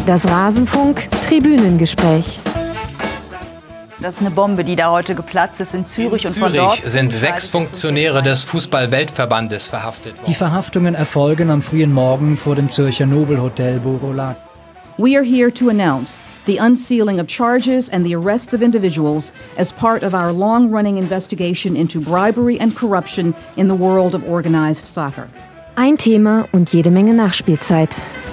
Das Rasenfunk-Tribünengespräch. Das ist eine Bombe, die da heute geplatzt ist in Zürich. In Zürich sind 6 Funktionäre des Fußball-Weltverbandes verhaftet worden. Die Verhaftungen erfolgen am frühen Morgen vor dem Zürcher Nobelhotel Bourg-au-Lac. We are here to announce the unsealing of charges and the arrest of individuals as part of our long-running investigation into bribery and corruption in the world of organized soccer. Ein Thema und jede Menge Nachspielzeit.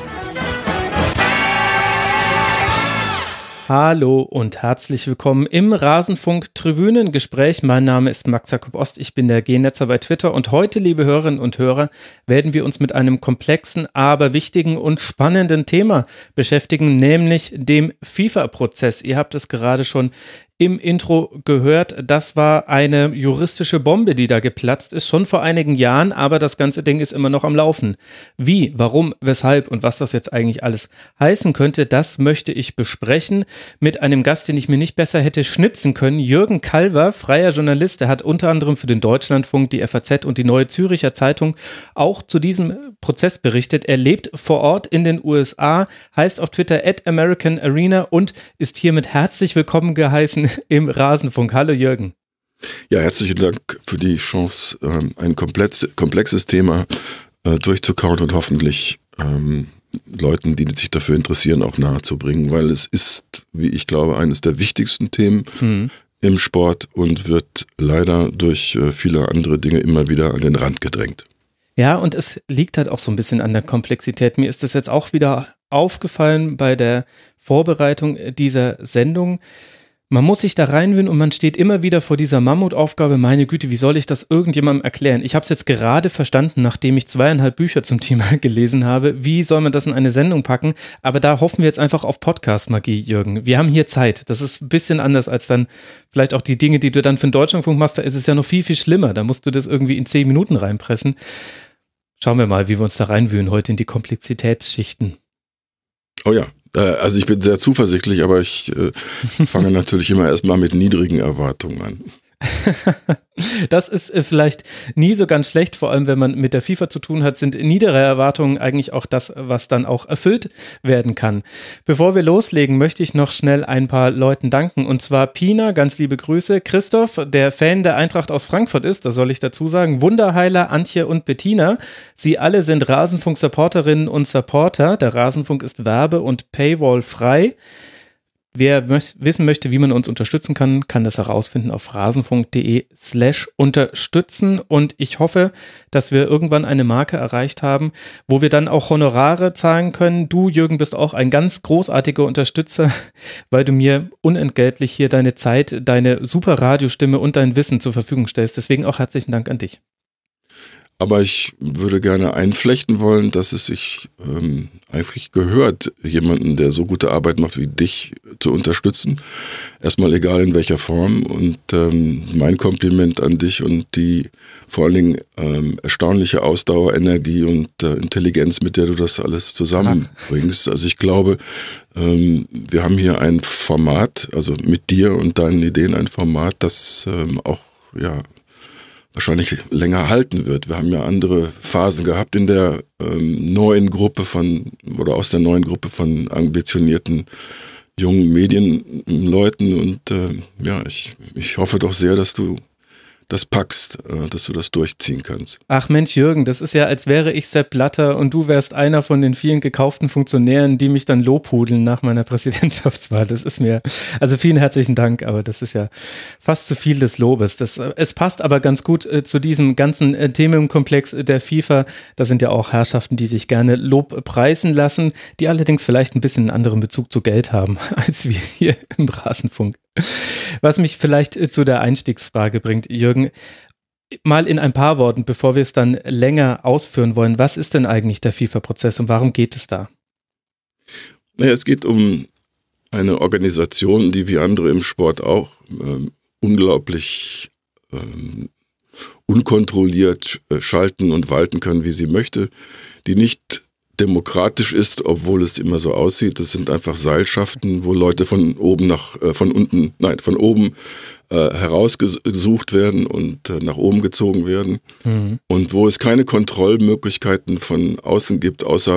Hallo und herzlich willkommen im Rasenfunk-Tribünengespräch. Mein Name ist Max Jakob Ost, ich bin der G-Netzer bei Twitter und heute, liebe Hörerinnen und Hörer, werden wir uns mit einem komplexen, aber wichtigen und spannenden Thema beschäftigen, nämlich dem FIFA-Prozess. Ihr habt es gerade schon im Intro gehört, das war eine juristische Bombe, die da geplatzt ist, schon vor einigen Jahren, aber das ganze Ding ist immer noch am Laufen. Wie, warum, weshalb und was das jetzt eigentlich alles heißen könnte, das möchte ich besprechen mit einem Gast, den ich mir nicht besser hätte schnitzen können. Jürgen Kalver, freier Journalist, der hat unter anderem für den Deutschlandfunk, die FAZ und die Neue Züricher Zeitung auch zu diesem Prozess berichtet. Er lebt vor Ort in den USA, heißt auf Twitter @AmericanArena und ist hiermit herzlich willkommen geheißen im Rasenfunk. Hallo Jürgen. Ja, herzlichen Dank für die Chance, ein komplexes Thema durchzukauen und hoffentlich Leuten, die sich dafür interessieren, auch nahezubringen, weil es ist, wie ich glaube, eines der wichtigsten Themen im Sport und wird leider durch viele andere Dinge immer wieder an den Rand gedrängt. Ja, und es liegt halt auch so ein bisschen an der Komplexität. Mir ist das jetzt auch wieder aufgefallen bei der Vorbereitung dieser Sendung. Man muss sich da reinwühlen und man steht immer wieder vor dieser Mammutaufgabe, meine Güte, wie soll ich das irgendjemandem erklären? Ich habe es jetzt gerade verstanden, nachdem ich 2,5 Bücher zum Thema gelesen habe. Wie soll man das in eine Sendung packen? Aber da hoffen wir jetzt einfach auf Podcast-Magie, Jürgen. Wir haben hier Zeit. Das ist ein bisschen anders als dann vielleicht auch die Dinge, die du dann für den Deutschlandfunk machst. Da ist es ja noch viel, viel schlimmer. Da musst du das irgendwie in 10 Minuten reinpressen. Schauen wir mal, wie wir uns da reinwühlen heute in die Komplexitätsschichten. Oh ja, also ich bin sehr zuversichtlich, aber ich fange natürlich immer erstmal mit niedrigen Erwartungen an. Das ist vielleicht nie so ganz schlecht, vor allem wenn man mit der FIFA zu tun hat, sind niedere Erwartungen eigentlich auch das, was dann auch erfüllt werden kann. Bevor wir loslegen, möchte ich noch schnell ein paar Leuten danken und zwar Pina, ganz liebe Grüße, Christoph, der Fan der Eintracht aus Frankfurt ist, das soll ich dazu sagen, Wunderheiler, Antje und Bettina, sie alle sind Rasenfunk-Supporterinnen und Supporter, der Rasenfunk ist werbe- und Paywall-frei. Wer wissen möchte, wie man uns unterstützen kann, kann das herausfinden auf rasenfunk.de/unterstützen und ich hoffe, dass wir irgendwann eine Marke erreicht haben, wo wir dann auch Honorare zahlen können. Du, Jürgen, bist auch ein ganz großartiger Unterstützer, weil du mir unentgeltlich hier deine Zeit, deine super Radiostimme und dein Wissen zur Verfügung stellst. Deswegen auch herzlichen Dank an dich. Aber ich würde gerne einflechten wollen, dass es sich eigentlich gehört, jemanden, der so gute Arbeit macht wie dich, zu unterstützen. Erstmal egal in welcher Form. Und mein Kompliment an dich und die vor allen Dingen erstaunliche Ausdauer, Energie und Intelligenz, mit der du das alles zusammenbringst. Also ich glaube, wir haben hier ein Format, also mit dir und deinen Ideen ein Format, das auch wahrscheinlich länger halten wird. Wir haben ja andere Phasen gehabt in der neuen Gruppe aus der neuen Gruppe von ambitionierten jungen Medienleuten und ich hoffe doch sehr, dass du das packst, dass du das durchziehen kannst. Ach Mensch, Jürgen, das ist ja, als wäre ich Sepp Blatter und du wärst einer von den vielen gekauften Funktionären, die mich dann lobhudeln nach meiner Präsidentschaftswahl. Das ist mir, also vielen herzlichen Dank, aber das ist ja fast zu viel des Lobes. Es passt aber ganz gut zu diesem ganzen Themenkomplex der FIFA. Da sind ja auch Herrschaften, die sich gerne Lob preisen lassen, die allerdings vielleicht ein bisschen einen anderen Bezug zu Geld haben, als wir hier im Rasenfunk. Was mich vielleicht zu der Einstiegsfrage bringt, Jürgen, mal in ein paar Worten, bevor wir es dann länger ausführen wollen, was ist denn eigentlich der FIFA-Prozess und warum geht es da? Naja, es geht um eine Organisation, die wie andere im Sport auch unglaublich unkontrolliert schalten und walten kann, wie sie möchte, die nicht demokratisch ist, obwohl es immer so aussieht. Das sind einfach Seilschaften, wo Leute von oben herausgesucht werden und nach oben gezogen werden. Und wo es keine Kontrollmöglichkeiten von außen gibt, außer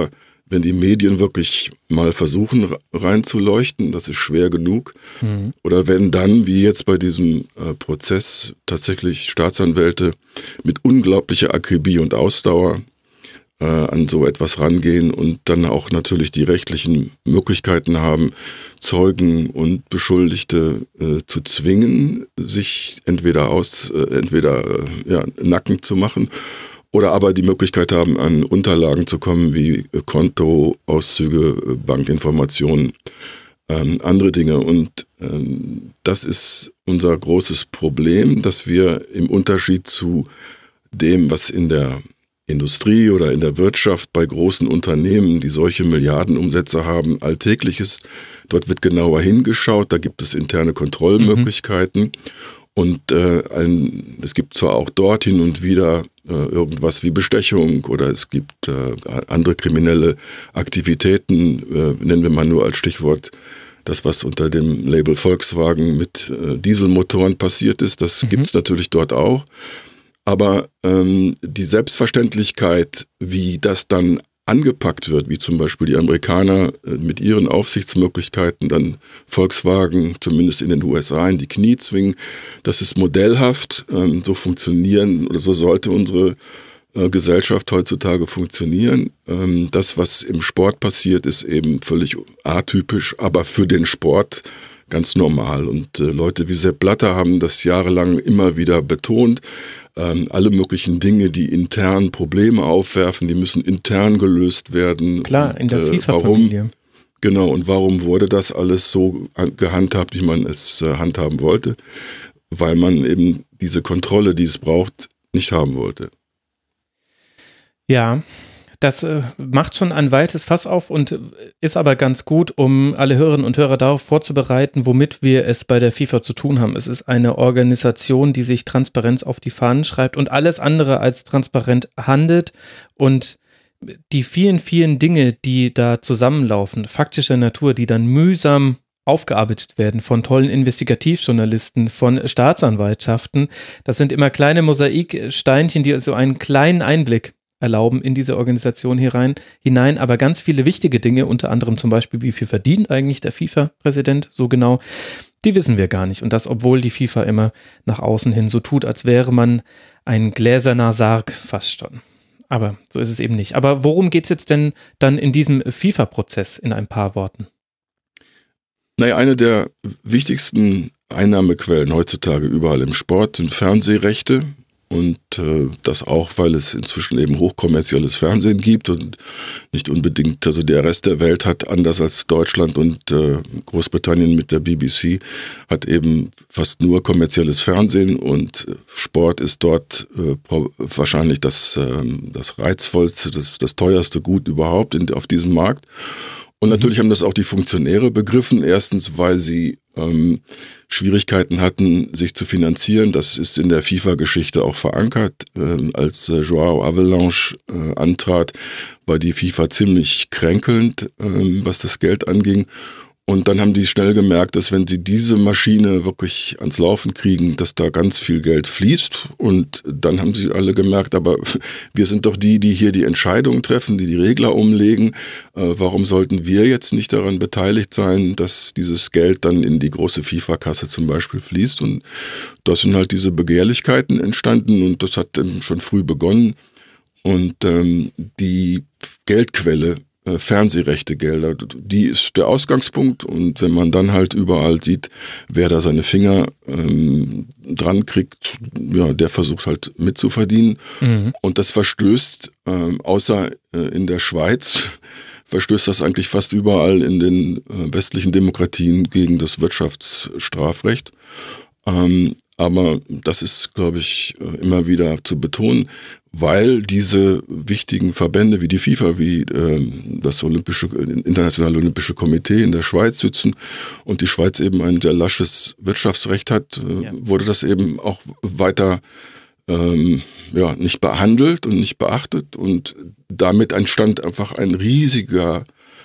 wenn die Medien wirklich mal versuchen reinzuleuchten, das ist schwer genug. Oder wenn dann, wie jetzt bei diesem Prozess, tatsächlich Staatsanwälte mit unglaublicher Akribie und Ausdauer an so etwas rangehen und dann auch natürlich die rechtlichen Möglichkeiten haben, Zeugen und Beschuldigte zu zwingen, sich entweder nackend zu machen oder aber die Möglichkeit haben, an Unterlagen zu kommen wie Kontoauszüge, Bankinformationen, andere Dinge. Und das ist unser großes Problem, dass wir im Unterschied zu dem, was in der Industrie oder in der Wirtschaft bei großen Unternehmen, die solche Milliardenumsätze haben, alltäglich ist. Dort wird genauer hingeschaut, da gibt es interne Kontrollmöglichkeiten und es gibt zwar auch dort hin und wieder irgendwas wie Bestechung oder es gibt andere kriminelle Aktivitäten, nennen wir mal nur als Stichwort das, was unter dem Label Volkswagen mit Dieselmotoren passiert ist, das gibt es natürlich dort auch. Aber die Selbstverständlichkeit, wie das dann angepackt wird, wie zum Beispiel die Amerikaner mit ihren Aufsichtsmöglichkeiten dann Volkswagen zumindest in den USA in die Knie zwingen, das ist modellhaft, so funktionieren oder so sollte unsere Gesellschaft heutzutage funktionieren. Das, was im Sport passiert, ist eben völlig atypisch, aber für den Sport ganz normal. Und Leute wie Sepp Blatter haben das jahrelang immer wieder betont. Alle möglichen Dinge, die intern Probleme aufwerfen, die müssen intern gelöst werden. Klar, in der FIFA-Familie. Genau, und warum wurde das alles so gehandhabt, wie man es handhaben wollte? Weil man eben diese Kontrolle, die es braucht, nicht haben wollte. Ja, das macht schon ein weites Fass auf und ist aber ganz gut, um alle Hörerinnen und Hörer darauf vorzubereiten, womit wir es bei der FIFA zu tun haben. Es ist eine Organisation, die sich Transparenz auf die Fahnen schreibt und alles andere als transparent handelt und die vielen, vielen Dinge, die da zusammenlaufen, faktischer Natur, die dann mühsam aufgearbeitet werden von tollen Investigativjournalisten, von Staatsanwaltschaften, das sind immer kleine Mosaiksteinchen, die so einen kleinen Einblick erlauben in diese Organisation hinein, aber ganz viele wichtige Dinge, unter anderem zum Beispiel, wie viel verdient eigentlich der FIFA-Präsident so genau, die wissen wir gar nicht. Und das, obwohl die FIFA immer nach außen hin so tut, als wäre man ein gläserner Sarg fast schon. Aber so ist es eben nicht. Aber worum geht es jetzt denn dann in diesem FIFA-Prozess in ein paar Worten? Naja, eine der wichtigsten Einnahmequellen heutzutage überall im Sport sind Fernsehrechte. Und das auch, weil es inzwischen eben hochkommerzielles Fernsehen gibt und nicht unbedingt, also der Rest der Welt hat, anders als Deutschland und Großbritannien mit der BBC, hat eben fast nur kommerzielles Fernsehen und Sport ist dort wahrscheinlich das reizvollste, das teuerste Gut überhaupt auf diesem Markt. Und natürlich haben das auch die Funktionäre begriffen. Erstens, weil sie Schwierigkeiten hatten, sich zu finanzieren. Das ist in der FIFA-Geschichte auch verankert. Als Joao Avalanche antrat, war die FIFA ziemlich kränkelnd, was das Geld anging. Und dann haben die schnell gemerkt, dass wenn sie diese Maschine wirklich ans Laufen kriegen, dass da ganz viel Geld fließt. Und dann haben sie alle gemerkt, aber wir sind doch die hier die Entscheidungen treffen, die Regler umlegen. Warum sollten wir jetzt nicht daran beteiligt sein, dass dieses Geld dann in die große FIFA-Kasse zum Beispiel fließt? Und das sind halt diese Begehrlichkeiten entstanden und das hat schon früh begonnen. Und die Geldquelle, Fernsehrechtegelder, die ist der Ausgangspunkt und wenn man dann halt überall sieht, wer da seine Finger dran kriegt, ja, der versucht halt mitzuverdienen und das verstößt, außer in der Schweiz, verstößt das eigentlich fast überall in den westlichen Demokratien gegen das Wirtschaftsstrafrecht. Aber das ist, glaube ich, immer wieder zu betonen, weil diese wichtigen Verbände wie die FIFA, wie das Internationale Olympische Komitee in der Schweiz sitzen und die Schweiz eben ein sehr lasches Wirtschaftsrecht hat, wurde das eben auch weiter nicht behandelt und nicht beachtet und damit entstand einfach eine riesige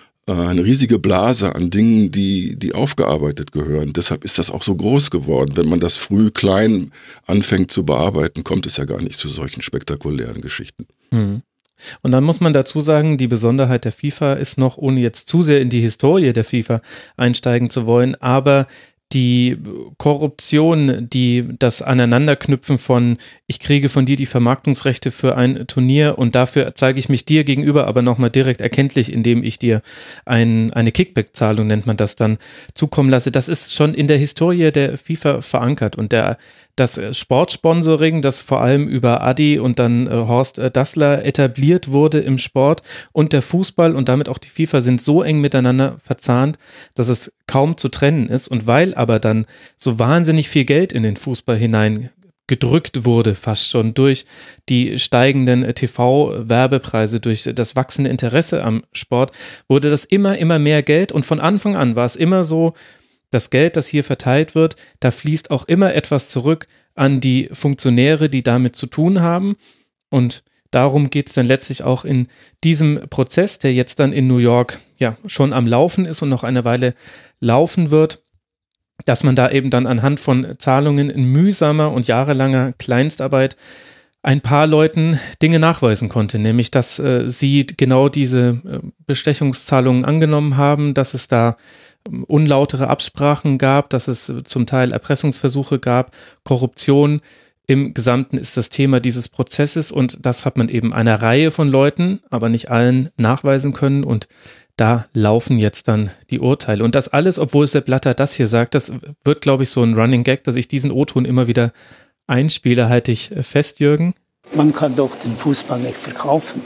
Blase an Dingen, die aufgearbeitet gehören. Deshalb ist das auch so groß geworden. Wenn man das früh klein anfängt zu bearbeiten, kommt es ja gar nicht zu solchen spektakulären Geschichten. Und dann muss man dazu sagen, die Besonderheit der FIFA ist noch, ohne jetzt zu sehr in die Historie der FIFA einsteigen zu wollen, aber die Korruption, das Aneinanderknüpfen von, ich kriege von dir die Vermarktungsrechte für ein Turnier und dafür zeige ich mich dir gegenüber aber nochmal direkt erkenntlich, indem ich dir eine Kickback-Zahlung, nennt man das dann, zukommen lasse. Das ist schon in der Historie der FIFA verankert und das Sportsponsoring, das vor allem über Adi und dann Horst Dassler etabliert wurde im Sport und der Fußball und damit auch die FIFA sind so eng miteinander verzahnt, dass es kaum zu trennen ist. Und weil aber dann so wahnsinnig viel Geld in den Fußball hinein gedrückt wurde, fast schon durch die steigenden TV-Werbepreise, durch das wachsende Interesse am Sport, wurde das immer mehr Geld und von Anfang an war es immer so, das Geld, das hier verteilt wird, da fließt auch immer etwas zurück an die Funktionäre, die damit zu tun haben. Und darum geht es dann letztlich auch in diesem Prozess, der jetzt dann in New York ja schon am Laufen ist und noch eine Weile laufen wird, dass man da eben dann anhand von Zahlungen in mühsamer und jahrelanger Kleinstarbeit ein paar Leuten Dinge nachweisen konnte, nämlich dass sie genau diese Bestechungszahlungen angenommen haben, dass es da unlautere Absprachen gab, dass es zum Teil Erpressungsversuche gab, Korruption. Im Gesamten ist das Thema dieses Prozesses und das hat man eben einer Reihe von Leuten, aber nicht allen nachweisen können und da laufen jetzt dann die Urteile. Und das alles, obwohl Sepp Blatter das hier sagt, das wird, glaube ich, so ein Running Gag, dass ich diesen O-Ton immer wieder einspiele, halte ich fest, Jürgen. Man kann doch den Fußball nicht verkaufen.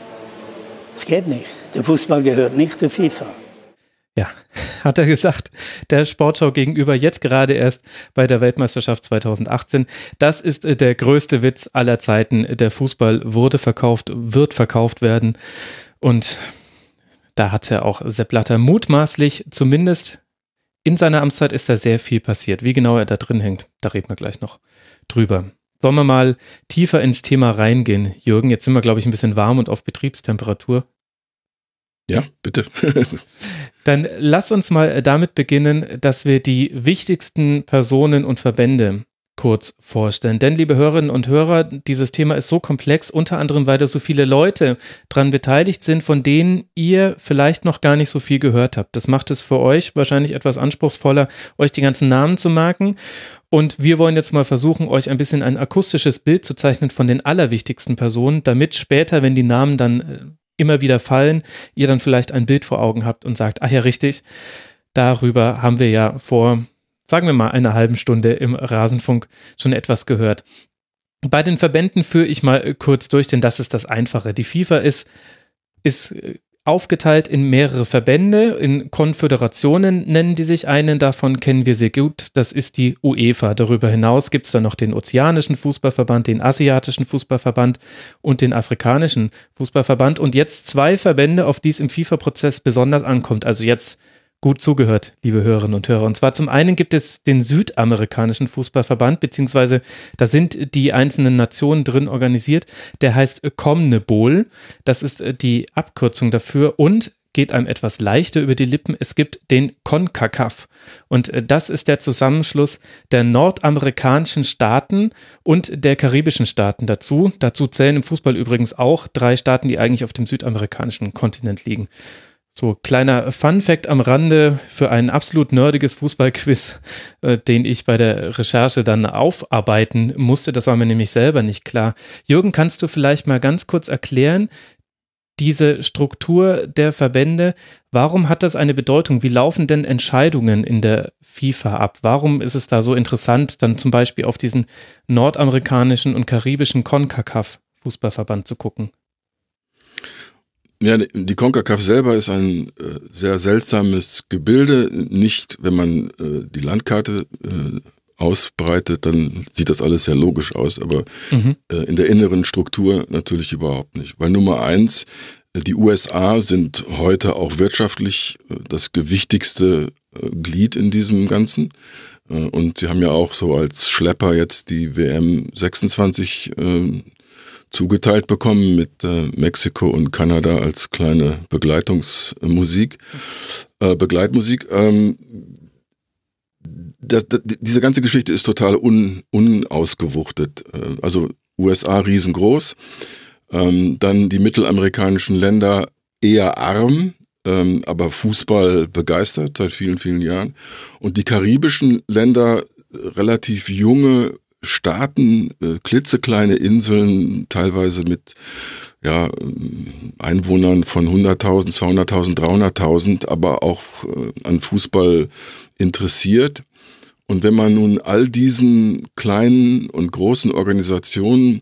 Es geht nicht. Der Fußball gehört nicht der FIFA. Ja, hat er gesagt, der Sportschau gegenüber, jetzt gerade erst bei der Weltmeisterschaft 2018. Das ist der größte Witz aller Zeiten. Der Fußball wurde verkauft, wird verkauft werden. Und da hat ja auch Sepp Blatter mutmaßlich, zumindest in seiner Amtszeit ist da sehr viel passiert. Wie genau er da drin hängt, da reden wir gleich noch drüber. Sollen wir mal tiefer ins Thema reingehen, Jürgen? Jetzt sind wir, glaube ich, ein bisschen warm und auf Betriebstemperatur. Ja, bitte. Dann lass uns mal damit beginnen, dass wir die wichtigsten Personen und Verbände kurz vorstellen. Denn, liebe Hörerinnen und Hörer, dieses Thema ist so komplex, unter anderem, weil da so viele Leute dran beteiligt sind, von denen ihr vielleicht noch gar nicht so viel gehört habt. Das macht es für euch wahrscheinlich etwas anspruchsvoller, euch die ganzen Namen zu merken. Und wir wollen jetzt mal versuchen, euch ein bisschen ein akustisches Bild zu zeichnen von den allerwichtigsten Personen, damit später, wenn die Namen dann immer wieder fallen, ihr dann vielleicht ein Bild vor Augen habt und sagt, ach ja, richtig, darüber haben wir ja vor, sagen wir mal, einer halben Stunde im Rasenfunk schon etwas gehört. Bei den Verbänden führe ich mal kurz durch, denn das ist das Einfache. Die FIFA ist aufgeteilt in mehrere Verbände, in Konföderationen nennen die sich. Einen davon kennen wir sehr gut, das ist die UEFA. Darüber hinaus gibt es dann noch den Ozeanischen Fußballverband, den Asiatischen Fußballverband und den Afrikanischen Fußballverband. Und jetzt 2 Verbände, auf die es im FIFA-Prozess besonders ankommt. Also jetzt gut zugehört, liebe Hörerinnen und Hörer. Und zwar zum einen gibt es den Südamerikanischen Fußballverband, beziehungsweise da sind die einzelnen Nationen drin organisiert. Der heißt CONMEBOL. Das ist die Abkürzung dafür und geht einem etwas leichter über die Lippen. Es gibt den CONCACAF und das ist der Zusammenschluss der nordamerikanischen Staaten und der karibischen Staaten dazu. Dazu zählen im Fußball übrigens auch 3 Staaten, die eigentlich auf dem südamerikanischen Kontinent liegen. So, kleiner Fun-Fact am Rande für ein absolut nerdiges Fußballquiz, den ich bei der Recherche dann aufarbeiten musste. Das war mir nämlich selber nicht klar. Jürgen, kannst du vielleicht mal ganz kurz erklären, diese Struktur der Verbände, warum hat das eine Bedeutung? Wie laufen denn Entscheidungen in der FIFA ab? Warum ist es da so interessant, dann zum Beispiel auf diesen nordamerikanischen und karibischen CONCACAF-Fußballverband zu gucken? Ja, die CONCACAF selber ist ein sehr seltsames Gebilde. Nicht, wenn man die Landkarte ausbreitet, dann sieht das alles sehr logisch aus, aber in der inneren Struktur natürlich überhaupt nicht. Weil Nummer 1, die USA sind heute auch wirtschaftlich das gewichtigste Glied in diesem Ganzen. Und sie haben ja auch so als Schlepper jetzt die WM 26 zugeteilt bekommen mit Mexiko und Kanada als kleine Begleitmusik. Diese ganze Geschichte ist total unausgewuchtet. Also USA riesengroß, Dann die mittelamerikanischen Länder eher arm, aber Fußball begeistert seit vielen, vielen Jahren. Und die karibischen Länder relativ junge Staaten, klitzekleine Inseln, teilweise mit Einwohnern von 100.000, 200.000, 300.000, aber auch an Fußball interessiert. Und wenn man nun all diesen kleinen und großen Organisationen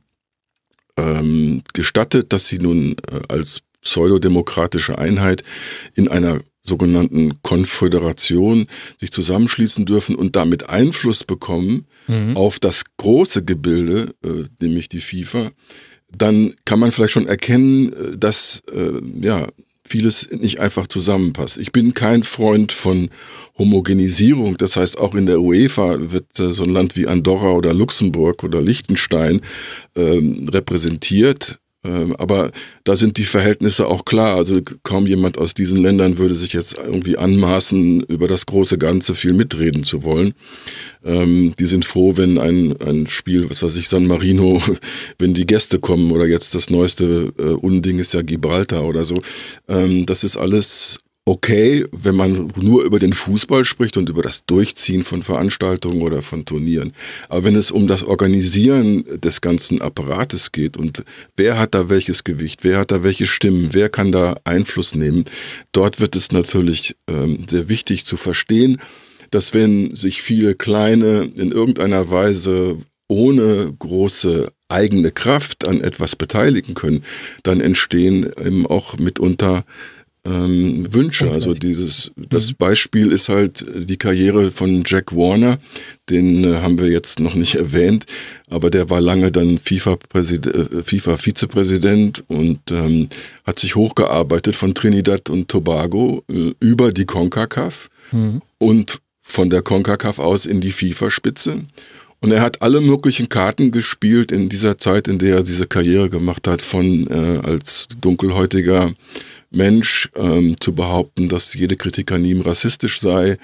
gestattet, dass sie nun als pseudodemokratische Einheit in einer sogenannten Konföderation sich zusammenschließen dürfen und damit Einfluss bekommen auf das große Gebilde, nämlich die FIFA, dann kann man vielleicht schon erkennen, dass vieles nicht einfach zusammenpasst. Ich bin kein Freund von Homogenisierung, das heißt auch in der UEFA wird so ein Land wie Andorra oder Luxemburg oder Liechtenstein repräsentiert. Aber da sind die Verhältnisse auch klar. Also kaum jemand aus diesen Ländern würde sich jetzt irgendwie anmaßen, über das große Ganze viel mitreden zu wollen. Die sind froh, wenn ein Spiel, was weiß ich, San Marino, wenn die Gäste kommen oder jetzt das neueste Unding ist ja Gibraltar oder so. Das ist alles okay, wenn man nur über den Fußball spricht und über das Durchziehen von Veranstaltungen oder von Turnieren. Aber wenn es um das Organisieren des ganzen Apparates geht und wer hat da welches Gewicht, wer hat da welche Stimmen, wer kann da Einfluss nehmen, dort wird es natürlich sehr wichtig zu verstehen, dass wenn sich viele Kleine in irgendeiner Weise ohne große eigene Kraft an etwas beteiligen können, dann entstehen eben auch mitunter Wünsche. Also das Beispiel ist halt die Karriere von Jack Warner, den haben wir jetzt noch nicht erwähnt, aber der war lange dann FIFA-Vizepräsident und hat sich hochgearbeitet von Trinidad und Tobago über die CONCACAF und von der CONCACAF aus in die FIFA-Spitze. Und er hat alle möglichen Karten gespielt in dieser Zeit, in der er diese Karriere gemacht hat, von als dunkelhäutiger Mensch zu behaupten, dass jede Kritik an ihm rassistisch sei,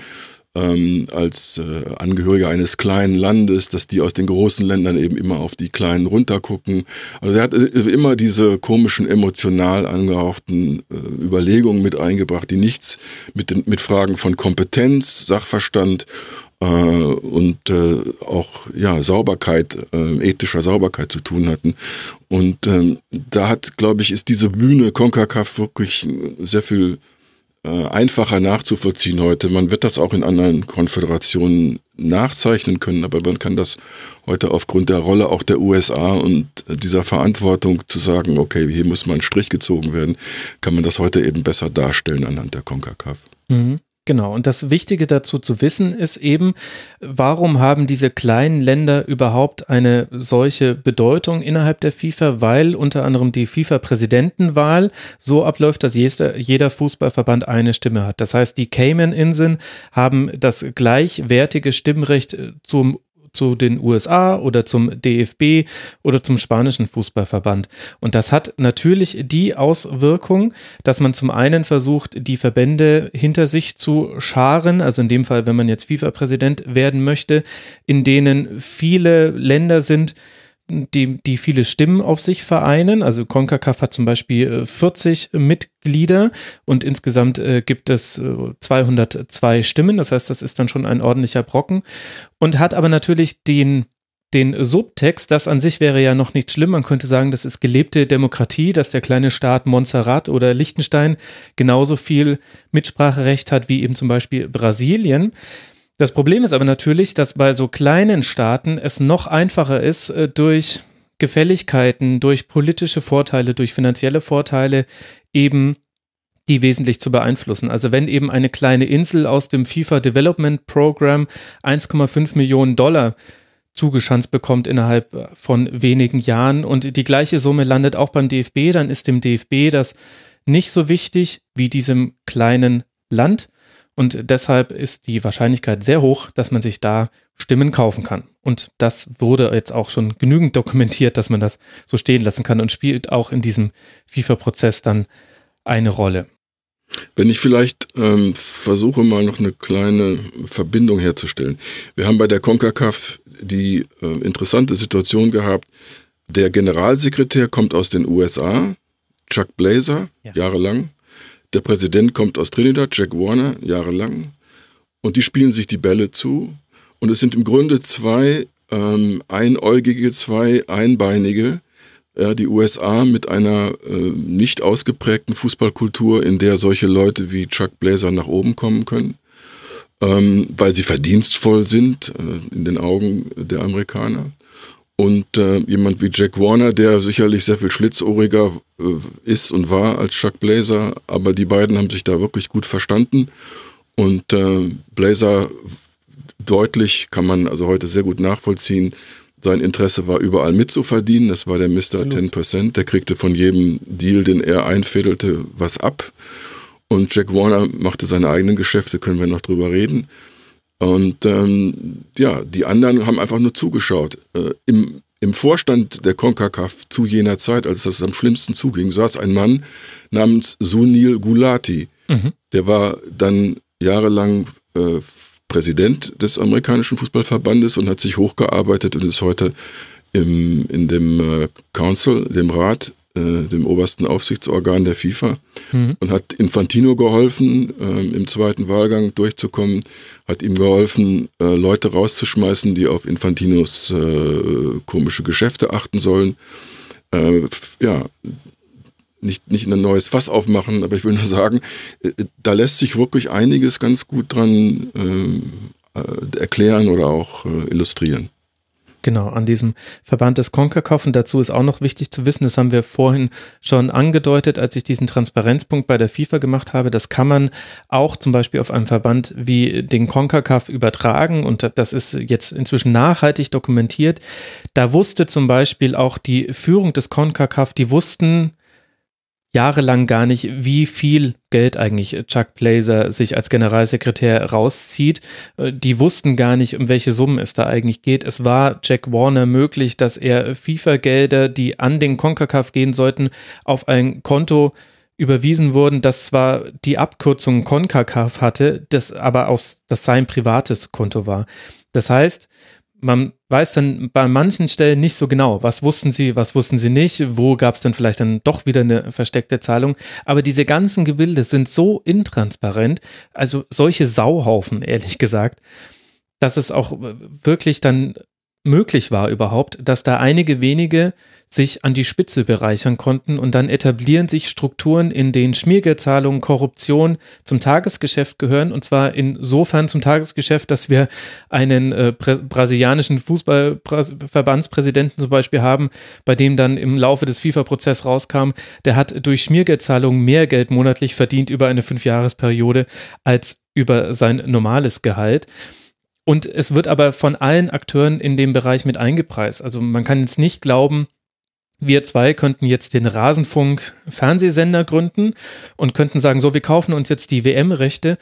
als Angehöriger eines kleinen Landes, dass die aus den großen Ländern eben immer auf die Kleinen runtergucken. Also er hat immer diese komischen, emotional angehauchten Überlegungen mit eingebracht, die nichts mit Fragen von Kompetenz, Sachverstand und auch Sauberkeit, ethischer Sauberkeit zu tun hatten. Und da glaube ich, ist diese Bühne CONCACAF wirklich sehr viel einfacher nachzuvollziehen heute. Man wird das auch in anderen Konföderationen nachzeichnen können, aber man kann das heute aufgrund der Rolle auch der USA und dieser Verantwortung zu sagen, okay, hier muss mal ein Strich gezogen werden, kann man das heute eben besser darstellen anhand der CONCACAF. Mhm. Genau, und das Wichtige dazu zu wissen ist eben, warum haben diese kleinen Länder überhaupt eine solche Bedeutung innerhalb der FIFA, weil unter anderem die FIFA-Präsidentenwahl so abläuft, dass jeder Fußballverband eine Stimme hat. Das heißt, die Cayman-Inseln haben das gleichwertige Stimmrecht zu den USA oder zum DFB oder zum spanischen Fußballverband. Und das hat natürlich die Auswirkung, dass man zum einen versucht, die Verbände hinter sich zu scharen, also in dem Fall, wenn man jetzt FIFA-Präsident werden möchte, in denen viele Länder sind, die viele Stimmen auf sich vereinen. Also CONCACAF hat zum Beispiel 40 Mitglieder und insgesamt gibt es 202 Stimmen. Das heißt, das ist dann schon ein ordentlicher Brocken und hat aber natürlich den Subtext, das an sich wäre ja noch nicht schlimm. Man könnte sagen, das ist gelebte Demokratie, dass der kleine Staat Montserrat oder Liechtenstein genauso viel Mitspracherecht hat wie eben zum Beispiel Brasilien. Das Problem ist aber natürlich, dass bei so kleinen Staaten es noch einfacher ist, durch Gefälligkeiten, durch politische Vorteile, durch finanzielle Vorteile eben die wesentlich zu beeinflussen. Also wenn eben eine kleine Insel aus dem FIFA Development Program 1,5 Millionen $ zugeschanzt bekommt innerhalb von wenigen Jahren und die gleiche Summe landet auch beim DFB, dann ist dem DFB das nicht so wichtig wie diesem kleinen Land. Und deshalb ist die Wahrscheinlichkeit sehr hoch, dass man sich da Stimmen kaufen kann. Und das wurde jetzt auch schon genügend dokumentiert, dass man das so stehen lassen kann und spielt auch in diesem FIFA-Prozess dann eine Rolle. Wenn ich vielleicht versuche, mal noch eine kleine Verbindung herzustellen. Wir haben bei der CONCACAF die interessante Situation gehabt, Der Generalsekretär kommt aus den USA, Chuck Blazer, jahrelang. Der Präsident kommt aus Trinidad, Jack Warner, jahrelang. Und die spielen sich die Bälle zu. Und es sind im Grunde zwei einäugige, zwei Einbeinige. Die USA mit einer nicht ausgeprägten Fußballkultur, in der solche Leute wie Chuck Blazer nach oben kommen können, weil sie verdienstvoll sind in den Augen der Amerikaner. Und jemand wie Jack Warner, der sicherlich sehr viel schlitzohriger ist und war als Chuck Blazer, aber die beiden haben sich da wirklich gut verstanden. Und Blazer deutlich, kann man also heute sehr gut nachvollziehen, sein Interesse war, überall mitzuverdienen. Das war der Mr. 10%. Der kriegte von jedem Deal, den er einfädelte, was ab. Und Jack Warner machte seine eigenen Geschäfte, können wir noch drüber reden. Und die anderen haben einfach nur zugeschaut. Im Vorstand der CONCACAF zu jener Zeit, als das am schlimmsten zuging, saß ein Mann namens Sunil Gulati. Der war dann jahrelang Präsident des amerikanischen Fußballverbandes und hat sich hochgearbeitet und ist heute in dem Council, dem Rat, dem obersten Aufsichtsorgan der FIFA und hat Infantino geholfen, im zweiten Wahlgang durchzukommen, hat ihm geholfen, Leute rauszuschmeißen, die auf Infantinos komische Geschäfte achten sollen. Nicht ein neues Fass aufmachen, aber ich will nur sagen, da lässt sich wirklich einiges ganz gut dran erklären oder auch illustrieren. Genau, an diesem Verband des CONCACAF, und dazu ist auch noch wichtig zu wissen, das haben wir vorhin schon angedeutet, als ich diesen Transparenzpunkt bei der FIFA gemacht habe, das kann man auch zum Beispiel auf einen Verband wie den CONCACAF übertragen und das ist jetzt inzwischen nachhaltig dokumentiert. Da wusste zum Beispiel auch die Führung des CONCACAF, die wussten jahrelang gar nicht, wie viel Geld eigentlich Chuck Blazer sich als Generalsekretär rauszieht. Die wussten gar nicht, um welche Summen es da eigentlich geht. Es war Jack Warner möglich, dass er FIFA-Gelder, die an den CONCACAF gehen sollten, auf ein Konto überwiesen wurden, das zwar die Abkürzung CONCACAF hatte, das aber das sein privates Konto war. Das heißt, man weiß dann bei manchen Stellen nicht so genau, was wussten sie nicht, wo gab es dann vielleicht dann doch wieder eine versteckte Zahlung, aber diese ganzen Gebilde sind so intransparent, also solche Sauhaufen, ehrlich gesagt, dass es auch wirklich dann möglich war überhaupt, dass da einige wenige sich an die Spitze bereichern konnten und dann etablieren sich Strukturen, in denen Schmiergeldzahlungen, Korruption zum Tagesgeschäft gehören und zwar insofern zum Tagesgeschäft, dass wir einen brasilianischen Fußballverbandspräsidenten zum Beispiel haben, bei dem dann im Laufe des FIFA-Prozesses rauskam, der hat durch Schmiergeldzahlungen mehr Geld monatlich verdient über eine 5-Jahresperiode als über sein normales Gehalt. Und es wird aber von allen Akteuren in dem Bereich mit eingepreist. Also man kann jetzt nicht glauben, wir zwei könnten jetzt den Rasenfunk-Fernsehsender gründen und könnten sagen, so, wir kaufen uns jetzt die WM-Rechte.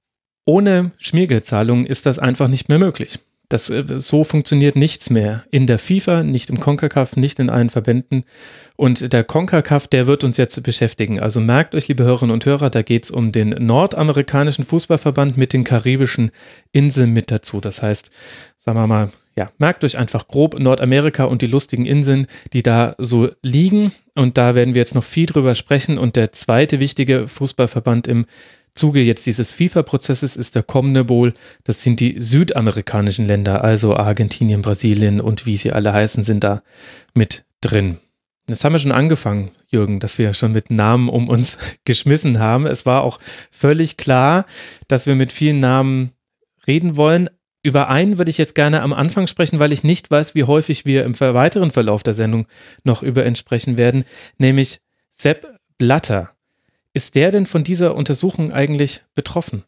Ohne Schmiergeldzahlungen ist das einfach nicht mehr möglich. So funktioniert nichts mehr in der FIFA, nicht im CONCACAF, nicht in allen Verbänden. Und der CONCACAF, der wird uns jetzt beschäftigen. Also merkt euch, liebe Hörerinnen und Hörer, da geht es um den nordamerikanischen Fußballverband mit den karibischen Inseln mit dazu. Das heißt, sagen wir mal, ja, merkt euch einfach grob Nordamerika und die lustigen Inseln, die da so liegen. Und da werden wir jetzt noch viel drüber sprechen. Und der zweite wichtige Fußballverband im Zuge jetzt dieses FIFA-Prozesses ist der CONMEBOL. Das sind die südamerikanischen Länder, also Argentinien, Brasilien und wie sie alle heißen, sind da mit drin. Jetzt haben wir schon angefangen, Jürgen, dass wir schon mit Namen um uns geschmissen haben. Es war auch völlig klar, dass wir mit vielen Namen reden wollen. Über einen würde ich jetzt gerne am Anfang sprechen, weil ich nicht weiß, wie häufig wir im weiteren Verlauf der Sendung noch über ihn sprechen werden, nämlich Sepp Blatter. Ist der denn von dieser Untersuchung eigentlich betroffen?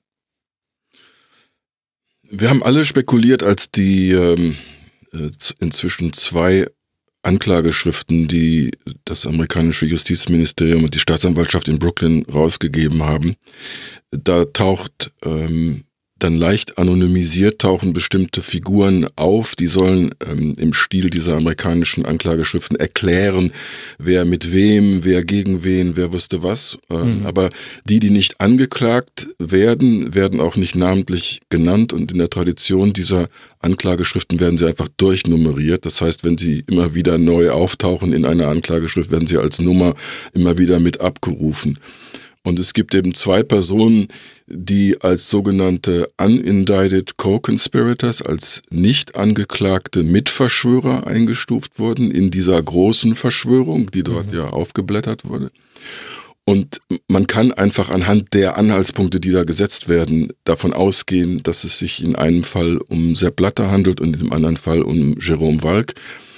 Wir haben alle spekuliert, als die inzwischen 2 Anklageschriften, die das amerikanische Justizministerium und die Staatsanwaltschaft in Brooklyn rausgegeben haben. Da taucht dann leicht anonymisiert tauchen bestimmte Figuren auf, die sollen im Stil dieser amerikanischen Anklageschriften erklären, wer mit wem, wer gegen wen, wer wusste was. Aber die nicht angeklagt werden, werden auch nicht namentlich genannt, und in der Tradition dieser Anklageschriften werden sie einfach durchnummeriert. Das heißt, wenn sie immer wieder neu auftauchen in einer Anklageschrift, werden sie als Nummer immer wieder mit abgerufen. Und es gibt eben 2 Personen, die als sogenannte unindicted co-conspirators, als nicht angeklagte Mitverschwörer eingestuft wurden in dieser großen Verschwörung, die dort ja aufgeblättert wurde. Und man kann einfach anhand der Anhaltspunkte, die da gesetzt werden, davon ausgehen, dass es sich in einem Fall um Sepp Blatter handelt und in dem anderen Fall um Jerome Valk.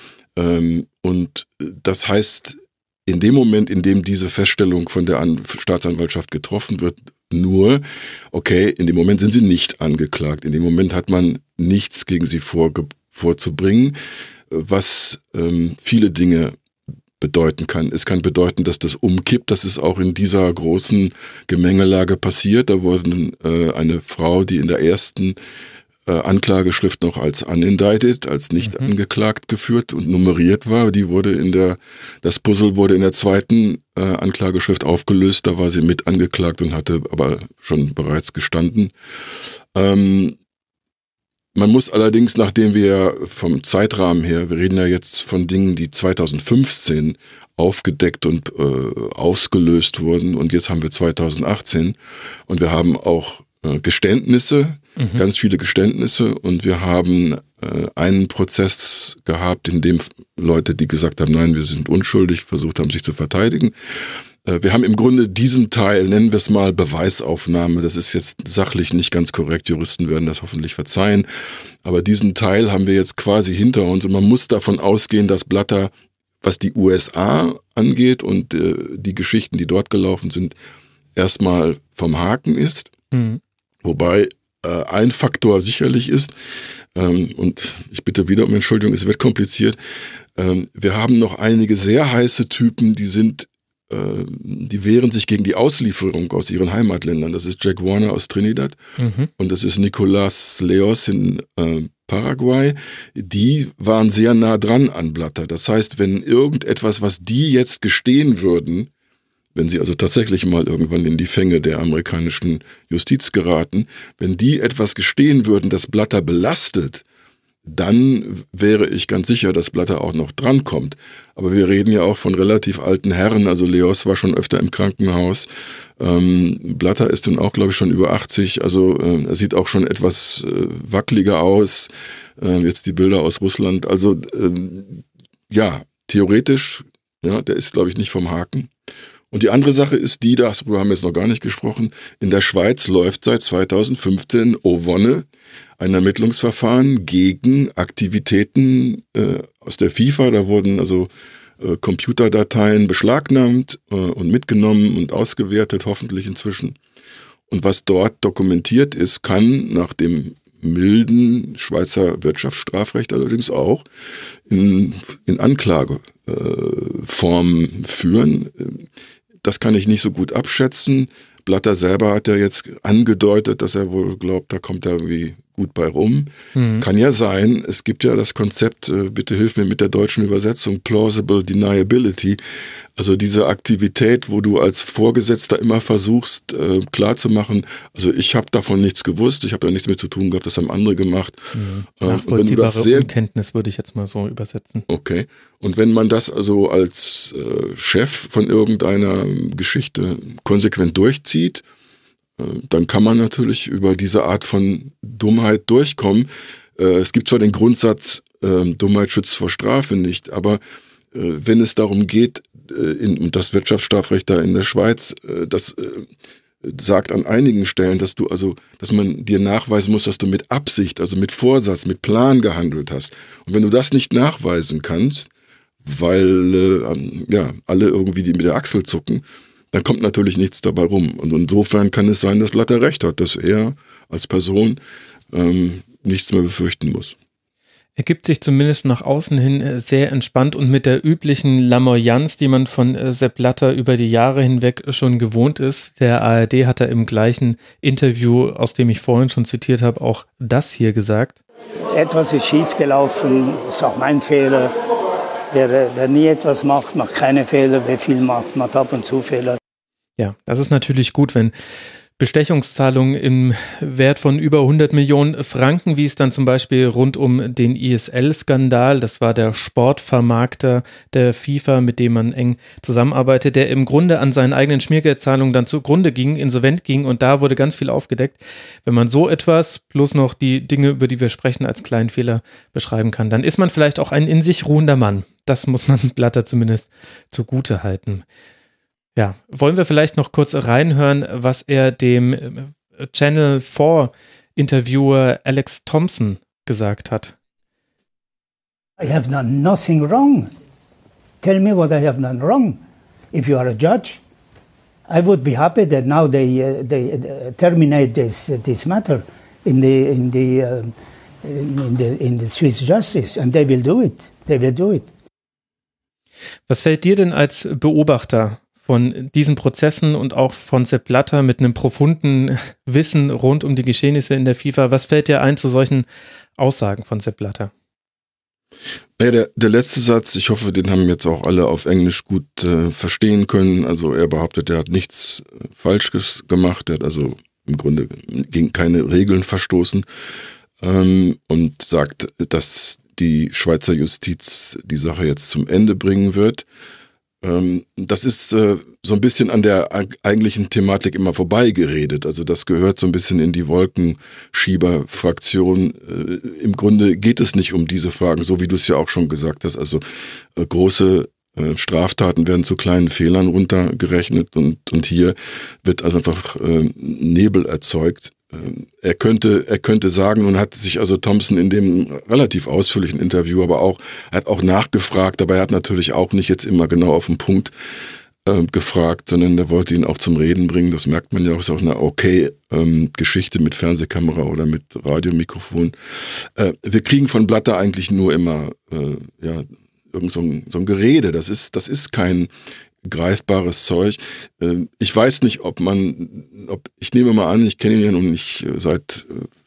Und das heißt, in dem Moment, in dem diese Feststellung von der Staatsanwaltschaft getroffen wird, nur, okay, in dem Moment sind sie nicht angeklagt. In dem Moment hat man nichts gegen sie vorzubringen, was viele Dinge bedeuten kann. Es kann bedeuten, dass das umkippt. Das ist auch in dieser großen Gemengelage passiert. Da wurde eine Frau, die in der ersten Anklageschrift noch als unindicted, als nicht angeklagt geführt und nummeriert war. Das Puzzle wurde in der zweiten Anklageschrift aufgelöst. Da war sie mit angeklagt und hatte aber schon bereits gestanden. Man muss allerdings, nachdem wir vom Zeitrahmen her, wir reden ja jetzt von Dingen, die 2015 aufgedeckt und ausgelöst wurden, und jetzt haben wir 2018 und wir haben auch Geständnisse, ganz viele Geständnisse, und wir haben einen Prozess gehabt, in dem Leute, die gesagt haben, nein, wir sind unschuldig, versucht haben, sich zu verteidigen. Wir haben im Grunde diesen Teil, nennen wir es mal Beweisaufnahme, das ist jetzt sachlich nicht ganz korrekt, Juristen werden das hoffentlich verzeihen, aber diesen Teil haben wir jetzt quasi hinter uns, und man muss davon ausgehen, dass Blatter, was die USA angeht und die Geschichten, die dort gelaufen sind, erstmal vom Haken ist. Wobei ein Faktor sicherlich ist, und ich bitte wieder um Entschuldigung, es wird kompliziert, wir haben noch einige sehr heiße Typen, die wehren sich gegen die Auslieferung aus ihren Heimatländern. Das ist Jack Warner aus Trinidad und das ist Nicolas Leos in Paraguay. Die waren sehr nah dran an Blatter. Das heißt, wenn irgendetwas, was die jetzt gestehen würden, wenn sie also tatsächlich mal irgendwann in die Fänge der amerikanischen Justiz geraten, wenn die etwas gestehen würden, das Blatter belastet, dann wäre ich ganz sicher, dass Blatter auch noch drankommt. Aber wir reden ja auch von relativ alten Herren, also Leos war schon öfter im Krankenhaus, Blatter ist nun auch, glaube ich, schon über 80, also er sieht auch schon etwas wackeliger aus, jetzt die Bilder aus Russland, also ja, theoretisch, ja, der ist, glaube ich, nicht vom Haken. Und die andere Sache ist die, darüber haben wir jetzt noch gar nicht gesprochen, in der Schweiz läuft seit 2015 Ovonne ein Ermittlungsverfahren gegen Aktivitäten aus der FIFA. Da wurden also Computerdateien beschlagnahmt und mitgenommen und ausgewertet, hoffentlich inzwischen. Und was dort dokumentiert ist, kann nach dem milden Schweizer Wirtschaftsstrafrecht allerdings auch in Anklageform führen. Das kann ich nicht so gut abschätzen. Blatter selber hat ja jetzt angedeutet, dass er wohl glaubt, da kommt er irgendwie gut bei rum. Kann ja sein. Es gibt ja das Konzept, bitte hilf mir mit der deutschen Übersetzung, Plausible Deniability. Also diese Aktivität, wo du als Vorgesetzter immer versuchst klarzumachen, also ich habe davon nichts gewusst, ich habe da nichts mit zu tun gehabt, das haben andere gemacht. Nachvollziehbare Unkenntnis würde ich jetzt mal so übersetzen. Okay. Und wenn man das also als Chef von irgendeiner Geschichte konsequent durchzieht, dann kann man natürlich über diese Art von Dummheit durchkommen. Es gibt zwar den Grundsatz, Dummheit schützt vor Strafe nicht, aber wenn es darum geht, und das Wirtschaftsstrafrecht da in der Schweiz, das sagt an einigen Stellen, dass man dir nachweisen muss, dass du mit Absicht, also mit Vorsatz, mit Plan gehandelt hast. Und wenn du das nicht nachweisen kannst, weil alle irgendwie mit der Achsel zucken, dann kommt natürlich nichts dabei rum. Und insofern kann es sein, dass Blatter recht hat, dass er als Person nichts mehr befürchten muss. Er gibt sich zumindest nach außen hin sehr entspannt und mit der üblichen Lamoyanz, die man von Sepp Blatter über die Jahre hinweg schon gewohnt ist. Der ARD hat er im gleichen Interview, aus dem ich vorhin schon zitiert habe, auch das hier gesagt. Etwas ist schiefgelaufen, ist auch mein Fehler. Wer nie etwas macht, macht keine Fehler. Wer viel macht, macht ab und zu Fehler. Ja, das ist natürlich gut, wenn Bestechungszahlungen im Wert von über 100 Millionen Franken, wie es dann zum Beispiel rund um den ISL-Skandal, das war der Sportvermarkter der FIFA, mit dem man eng zusammenarbeitet, der im Grunde an seinen eigenen Schmiergeldzahlungen dann zugrunde ging, insolvent ging, und da wurde ganz viel aufgedeckt. Wenn man so etwas plus noch die Dinge, über die wir sprechen, als kleinen Fehler beschreiben kann, dann ist man vielleicht auch ein in sich ruhender Mann. Das muss man Blatter zumindest zugute halten. Ja, wollen wir vielleicht noch kurz reinhören, was er dem Channel 4 Interviewer Alex Thompson gesagt hat. I have done nothing wrong. Tell me what I have done wrong. If you are a judge, I would be happy that now they terminate this matter in the Swiss justice, and they will do it. They will do it. Was fällt dir denn als Beobachter von diesen Prozessen und auch von Sepp Blatter mit einem profunden Wissen rund um die Geschehnisse in der FIFA, was fällt dir ein zu solchen Aussagen von Sepp Blatter? Ja, der letzte Satz, ich hoffe, den haben jetzt auch alle auf Englisch gut verstehen können. Also er behauptet, er hat nichts Falsches gemacht, er hat also im Grunde gegen keine Regeln verstoßen und sagt, dass die Schweizer Justiz die Sache jetzt zum Ende bringen wird. Das ist so ein bisschen an der eigentlichen Thematik immer vorbeigeredet. Also das gehört so ein bisschen in die Wolkenschieber-Fraktion. Im Grunde geht es nicht um diese Fragen, so wie du es ja auch schon gesagt hast. Also große Straftaten werden zu kleinen Fehlern runtergerechnet und hier wird also einfach Nebel erzeugt. Er könnte sagen, und hat sich also Thompson in dem relativ ausführlichen Interview hat auch nachgefragt, aber er hat natürlich auch nicht jetzt immer genau auf den Punkt gefragt, sondern er wollte ihn auch zum Reden bringen. Das merkt man ja auch, ist auch eine Geschichte mit Fernsehkamera oder mit Radiomikrofon. Wir kriegen von Blatter eigentlich nur immer irgend so ein Gerede. Das ist kein greifbares Zeug. Ich weiß nicht, ich nehme mal an, ich kenne ihn ja noch nicht seit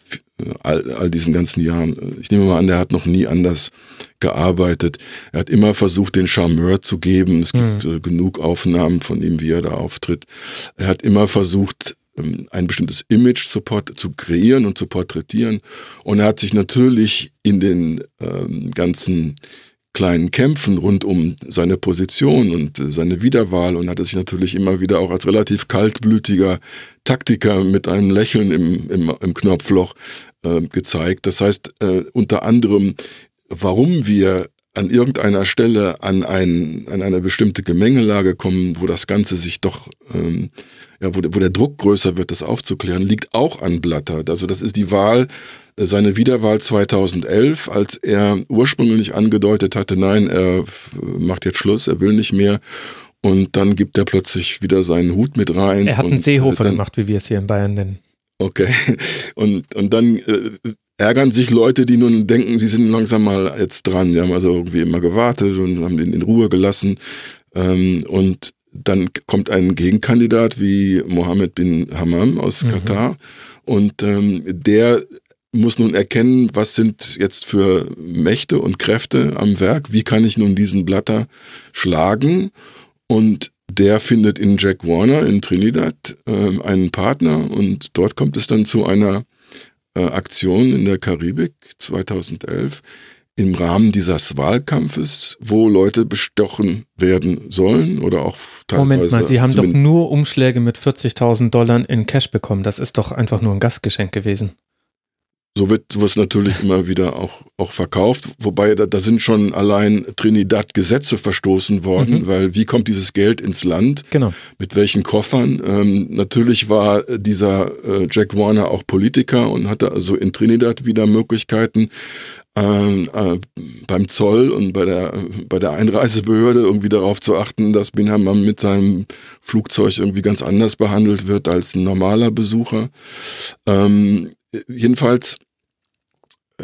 all diesen ganzen Jahren. Ich nehme mal an, der hat noch nie anders gearbeitet. Er hat immer versucht, den Charmeur zu geben. Es gibt genug Aufnahmen von ihm, wie er da auftritt. Er hat immer versucht, ein bestimmtes Image zu kreieren und zu porträtieren. Und er hat sich natürlich in den ganzen kleinen Kämpfen rund um seine Position und seine Wiederwahl und hatte sich natürlich immer wieder auch als relativ kaltblütiger Taktiker mit einem Lächeln im Knopfloch gezeigt. Das heißt unter anderem, warum wir an irgendeiner Stelle an eine bestimmte Gemengelage kommen, wo das Ganze sich doch, wo der Druck größer wird, das aufzuklären, liegt auch an Blatter. Also das ist die Wahl, seine Wiederwahl 2011, als er ursprünglich angedeutet hatte, nein, er macht jetzt Schluss, er will nicht mehr. Und dann gibt er plötzlich wieder seinen Hut mit rein. Er hat einen Seehofer gemacht, wie wir es hier in Bayern nennen. Okay. Und dann ärgern sich Leute, die nun denken, sie sind langsam mal jetzt dran. Die haben also irgendwie immer gewartet und haben ihn in Ruhe gelassen. Und dann kommt ein Gegenkandidat wie Mohammed bin Hammam aus Katar. Und der muss nun erkennen, was sind jetzt für Mächte und Kräfte am Werk. Wie kann ich nun diesen Blatter schlagen? Und der findet in Jack Warner in Trinidad einen Partner. Und dort kommt es dann zu einer Aktion in der Karibik 2011 im Rahmen dieses Wahlkampfes, wo Leute bestochen werden sollen oder auch teilweise. Moment mal, Sie haben doch nur Umschläge mit $40.000 in Cash bekommen. Das ist doch einfach nur ein Gastgeschenk gewesen. So wird es natürlich immer wieder auch verkauft, wobei da sind schon allein Trinidad Gesetze verstoßen worden, weil wie kommt dieses Geld ins Land? Genau. Mit welchen Koffern? Natürlich war dieser Jack Warner auch Politiker und hatte also in Trinidad wieder Möglichkeiten, beim Zoll und bei der Einreisebehörde irgendwie darauf zu achten, dass Bin Hammam mit seinem Flugzeug irgendwie ganz anders behandelt wird als ein normaler Besucher. Jedenfalls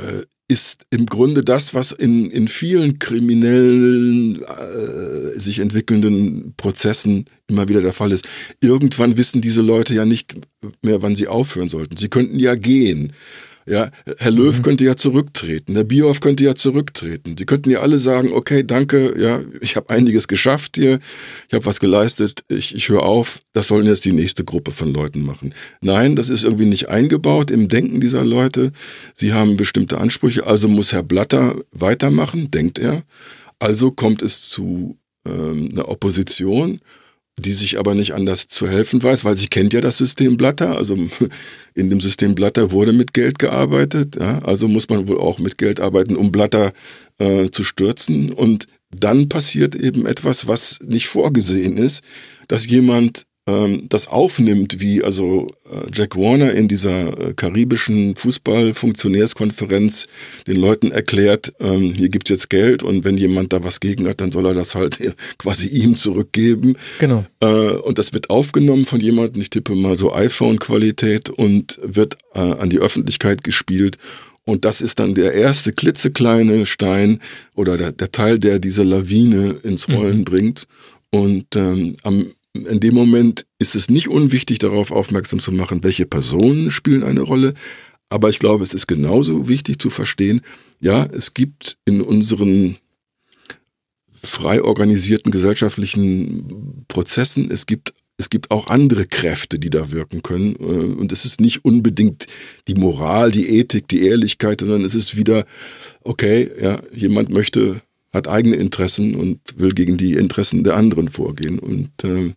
ist im Grunde das, was in vielen kriminellen, sich entwickelnden Prozessen immer wieder der Fall ist. Irgendwann wissen diese Leute ja nicht mehr, wann sie aufhören sollten. Sie könnten ja gehen. Ja, Herr Löw könnte ja zurücktreten, Herr Bierhoff könnte ja zurücktreten. Sie könnten ja alle sagen, okay, danke, ja, ich habe einiges geschafft hier, ich habe was geleistet, ich höre auf, das sollen jetzt die nächste Gruppe von Leuten machen. Nein, das ist irgendwie nicht eingebaut im Denken dieser Leute. Sie haben bestimmte Ansprüche, also muss Herr Blatter weitermachen, denkt er. Also kommt es zu einer Opposition, die sich aber nicht anders zu helfen weiß, weil sie kennt ja das System Blatter, also in dem System Blatter wurde mit Geld gearbeitet, ja, also muss man wohl auch mit Geld arbeiten, um Blatter zu stürzen, und dann passiert eben etwas, was nicht vorgesehen ist, dass jemand das aufnimmt, wie also Jack Warner in dieser karibischen Fußball-Funktionärskonferenz den Leuten erklärt, hier gibt's jetzt Geld und wenn jemand da was gegen hat, dann soll er das halt quasi ihm zurückgeben. Genau. Und das wird aufgenommen von jemandem, ich tippe mal so iPhone-Qualität, und wird an die Öffentlichkeit gespielt. Und das ist dann der erste klitzekleine Stein oder der Teil, der diese Lawine ins Rollen bringt. Und in dem Moment ist es nicht unwichtig, darauf aufmerksam zu machen, welche Personen spielen eine Rolle. Aber ich glaube, es ist genauso wichtig zu verstehen, ja, es gibt in unseren frei organisierten gesellschaftlichen Prozessen, es gibt auch andere Kräfte, die da wirken können. Und es ist nicht unbedingt die Moral, die Ethik, die Ehrlichkeit, sondern es ist wieder, okay, ja, jemand hat eigene Interessen und will gegen die Interessen der anderen vorgehen. Und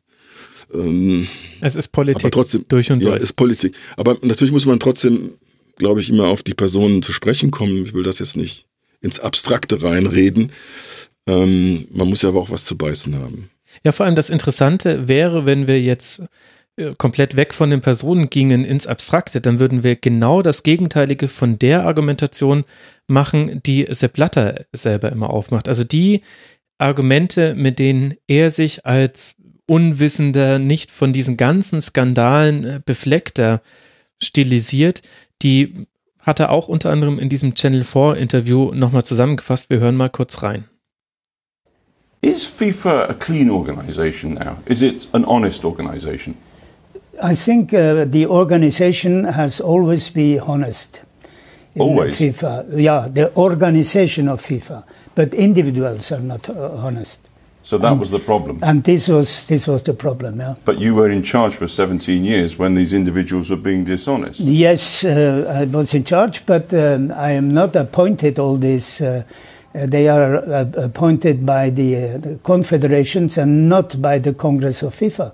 es ist Politik, aber trotzdem, durch und durch. Ja, ist Politik. Aber natürlich muss man trotzdem, glaube ich, immer auf die Personen zu sprechen kommen. Ich will das jetzt nicht ins Abstrakte reinreden. Man muss ja aber auch was zu beißen haben. Ja, vor allem das Interessante wäre, wenn wir jetzt komplett weg von den Personen gingen ins Abstrakte, dann würden wir genau das Gegenteilige von der Argumentation machen, die Sepp Blatter selber immer aufmacht. Also die Argumente, mit denen er sich als Unwissender, nicht von diesen ganzen Skandalen befleckter stilisiert, die hat er auch unter anderem in diesem Channel 4 Interview nochmal zusammengefasst. Wir hören mal kurz rein. Is FIFA a clean organization now? Is it an honest organization? I think the organization has always been honest. Always? FIFA, yeah, the organization of FIFA, but individuals are not honest. So that was the problem. And this was the problem, yeah. But you were in charge for 17 years when these individuals were being dishonest. Yes, I was in charge, but I am not appointed all this. They are appointed by the confederations and not by the Congress of FIFA.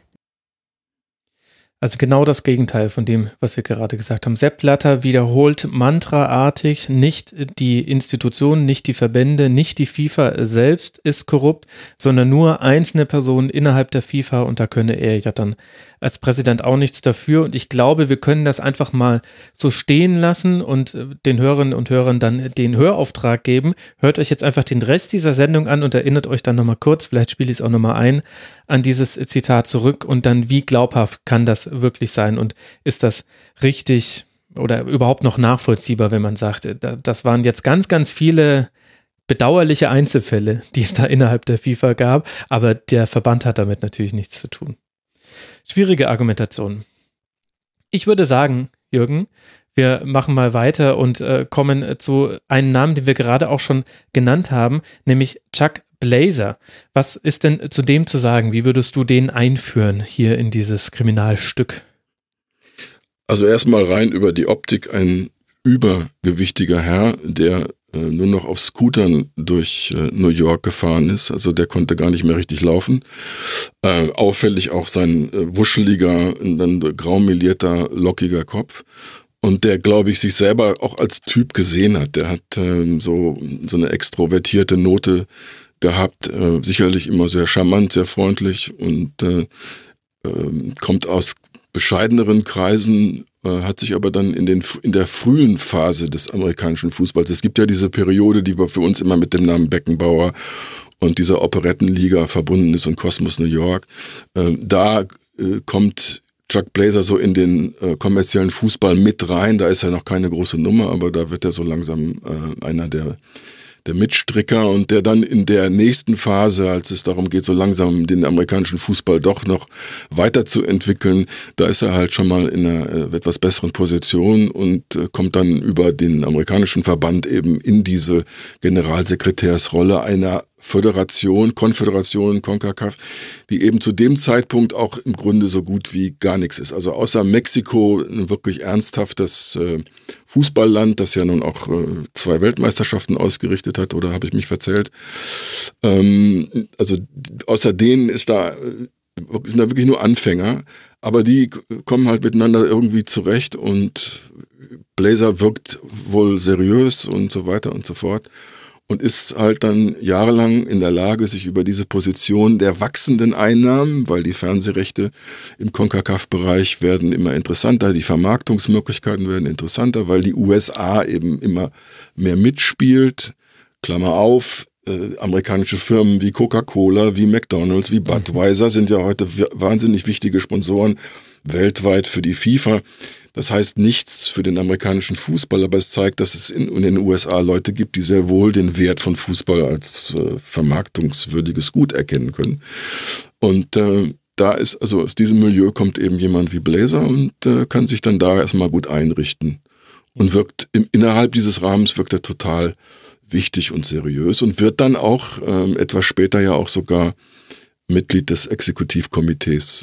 Also genau das Gegenteil von dem, was wir gerade gesagt haben. Sepp Blatter wiederholt mantraartig, nicht die Institutionen, nicht die Verbände, nicht die FIFA selbst ist korrupt, sondern nur einzelne Personen innerhalb der FIFA, und da könne er ja dann als Präsident auch nichts dafür. Und ich glaube, wir können das einfach mal so stehen lassen und den Hörerinnen und Hörern dann den Hörauftrag geben. Hört euch jetzt einfach den Rest dieser Sendung an und erinnert euch dann nochmal kurz, vielleicht spiele ich es auch nochmal ein, an dieses Zitat zurück, und dann, wie glaubhaft kann das wirklich sein und ist das richtig oder überhaupt noch nachvollziehbar, wenn man sagt, das waren jetzt ganz, ganz viele bedauerliche Einzelfälle, die es da innerhalb der FIFA gab, aber der Verband hat damit natürlich nichts zu tun. Schwierige Argumentation. Ich würde sagen, Jürgen, wir machen mal weiter und kommen zu einem Namen, den wir gerade auch schon genannt haben, nämlich Chuck Blazer. Was ist denn zu dem zu sagen? Wie würdest du den einführen hier in dieses Kriminalstück? Also erstmal rein über die Optik, ein übergewichtiger Herr, der nur noch auf Scootern durch New York gefahren ist. Also der konnte gar nicht mehr richtig laufen. Auffällig auch sein wuscheliger, dann graumelierter, lockiger Kopf. Und der, glaube ich, sich selber auch als Typ gesehen hat. Der hat so eine extrovertierte Note gehabt, sicherlich immer sehr charmant, sehr freundlich und kommt aus bescheideneren Kreisen, hat sich aber dann in der frühen Phase des amerikanischen Fußballs, es gibt ja diese Periode, die für uns immer mit dem Namen Beckenbauer und dieser Operettenliga verbunden ist und Kosmos New York, da kommt Chuck Blazer so in den kommerziellen Fußball mit rein. Da ist er noch keine große Nummer, aber da wird er so langsam einer der Mitstricker und der dann in der nächsten Phase, als es darum geht, so langsam den amerikanischen Fußball doch noch weiterzuentwickeln, da ist er halt schon mal in einer etwas besseren Position und kommt dann über den amerikanischen Verband eben in diese Generalsekretärsrolle einer Konföderation, CONCACAF, die eben zu dem Zeitpunkt auch im Grunde so gut wie gar nichts ist. Also außer Mexiko ein wirklich ernsthaftes Fußballland, das ja nun auch 2 Weltmeisterschaften ausgerichtet hat, oder habe ich mich verzählt? Also außer denen sind da wirklich nur Anfänger, aber die kommen halt miteinander irgendwie zurecht und Blazer wirkt wohl seriös und so weiter und so fort. Und ist halt dann jahrelang in der Lage, sich über diese Position der wachsenden Einnahmen, weil die Fernsehrechte im CONCACAF-Bereich werden immer interessanter, die Vermarktungsmöglichkeiten werden interessanter, weil die USA eben immer mehr mitspielt. Klammer auf, amerikanische Firmen wie Coca-Cola, wie McDonald's, wie Budweiser sind ja heute wahnsinnig wichtige Sponsoren weltweit für die FIFA. Das heißt nichts für den amerikanischen Fußball, aber es zeigt, dass es in den USA Leute gibt, die sehr wohl den Wert von Fußball als vermarktungswürdiges Gut erkennen können. Und aus diesem Milieu kommt eben jemand wie Blazer und kann sich dann da erstmal gut einrichten und wirkt innerhalb dieses Rahmens wirkt er total wichtig und seriös und wird dann auch etwas später ja auch sogar Mitglied des Exekutivkomitees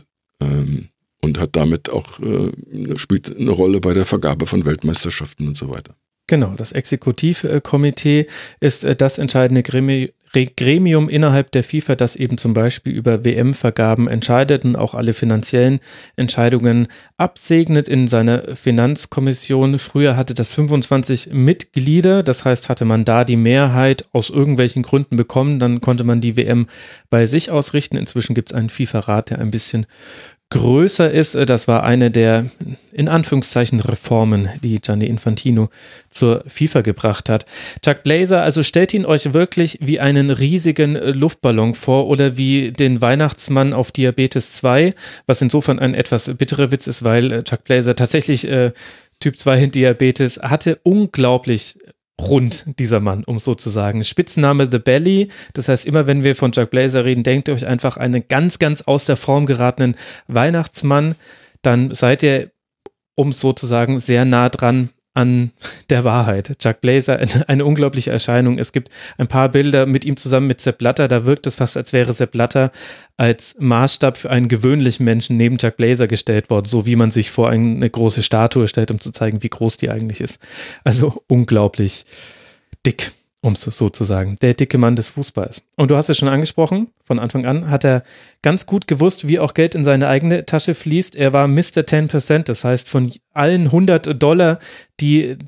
und hat damit auch spielt eine Rolle bei der Vergabe von Weltmeisterschaften und so weiter. Genau, das Exekutivkomitee ist das entscheidende Gremium innerhalb der FIFA, das eben zum Beispiel über WM-Vergaben entscheidet und auch alle finanziellen Entscheidungen absegnet in seiner Finanzkommission. Früher hatte das 25 Mitglieder, das heißt, hatte man da die Mehrheit aus irgendwelchen Gründen bekommen, dann konnte man die WM bei sich ausrichten. Inzwischen gibt es einen FIFA-Rat, der ein bisschen größer ist. Das war eine der, in Anführungszeichen, Reformen, die Gianni Infantino zur FIFA gebracht hat. Chuck Blazer, also stellt ihn euch wirklich wie einen riesigen Luftballon vor oder wie den Weihnachtsmann auf Diabetes 2, was insofern ein etwas bitterer Witz ist, weil Chuck Blazer tatsächlich Typ 2 Diabetes hatte. Unglaublich rund, dieser Mann, um so zu sagen. Spitzname The Belly, das heißt, immer wenn wir von Chuck Blazer reden, denkt ihr euch einfach einen ganz, ganz aus der Form geratenen Weihnachtsmann, dann seid ihr, um sozusagen, sehr nah dran an der Wahrheit. Chuck Blazer, eine unglaubliche Erscheinung. Es gibt ein paar Bilder mit ihm zusammen mit Sepp Blatter, da wirkt es fast, als wäre Sepp Blatter als Maßstab für einen gewöhnlichen Menschen neben Chuck Blazer gestellt worden, so wie man sich vor eine große Statue stellt, um zu zeigen, wie groß die eigentlich ist. Also unglaublich dick, um es so zu sagen. Der dicke Mann des Fußballs. Und du hast es schon angesprochen, von Anfang an hat er ganz gut gewusst, wie auch Geld in seine eigene Tasche fließt. Er war Mr. 10%, das heißt, von allen $100, die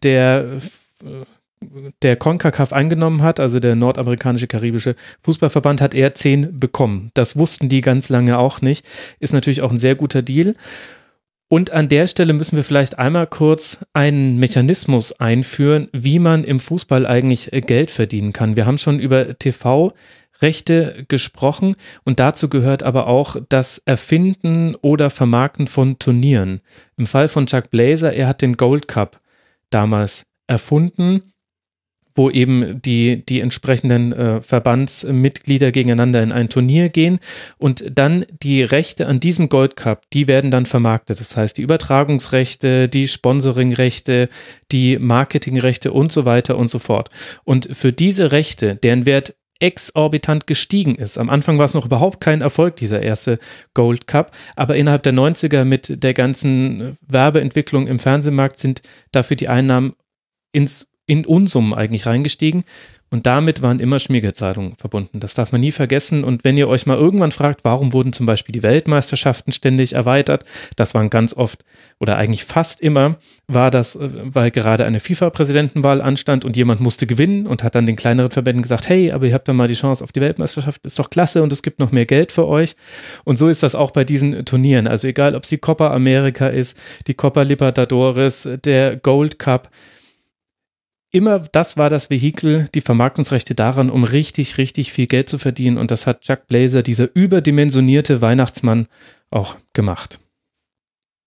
der CONCACAF eingenommen hat, also der nordamerikanische karibische Fußballverband, hat er 10 bekommen. Das wussten die ganz lange auch nicht. Ist natürlich auch ein sehr guter Deal. Und an der Stelle müssen wir vielleicht einmal kurz einen Mechanismus einführen, wie man im Fußball eigentlich Geld verdienen kann. Wir haben schon über TV-Rechte gesprochen und dazu gehört aber auch das Erfinden oder Vermarkten von Turnieren. Im Fall von Chuck Blazer, er hat den Gold Cup damals erfunden, wo eben die entsprechenden Verbandsmitglieder gegeneinander in ein Turnier gehen und dann die Rechte an diesem Gold Cup, die werden dann vermarktet. Das heißt, die Übertragungsrechte, die Sponsoringrechte, die Marketingrechte und so weiter und so fort. Und für diese Rechte, deren Wert exorbitant gestiegen ist. Am Anfang war es noch überhaupt kein Erfolg, dieser erste Gold Cup, aber innerhalb der 90er mit der ganzen Werbeentwicklung im Fernsehmarkt sind dafür die Einnahmen in Unsummen eigentlich reingestiegen und damit waren immer Schmiergeldzahlungen verbunden. Das darf man nie vergessen und wenn ihr euch mal irgendwann fragt, warum wurden zum Beispiel die Weltmeisterschaften ständig erweitert, das waren ganz oft oder eigentlich fast immer, war das, weil gerade eine FIFA-Präsidentenwahl anstand und jemand musste gewinnen und hat dann den kleineren Verbänden gesagt, hey, aber ihr habt dann mal die Chance auf die Weltmeisterschaft, ist doch klasse und es gibt noch mehr Geld für euch und so ist das auch bei diesen Turnieren, also egal, ob es die Copa America ist, die Copa Libertadores, der Gold Cup, immer das war das Vehikel, die Vermarktungsrechte daran, um richtig, richtig viel Geld zu verdienen und das hat Chuck Blazer, dieser überdimensionierte Weihnachtsmann, auch gemacht.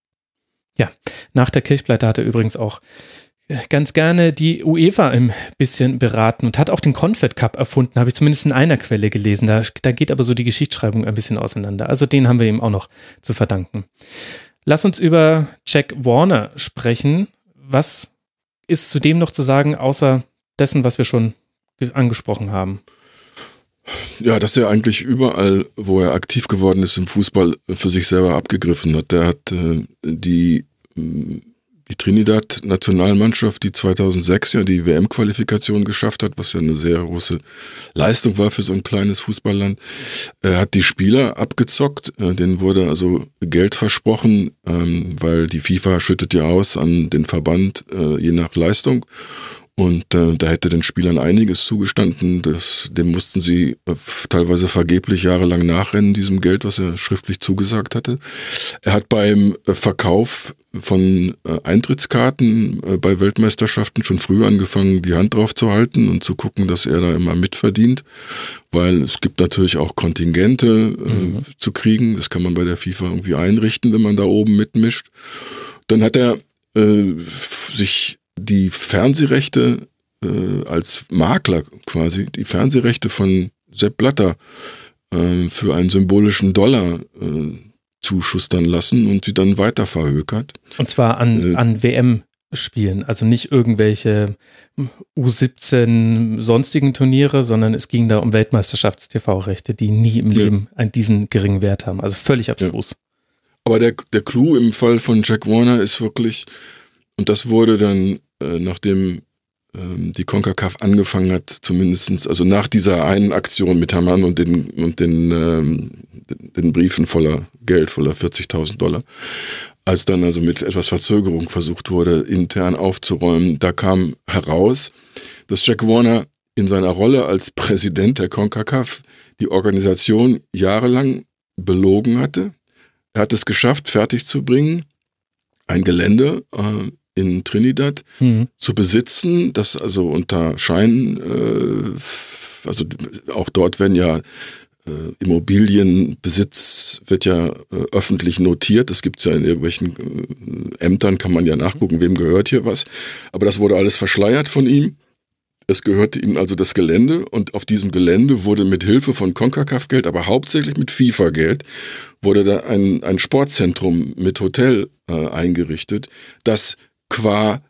Ja, nach der Kirchpleite hat er übrigens auch ganz gerne die UEFA ein bisschen beraten und hat auch den Confed Cup erfunden, habe ich zumindest in einer Quelle gelesen. Da geht aber so die Geschichtsschreibung ein bisschen auseinander. Also den haben wir ihm auch noch zu verdanken. Lass uns über Jack Warner sprechen. Was ist zu dem noch zu sagen, außer dessen, was wir schon angesprochen haben? Ja, dass er eigentlich überall, wo er aktiv geworden ist im Fußball, für sich selber abgegriffen hat. Der hat die Trinidad-Nationalmannschaft, die 2006 ja die WM-Qualifikation geschafft hat, was ja eine sehr große Leistung war für so ein kleines Fußballland. Er hat die Spieler abgezockt, denen wurde also Geld versprochen, weil die FIFA schüttet ja aus an den Verband je nach Leistung. Und da hätte den Spielern einiges zugestanden. Dem mussten sie teilweise vergeblich jahrelang nachrennen, diesem Geld, was er schriftlich zugesagt hatte. Er hat beim Verkauf von Eintrittskarten bei Weltmeisterschaften schon früh angefangen, die Hand drauf zu halten und zu gucken, dass er da immer mitverdient. Weil es gibt natürlich auch Kontingente zu kriegen. Das kann man bei der FIFA irgendwie einrichten, wenn man da oben mitmischt. Dann hat er sich die Fernsehrechte als Makler quasi, die Fernsehrechte von Sepp Blatter für einen symbolischen $, zuschustern lassen und die dann weiter verhökert. Und zwar an WM-Spielen, also nicht irgendwelche U17 sonstigen Turniere, sondern es ging da um Weltmeisterschafts-TV-Rechte, die nie im Leben diesen geringen Wert haben. Also völlig abstrus. Ja. Aber der Clou im Fall von Jack Warner ist wirklich, und das wurde dann, nachdem die CONCACAF angefangen hat, zumindestens, also nach dieser einen Aktion mit Haman und den Briefen voller Geld, voller $40.000, als dann also mit etwas Verzögerung versucht wurde, intern aufzuräumen, da kam heraus, dass Jack Warner in seiner Rolle als Präsident der CONCACAF die Organisation jahrelang belogen hatte. Er hat es geschafft, fertigzubringen, ein Gelände in Trinidad zu besitzen, das also unter Schein, also auch dort werden ja Immobilienbesitz wird ja öffentlich notiert, das gibt es ja in irgendwelchen Ämtern, kann man ja nachgucken, wem gehört hier was, aber das wurde alles verschleiert von ihm. Es gehörte ihm also das Gelände und auf diesem Gelände wurde mit Hilfe von CONCACAF-Geld, aber hauptsächlich mit FIFA-Geld, wurde da ein Sportzentrum mit Hotel eingerichtet, das qua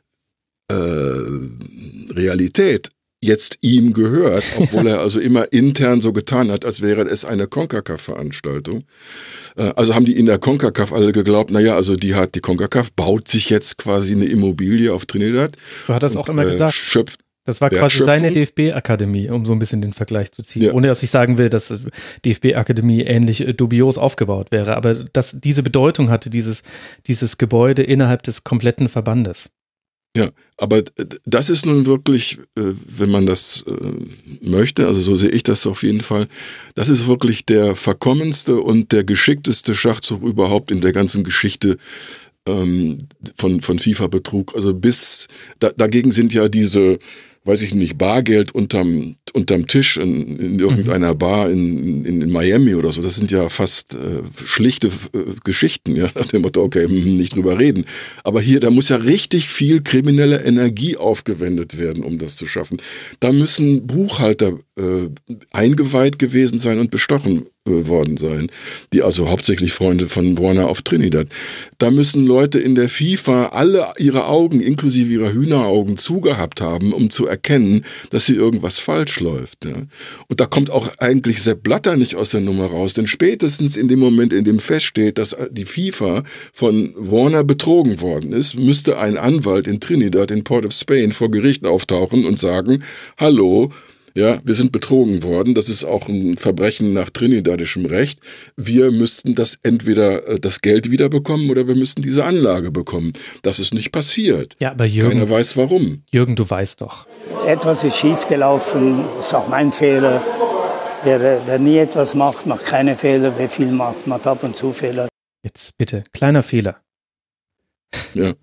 Realität jetzt ihm gehört, obwohl er also immer intern so getan hat, als wäre es eine CONCACAF-Veranstaltung. Also haben die in der CONCACAF alle geglaubt, naja, also die CONCACAF baut sich jetzt quasi eine Immobilie auf Trinidad. Du hattest auch immer gesagt. Das war quasi seine DFB-Akademie, um so ein bisschen den Vergleich zu ziehen. Ja. Ohne dass ich sagen will, dass DFB-Akademie ähnlich dubios aufgebaut wäre. Aber dass diese Bedeutung hatte, dieses Gebäude innerhalb des kompletten Verbandes. Ja, aber das ist nun wirklich, wenn man das möchte, also so sehe ich das auf jeden Fall, das ist wirklich der verkommenste und der geschickteste Schachzug überhaupt in der ganzen Geschichte von FIFA-Betrug. Also dagegen sind ja diese, weiß ich nicht, Bargeld unterm Tisch in irgendeiner Bar in Miami oder so. Das sind ja fast schlichte Geschichten, ja, nach dem Motto, okay, nicht drüber reden. Aber hier, da muss ja richtig viel kriminelle Energie aufgewendet werden, um das zu schaffen. Da müssen Buchhalter eingeweiht gewesen sein und bestochen worden sein, die also hauptsächlich Freunde von Warner auf Trinidad. Da müssen Leute in der FIFA alle ihre Augen, inklusive ihrer Hühneraugen, zugehabt haben, um zu erkennen, dass hier irgendwas falsch läuft. Ja. Und da kommt auch eigentlich Sepp Blatter nicht aus der Nummer raus, denn spätestens in dem Moment, in dem feststeht, dass die FIFA von Warner betrogen worden ist, müsste ein Anwalt in Trinidad, in Port of Spain, vor Gericht auftauchen und sagen, hallo, ja, wir sind betrogen worden, das ist auch ein Verbrechen nach trinidadischem Recht. Wir müssten entweder das Geld wiederbekommen oder wir müssten diese Anlage bekommen. Das ist nicht passiert. Ja, aber Jürgen, keiner weiß warum. Jürgen, du weißt doch. Etwas ist schiefgelaufen, ist auch mein Fehler. Wer nie etwas macht, macht keine Fehler. Wer viel macht, macht ab und zu Fehler. Jetzt bitte, kleiner Fehler. Ja.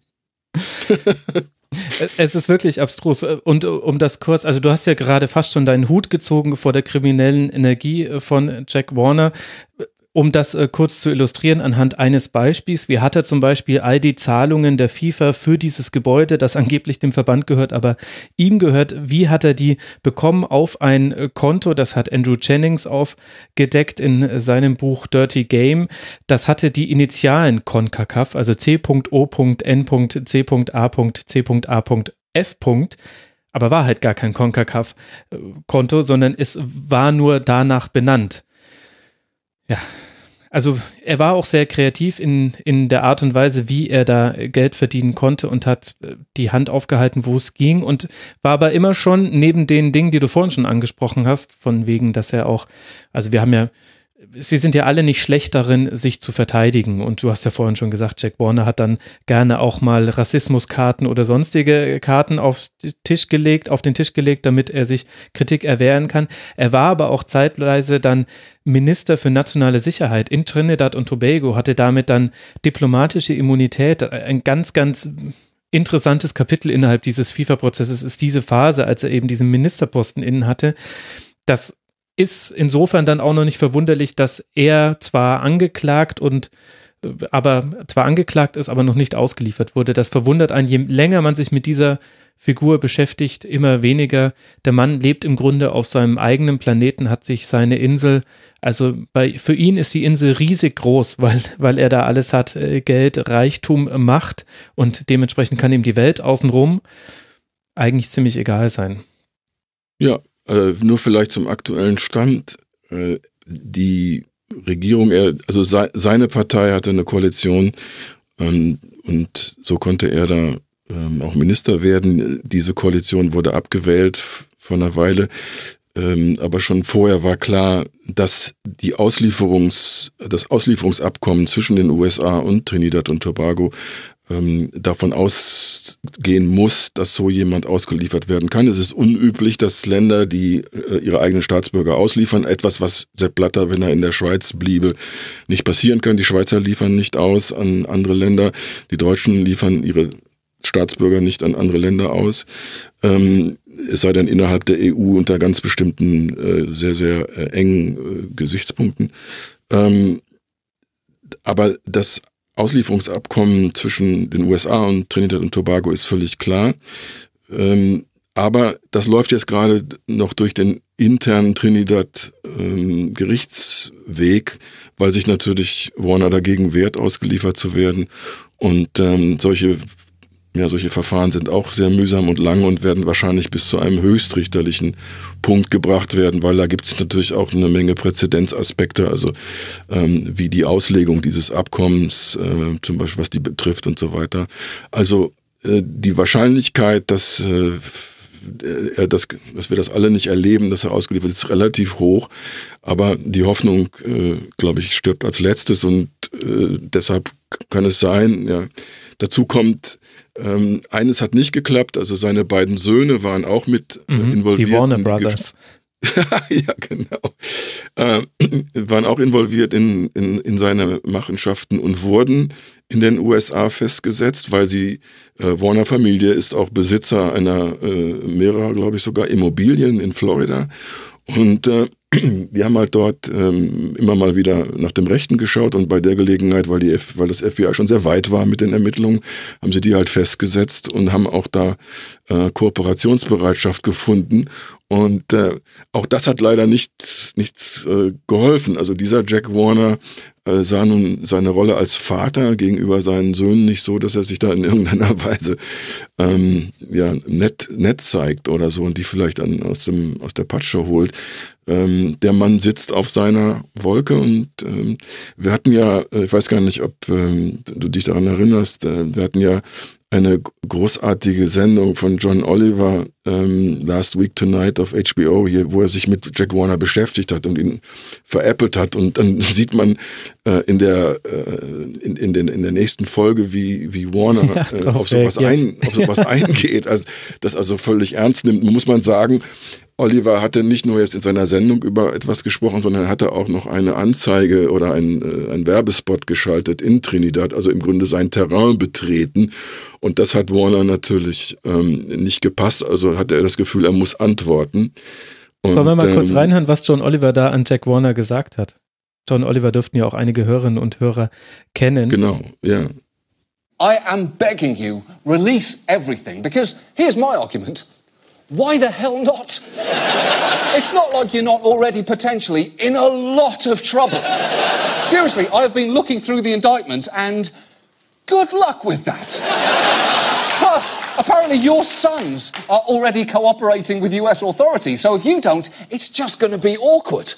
Es ist wirklich abstrus. Und um das kurz, also du hast ja gerade fast schon deinen Hut gezogen vor der kriminellen Energie von Jack Warner. Um das kurz zu illustrieren anhand eines Beispiels, wie hat er zum Beispiel all die Zahlungen der FIFA für dieses Gebäude, das angeblich dem Verband gehört, aber ihm gehört, wie hat er die bekommen auf ein Konto, das hat Andrew Jennings aufgedeckt in seinem Buch Dirty Game, das hatte die Initialen CONCACAF, also C.O.N.C.A.C.A.F. Aber war halt gar kein CONCACAF-Konto, sondern es war nur danach benannt. Ja, also er war auch sehr kreativ in der Art und Weise, wie er da Geld verdienen konnte und hat die Hand aufgehalten, wo es ging und war aber immer schon neben den Dingen, die du vorhin schon angesprochen hast, von wegen, dass er auch, also sie sind ja alle nicht schlecht darin, sich zu verteidigen und du hast ja vorhin schon gesagt, Jack Warner hat dann gerne auch mal Rassismuskarten oder sonstige Karten auf den Tisch gelegt, damit er sich Kritik erwehren kann. Er war aber auch zeitweise dann Minister für nationale Sicherheit in Trinidad und Tobago, hatte damit dann diplomatische Immunität, ein ganz, ganz interessantes Kapitel innerhalb dieses FIFA-Prozesses ist diese Phase, als er eben diesen Ministerposten inne hatte. Das ist insofern dann auch noch nicht verwunderlich, dass er zwar angeklagt ist, aber noch nicht ausgeliefert wurde. Das verwundert einen, je länger man sich mit dieser Figur beschäftigt, immer weniger. Der Mann lebt im Grunde auf seinem eigenen Planeten, hat sich seine Insel, also für ihn ist die Insel riesig groß, weil er da alles hat, Geld, Reichtum, Macht und dementsprechend kann ihm die Welt außenrum eigentlich ziemlich egal sein. Ja, nur vielleicht zum aktuellen Stand. Die Regierung, also seine Partei hatte eine Koalition und so konnte er da auch Minister werden. Diese Koalition wurde abgewählt vor einer Weile, aber schon vorher war klar, dass das Auslieferungsabkommen zwischen den USA und Trinidad und Tobago davon ausgehen muss, dass so jemand ausgeliefert werden kann. Es ist unüblich, dass Länder, die ihre eigenen Staatsbürger ausliefern, etwas, was Sepp Blatter, wenn er in der Schweiz bliebe, nicht passieren kann. Die Schweizer liefern nicht aus an andere Länder. Die Deutschen liefern ihre Staatsbürger nicht an andere Länder aus. Es sei denn innerhalb der EU unter ganz bestimmten, sehr, sehr engen Gesichtspunkten. Aber das Auslieferungsabkommen zwischen den USA und Trinidad und Tobago ist völlig klar. Aber das läuft jetzt gerade noch durch den internen Trinidad-Gerichtsweg, weil sich natürlich Warner dagegen wehrt, ausgeliefert zu werden. Und solche Verfahren sind auch sehr mühsam und lang und werden wahrscheinlich bis zu einem höchstrichterlichen Punkt gebracht werden, weil da gibt es natürlich auch eine Menge Präzedenzaspekte, also wie die Auslegung dieses Abkommens, zum Beispiel was die betrifft und so weiter. Also die Wahrscheinlichkeit, dass wir das alle nicht erleben, dass er ausgeliefert ist, relativ hoch. Aber die Hoffnung, glaube ich, stirbt als letztes und deshalb kann es sein, ja. Dazu kommt, eines hat nicht geklappt, also seine beiden Söhne waren auch mit involviert. Die Warner Brothers. Ja, genau. Waren auch involviert in seine Machenschaften und wurden in den USA festgesetzt, weil Warner Familie ist auch Besitzer mehrerer, glaube ich, sogar Immobilien in Florida. Und die haben halt dort immer mal wieder nach dem Rechten geschaut und bei der Gelegenheit, weil das FBI schon sehr weit war mit den Ermittlungen, haben sie die halt festgesetzt und haben auch da Kooperationsbereitschaft gefunden. Und auch das hat leider nichts geholfen. Also dieser Jack Warner sah nun seine Rolle als Vater gegenüber seinen Söhnen nicht so, dass er sich da in irgendeiner Weise nett zeigt oder so und die vielleicht dann aus der Patsche holt. Der Mann sitzt auf seiner Wolke und wir hatten ja, ich weiß gar nicht, ob du dich daran erinnerst, wir hatten ja eine großartige Sendung von John Oliver Last Week Tonight auf HBO, hier, wo er sich mit Jack Warner beschäftigt hat und ihn veräppelt hat. Und dann sieht man in der nächsten Folge, wie Warner auf sowas eingeht, also das also völlig ernst nimmt. Muss man sagen, Oliver hatte nicht nur jetzt in seiner Sendung über etwas gesprochen, sondern hatte auch noch eine Anzeige oder ein Werbespot geschaltet in Trinidad, also im Grunde sein Terrain betreten. Und das hat Warner natürlich nicht gepasst, also hatte er das Gefühl, er muss antworten. Und, wollen wir mal kurz reinhören, was John Oliver da an Jack Warner gesagt hat? John Oliver dürften ja auch einige Hörerinnen und Hörer kennen. Genau, ja. I am begging you, release everything, because here's my argument. Why the hell not? It's not like you're not already potentially in a lot of trouble. Seriously, I've been looking through the indictment and good luck with that. Plus, apparently your sons are already cooperating with US authorities, so if you don't, it's just going to be awkward.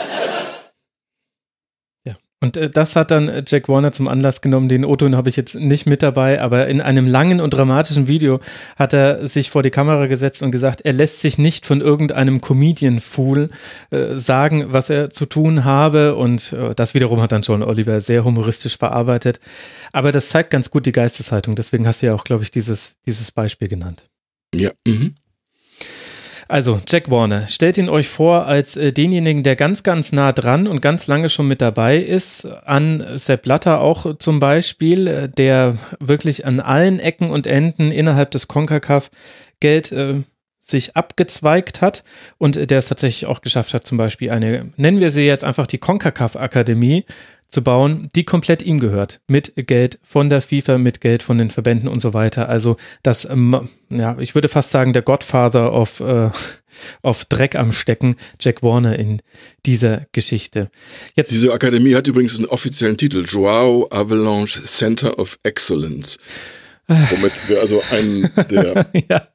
Und das hat dann Jack Warner zum Anlass genommen, den O-Ton habe ich jetzt nicht mit dabei, aber in einem langen und dramatischen Video hat er sich vor die Kamera gesetzt und gesagt, er lässt sich nicht von irgendeinem Comedian-Fool sagen, was er zu tun habe, und das wiederum hat dann John Oliver sehr humoristisch verarbeitet. Aber das zeigt ganz gut die Geisteshaltung, deswegen hast du ja auch, glaube ich, dieses Beispiel genannt. Ja, Also, Jack Warner, stellt ihn euch vor als denjenigen, der ganz, ganz nah dran und ganz lange schon mit dabei ist, an Sepp Blatter auch zum Beispiel, der wirklich an allen Ecken und Enden innerhalb des CONCACAF Geld sich abgezweigt hat und der es tatsächlich auch geschafft hat, zum Beispiel eine, nennen wir sie jetzt einfach die CONCACAF-Akademie zu bauen, die komplett ihm gehört, mit Geld von der FIFA, mit Geld von den Verbänden und so weiter. Also das, ich würde fast sagen, der Godfather of Dreck am Stecken, Jack Warner in dieser Geschichte. Jetzt, diese Akademie hat übrigens einen offiziellen Titel, João Avalanche Center of Excellence, womit wir also einen der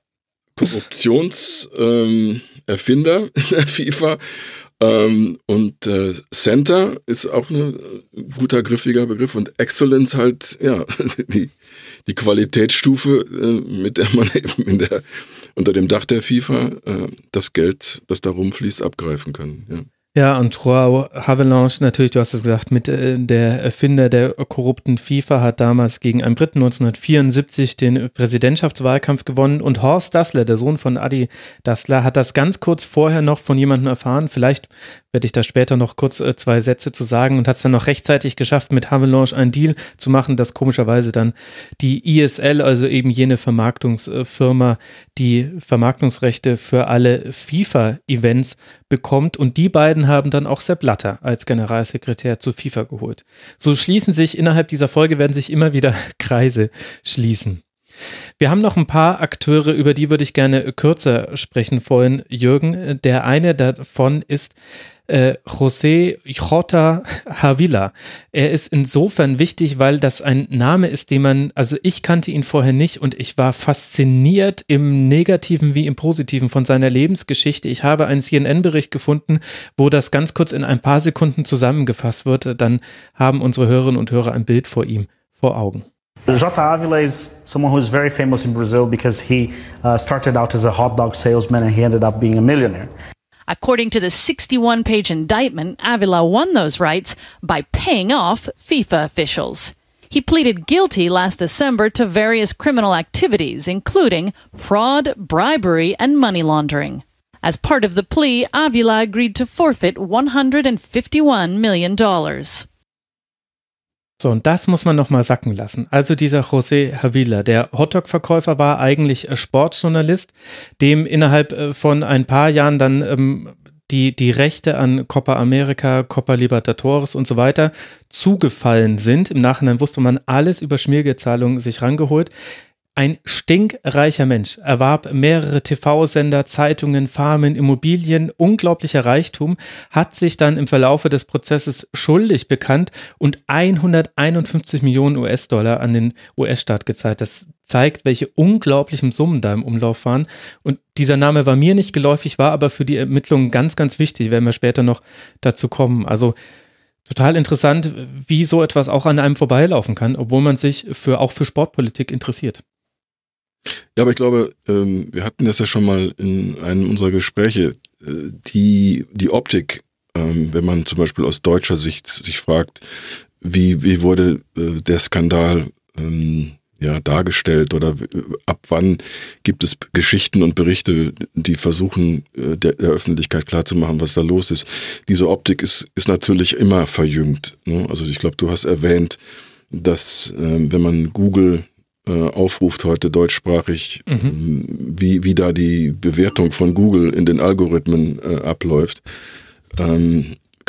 Korruptionserfinder in der FIFA und Center ist auch ein guter, griffiger Begriff, und Excellence halt, ja, die Qualitätsstufe, mit der man eben unter dem Dach der FIFA das Geld, das da rumfließt, abgreifen kann. Ja. Ja, und João Havelange, natürlich, du hast es gesagt, mit der Erfinder der korrupten FIFA, hat damals gegen einen Briten 1974 den Präsidentschaftswahlkampf gewonnen, und Horst Dassler, der Sohn von Adi Dassler, hat das ganz kurz vorher noch von jemandem erfahren, vielleicht werde ich da später noch kurz 2 Sätze zu sagen, und hat es dann noch rechtzeitig geschafft, mit Havelange einen Deal zu machen, dass komischerweise dann die ISL, also eben jene Vermarktungsfirma, die Vermarktungsrechte für alle FIFA-Events bekommt, und die beiden haben dann auch Sepp Blatter als Generalsekretär zur FIFA geholt. So schließen sich innerhalb dieser Folge, werden sich immer wieder Kreise schließen. Wir haben noch ein paar Akteure, über die würde ich gerne kürzer sprechen wollen, Jürgen. Der eine davon ist José Jota Havila. Er ist insofern wichtig, weil das ein Name ist, also ich kannte ihn vorher nicht, und ich war fasziniert im Negativen wie im Positiven von seiner Lebensgeschichte. Ich habe einen CNN-Bericht gefunden, wo das ganz kurz in ein paar Sekunden zusammengefasst wird. Dann haben unsere Hörerinnen und Hörer ein Bild vor Augen. Jota Avila is someone who is very famous in Brazil because he started out as a hot dog salesman and he ended up being a millionaire. According to the 61-page indictment, Avila won those rights by paying off FIFA officials. He pleaded guilty last December to various criminal activities, including fraud, bribery, and money laundering. As part of the plea, Avila agreed to forfeit $151 million. So, und das muss man nochmal sacken lassen. Also dieser José Havila, der Hotdog-Verkäufer, war eigentlich Sportjournalist, dem innerhalb von ein paar Jahren dann die Rechte an Copa America, Copa Libertadores und so weiter zugefallen sind. Im Nachhinein wusste man alles über Schmiergeldzahlungen sich rangeholt. Ein stinkreicher Mensch, erwarb mehrere TV-Sender, Zeitungen, Farmen, Immobilien, unglaublicher Reichtum, hat sich dann im Verlaufe des Prozesses schuldig bekannt und 151 Millionen US-Dollar an den US-Staat gezahlt. Das zeigt, welche unglaublichen Summen da im Umlauf waren. Und dieser Name war mir nicht geläufig, war aber für die Ermittlungen ganz, ganz wichtig, werden wir später noch dazu kommen. Also total interessant, wie so etwas auch an einem vorbeilaufen kann, obwohl man sich auch für Sportpolitik interessiert. Ja, aber ich glaube, wir hatten das ja schon mal in einem unserer Gespräche, die Optik, wenn man zum Beispiel aus deutscher Sicht sich fragt, wie wurde der Skandal dargestellt, oder ab wann gibt es Geschichten und Berichte, die versuchen, der Öffentlichkeit klarzumachen, was da los ist. Diese Optik ist natürlich immer verjüngt, ne? Also ich glaube, du hast erwähnt, dass wenn man Google aufruft heute deutschsprachig, wie da die Bewertung von Google in den Algorithmen abläuft, kann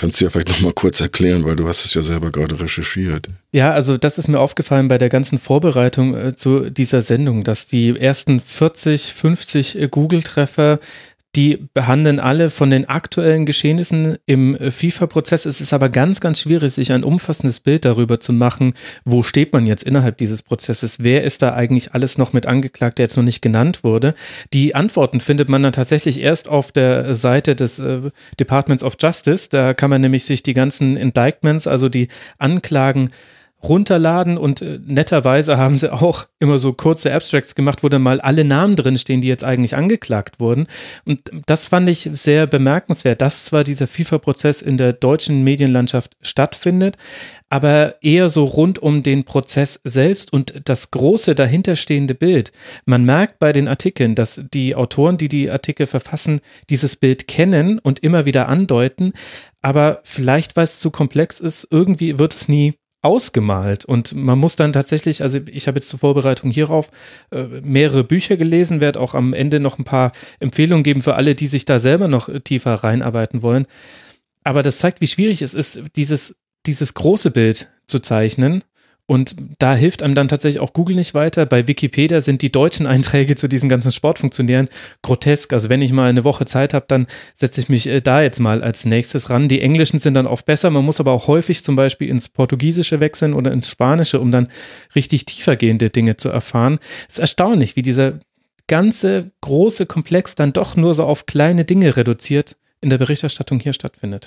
kannst du ja vielleicht noch mal kurz erklären, weil du hast es ja selber gerade recherchiert. Ja, also das ist mir aufgefallen bei der ganzen Vorbereitung zu dieser Sendung, dass die ersten 40, 50 Google-Treffer, die behandeln alle von den aktuellen Geschehnissen im FIFA-Prozess. Es ist aber ganz, ganz schwierig, sich ein umfassendes Bild darüber zu machen, wo steht man jetzt innerhalb dieses Prozesses, wer ist da eigentlich alles noch mit angeklagt, der jetzt noch nicht genannt wurde. Die Antworten findet man dann tatsächlich erst auf der Seite des Departments of Justice. Da kann man nämlich sich die ganzen Indictments, also die Anklagen, runterladen und netterweise haben sie auch immer so kurze Abstracts gemacht, wo dann mal alle Namen drinstehen, die jetzt eigentlich angeklagt wurden. Und das fand ich sehr bemerkenswert, dass zwar dieser FIFA-Prozess in der deutschen Medienlandschaft stattfindet, aber eher so rund um den Prozess selbst und das große dahinterstehende Bild. Man merkt bei den Artikeln, dass die Autoren, die die Artikel verfassen, dieses Bild kennen und immer wieder andeuten, aber vielleicht, weil es zu komplex ist, irgendwie wird es nie ausgemalt und man muss dann tatsächlich, also ich habe jetzt zur Vorbereitung hierauf mehrere Bücher gelesen, werde auch am Ende noch ein paar Empfehlungen geben für alle, die sich da selber noch tiefer reinarbeiten wollen, aber das zeigt, wie schwierig es ist, dieses große Bild zu zeichnen. Und da hilft einem dann tatsächlich auch Google nicht weiter. Bei Wikipedia sind die deutschen Einträge zu diesen ganzen Sportfunktionären grotesk. Also wenn ich mal eine Woche Zeit habe, dann setze ich mich da jetzt mal als nächstes ran. Die englischen sind dann oft besser. Man muss aber auch häufig zum Beispiel ins Portugiesische wechseln oder ins Spanische, um dann richtig tiefergehende Dinge zu erfahren. Es ist erstaunlich, wie dieser ganze große Komplex dann doch nur so auf kleine Dinge reduziert in der Berichterstattung hier stattfindet.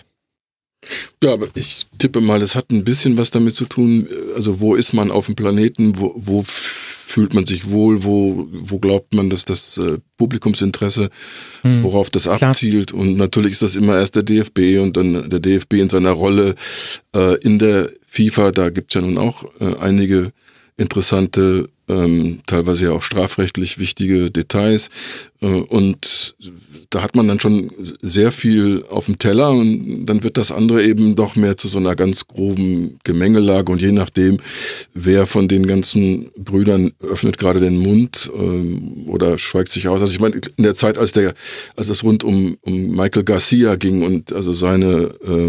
Ja, aber ich tippe mal, es hat ein bisschen was damit zu tun, also wo ist man auf dem Planeten, wo fühlt man sich wohl, wo glaubt man, dass das Publikumsinteresse, worauf das abzielt. Und natürlich ist das immer erst der DFB und dann der DFB in seiner Rolle in der FIFA, da gibt es ja nun auch einige interessante, teilweise ja auch strafrechtlich wichtige Details und da hat man dann schon sehr viel auf dem Teller und dann wird das andere eben doch mehr zu so einer ganz groben Gemengelage und je nachdem, wer von den ganzen Brüdern öffnet gerade den Mund oder schweigt sich aus. Also ich meine, in der Zeit, als es rund um Michael Garcia ging und also seine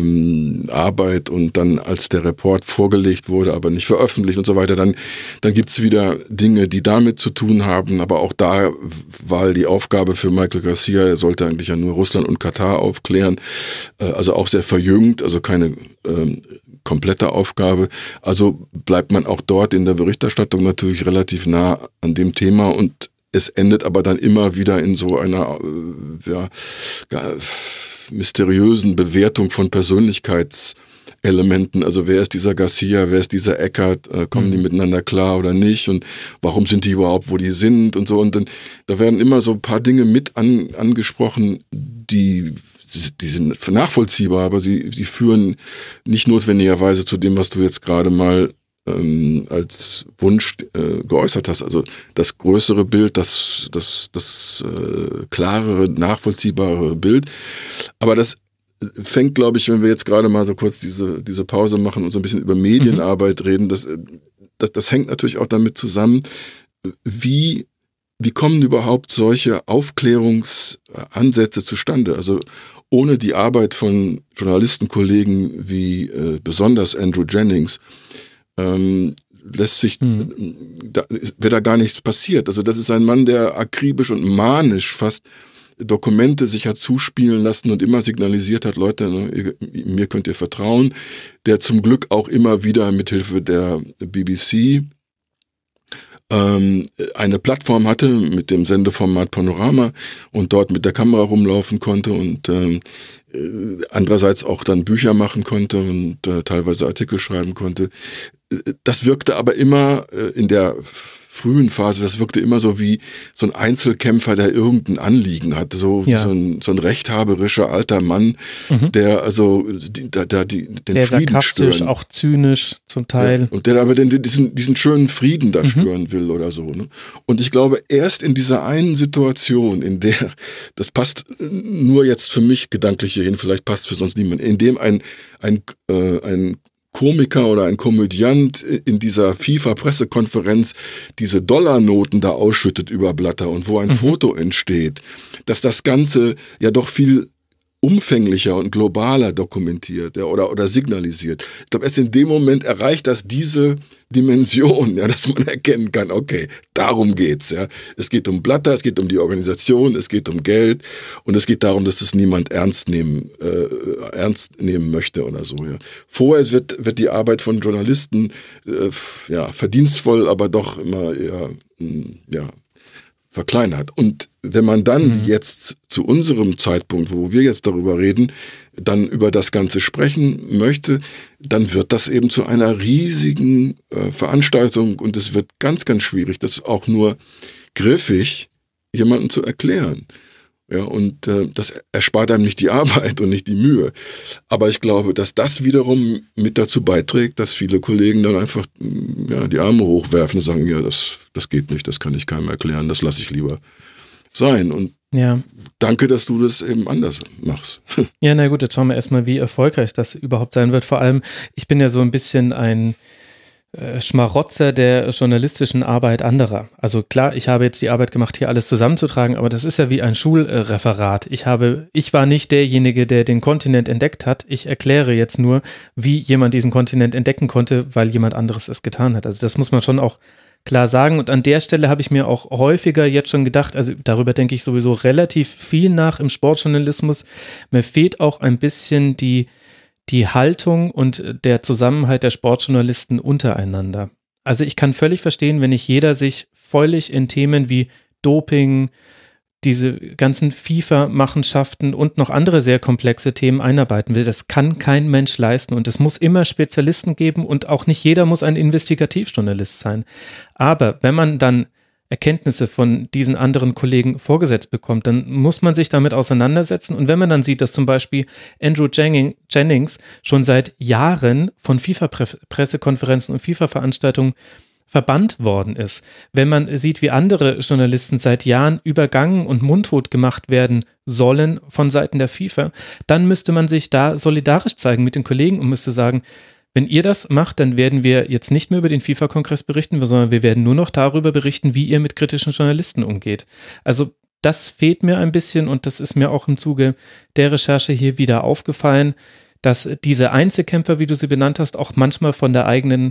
Arbeit und dann als der Report vorgelegt wurde, aber nicht veröffentlicht und so weiter, dann gibt's wieder Dinge, die damit zu tun haben, aber auch da war die Aufgabe für Michael Garcia, er sollte eigentlich ja nur Russland und Katar aufklären, also auch sehr verjüngt, also keine komplette Aufgabe. Also bleibt man auch dort in der Berichterstattung natürlich relativ nah an dem Thema und es endet aber dann immer wieder in so einer mysteriösen Bewertung von Persönlichkeitselementen, also wer ist dieser Garcia, wer ist dieser Eckert, kommen die miteinander klar oder nicht und warum sind die überhaupt, wo die sind und so und dann, da werden immer so ein paar Dinge mit angesprochen, die sind nachvollziehbar, aber sie führen nicht notwendigerweise zu dem, was du jetzt gerade mal als Wunsch geäußert hast, also das größere Bild, das klarere, nachvollziehbare Bild, aber das fängt, glaube ich, wenn wir jetzt gerade mal so kurz diese Pause machen und so ein bisschen über Medienarbeit reden, das hängt natürlich auch damit zusammen, wie kommen überhaupt solche Aufklärungsansätze zustande? Also ohne die Arbeit von Journalistenkollegen wie besonders Andrew Jennings lässt sich, wäre da gar nichts passiert. Also das ist ein Mann, der akribisch und manisch fast Dokumente sich hat zuspielen lassen und immer signalisiert hat, Leute, mir könnt ihr vertrauen, der zum Glück auch immer wieder mithilfe der BBC eine Plattform hatte mit dem Sendeformat Panorama und dort mit der Kamera rumlaufen konnte und andererseits auch dann Bücher machen konnte und teilweise Artikel schreiben konnte. Das wirkte aber immer in der frühen Phase, das wirkte immer so wie so ein Einzelkämpfer, der irgendein Anliegen hat, so wie so ein rechthaberischer alter Mann, der also den sehr Frieden sarkastisch, stören. auch zynisch zum Teil. Ja, und der aber diesen schönen Frieden da stören will oder so. Ne? Und ich glaube, erst in dieser einen Situation, in der, das passt nur jetzt für mich gedanklich hierhin, vielleicht passt für sonst niemand, in dem ein Komiker oder ein Komödiant in dieser FIFA-Pressekonferenz diese Dollarnoten da ausschüttet über Blatter und wo ein Foto entsteht, dass das Ganze ja doch viel umfänglicher und globaler dokumentiert, ja, oder signalisiert. Ich glaube, erst in dem Moment erreicht das diese Dimension, ja, dass man erkennen kann, okay, darum geht's. Ja. Es geht um Blatter, es geht um die Organisation, es geht um Geld und es geht darum, dass es niemand ernst nehmen möchte oder so. Ja. Vorher wird die Arbeit von Journalisten verdienstvoll, aber doch immer verkleinert. Und wenn man dann jetzt zu unserem Zeitpunkt, wo wir jetzt darüber reden, dann über das Ganze sprechen möchte, dann wird das eben zu einer riesigen Veranstaltung und es wird ganz, ganz schwierig, das auch nur griffig jemandem zu erklären. Ja, und das erspart einem nicht die Arbeit und nicht die Mühe. Aber ich glaube, dass das wiederum mit dazu beiträgt, dass viele Kollegen dann einfach die Arme hochwerfen und sagen, ja, das geht nicht, das kann ich keinem erklären, das lasse ich lieber sein. Und danke, dass du das eben anders machst. Ja, na gut, jetzt schauen wir erstmal, wie erfolgreich das überhaupt sein wird. Vor allem, ich bin ja so ein bisschen ein Schmarotzer der journalistischen Arbeit anderer. Also klar, ich habe jetzt die Arbeit gemacht, hier alles zusammenzutragen, aber das ist ja wie ein Schulreferat. Ich war nicht derjenige, der den Kontinent entdeckt hat. Ich erkläre jetzt nur, wie jemand diesen Kontinent entdecken konnte, weil jemand anderes es getan hat. Also das muss man schon auch klar sagen. Und an der Stelle habe ich mir auch häufiger jetzt schon gedacht, also darüber denke ich sowieso relativ viel nach im Sportjournalismus. Mir fehlt auch ein bisschen die Haltung und der Zusammenhalt der Sportjournalisten untereinander. Also ich kann völlig verstehen, wenn nicht jeder sich völlig in Themen wie Doping, diese ganzen FIFA-Machenschaften und noch andere sehr komplexe Themen einarbeiten will. Das kann kein Mensch leisten und es muss immer Spezialisten geben und auch nicht jeder muss ein Investigativjournalist sein. Aber wenn man dann Erkenntnisse von diesen anderen Kollegen vorgesetzt bekommt, dann muss man sich damit auseinandersetzen. Und wenn man dann sieht, dass zum Beispiel Andrew Jennings schon seit Jahren von FIFA-Pressekonferenzen und FIFA-Veranstaltungen verbannt worden ist, wenn man sieht, wie andere Journalisten seit Jahren übergangen und mundtot gemacht werden sollen von Seiten der FIFA, dann müsste man sich da solidarisch zeigen mit den Kollegen und müsste sagen, wenn ihr das macht, dann werden wir jetzt nicht mehr über den FIFA-Kongress berichten, sondern wir werden nur noch darüber berichten, wie ihr mit kritischen Journalisten umgeht. Also das fehlt mir ein bisschen und das ist mir auch im Zuge der Recherche hier wieder aufgefallen, dass diese Einzelkämpfer, wie du sie benannt hast, auch manchmal von der eigenen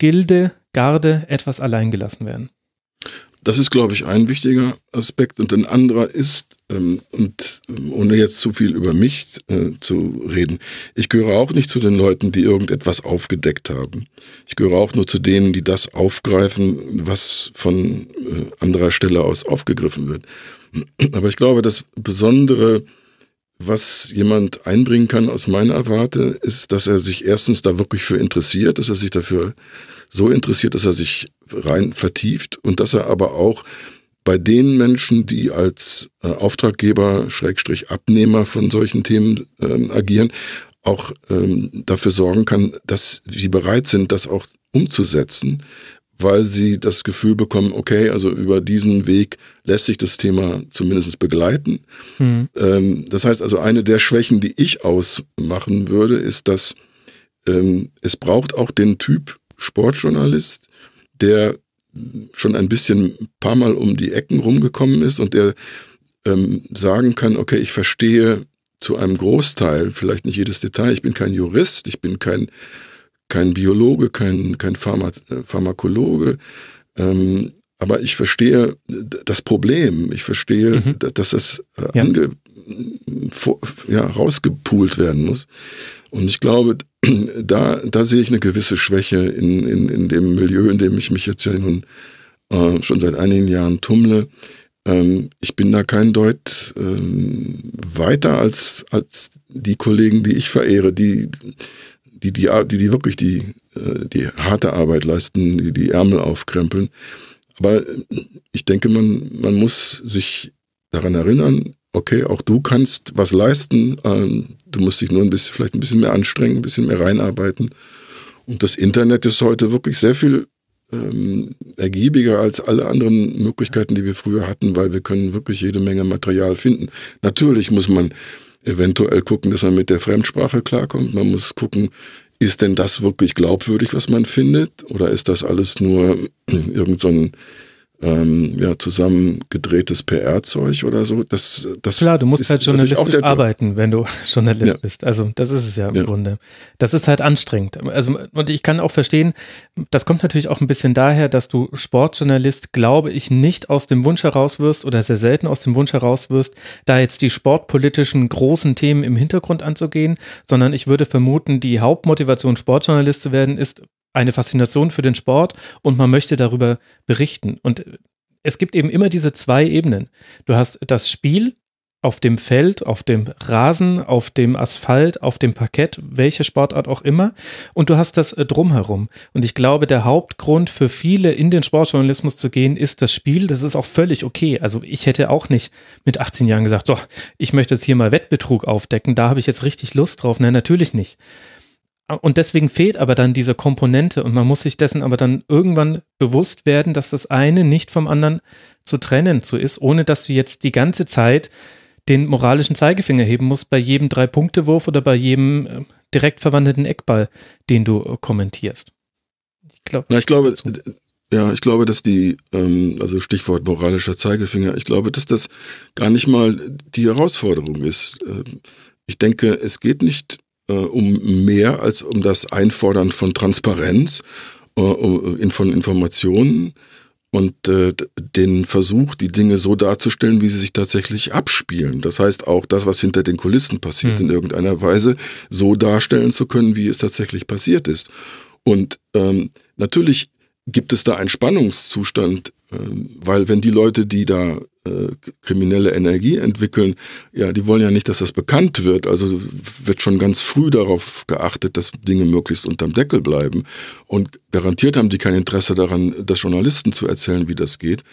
Garde etwas allein gelassen werden. Das ist, glaube ich, ein wichtiger Aspekt. Und ein anderer ist, und ohne jetzt zu viel über mich zu reden, ich gehöre auch nicht zu den Leuten, die irgendetwas aufgedeckt haben. Ich gehöre auch nur zu denen, die das aufgreifen, was von anderer Stelle aus aufgegriffen wird. Aber ich glaube, das Besondere, was jemand einbringen kann aus meiner Warte, ist, dass er sich erstens da wirklich für interessiert, dass er sich dafür so interessiert, dass er sich rein vertieft und dass er aber auch bei den Menschen, die als Auftraggeber / Abnehmer von solchen Themen agieren, auch dafür sorgen kann, dass sie bereit sind, das auch umzusetzen, weil sie das Gefühl bekommen, okay, also über diesen Weg lässt sich das Thema zumindest begleiten. Das heißt also, eine der Schwächen, die ich ausmachen würde, ist, dass es braucht auch den Typ Sportjournalist, der schon ein paar Mal um die Ecken rumgekommen ist und der sagen kann, okay, ich verstehe zu einem Großteil, vielleicht nicht jedes Detail, ich bin kein Jurist, ich bin kein Biologe, kein Pharmakologe, aber ich verstehe das Problem, ich verstehe, dass das rausgepoolt werden muss. Und ich glaube, da sehe ich eine gewisse Schwäche in dem Milieu, in dem ich mich jetzt ja nun schon seit einigen Jahren tummle. Ich bin da kein Deut weiter als die Kollegen, die ich verehre, die wirklich die harte Arbeit leisten, die Ärmel aufkrempeln. Aber ich denke, man muss sich daran erinnern, okay, auch du kannst was leisten, du musst dich nur vielleicht ein bisschen mehr anstrengen, ein bisschen mehr reinarbeiten. Und das Internet ist heute wirklich sehr viel ergiebiger als alle anderen Möglichkeiten, die wir früher hatten, weil wir können wirklich jede Menge Material finden. Natürlich muss man eventuell gucken, dass man mit der Fremdsprache klarkommt. Man muss gucken, ist denn das wirklich glaubwürdig, was man findet? Oder ist das alles nur irgend so ein zusammengedrehtes PR-Zeug oder so. Das klar, du musst halt journalistisch arbeiten, wenn du Journalist bist. Also das ist es ja im Grunde. Das ist halt anstrengend. Also, und ich kann auch verstehen, das kommt natürlich auch ein bisschen daher, dass du Sportjournalist, glaube ich, nicht aus dem Wunsch heraus wirst oder sehr selten aus dem Wunsch heraus wirst, da jetzt die sportpolitischen großen Themen im Hintergrund anzugehen, sondern ich würde vermuten, die Hauptmotivation, Sportjournalist zu werden, ist eine Faszination für den Sport und man möchte darüber berichten. Und es gibt eben immer diese zwei Ebenen. Du hast das Spiel auf dem Feld, auf dem Rasen, auf dem Asphalt, auf dem Parkett, welche Sportart auch immer. Und du hast das Drumherum. Und ich glaube, der Hauptgrund für viele in den Sportjournalismus zu gehen, ist das Spiel. Das ist auch völlig okay. Also ich hätte auch nicht mit 18 Jahren gesagt, so, ich möchte jetzt hier mal Wettbetrug aufdecken. Da habe ich jetzt richtig Lust drauf. Nein, natürlich nicht. Und deswegen fehlt aber dann diese Komponente und man muss sich dessen aber dann irgendwann bewusst werden, dass das eine nicht vom anderen zu trennen ist, ohne dass du jetzt die ganze Zeit den moralischen Zeigefinger heben musst bei jedem 3-Punkte-Wurf oder bei jedem direkt verwandelten Eckball, den du kommentierst. Ich glaube, dass also Stichwort moralischer Zeigefinger, ich glaube, dass das gar nicht mal die Herausforderung ist. Ich denke, es geht nicht um mehr als um das Einfordern von Transparenz, von Informationen und den Versuch, die Dinge so darzustellen, wie sie sich tatsächlich abspielen. Das heißt auch, das, was hinter den Kulissen passiert, in irgendeiner Weise so darstellen zu können, wie es tatsächlich passiert ist. Und natürlich gibt es da einen Spannungszustand, weil wenn die Leute, die da kriminelle Energie entwickeln, ja, die wollen ja nicht, dass das bekannt wird, also wird schon ganz früh darauf geachtet, dass Dinge möglichst unterm Deckel bleiben und garantiert haben die kein Interesse daran, das Journalisten zu erzählen, wie das geht.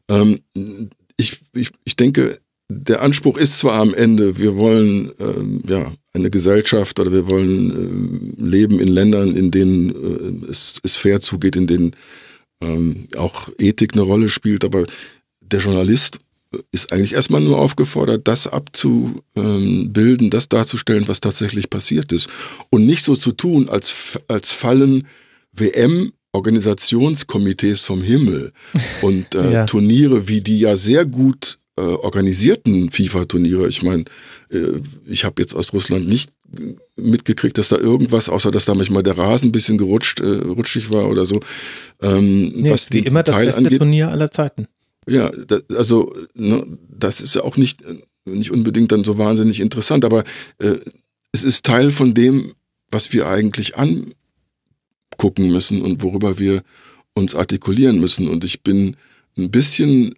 Ich denke, der Anspruch ist zwar am Ende, wir wollen eine Gesellschaft oder wir wollen leben in Ländern, in denen es fair zugeht, in denen auch Ethik eine Rolle spielt, aber der Journalist ist eigentlich erstmal nur aufgefordert, das abzubilden, das darzustellen, was tatsächlich passiert ist. Und nicht so zu tun, als fallen WM-Organisationskomitees vom Himmel und Turniere wie die ja sehr gut organisierten FIFA-Turniere. Ich meine, ich habe jetzt aus Russland nicht mitgekriegt, dass da irgendwas, außer dass da manchmal der Rasen ein bisschen rutschig war oder so. Was wie immer das Teil beste angeht, Turnier aller Zeiten. Ja, das ist ja auch nicht unbedingt dann so wahnsinnig interessant, aber es ist Teil von dem, was wir eigentlich angucken müssen und worüber wir uns artikulieren müssen. Und ich bin ein bisschen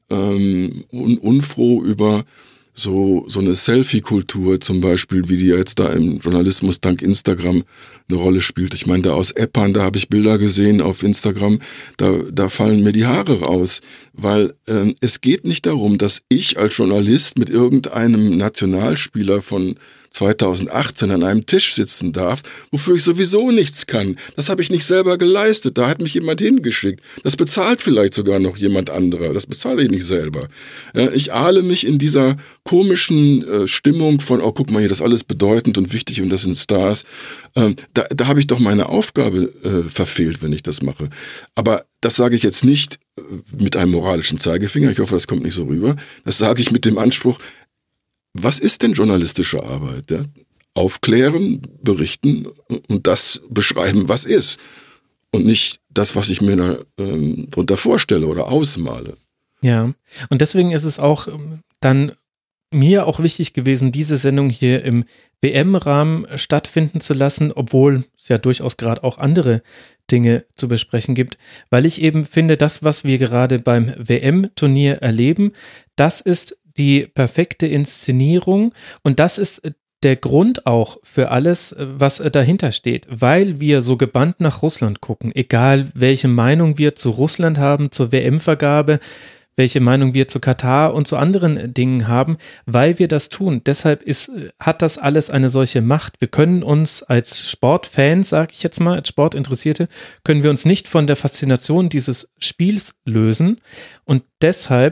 unfroh über so eine Selfie-Kultur zum Beispiel, wie die jetzt da im Journalismus dank Instagram eine Rolle spielt. Ich meine, da aus Eppern, da habe ich Bilder gesehen auf Instagram, da fallen mir die Haare raus, weil es geht nicht darum, dass ich als Journalist mit irgendeinem Nationalspieler von 2018 an einem Tisch sitzen darf, wofür ich sowieso nichts kann. Das habe ich nicht selber geleistet. Da hat mich jemand hingeschickt. Das bezahlt vielleicht sogar noch jemand anderer. Das bezahle ich nicht selber. Ich ahle mich in dieser komischen Stimmung von, oh, guck mal hier, das ist alles bedeutend und wichtig und das sind Stars. Da habe ich doch meine Aufgabe verfehlt, wenn ich das mache. Aber das sage ich jetzt nicht mit einem moralischen Zeigefinger. Ich hoffe, das kommt nicht so rüber. Das sage ich mit dem Anspruch, was ist denn journalistische Arbeit? Ja? Aufklären, berichten und das beschreiben, was ist. Und nicht das, was ich mir darunter vorstelle oder ausmale. Ja, und deswegen ist es auch dann mir auch wichtig gewesen, diese Sendung hier im WM-Rahmen stattfinden zu lassen, obwohl es ja durchaus gerade auch andere Dinge zu besprechen gibt, weil ich eben finde, das, was wir gerade beim WM-Turnier erleben, das ist die perfekte Inszenierung und das ist der Grund auch für alles, was dahinter steht, weil wir so gebannt nach Russland gucken, egal welche Meinung wir zu Russland haben, zur WM-Vergabe, welche Meinung wir zu Katar und zu anderen Dingen haben, weil wir das tun. Deshalb hat das alles eine solche Macht. Wir können uns als Sportfans, sage ich jetzt mal, als Sportinteressierte, können wir uns nicht von der Faszination dieses Spiels lösen und deshalb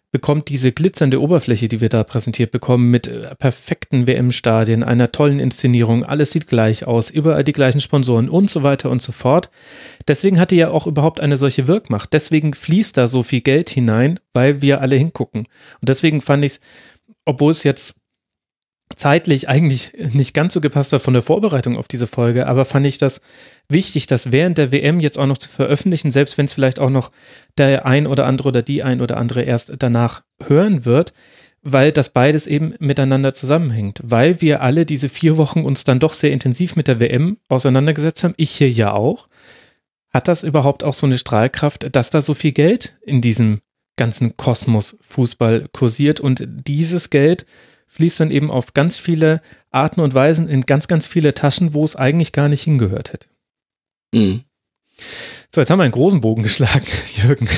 bekommt diese glitzernde Oberfläche, die wir da präsentiert bekommen, mit perfekten WM-Stadien, einer tollen Inszenierung, alles sieht gleich aus, überall die gleichen Sponsoren und so weiter und so fort. Deswegen hat die ja auch überhaupt eine solche Wirkmacht. Deswegen fließt da so viel Geld hinein, weil wir alle hingucken. Und deswegen fand ich es, obwohl es jetzt zeitlich eigentlich nicht ganz so gepasst war von der Vorbereitung auf diese Folge, aber fand ich das wichtig, das während der WM jetzt auch noch zu veröffentlichen, selbst wenn es vielleicht auch noch der ein oder andere oder die ein oder andere erst danach hören wird, weil das beides eben miteinander zusammenhängt, weil wir alle diese 4 Wochen uns dann doch sehr intensiv mit der WM auseinandergesetzt haben, ich hier ja auch. Hat das überhaupt auch so eine Strahlkraft, dass da so viel Geld in diesem ganzen Kosmos Fußball kursiert und dieses Geld fließt dann eben auf ganz viele Arten und Weisen in ganz, ganz viele Taschen, wo es eigentlich gar nicht hingehört hätte. Mhm. So, jetzt haben wir einen großen Bogen geschlagen, Jürgen.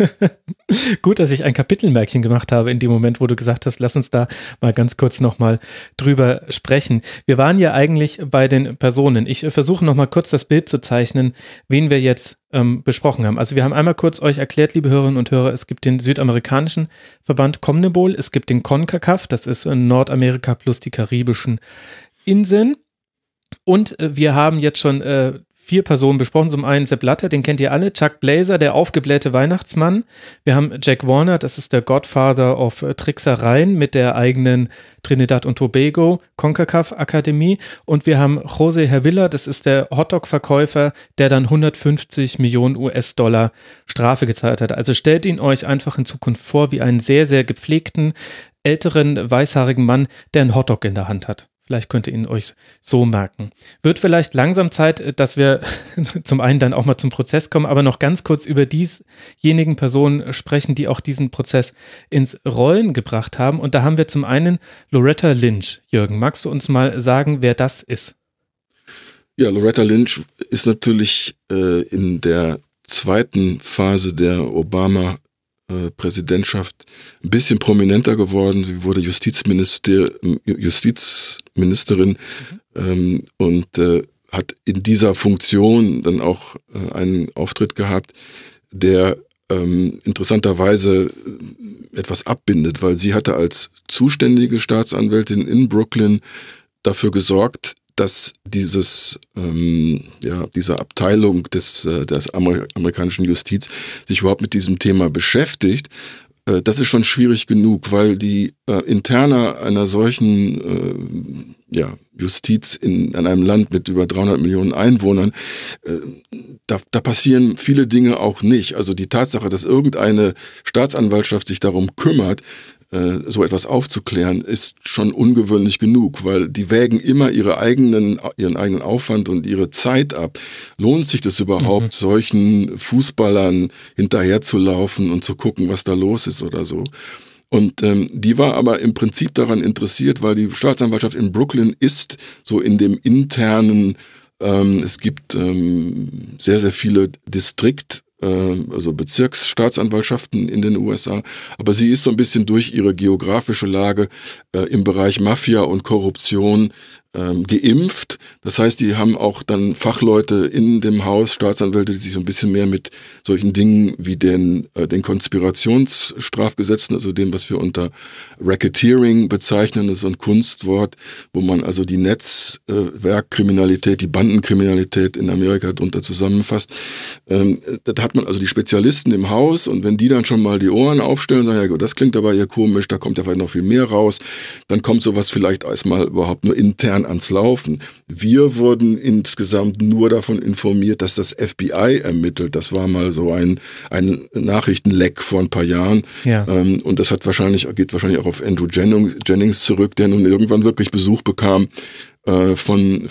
Gut, dass ich ein Kapitelmärkchen gemacht habe in dem Moment, wo du gesagt hast, lass uns da mal ganz kurz nochmal drüber sprechen. Wir waren ja eigentlich bei den Personen. Ich versuche nochmal kurz das Bild zu zeichnen, wen wir jetzt besprochen haben. Also wir haben einmal kurz euch erklärt, liebe Hörerinnen und Hörer, es gibt den südamerikanischen Verband CONMEBOL, es gibt den CONCACAF, das ist Nordamerika plus die karibischen Inseln. Und wir haben jetzt schon 4 Personen besprochen. Zum einen Sepp Blatter, den kennt ihr alle, Chuck Blazer, der aufgeblähte Weihnachtsmann. Wir haben Jack Warner, das ist der Godfather of Tricksereien mit der eigenen Trinidad und Tobago CONCACAF Akademie. Und wir haben José Hervilla, das ist der Hotdog-Verkäufer, der dann 150 Millionen US-Dollar Strafe gezahlt hat. Also stellt ihn euch einfach in Zukunft vor wie einen sehr, sehr gepflegten, älteren, weißhaarigen Mann, der einen Hotdog in der Hand hat. Vielleicht könnt ihr ihn euch so merken. Wird vielleicht langsam Zeit, dass wir zum einen dann auch mal zum Prozess kommen, aber noch ganz kurz über diejenigen Personen sprechen, die auch diesen Prozess ins Rollen gebracht haben. Und da haben wir zum einen Loretta Lynch. Jürgen, magst du uns mal sagen, wer das ist? Ja, Loretta Lynch ist natürlich in der zweiten Phase der Obama-Präsidentschaft ein bisschen prominenter geworden. Sie wurde Justizministerin und hat in dieser Funktion dann auch einen Auftritt gehabt, der interessanterweise etwas abbindet, weil sie hatte als zuständige Staatsanwältin in Brooklyn dafür gesorgt, dass diese Abteilung der amerikanischen Justiz sich überhaupt mit diesem Thema beschäftigt. Das ist schon schwierig genug, weil die Interna einer solchen Justiz in einem Land mit über 300 Millionen Einwohnern, da passieren viele Dinge auch nicht. Also die Tatsache, dass irgendeine Staatsanwaltschaft sich darum kümmert, so etwas aufzuklären, ist schon ungewöhnlich genug, weil die wägen immer ihren eigenen Aufwand und ihre Zeit ab. Lohnt sich das überhaupt, solchen Fußballern hinterherzulaufen und zu gucken, was da los ist oder so? Und die war aber im Prinzip daran interessiert, weil die Staatsanwaltschaft in Brooklyn ist so in dem internen, es gibt sehr, sehr viele also Bezirksstaatsanwaltschaften in den USA, aber sie ist so ein bisschen durch ihre geografische Lage im Bereich Mafia und Korruption geimpft. Das heißt, die haben auch dann Fachleute in dem Haus, Staatsanwälte, die sich so ein bisschen mehr mit solchen Dingen wie den Konspirationsstrafgesetzen, also dem, was wir unter Racketeering bezeichnen, das ist ein Kunstwort, wo man also die Netzwerkkriminalität, die Bandenkriminalität in Amerika drunter zusammenfasst. Da hat man also die Spezialisten im Haus und wenn die dann schon mal die Ohren aufstellen und sagen, ja gut, das klingt aber eher komisch, da kommt ja vielleicht noch viel mehr raus, dann kommt sowas vielleicht erstmal überhaupt nur intern ans Laufen. Wir wurden insgesamt nur davon informiert, dass das FBI ermittelt. Das war mal so ein Nachrichtenleck vor ein paar Jahren. Ja. Und das geht wahrscheinlich auch auf Andrew Jennings zurück, der nun irgendwann wirklich Besuch bekam von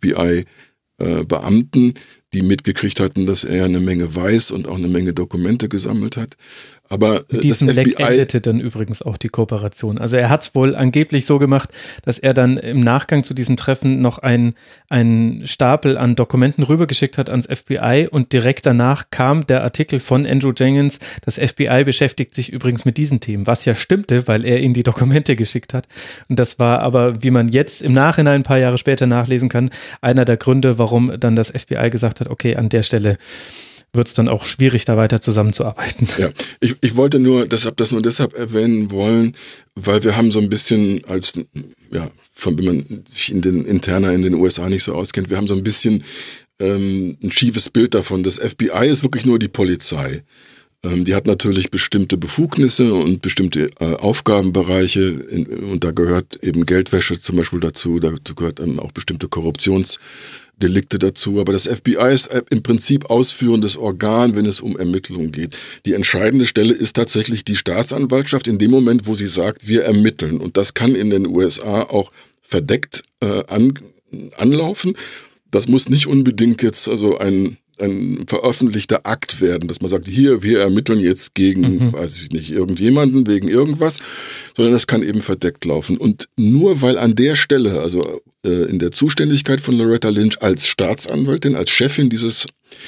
FBI-Beamten, die mitgekriegt hatten, dass er eine Menge weiß und auch eine Menge Dokumente gesammelt hat. Aber diesen Leck endete dann übrigens auch die Kooperation. Also er hat es wohl angeblich so gemacht, dass er dann im Nachgang zu diesem Treffen noch einen Stapel an Dokumenten rübergeschickt hat ans FBI und direkt danach kam der Artikel von Andrew Jennings, das FBI beschäftigt sich übrigens mit diesen Themen, was ja stimmte, weil er ihnen die Dokumente geschickt hat. Und das war aber, wie man jetzt im Nachhinein ein paar Jahre später nachlesen kann, einer der Gründe, warum dann das FBI gesagt hat, okay, an der Stelle wird es dann auch schwierig, da weiter zusammenzuarbeiten. Ja, ich wollte das nur deshalb erwähnen wollen, weil wir haben so ein bisschen wenn man sich interner in den USA nicht so auskennt, wir haben so ein bisschen ein schiefes Bild davon. Das FBI ist wirklich nur die Polizei. Die hat natürlich bestimmte Befugnisse und bestimmte Aufgabenbereiche und da gehört eben Geldwäsche zum Beispiel dazu gehört auch bestimmte Korruptionsdelikte dazu. Aber das FBI ist im Prinzip ausführendes Organ, wenn es um Ermittlungen geht. Die entscheidende Stelle ist tatsächlich die Staatsanwaltschaft in dem Moment, wo sie sagt, wir ermitteln. Und das kann in den USA auch verdeckt anlaufen. Das muss nicht unbedingt jetzt also ein veröffentlichter Akt werden, dass man sagt, hier, wir ermitteln jetzt gegen, weiß ich nicht, irgendjemanden wegen irgendwas, sondern das kann eben verdeckt laufen. Und nur weil an der Stelle, also in der Zuständigkeit von Loretta Lynch als Staatsanwältin, als Chefin dieser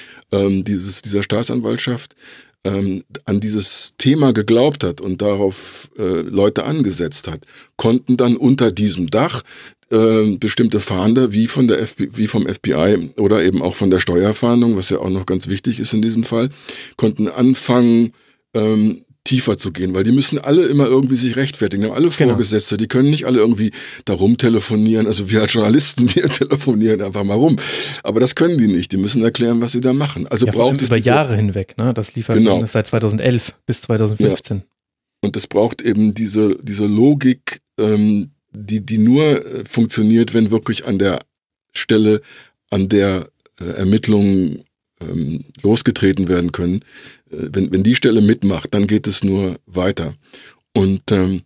Staatsanwaltschaft, an dieses Thema geglaubt hat und darauf Leute angesetzt hat, konnten dann unter diesem Dach bestimmte Fahnder wie vom FBI oder eben auch von der Steuerfahndung, was ja auch noch ganz wichtig ist in diesem Fall, konnten anfangen, tiefer zu gehen, weil die müssen alle immer irgendwie sich rechtfertigen. Alle Vorgesetzte, die können nicht alle irgendwie darum telefonieren. Also wir als Journalisten, wir telefonieren einfach mal rum. Aber das können die nicht. Die müssen erklären, was sie da machen. Also braucht es über Jahre hinweg. Ne? Das lief halt seit 2011 bis 2015. Ja. Und es braucht eben diese Logik, die nur funktioniert, wenn wirklich an der Stelle, an der Ermittlungen losgetreten werden können. Wenn die Stelle mitmacht, dann geht es nur weiter. Und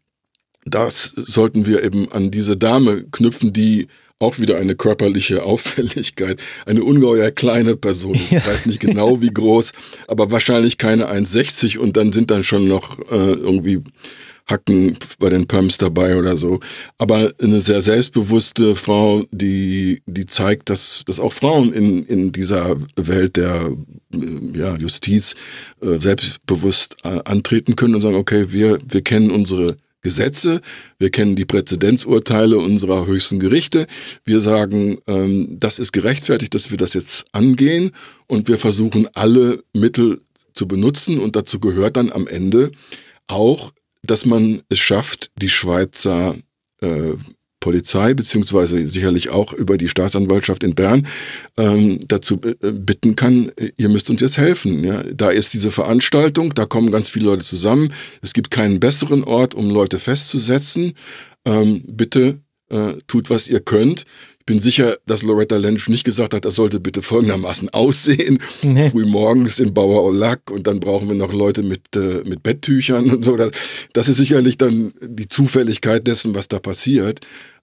das sollten wir eben an diese Dame knüpfen, die auch wieder eine körperliche Auffälligkeit, eine ungeheuer kleine Person, ich weiß nicht genau wie groß, aber wahrscheinlich keine 1,60 und dann sind dann schon noch irgendwie Hacken bei den Pumps dabei oder so. Aber eine sehr selbstbewusste Frau, die zeigt, dass auch Frauen in dieser Welt der Justiz selbstbewusst antreten können und sagen, okay, wir kennen unsere Gesetze, wir kennen die Präzedenzurteile unserer höchsten Gerichte. Wir sagen, das ist gerechtfertigt, dass wir das jetzt angehen und wir versuchen alle Mittel zu benutzen und dazu gehört dann am Ende auch, dass man es schafft, die Schweizer Polizei, beziehungsweise sicherlich auch über die Staatsanwaltschaft in Bern dazu bitten kann, ihr müsst uns jetzt helfen. Ja? Da ist diese Veranstaltung, da kommen ganz viele Leute zusammen. Es gibt keinen besseren Ort, um Leute festzusetzen. Bitte tut, was ihr könnt. Ich bin sicher, dass Loretta Lynch nicht gesagt hat, das sollte bitte folgendermaßen aussehen. Nee. Früh morgens in Bauer au Lac und dann brauchen wir noch Leute mit Betttüchern und so. Das ist sicherlich dann die Zufälligkeit dessen, was da passiert.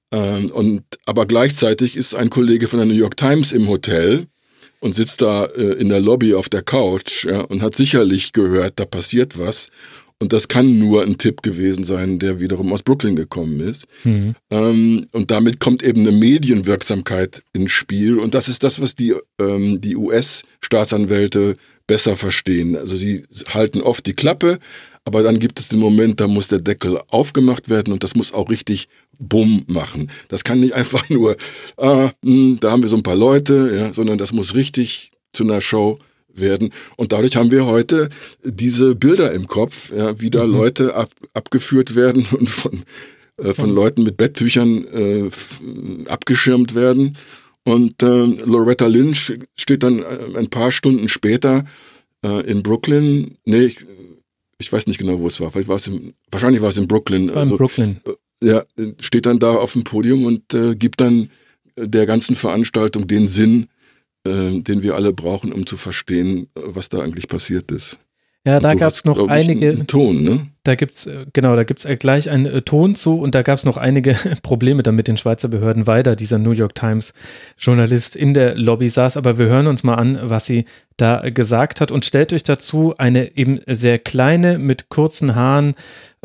Aber gleichzeitig ist ein Kollege von der New York Times im Hotel und sitzt da in der Lobby auf der Couch und hat sicherlich gehört, da passiert was. Und das kann nur ein Tipp gewesen sein, der wiederum aus Brooklyn gekommen ist. Mhm. Und damit kommt eben eine Medienwirksamkeit ins Spiel. Und das ist das, was die US-Staatsanwälte besser verstehen. Also sie halten oft die Klappe, aber dann gibt es den Moment, da muss der Deckel aufgemacht werden und das muss auch richtig Bumm machen. Das kann nicht einfach nur, da haben wir so ein paar Leute, sondern das muss richtig zu einer Show werden. Und dadurch haben wir heute diese Bilder im Kopf, wie da Leute abgeführt werden und von Leuten mit Betttüchern abgeschirmt werden. Und Loretta Lynch steht dann ein paar Stunden später in Brooklyn. Nee, ich weiß nicht genau, wo es war. Wahrscheinlich war es in Brooklyn. In Brooklyn. Steht dann da auf dem Podium und gibt dann der ganzen Veranstaltung den Sinn, den wir alle brauchen, um zu verstehen, was da eigentlich passiert ist. Ja, da gab es noch einige Ton, ne? Da gibt's gleich einen Ton zu und da gab es noch einige Probleme dann mit den Schweizer Behörden, weil da dieser New York Times Journalist in der Lobby saß. Aber wir hören uns mal an, was sie da gesagt hat und stellt euch dazu eine eben sehr kleine, mit kurzen Haaren,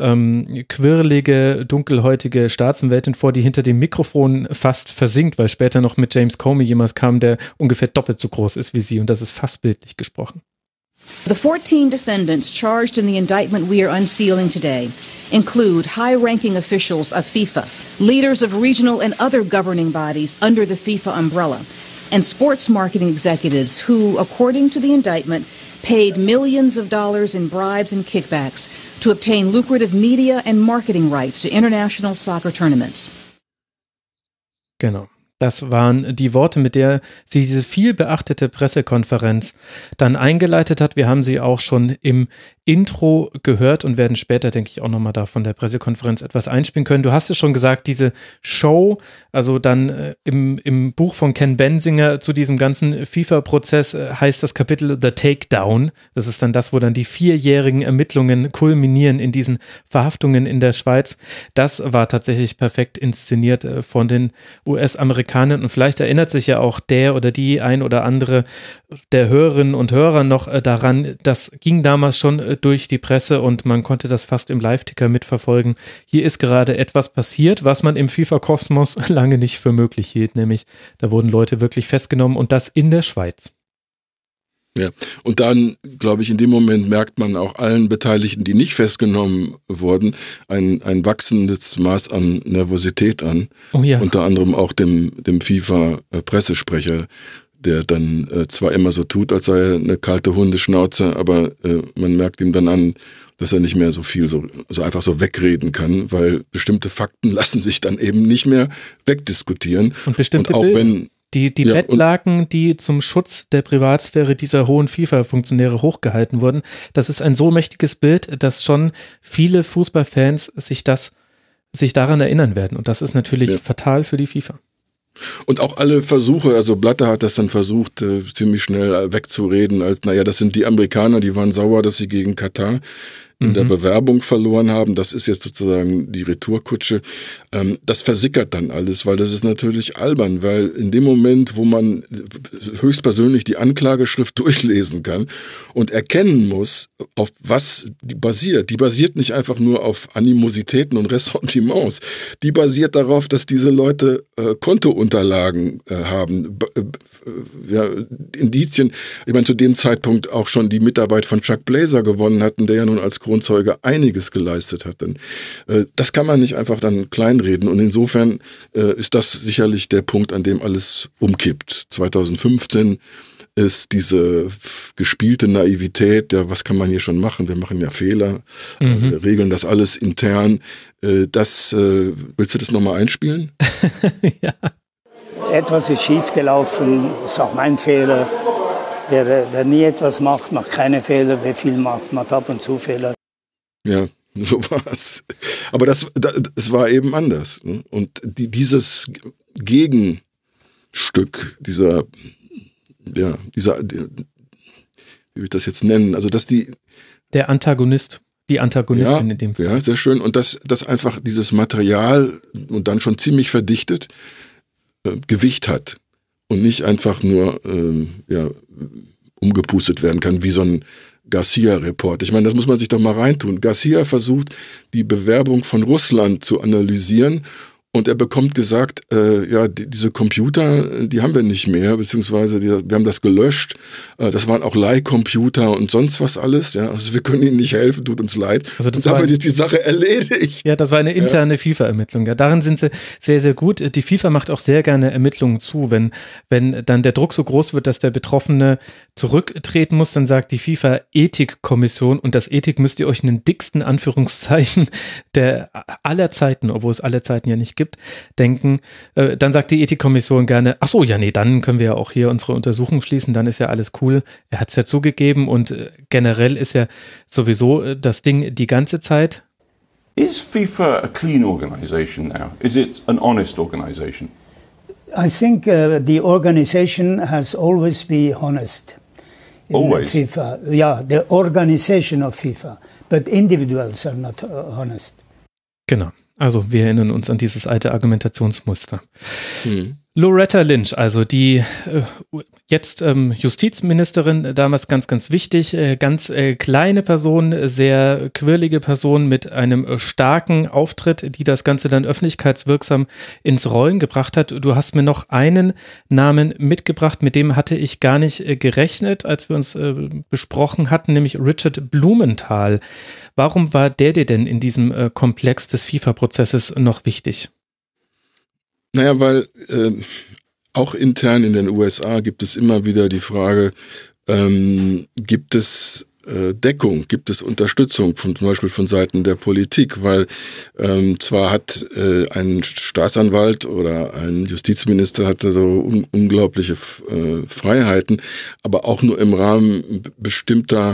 quirlige, dunkelhäutige Staatsanwältin vor, die hinter dem Mikrofon fast versinkt, weil später noch mit James Comey jemand kam, der ungefähr doppelt so groß ist wie sie und das ist fast bildlich gesprochen. The 14 defendants charged in the indictment we are unsealing today include high-ranking officials of FIFA, leaders of regional and other governing bodies under the FIFA umbrella, and sports marketing executives who, according to the indictment, paid millions of dollars in bribes and kickbacks to obtain lucrative media and marketing rights to international soccer tournaments. Genau. Das waren die Worte, mit der sie diese viel beachtete Pressekonferenz dann eingeleitet hat. Wir haben sie auch schon im Intro gehört und werden später, denke ich, auch nochmal da von der Pressekonferenz etwas einspielen können. Du hast es schon gesagt, diese Show, also dann im Buch von Ken Bensinger zu diesem ganzen FIFA-Prozess heißt das Kapitel The Takedown. Das ist dann das, wo dann die 4-jährigen Ermittlungen kulminieren in diesen Verhaftungen in der Schweiz. Das war tatsächlich perfekt inszeniert von den US-Amerikanern und vielleicht erinnert sich ja auch der oder die ein oder andere der Hörerinnen und Hörer noch daran, das ging damals schon durch die Presse und man konnte das fast im Live-Ticker mitverfolgen. Hier ist gerade etwas passiert, was man im FIFA-Kosmos lange nicht für möglich hielt, nämlich da wurden Leute wirklich festgenommen und das in der Schweiz. Ja, und dann, glaube ich, in dem Moment merkt man auch allen Beteiligten, die nicht festgenommen wurden, ein wachsendes Maß an Nervosität an. Oh ja. Unter anderem auch dem FIFA-Pressesprecher, der dann zwar immer so tut, als sei er eine kalte Hundeschnauze, aber man merkt ihm dann an, dass er nicht mehr so viel so einfach so wegreden kann, weil bestimmte Fakten lassen sich dann eben nicht mehr wegdiskutieren. Und bestimmte und auch Bilder. wenn Die ja, Bettlaken, die zum Schutz der Privatsphäre dieser hohen FIFA-Funktionäre hochgehalten wurden, das ist ein so mächtiges Bild, dass schon viele Fußballfans sich daran erinnern werden. Und das ist natürlich fatal für die FIFA. Und auch alle Versuche, also Blatter hat das dann versucht, ziemlich schnell wegzureden, als, naja, das sind die Amerikaner, die waren sauer, dass sie gegen Katar in der Bewerbung verloren haben. Das ist jetzt sozusagen die Retourkutsche. Das versickert dann alles, weil das ist natürlich albern, weil in dem Moment, wo man höchstpersönlich die Anklageschrift durchlesen kann und erkennen muss, auf was die basiert nicht einfach nur auf Animositäten und Ressentiments, die basiert darauf, dass diese Leute Kontounterlagen haben, Indizien, ich meine, zu dem Zeitpunkt auch schon die Mitarbeit von Chuck Blazer gewonnen hatten, der ja nun als Kronzeuge einiges geleistet hat. Denn das kann man nicht einfach dann kleinreden und insofern ist das sicherlich der Punkt, an dem alles umkippt. 2015 ist diese gespielte Naivität, ja, was kann man hier schon machen? Wir machen ja Fehler, wir regeln das alles intern. Willst du das nochmal einspielen? Ja. Etwas ist schiefgelaufen, ist auch mein Fehler. Wer nie etwas macht, macht keine Fehler. Wer viel macht, macht ab und zu Fehler. Ja, so war's. Aber das war eben anders. Ne? Und dieses Gegenstück, dieser, wie will ich das jetzt nennen? Also, dass der Antagonist. Die Antagonistin in dem Fall. Ja, sehr schön. Und dass einfach dieses Material und dann schon ziemlich verdichtet Gewicht hat und nicht einfach nur umgepustet werden kann wie so ein Garcia-Report. Ich meine, das muss man sich doch mal reintun. Garcia versucht, die Bewerbung von Russland zu analysieren und er bekommt gesagt, diese Computer, die haben wir nicht mehr, beziehungsweise wir haben das gelöscht. Das waren auch Leihcomputer und sonst was alles. Ja? Also wir können ihnen nicht helfen, tut uns leid. Also und damit ist die Sache erledigt. Ja, das war eine interne FIFA-Ermittlung. Ja, darin sind sie sehr, sehr gut. Die FIFA macht auch sehr gerne Ermittlungen zu. Wenn dann der Druck so groß wird, dass der Betroffene zurücktreten muss, dann sagt die FIFA-Ethikkommission, und das Ethik müsst ihr euch in den dicksten Anführungszeichen der aller Zeiten, obwohl es alle Zeiten ja nicht gibt, denken, dann sagt die Ethikkommission gerne, ach so, ja, nee, dann können wir ja auch hier unsere Untersuchung schließen, dann ist ja alles cool. Er hat es ja zugegeben und generell ist ja sowieso das Ding die ganze Zeit. Is FIFA a clean organization now? Is it an honest organization? I think the organization has always been honest. Always? FIFA. Yeah, the organization of FIFA. But individuals are not honest. Genau. Also wir erinnern uns an dieses alte Argumentationsmuster. Loretta Lynch, also die jetzt Justizministerin, damals ganz, ganz wichtig, ganz kleine Person, sehr quirlige Person mit einem starken Auftritt, die das Ganze dann öffentlichkeitswirksam ins Rollen gebracht hat. Du hast mir noch einen Namen mitgebracht, mit dem hatte ich gar nicht gerechnet, als wir uns besprochen hatten, nämlich Richard Blumenthal. Warum war der dir denn in diesem Komplex des FIFA-Prozesses noch wichtig? Naja, weil auch intern in den USA gibt es immer wieder die Frage, gibt es Deckung, gibt es Unterstützung zum Beispiel von Seiten der Politik, weil zwar hat ein Staatsanwalt oder ein Justizminister hatte so unglaubliche Freiheiten, aber auch nur im Rahmen bestimmter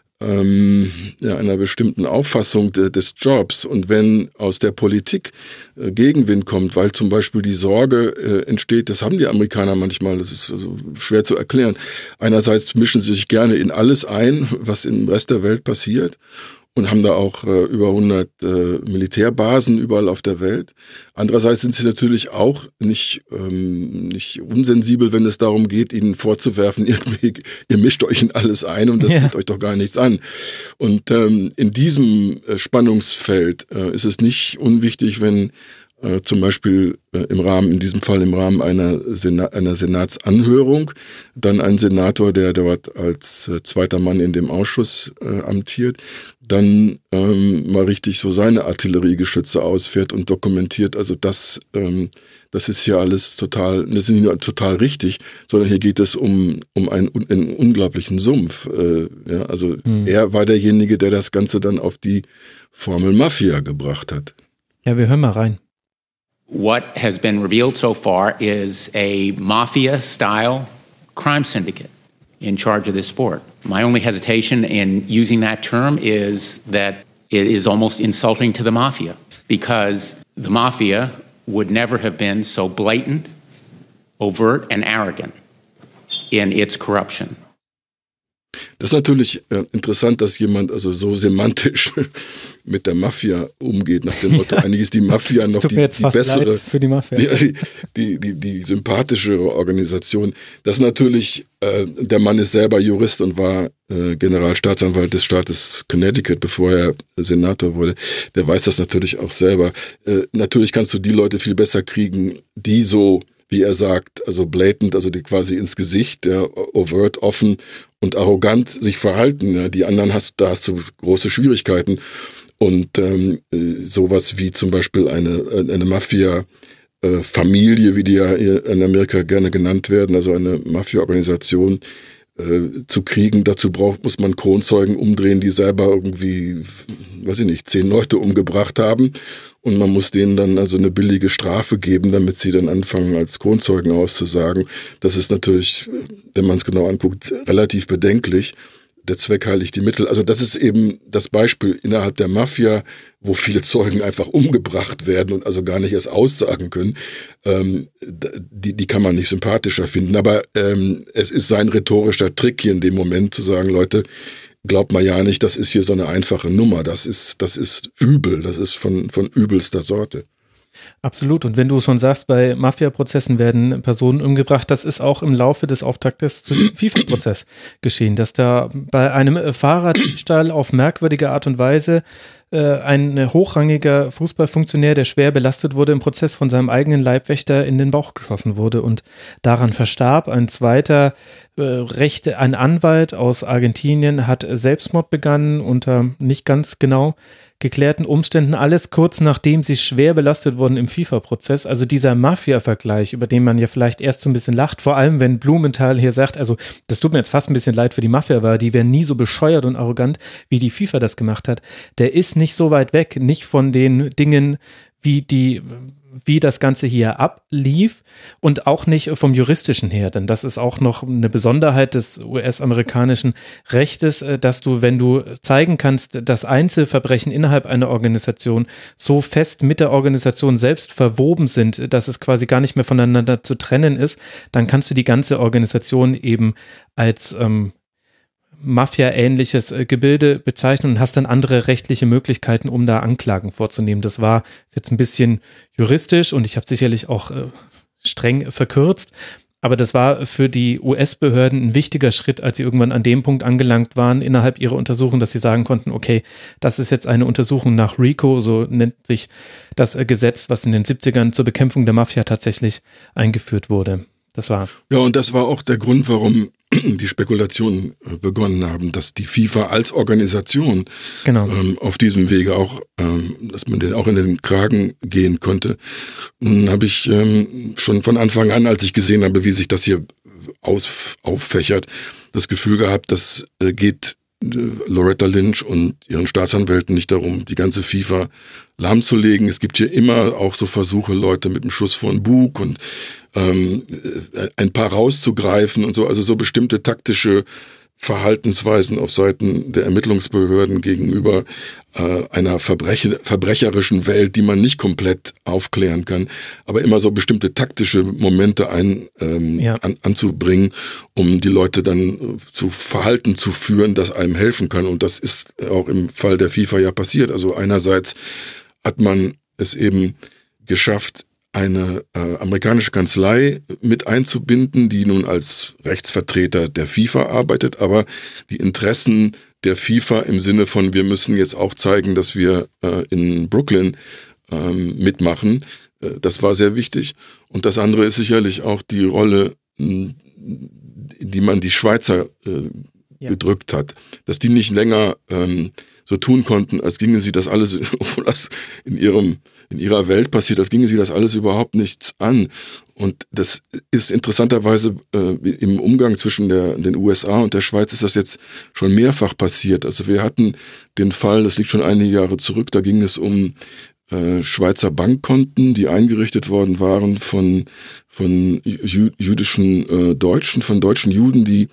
einer bestimmten Auffassung des Jobs. Und wenn aus der Politik Gegenwind kommt, weil zum Beispiel die Sorge entsteht, das haben die Amerikaner manchmal, das ist also schwer zu erklären. Einerseits mischen sie sich gerne in alles ein, was im Rest der Welt passiert, und haben da auch über 100 Militärbasen überall auf der Welt. Andererseits sind sie natürlich auch nicht unsensibel, wenn es darum geht, ihnen vorzuwerfen, irgendwie, ihr mischt euch in alles ein und das geht euch doch gar nichts an. Und in diesem Spannungsfeld ist es nicht unwichtig, wenn zum Beispiel in diesem Fall im Rahmen einer Senatsanhörung, dann ein Senator, der dort als zweiter Mann in dem Ausschuss amtiert, dann mal richtig so seine Artilleriegeschütze ausfährt und dokumentiert. Also das ist hier alles das ist nicht nur total richtig, sondern hier geht es um einen unglaublichen Sumpf. Er war derjenige, der das Ganze dann auf die Formel Mafia gebracht hat. Ja, wir hören mal rein. What has been revealed so far is a mafia-style crime syndicate in charge of this sport. My only hesitation in using that term is that it is almost insulting to the mafia, because the mafia would never have been so blatant, overt, and arrogant in its corruption. Das ist natürlich interessant, dass jemand also so semantisch mit der Mafia umgeht, nach dem Motto, eigentlich ist die Mafia noch die bessere, für die Mafia. Die sympathischere Organisation. Das natürlich, der Mann ist selber Jurist und war Generalstaatsanwalt des Staates Connecticut, bevor er Senator wurde. Der weiß das natürlich auch selber. Natürlich kannst du die Leute viel besser kriegen, die so, wie er sagt, also blatant, also die quasi ins Gesicht, overt, offen und arrogant sich verhalten. Ja. Die anderen da hast du große Schwierigkeiten. Und sowas wie zum Beispiel eine Mafia-Familie, wie die ja in Amerika gerne genannt werden, also eine Mafia-Organisation zu kriegen, dazu muss man Kronzeugen umdrehen, die selber irgendwie, 10 Leute umgebracht haben. Und man muss denen dann also eine billige Strafe geben, damit sie dann anfangen, als Kronzeugen auszusagen. Das ist natürlich, wenn man es genau anguckt, relativ bedenklich. Der Zweck heiligt die Mittel. Also das ist eben das Beispiel innerhalb der Mafia, wo viele Zeugen einfach umgebracht werden und also gar nicht erst aussagen können. Die kann man nicht sympathischer finden. Aber es ist sein rhetorischer Trick hier in dem Moment zu sagen, Leute, glaubt mal ja nicht, das ist hier so eine einfache Nummer. Das ist übel. Das ist von übelster Sorte. Absolut. Und wenn du schon sagst, bei Mafia-Prozessen werden Personen umgebracht, das ist auch im Laufe des Auftaktes zu diesem FIFA-Prozess geschehen, dass da bei einem Fahrraddiebstahl auf merkwürdige Art und Weise ein hochrangiger Fußballfunktionär, der schwer belastet wurde, im Prozess von seinem eigenen Leibwächter in den Bauch geschossen wurde und daran verstarb. Ein zweiter ein Anwalt aus Argentinien hat Selbstmord begangen unter nicht ganz genau geklärten Umständen, alles kurz nachdem sie schwer belastet wurden im FIFA-Prozess. Also dieser Mafia-Vergleich, über den man ja vielleicht erst so ein bisschen lacht, vor allem wenn Blumenthal hier sagt, also das tut mir jetzt fast ein bisschen leid für die Mafia, weil die wären nie so bescheuert und arrogant, wie die FIFA das gemacht hat. Der ist nicht so weit weg, nicht von den Dingen, wie das Ganze hier ablief und auch nicht vom Juristischen her, denn das ist auch noch eine Besonderheit des US-amerikanischen Rechtes, dass du, wenn du zeigen kannst, dass Einzelverbrechen innerhalb einer Organisation so fest mit der Organisation selbst verwoben sind, dass es quasi gar nicht mehr voneinander zu trennen ist, dann kannst du die ganze Organisation eben als Mafia-ähnliches Gebilde bezeichnen und hast dann andere rechtliche Möglichkeiten, um da Anklagen vorzunehmen. Das war jetzt ein bisschen juristisch und ich habe sicherlich auch streng verkürzt, aber das war für die US-Behörden ein wichtiger Schritt, als sie irgendwann an dem Punkt angelangt waren innerhalb ihrer Untersuchung, dass sie sagen konnten, okay, das ist jetzt eine Untersuchung nach RICO, so nennt sich das Gesetz, was in den 70ern zur Bekämpfung der Mafia tatsächlich eingeführt wurde. Das war. Ja, und das war auch der Grund, warum die Spekulationen begonnen haben, dass die FIFA als Organisation auf diesem Wege auch, dass man den auch in den Kragen gehen konnte. Nun habe ich schon von Anfang an, als ich gesehen habe, wie sich das hier auffächert, das Gefühl gehabt, das geht Loretta Lynch und ihren Staatsanwälten nicht darum, die ganze FIFA lahmzulegen. Es gibt hier immer auch so Versuche, Leute mit dem Schuss vor den Bug und ein paar rauszugreifen und so, also so bestimmte taktische Verhaltensweisen auf Seiten der Ermittlungsbehörden gegenüber einer verbrecherischen Welt, die man nicht komplett aufklären kann, aber immer so bestimmte taktische Momente anzubringen, um die Leute dann zu Verhalten zu führen, das einem helfen kann. Und das ist auch im Fall der FIFA ja passiert. Also einerseits hat man es eben geschafft, eine amerikanische Kanzlei mit einzubinden, die nun als Rechtsvertreter der FIFA arbeitet, aber die Interessen der FIFA im Sinne von, wir müssen jetzt auch zeigen, dass wir in Brooklyn mitmachen, das war sehr wichtig. Und das andere ist sicherlich auch die Rolle, die man die Schweizer gedrückt hat, dass die nicht länger so tun konnten, als ginge sie das alles, obwohl das in ihrer Welt passiert, als ginge sie das alles überhaupt nichts an. Und das ist interessanterweise im Umgang zwischen den USA und der Schweiz ist das jetzt schon mehrfach passiert. Also wir hatten den Fall, das liegt schon einige Jahre zurück, da ging es um Schweizer Bankkonten, die eingerichtet worden waren von jüdischen Deutschen, von deutschen Juden, die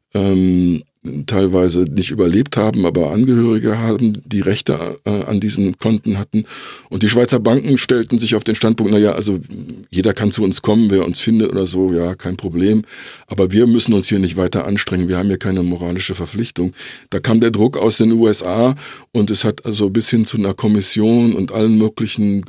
teilweise nicht überlebt haben, aber Angehörige haben, die Rechte an diesen Konten hatten. Und die Schweizer Banken stellten sich auf den Standpunkt, naja, also jeder kann zu uns kommen, wer uns findet oder so, ja, kein Problem. Aber wir müssen uns hier nicht weiter anstrengen, wir haben hier keine moralische Verpflichtung. Da kam der Druck aus den USA und es hat also bis hin zu einer Kommission und allen möglichen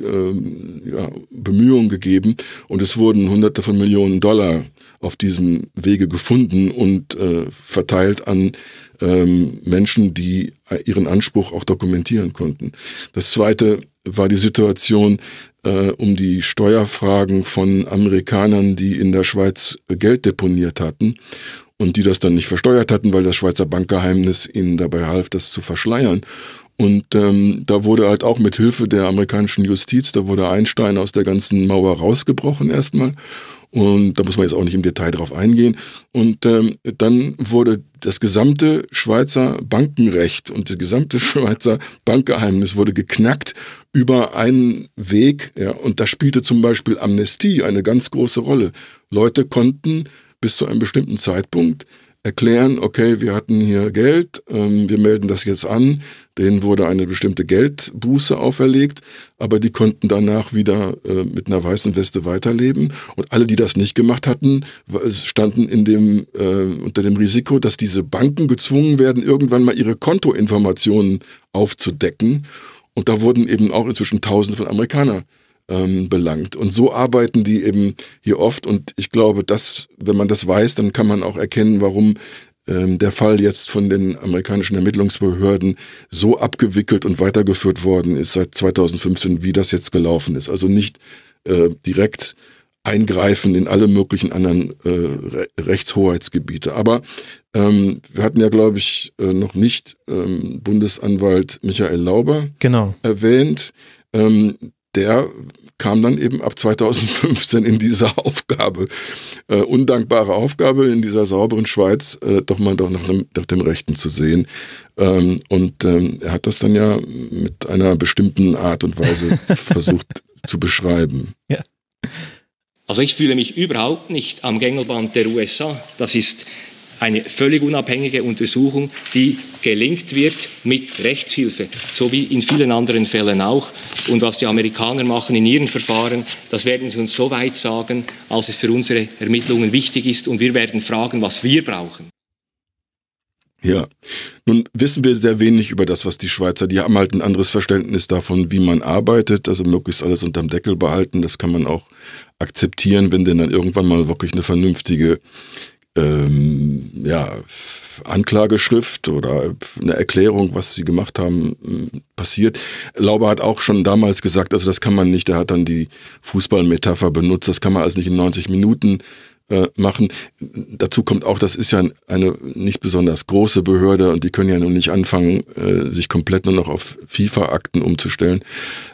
Bemühungen gegeben und es wurden Hunderte von Millionen Dollar auf diesem Wege gefunden und verteilt an Menschen, die ihren Anspruch auch dokumentieren konnten. Das zweite war die Situation um die Steuerfragen von Amerikanern, die in der Schweiz Geld deponiert hatten und die das dann nicht versteuert hatten, weil das Schweizer Bankgeheimnis ihnen dabei half, das zu verschleiern. Und da wurde halt auch mit Hilfe der amerikanischen Justiz, da wurde ein Stein aus der ganzen Mauer rausgebrochen erstmal. Und da muss man jetzt auch nicht im Detail drauf eingehen. Und dann wurde das gesamte Schweizer Bankenrecht und das gesamte Schweizer Bankgeheimnis wurde geknackt über einen Weg. Ja, und da spielte zum Beispiel Amnestie eine ganz große Rolle. Leute konnten bis zu einem bestimmten Zeitpunkt erklären, okay, wir hatten hier Geld, wir melden das jetzt an, denen wurde eine bestimmte Geldbuße auferlegt, aber die konnten danach wieder mit einer weißen Weste weiterleben und alle, die das nicht gemacht hatten, standen unter dem Risiko, dass diese Banken gezwungen werden, irgendwann mal ihre Kontoinformationen aufzudecken und da wurden eben auch inzwischen Tausende von Amerikanern belangt. Und so arbeiten die eben hier oft und ich glaube, dass, wenn man das weiß, dann kann man auch erkennen, warum der Fall jetzt von den amerikanischen Ermittlungsbehörden so abgewickelt und weitergeführt worden ist seit 2015, wie das jetzt gelaufen ist. Also nicht direkt eingreifen in alle möglichen anderen Rechtshoheitsgebiete. Aber wir hatten ja, glaube ich, noch nicht Bundesanwalt Michael Lauber erwähnt. Der kam dann eben ab 2015 in diese Aufgabe, undankbare Aufgabe in dieser sauberen Schweiz, doch mal nach dem Rechten zu sehen. Und er hat das dann ja mit einer bestimmten Art und Weise versucht zu beschreiben. Ja. Also ich fühle mich überhaupt nicht am Gängelband der USA. Das ist eine völlig unabhängige Untersuchung, die gelingt wird mit Rechtshilfe, so wie in vielen anderen Fällen auch. Und was die Amerikaner machen in ihren Verfahren, das werden sie uns so weit sagen, als es für unsere Ermittlungen wichtig ist. Und wir werden fragen, was wir brauchen. Ja, nun wissen wir sehr wenig über das, was die Schweizer, die haben halt ein anderes Verständnis davon, wie man arbeitet, also möglichst alles unterm Deckel behalten. Das kann man auch akzeptieren, wenn denn dann irgendwann mal wirklich eine vernünftige Anklageschrift oder eine Erklärung, was sie gemacht haben, passiert. Lauber hat auch schon damals gesagt, also das kann man nicht, er hat dann die Fußballmetapher benutzt, das kann man also nicht in 90 Minuten machen. Dazu kommt auch, das ist ja eine nicht besonders große Behörde und die können ja nun nicht anfangen, sich komplett nur noch auf FIFA-Akten umzustellen.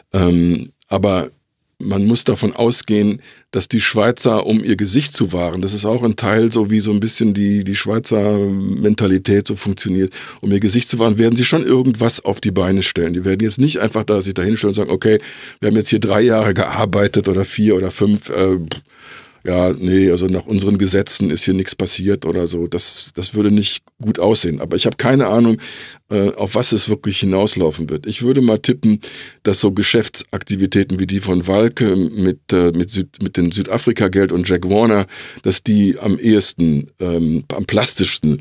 Aber man muss davon ausgehen, dass die Schweizer, um ihr Gesicht zu wahren, das ist auch ein Teil, so wie so ein bisschen die Schweizer Mentalität so funktioniert, um ihr Gesicht zu wahren, werden sie schon irgendwas auf die Beine stellen. Die werden jetzt nicht einfach da sich da hinstellen und sagen, okay, wir haben jetzt hier 3 Jahre gearbeitet oder 4 oder 5, ja, nee, also nach unseren Gesetzen ist hier nichts passiert oder so. Das würde nicht gut aussehen. Aber ich habe keine Ahnung, auf was es wirklich hinauslaufen wird. Ich würde mal tippen, dass so Geschäftsaktivitäten wie die von Walke mit dem Südafrika-Geld und Jack Warner, dass die am ehesten, am plastischsten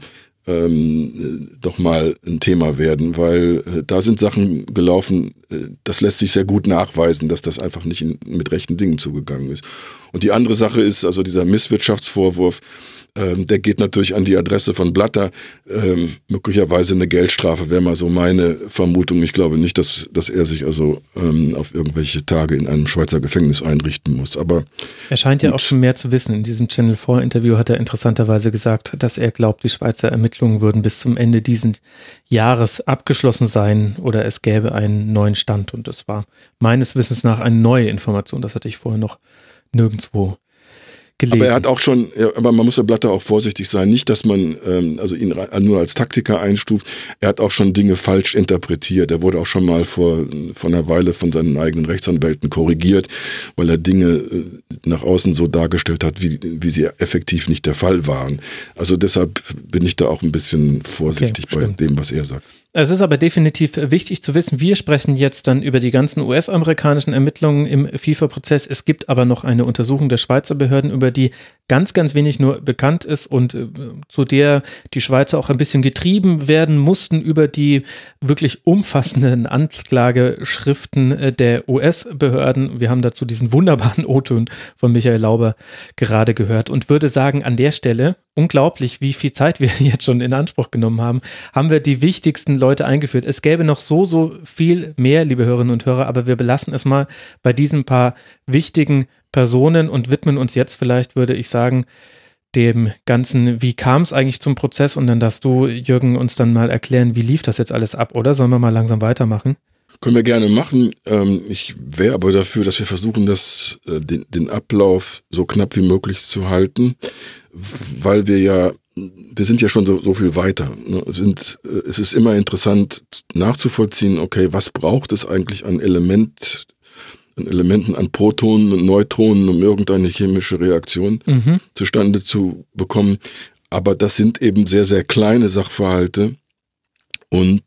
doch mal ein Thema werden, weil da sind Sachen gelaufen, das lässt sich sehr gut nachweisen, dass das einfach nicht mit rechten Dingen zugegangen ist. Und die andere Sache ist, also dieser Misswirtschaftsvorwurf, der geht natürlich an die Adresse von Blatter. Möglicherweise eine Geldstrafe wäre mal so meine Vermutung. Ich glaube nicht, dass er sich also auf irgendwelche Tage in einem Schweizer Gefängnis einrichten muss. Aber er scheint ja auch schon mehr zu wissen. In diesem Channel 4 Interview hat er interessanterweise gesagt, dass er glaubt, die Schweizer Ermittlungen würden bis zum Ende dieses Jahres abgeschlossen sein oder es gäbe einen neuen Stand. Und das war meines Wissens nach eine neue Information. Das hatte ich vorher noch nirgendwo gelesen. Aber er hat auch schon, aber man muss bei Blatter auch vorsichtig sein, nicht, dass man also ihn nur als Taktiker einstuft. Er hat auch schon Dinge falsch interpretiert. Er wurde auch schon mal vor einer Weile von seinen eigenen Rechtsanwälten korrigiert, weil er Dinge nach außen so dargestellt hat, wie sie effektiv nicht der Fall waren. Also deshalb bin ich da auch ein bisschen vorsichtig bei dem, was er sagt. Es ist aber definitiv wichtig zu wissen, wir sprechen jetzt dann über die ganzen US-amerikanischen Ermittlungen im FIFA-Prozess. Es gibt aber noch eine Untersuchung der Schweizer Behörden, über die ganz, ganz wenig nur bekannt ist und zu der die Schweizer auch ein bisschen getrieben werden mussten über die wirklich umfassenden Anklageschriften der US-Behörden. Wir haben dazu diesen wunderbaren O-Ton von Michael Lauber gerade gehört und würde sagen, an der Stelle, unglaublich, wie viel Zeit wir jetzt schon in Anspruch genommen haben, haben wir die wichtigsten Leute eingeführt. Es gäbe noch so viel mehr, liebe Hörerinnen und Hörer, aber wir belassen es mal bei diesen paar wichtigen Personen und widmen uns jetzt vielleicht, würde ich sagen, dem Ganzen, wie kam es eigentlich zum Prozess, und dann darfst du, Jürgen, uns dann mal erklären, wie lief das jetzt alles ab, oder? Sollen wir mal langsam weitermachen? Können wir gerne machen. Ich wäre aber dafür, dass wir versuchen, den Ablauf so knapp wie möglich zu halten, weil wir sind ja schon so viel weiter. Ne? Es ist immer interessant nachzuvollziehen, okay, was braucht es eigentlich an Elementen, an Protonen und Neutronen, um irgendeine chemische Reaktion zustande zu bekommen. Aber das sind eben sehr, sehr kleine Sachverhalte und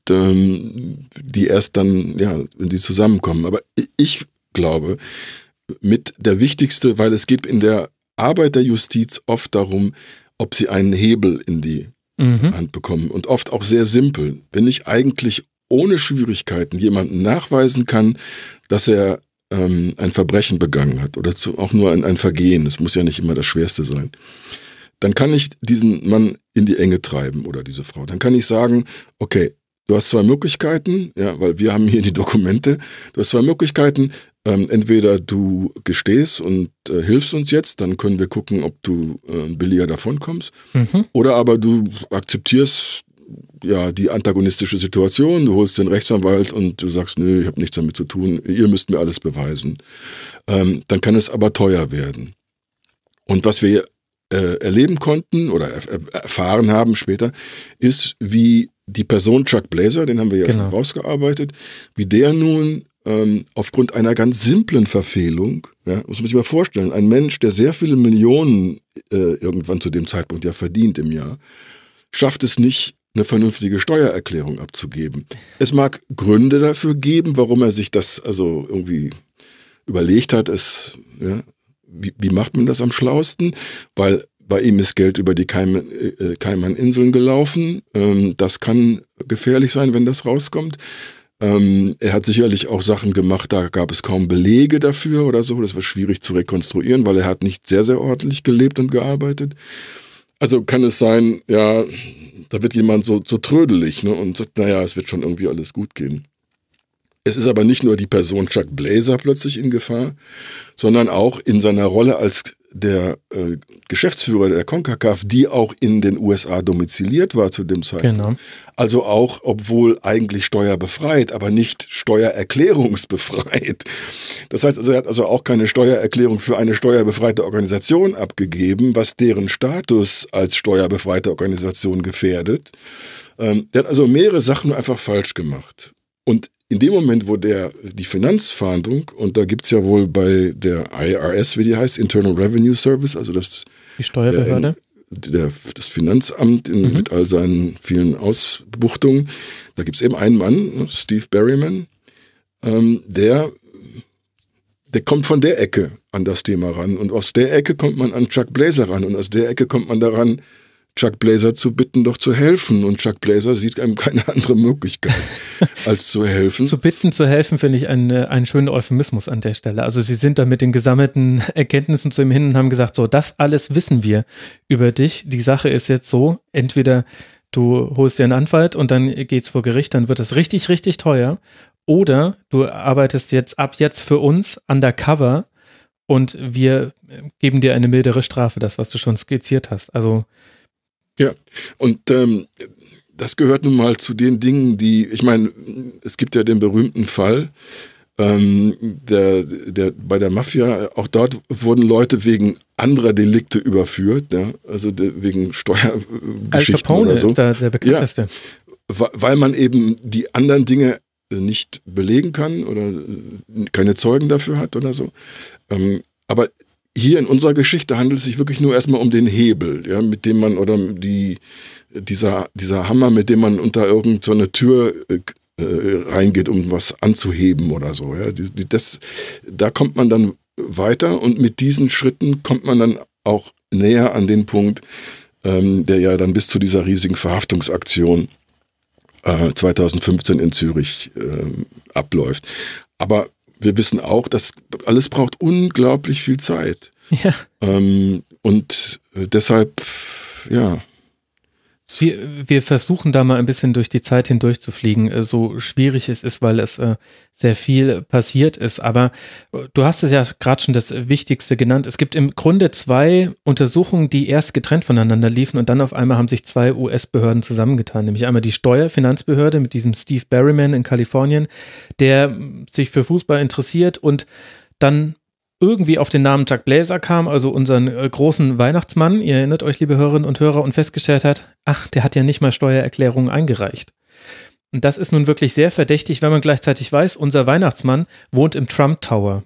die erst dann, wenn die zusammenkommen. Aber ich glaube, mit der wichtigste, weil es geht in der Arbeit der Justiz oft darum, ob sie einen Hebel in die Hand bekommen und oft auch sehr simpel. Wenn ich eigentlich ohne Schwierigkeiten jemanden nachweisen kann, dass er ein Verbrechen begangen hat oder auch nur ein Vergehen, das muss ja nicht immer das Schwerste sein, dann kann ich diesen Mann in die Enge treiben oder diese Frau. Dann kann ich sagen, okay, du hast 2 Möglichkeiten, weil wir haben hier die Dokumente, du hast 2 Möglichkeiten, entweder du gestehst und hilfst uns jetzt, dann können wir gucken, ob du billiger davonkommst, oder aber du akzeptierst die antagonistische Situation, du holst den Rechtsanwalt und du sagst, nö, ich habe nichts damit zu tun, ihr müsst mir alles beweisen. Dann kann es aber teuer werden. Und was wir erleben konnten oder erfahren haben später, ist, wie die Person Chuck Blazer, den haben wir ja schon rausgearbeitet, wie der nun aufgrund einer ganz simplen Verfehlung, muss man sich mal vorstellen, ein Mensch, der sehr viele Millionen irgendwann zu dem Zeitpunkt verdient im Jahr, schafft es nicht, eine vernünftige Steuererklärung abzugeben. Es mag Gründe dafür geben, warum er sich das also irgendwie überlegt hat. Wie macht man das am schlausten? Weil bei ihm ist Geld über die Kaimaninseln gelaufen. Das kann gefährlich sein, wenn das rauskommt. Er hat sicherlich auch Sachen gemacht, da gab es kaum Belege dafür oder so. Das war schwierig zu rekonstruieren, weil er hat nicht sehr, sehr ordentlich gelebt und gearbeitet. Also kann es sein, da wird jemand so trödelig, ne, und sagt, es wird schon irgendwie alles gut gehen. Es ist aber nicht nur die Person Chuck Blazer plötzlich in Gefahr, sondern auch in seiner Rolle als der Geschäftsführer der CONCACAF, die auch in den USA domiziliert war zu dem Zeitpunkt. Genau. Also auch, obwohl eigentlich steuerbefreit, aber nicht steuererklärungsbefreit. Das heißt also, er hat also auch keine Steuererklärung für eine steuerbefreite Organisation abgegeben, was deren Status als steuerbefreite Organisation gefährdet. Der hat also mehrere Sachen einfach falsch gemacht. Und in dem Moment, wo die Finanzfahndung, und da gibt's ja wohl bei der IRS, wie die heißt, Internal Revenue Service, also die Steuerbehörde, das Finanzamt mit all seinen vielen Ausbuchtungen, da gibt's eben einen Mann, Steve Berryman, der kommt von der Ecke an das Thema ran, und aus der Ecke kommt man an Chuck Blazer ran, und aus der Ecke kommt man daran, Chuck Blazer zu bitten, doch zu helfen. Und Chuck Blazer sieht einem keine andere Möglichkeit, als zu helfen. Zu bitten, zu helfen, finde ich einen schönen Euphemismus an der Stelle. Also sie sind da mit den gesammelten Erkenntnissen zu ihm hin und haben gesagt, so, das alles wissen wir über dich. Die Sache ist jetzt so, entweder du holst dir einen Anwalt und dann geht's vor Gericht, dann wird das richtig, richtig teuer. Oder du arbeitest ab jetzt für uns undercover und wir geben dir eine mildere Strafe, das, was du schon skizziert hast. Also ja, und das gehört nun mal zu den Dingen, ich meine, es gibt ja den berühmten Fall, der bei der Mafia, auch dort wurden Leute wegen anderer Delikte überführt, ja, also wegen Steuergeschichten Al Capone oder so. Ist da der bekannteste. Ja, weil man eben die anderen Dinge nicht belegen kann oder keine Zeugen dafür hat oder so. Aber hier in unserer Geschichte handelt es sich wirklich nur erstmal um den Hebel, ja, mit dem man, oder dieser Hammer, mit dem man unter irgend so eine Tür reingeht, um was anzuheben oder so. Ja. Da kommt man dann weiter, und mit diesen Schritten kommt man dann auch näher an den Punkt, der ja dann bis zu dieser riesigen Verhaftungsaktion 2015 in Zürich abläuft. Aber wir wissen auch, dass alles braucht unglaublich viel Zeit. Ja. Und deshalb, ja. Wir versuchen da mal ein bisschen durch die Zeit hindurch zu fliegen, so schwierig es ist, weil es sehr viel passiert ist. Aber du hast es ja gerade schon das Wichtigste genannt. Es gibt im Grunde 2 Untersuchungen, die erst getrennt voneinander liefen, und dann auf einmal haben sich 2 US-Behörden zusammengetan. Nämlich einmal die Steuerfinanzbehörde mit diesem Steve Berryman in Kalifornien, der sich für Fußball interessiert und dann irgendwie auf den Namen Chuck Blazer kam, also unseren großen Weihnachtsmann, ihr erinnert euch, liebe Hörerinnen und Hörer, und festgestellt hat, ach, der hat ja nicht mal Steuererklärungen eingereicht. Und das ist nun wirklich sehr verdächtig, wenn man gleichzeitig weiß, unser Weihnachtsmann wohnt im Trump Tower.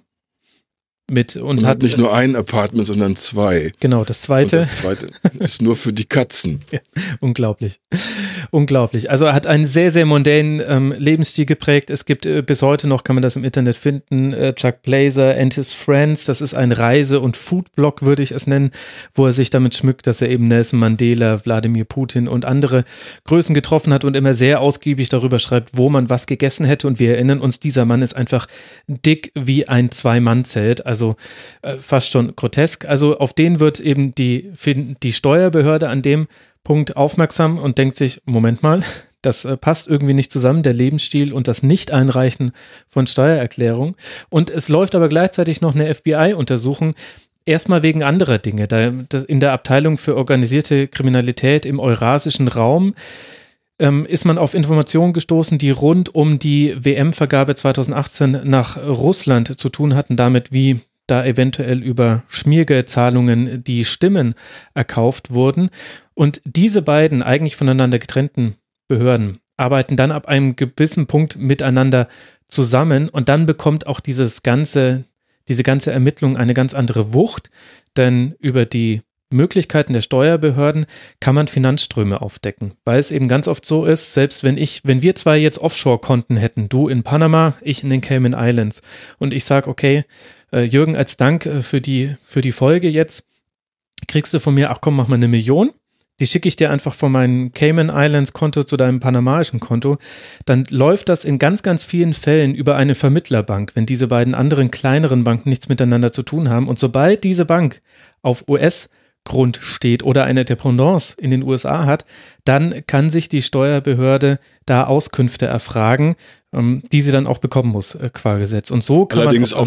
Und hat nicht nur ein Apartment, sondern 2. Genau, das zweite. Und das zweite ist nur für die Katzen. Ja, unglaublich. Unglaublich. Also er hat einen sehr, sehr mondänen Lebensstil geprägt. Es gibt bis heute noch, kann man das im Internet finden, Chuck Blazer and his Friends. Das ist ein Reise- und Foodblog, würde ich es nennen, wo er sich damit schmückt, dass er eben Nelson Mandela, Wladimir Putin und andere Größen getroffen hat und immer sehr ausgiebig darüber schreibt, wo man was gegessen hätte. Und wir erinnern uns, dieser Mann ist einfach dick wie ein 2-Mann-Zelt. Also fast schon grotesk. Also auf den wird eben die Steuerbehörde an dem Punkt aufmerksam und denkt sich, Moment mal, das passt irgendwie nicht zusammen, der Lebensstil und das Nicht-Einreichen von Steuererklärung. Und es läuft aber gleichzeitig noch eine FBI-Untersuchung, erstmal wegen anderer Dinge. In der Abteilung für organisierte Kriminalität im eurasischen Raum ist man auf Informationen gestoßen, die rund um die WM-Vergabe 2018 nach Russland zu tun hatten, damit wie da eventuell über Schmiergeldzahlungen die Stimmen erkauft wurden. Und diese beiden eigentlich voneinander getrennten Behörden arbeiten dann ab einem gewissen Punkt miteinander zusammen, und dann bekommt auch diese ganze Ermittlung eine ganz andere Wucht, denn über die Möglichkeiten der Steuerbehörden kann man Finanzströme aufdecken, weil es eben ganz oft so ist, selbst wenn wir 2 jetzt Offshore-Konten hätten, du in Panama, ich in den Cayman Islands, und ich sage, okay, Jürgen, als Dank für die Folge jetzt kriegst du von mir, ach komm, mach mal 1 Million, die schicke ich dir einfach von meinem Cayman Islands Konto zu deinem panamaischen Konto, dann läuft das in ganz, ganz vielen Fällen über eine Vermittlerbank, wenn diese beiden anderen kleineren Banken nichts miteinander zu tun haben, und sobald diese Bank auf US-Grund steht oder eine Dependance in den USA hat, dann kann sich die Steuerbehörde da Auskünfte erfragen, die sie dann auch bekommen muss, qua Gesetz. Und so kann allerdings man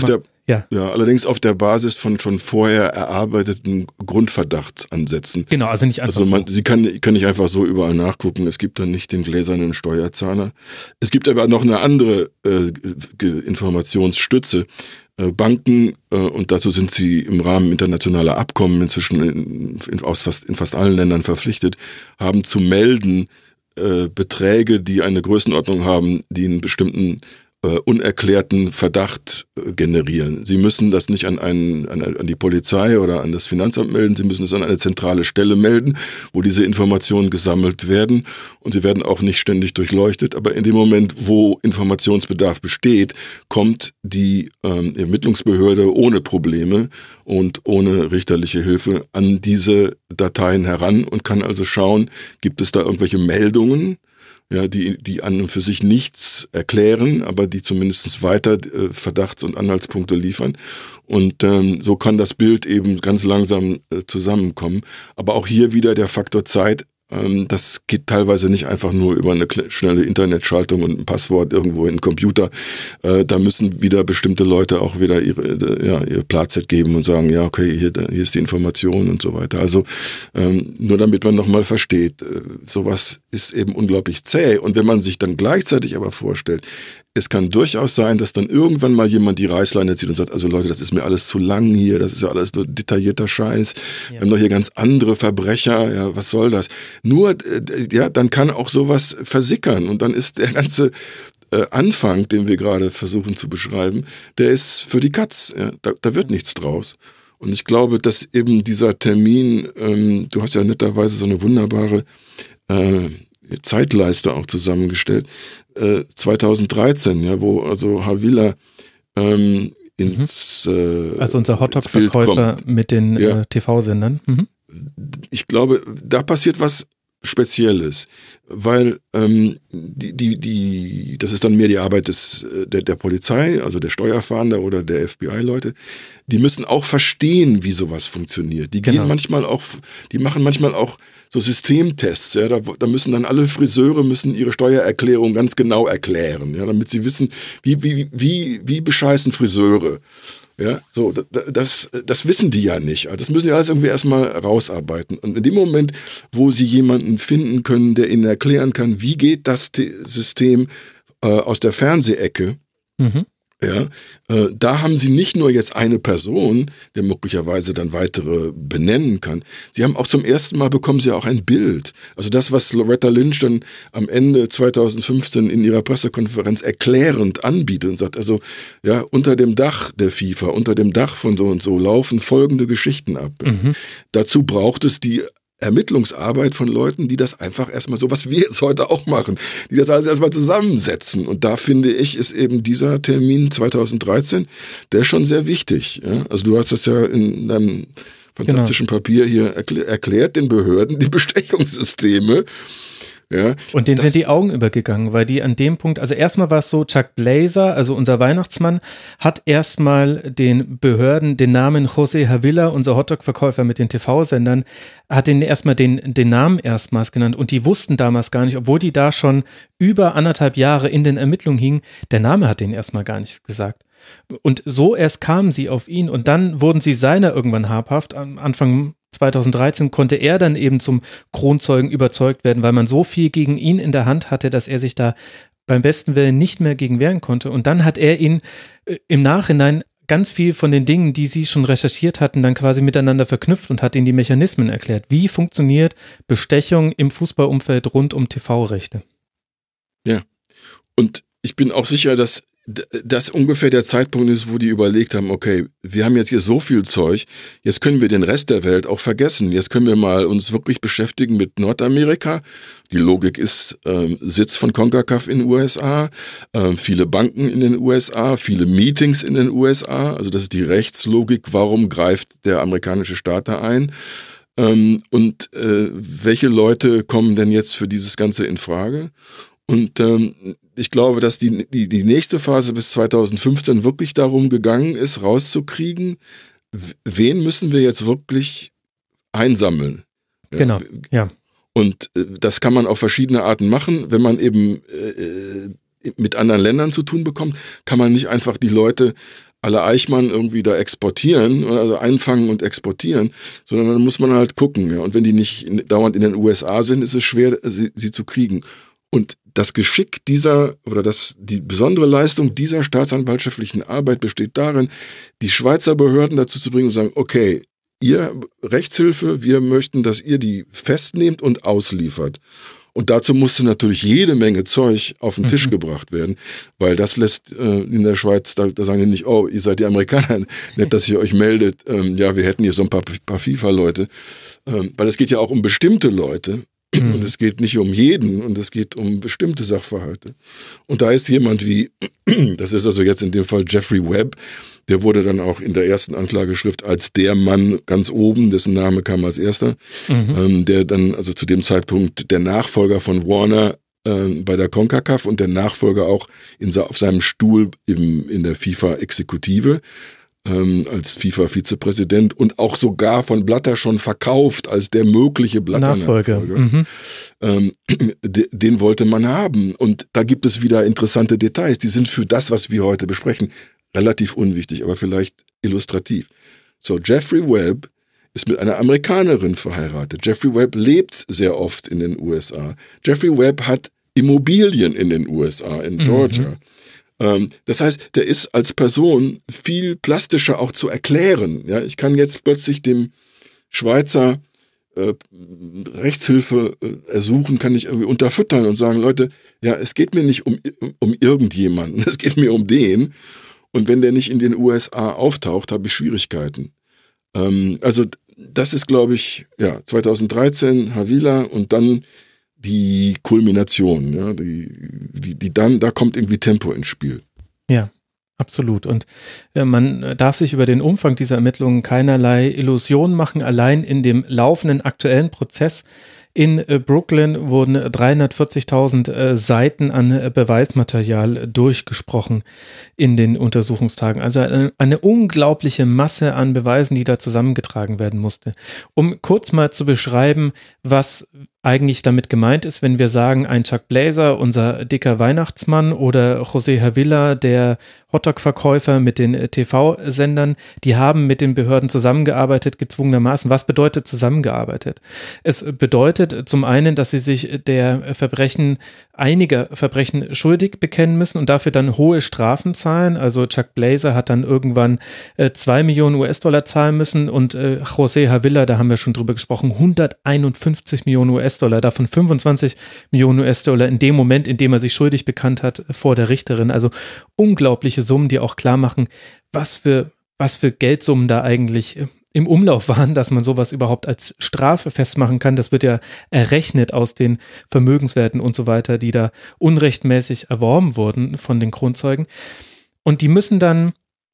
Ja. Ja, allerdings auf der Basis von schon vorher erarbeiteten Grundverdachtsansätzen. Genau, also nicht einfach so. Sie kann nicht einfach so überall nachgucken. Es gibt dann nicht den gläsernen Steuerzahler. Es gibt aber noch eine andere Informationsstütze. Banken, und dazu sind sie im Rahmen internationaler Abkommen inzwischen in fast allen Ländern verpflichtet, haben zu melden Beträge, die eine Größenordnung haben, die einen bestimmten unerklärten Verdacht generieren. Sie müssen das nicht an die Polizei oder an das Finanzamt melden, Sie müssen es an eine zentrale Stelle melden, wo diese Informationen gesammelt werden, und sie werden auch nicht ständig durchleuchtet, aber in dem Moment, wo Informationsbedarf besteht, kommt die Ermittlungsbehörde ohne Probleme und ohne richterliche Hilfe an diese Dateien heran und kann also schauen, gibt es da irgendwelche Meldungen, ja, die an und für sich nichts erklären, aber die zumindest weiter Verdachts- und Anhaltspunkte liefern. Und so kann das Bild eben ganz langsam zusammenkommen. Aber auch hier wieder der Faktor Zeit. Das geht teilweise nicht einfach nur über eine schnelle Internetschaltung und ein Passwort irgendwo in den Computer. Da müssen wieder bestimmte Leute auch wieder ihr Platz geben und sagen, ja, okay, hier ist die Information und so weiter. Also nur damit man nochmal versteht, sowas ist eben unglaublich zäh. Und wenn man sich dann gleichzeitig aber vorstellt, es kann durchaus sein, dass dann irgendwann mal jemand die Reißleine zieht und sagt, also Leute, das ist mir alles zu lang hier, das ist ja alles nur detaillierter Scheiß. Ja. Wir haben doch hier ganz andere Verbrecher, ja, was soll das? Nur, ja, dann kann auch sowas versickern und dann ist der ganze Anfang, den wir gerade versuchen zu beschreiben, der ist für die Katz. Ja, da wird nichts draus. Und ich glaube, dass eben dieser Termin, du hast ja netterweise so eine wunderbare Zeitleiste auch zusammengestellt, 2013, ja, wo also Havila also unser Hotdog-Verkäufer mit den TV-Sendern. Mhm. Ich glaube, da passiert was Spezielles, weil das ist dann mehr die Arbeit der Polizei, also der Steuerfahnder oder der FBI-Leute, die müssen auch verstehen, wie sowas funktioniert. Die gehen manchmal auch, die machen manchmal auch so Systemtests, ja, da müssen dann alle Friseure ihre Steuererklärung ganz genau erklären, ja, damit sie wissen, wie bescheißen Friseure. Ja, so, das wissen die ja nicht. Das müssen die alles irgendwie erstmal rausarbeiten. Und in dem Moment, wo sie jemanden finden können, der ihnen erklären kann, wie geht das System aus der Fernsehecke, ja, da haben sie nicht nur jetzt eine Person, der möglicherweise dann weitere benennen kann. Sie haben auch zum ersten Mal bekommen sie auch ein Bild. Also das, was Loretta Lynch dann am Ende 2015 in ihrer Pressekonferenz erklärend anbietet und sagt, also ja, unter dem Dach der FIFA, unter dem Dach von so und so laufen folgende Geschichten ab. Dazu braucht es die Ermittlungsarbeit von Leuten, die das einfach erstmal so, was wir jetzt heute auch machen, die das alles erstmal zusammensetzen. Und da finde ich, ist eben dieser Termin 2013, der ist schon sehr wichtig. Ja? Also du hast das ja in deinem fantastischen Papier hier erklärt, den Behörden die Bestechungssysteme. Ja, und denen sind die Augen übergegangen, weil die an dem Punkt, also erstmal war es so, Chuck Blazer, also unser Weihnachtsmann, hat erstmal den Behörden den Namen José Havila, unser Hotdog-Verkäufer mit den TV-Sendern, hat denen erstmal den Namen erstmals genannt und die wussten damals gar nicht, obwohl die da schon über 1,5 Jahre in den Ermittlungen hingen, der Name hat denen erstmal gar nichts gesagt. Und so erst kamen sie auf ihn und dann wurden sie seiner irgendwann habhaft, am Anfang 2013 konnte er dann eben zum Kronzeugen überzeugt werden, weil man so viel gegen ihn in der Hand hatte, dass er sich da beim besten Willen nicht mehr gegen wehren konnte. Und dann hat er ihn im Nachhinein ganz viel von den Dingen, die sie schon recherchiert hatten, dann quasi miteinander verknüpft und hat ihnen die Mechanismen erklärt. Wie funktioniert Bestechung im Fußballumfeld rund um TV-Rechte? Ja, und ich bin auch sicher, dass das ungefähr der Zeitpunkt ist, wo die überlegt haben, okay, wir haben jetzt hier so viel Zeug, jetzt können wir den Rest der Welt auch vergessen. Jetzt können wir mal uns wirklich beschäftigen mit Nordamerika. Die Logik ist Sitz von CONCACAF in den USA, viele Banken in den USA, viele Meetings in den USA. Also das ist die Rechtslogik, warum greift der amerikanische Staat da ein? Und welche Leute kommen denn jetzt für dieses Ganze in Frage? Und ich glaube, dass die nächste Phase bis 2015 wirklich darum gegangen ist, rauszukriegen, wen müssen wir jetzt wirklich einsammeln. Ja. Genau, ja. Und das kann man auf verschiedene Arten machen. Wenn man eben mit anderen Ländern zu tun bekommt, kann man nicht einfach die Leute alle Eichmann irgendwie da exportieren, also einfangen und exportieren, sondern dann muss man halt gucken. Ja. Und wenn die nicht dauernd in den USA sind, ist es schwer, sie zu kriegen. Und das Geschick die besondere Leistung dieser staatsanwaltschaftlichen Arbeit besteht darin, die Schweizer Behörden dazu zu bringen und sagen, okay, ihr Rechtshilfe, wir möchten, dass ihr die festnehmt und ausliefert. Und dazu musste natürlich jede Menge Zeug auf den Tisch gebracht werden, weil das lässt in der Schweiz, da sagen die nicht, oh, ihr seid die Amerikaner, nicht, dass ihr euch meldet, ja, wir hätten hier so ein paar FIFA-Leute, weil es geht ja auch um bestimmte Leute und es geht nicht um jeden und es geht um bestimmte Sachverhalte. Und da ist jemand wie, das ist also jetzt in dem Fall Jeffrey Webb, der wurde dann auch in der ersten Anklageschrift als der Mann ganz oben, dessen Name kam als erster, der dann also zu dem Zeitpunkt der Nachfolger von Warner bei der CONCACAF und der Nachfolger auch auf seinem Stuhl in der FIFA-Exekutive als FIFA-Vizepräsident und auch sogar von Blatter schon verkauft als der mögliche Blatter-Nachfolger. Den wollte man haben. Und da gibt es wieder interessante Details, die sind für das, was wir heute besprechen, relativ unwichtig, aber vielleicht illustrativ. So, Jeffrey Webb ist mit einer Amerikanerin verheiratet. Jeffrey Webb lebt sehr oft in den USA. Jeffrey Webb hat Immobilien in den USA, in Georgia. Das heißt, der ist als Person viel plastischer auch zu erklären. Ja, ich kann jetzt plötzlich dem Schweizer Rechtshilfe ersuchen, kann ich irgendwie unterfüttern und sagen, Leute, ja, es geht mir nicht um irgendjemanden, es geht mir um den. Und wenn der nicht in den USA auftaucht, habe ich Schwierigkeiten. Also das ist, glaube ich, ja, 2013 Havila und dann die Kulmination, ja, da kommt irgendwie Tempo ins Spiel. Ja, absolut. Und man darf sich über den Umfang dieser Ermittlungen keinerlei Illusionen machen. Allein in dem laufenden aktuellen Prozess in Brooklyn wurden 340.000 Seiten an Beweismaterial durchgesprochen in den Untersuchungstagen. Also eine unglaubliche Masse an Beweisen, die da zusammengetragen werden musste. Um kurz mal zu beschreiben, was eigentlich damit gemeint ist, wenn wir sagen, ein Chuck Blazer, unser dicker Weihnachtsmann, oder José Havila, der Hotdog-Verkäufer mit den TV-Sendern, die haben mit den Behörden zusammengearbeitet, gezwungenermaßen. Was bedeutet zusammengearbeitet? Es bedeutet zum einen, dass sie sich einiger Verbrechen schuldig bekennen müssen und dafür dann hohe Strafen zahlen. Also Chuck Blazer hat dann irgendwann 2 Millionen US-Dollar zahlen müssen und José Havila, da haben wir schon drüber gesprochen, 151 Millionen US-Dollar, davon 25 Millionen US-Dollar in dem Moment, in dem er sich schuldig bekannt hat vor der Richterin. Also unglaubliche Summen, die auch klar machen, was für Geldsummen da eigentlich im Umlauf waren, dass man sowas überhaupt als Strafe festmachen kann. Das wird ja errechnet aus den Vermögenswerten und so weiter, die da unrechtmäßig erworben wurden von den Kronzeugen. Und die müssen dann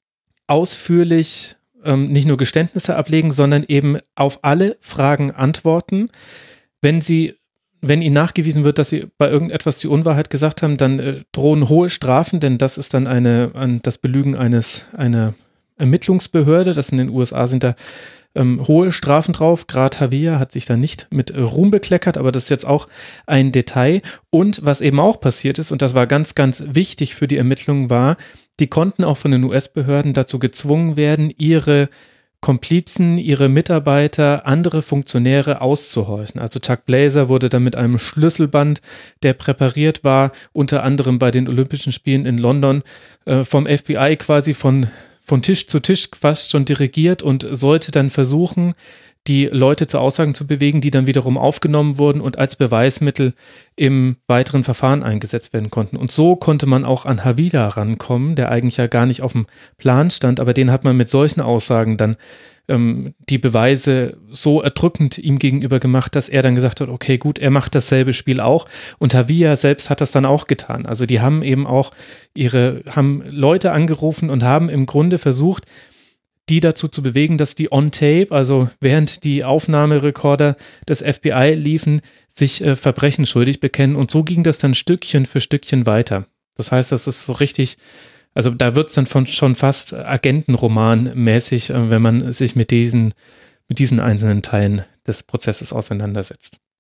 ausführlich nicht nur Geständnisse ablegen, sondern eben auf alle Fragen antworten. Eine Wenn Ihnen nachgewiesen wird, dass Sie bei irgendetwas die Unwahrheit gesagt haben, dann drohen hohe Strafen, denn das ist dann das Belügen einer Ermittlungsbehörde. Das in den USA sind da hohe Strafen drauf. Gerade Havila hat sich da nicht mit Ruhm bekleckert, aber das ist jetzt auch ein Detail. Und was eben auch passiert ist, und das war ganz, ganz wichtig für die Ermittlungen, war, die konnten auch von den US-Behörden dazu gezwungen werden, ihre Komplizen, ihre Mitarbeiter, andere Funktionäre auszuhorchen. Also Chuck Blazer wurde dann mit einem Schlüsselband, der präpariert war, unter anderem bei den Olympischen Spielen in London, vom FBI quasi von Tisch zu Tisch fast schon dirigiert und sollte dann versuchen, die Leute zu Aussagen zu bewegen, die dann wiederum aufgenommen wurden und als Beweismittel im weiteren Verfahren eingesetzt werden konnten. Und so konnte man auch an Havila rankommen, der eigentlich ja gar nicht auf dem Plan stand, aber den hat man mit solchen Aussagen dann die Beweise so erdrückend ihm gegenüber gemacht, dass er dann gesagt hat, okay, gut, er macht dasselbe Spiel auch. Und Havila selbst hat das dann auch getan. Also die haben eben auch haben Leute angerufen und haben im Grunde versucht, die dazu zu bewegen, dass die on tape, also während die Aufnahmerekorder des FBI liefen, sich Verbrechen schuldig bekennen. Und so ging das dann Stückchen für Stückchen weiter. Das heißt, das ist so richtig, also da wird es dann schon fast Agentenroman-mäßig, wenn man sich mit diesen einzelnen Teilen des Prozesses auseinandersetzt.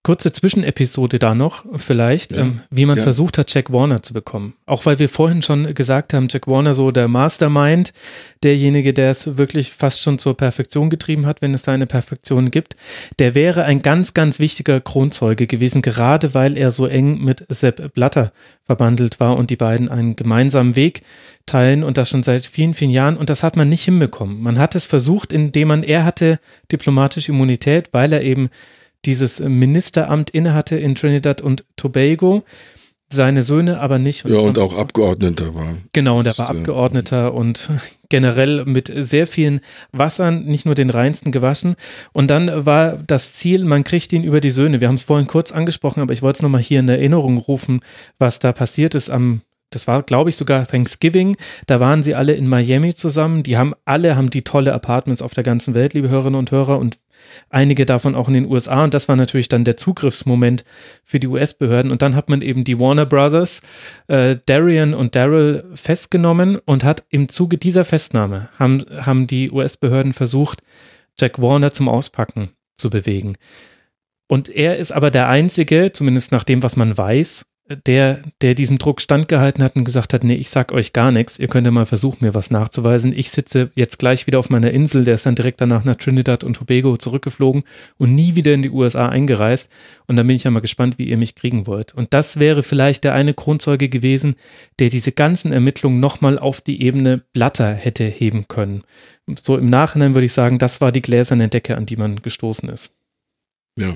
kurze Zwischenepisode da noch vielleicht, wie man versucht hat, Jack Warner zu bekommen. Auch weil wir vorhin schon gesagt haben, Jack Warner so der Mastermind, derjenige, der es wirklich fast schon zur Perfektion getrieben hat, wenn es da eine Perfektion gibt, der wäre ein ganz, ganz wichtiger Kronzeuge gewesen, gerade weil er so eng mit Sepp Blatter verbandelt war und die beiden einen gemeinsamen Weg teilen und das schon seit vielen, vielen Jahren, und das hat man nicht hinbekommen. Man hat es versucht, indem er hatte diplomatische Immunität, weil er eben dieses Ministeramt innehatte in Trinidad und Tobago, seine Söhne aber nicht. Und auch Abgeordneter war. Genau, und er war Abgeordneter und generell mit sehr vielen Wassern, nicht nur den reinsten gewaschen. Und dann war das Ziel, man kriegt ihn über die Söhne. Wir haben es vorhin kurz angesprochen, aber ich wollte es nochmal hier in Erinnerung rufen, was da passiert ist das war, glaube ich, sogar Thanksgiving. Da waren sie alle in Miami zusammen. Die haben die tolle Apartments auf der ganzen Welt, liebe Hörerinnen und Hörer, und einige davon auch in den USA. Und das war natürlich dann der Zugriffsmoment für die US-Behörden. Und dann hat man eben die Warner Brothers, Darian und Daryl festgenommen und hat im Zuge dieser Festnahme haben die US-Behörden versucht, Jack Warner zum Auspacken zu bewegen. Und er ist aber der Einzige, zumindest nach dem, was man weiß, der diesem Druck standgehalten hat und gesagt hat, nee, ich sag euch gar nichts, ihr könnt ja mal versuchen, mir was nachzuweisen. Ich sitze jetzt gleich wieder auf meiner Insel, der ist dann direkt danach nach Trinidad und Tobago zurückgeflogen und nie wieder in die USA eingereist. Und dann bin ich ja mal gespannt, wie ihr mich kriegen wollt. Und das wäre vielleicht der eine Kronzeuge gewesen, der diese ganzen Ermittlungen nochmal auf die Ebene Blatter hätte heben können. So im Nachhinein würde ich sagen, das war die gläserne Decke, an die man gestoßen ist. Ja,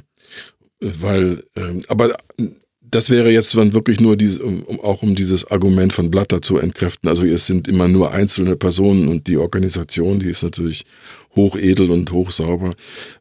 weil, aber das wäre jetzt dann wirklich nur um dieses Argument von Blatter zu entkräften. Also es sind immer nur einzelne Personen und die Organisation, die ist natürlich hochedel und hochsauber.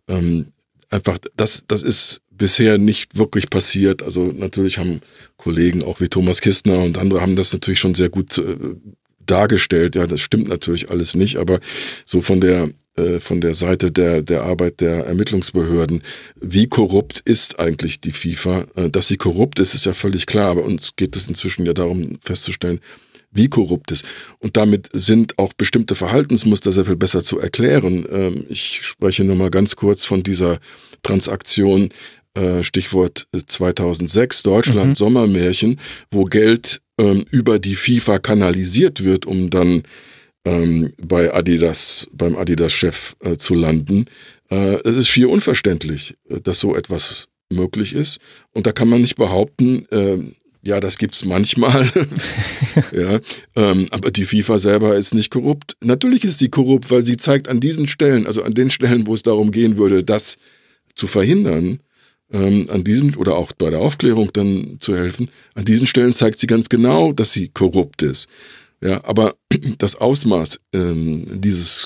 Einfach, das ist bisher nicht wirklich passiert. Also natürlich haben Kollegen auch wie Thomas Kistner und andere haben das natürlich schon sehr gut dargestellt. Ja, das stimmt natürlich alles nicht, aber so von der Seite der Arbeit der Ermittlungsbehörden, wie korrupt ist eigentlich die FIFA? Dass sie korrupt ist ja völlig klar, aber uns geht es inzwischen ja darum festzustellen, wie korrupt ist. Und damit sind auch bestimmte Verhaltensmuster sehr viel besser zu erklären. Ich spreche nur mal ganz kurz von dieser Transaktion, Stichwort 2006, Deutschland Sommermärchen, wo Geld über die FIFA kanalisiert wird, um dann beim Adidas-Chef zu landen. Es ist schier unverständlich, dass so etwas möglich ist. Und da kann man nicht behaupten, das gibt's manchmal. Ja, aber die FIFA selber ist nicht korrupt. Natürlich ist sie korrupt, weil sie zeigt an diesen Stellen, also an den Stellen, wo es darum gehen würde, das zu verhindern, an diesen oder auch bei der Aufklärung dann zu helfen, an diesen Stellen zeigt sie ganz genau, dass sie korrupt ist. Ja, aber das Ausmaß dieses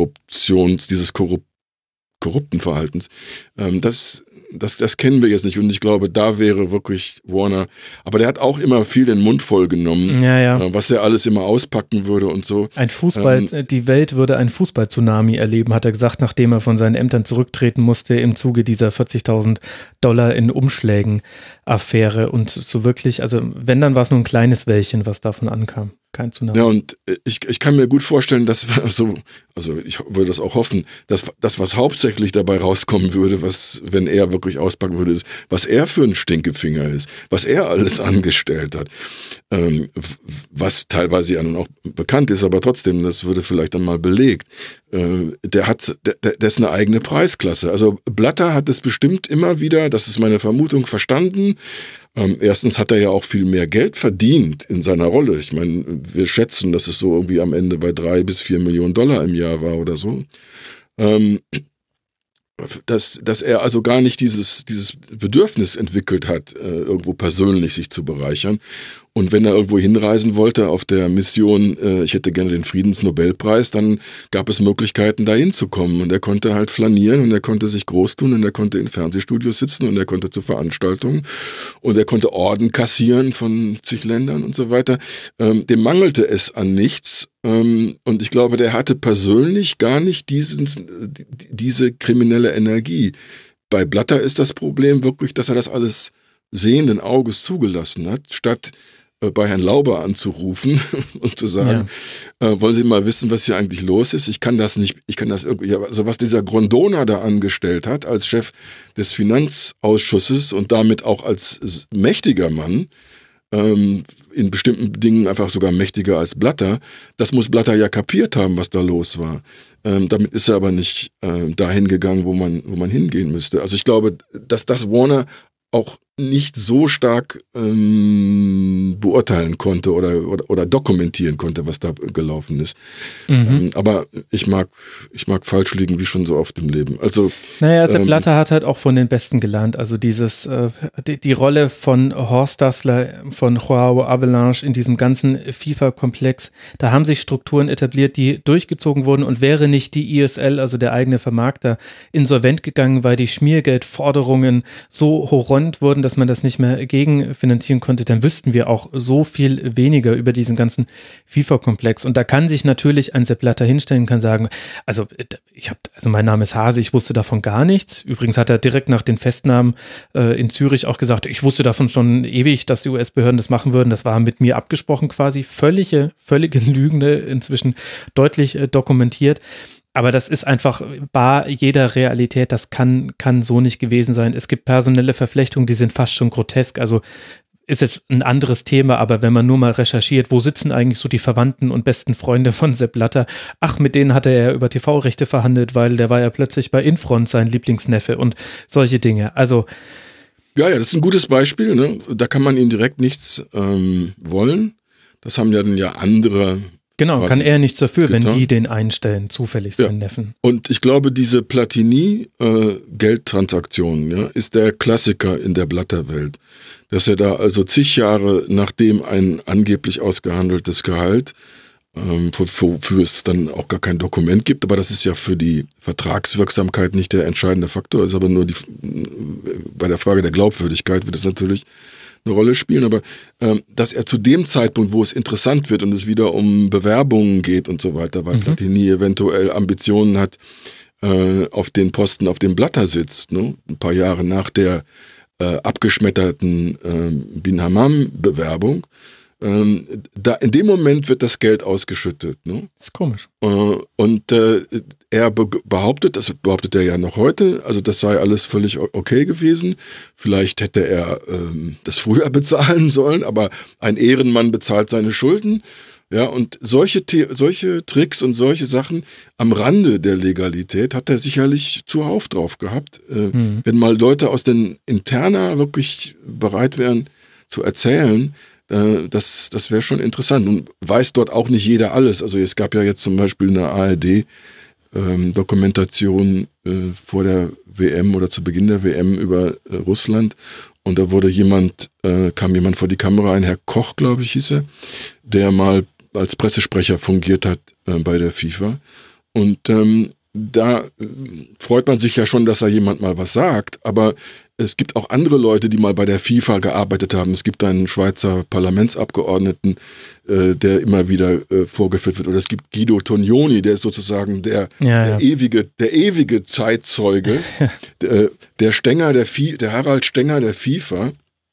korrupten Verhaltens, das kennen wir jetzt nicht, und ich glaube, da wäre wirklich Warner, aber der hat auch immer viel den Mund voll genommen, was er alles immer auspacken würde und so. Die Welt würde einen Fußball-Tsunami erleben, hat er gesagt, nachdem er von seinen Ämtern zurücktreten musste im Zuge dieser $40.000 in Umschlägen-Affäre, und so wirklich, also wenn, dann war es nur ein kleines Wellchen, was davon ankam. Kein Tsunami. Ja, und ich kann mir gut vorstellen, dass also ich würde das auch hoffen, dass das, was hauptsächlich dabei rauskommen würde, wenn er wirklich auspacken würde, ist, was er für ein Stinkefinger ist, was er alles angestellt hat, was teilweise ja nun auch bekannt ist, aber trotzdem, das würde vielleicht dann mal belegt. Der ist eine eigene Preisklasse. Also Blatter hat es bestimmt immer wieder, das ist meine Vermutung, verstanden. Erstens hat er ja auch viel mehr Geld verdient in seiner Rolle. Ich meine, wir schätzen, dass es so irgendwie am Ende bei 3 bis 4 Millionen Dollar im Jahr war oder so. Dass er also gar nicht dieses Bedürfnis entwickelt hat, irgendwo persönlich sich zu bereichern. Und wenn er irgendwo hinreisen wollte auf der Mission, ich hätte gerne den Friedensnobelpreis, dann gab es Möglichkeiten, da hinzukommen. Und er konnte halt flanieren und er konnte sich groß tun und er konnte in Fernsehstudios sitzen und er konnte zu Veranstaltungen und er konnte Orden kassieren von zig Ländern und so weiter. Dem mangelte es an nichts. Und ich glaube, der hatte persönlich gar nicht diese kriminelle Energie. Bei Blatter ist das Problem wirklich, dass er das alles sehenden Auges zugelassen hat, statt bei Herrn Lauber anzurufen und zu sagen, wollen Sie mal wissen, was hier eigentlich los ist? Ich kann das irgendwie, also was dieser Grondona da angestellt hat als Chef des Finanzausschusses und damit auch als mächtiger Mann, in bestimmten Dingen einfach sogar mächtiger als Blatter, das muss Blatter ja kapiert haben, was da los war. Damit ist er aber nicht dahin gegangen, wo man hingehen müsste. Also ich glaube, dass das Warner auch nicht so stark beurteilen konnte oder dokumentieren konnte, was da gelaufen ist. Aber ich mag falsch liegen, wie schon so oft im Leben. Also Sepp Blatter hat halt auch von den Besten gelernt. Also die Rolle von Horst Dassler, von Joao Avalanche in diesem ganzen FIFA-Komplex, da haben sich Strukturen etabliert, die durchgezogen wurden, und wäre nicht die ISL, also der eigene Vermarkter, insolvent gegangen, weil die Schmiergeldforderungen so horrend wurden, dass man das nicht mehr gegenfinanzieren konnte, dann wüssten wir auch so viel weniger über diesen ganzen FIFA-Komplex. Und da kann sich natürlich ein Sepp Blatter hinstellen und kann sagen, also mein Name ist Hase, ich wusste davon gar nichts. Übrigens hat er direkt nach den Festnahmen in Zürich auch gesagt, ich wusste davon schon ewig, dass die US-Behörden das machen würden. Das war mit mir abgesprochen quasi. Völlige Lüge, inzwischen deutlich dokumentiert. Aber das ist einfach bar jeder Realität, das kann so nicht gewesen sein. Es gibt personelle Verflechtungen, die sind fast schon grotesk. Also ist jetzt ein anderes Thema, aber wenn man nur mal recherchiert, wo sitzen eigentlich so die Verwandten und besten Freunde von Sepp Blatter? Ach, mit denen hatte er über TV-Rechte verhandelt, weil der war ja plötzlich bei Infront sein Lieblingsneffe und solche Dinge. Also ja, das ist ein gutes Beispiel. Ne? Da kann man ihm direkt nichts wollen. Das haben dann ja andere. Genau, kann er nichts dafür, wenn die den einstellen, zufällig seinen Neffen. Und ich glaube, diese Platini-Geldtransaktion ist der Klassiker in der Blatterwelt. Dass er da also zig Jahre nachdem ein angeblich ausgehandeltes Gehalt, wofür es dann auch gar kein Dokument gibt, aber das ist ja für die Vertragswirksamkeit nicht der entscheidende Faktor, ist aber nur bei der Frage der Glaubwürdigkeit wird es natürlich eine Rolle spielen, aber dass er zu dem Zeitpunkt, wo es interessant wird und es wieder um Bewerbungen geht und so weiter, weil Platini eventuell Ambitionen hat, auf den Posten, auf dem Blatter sitzt, ne? Ein paar Jahre nach der abgeschmetterten Bin Hammam-Bewerbung, da in dem Moment wird das Geld ausgeschüttet. Ne? Das ist komisch. Und er behauptet, das behauptet er ja noch heute, also das sei alles völlig okay gewesen. Vielleicht hätte er das früher bezahlen sollen, aber ein Ehrenmann bezahlt seine Schulden. Ja, und solche Tricks und solche Sachen am Rande der Legalität hat er sicherlich zuhauf drauf gehabt. Wenn mal Leute aus den Interna wirklich bereit wären zu erzählen, das wäre schon interessant. Und weiß dort auch nicht jeder alles. Also es gab ja jetzt zum Beispiel eine ARD-Dokumentation vor der WM oder zu Beginn der WM über Russland. Und da kam jemand vor die Kamera, ein Herr Koch, glaube ich, hieß er, der mal als Pressesprecher fungiert hat bei der FIFA. Und da freut man sich ja schon, dass da jemand mal was sagt, aber es gibt auch andere Leute, die mal bei der FIFA gearbeitet haben. Es gibt einen Schweizer Parlamentsabgeordneten, der immer wieder vorgeführt wird. Oder es gibt Guido Tognoni, der ist sozusagen der ewige Zeitzeuge, der Harald Stenger der FIFA,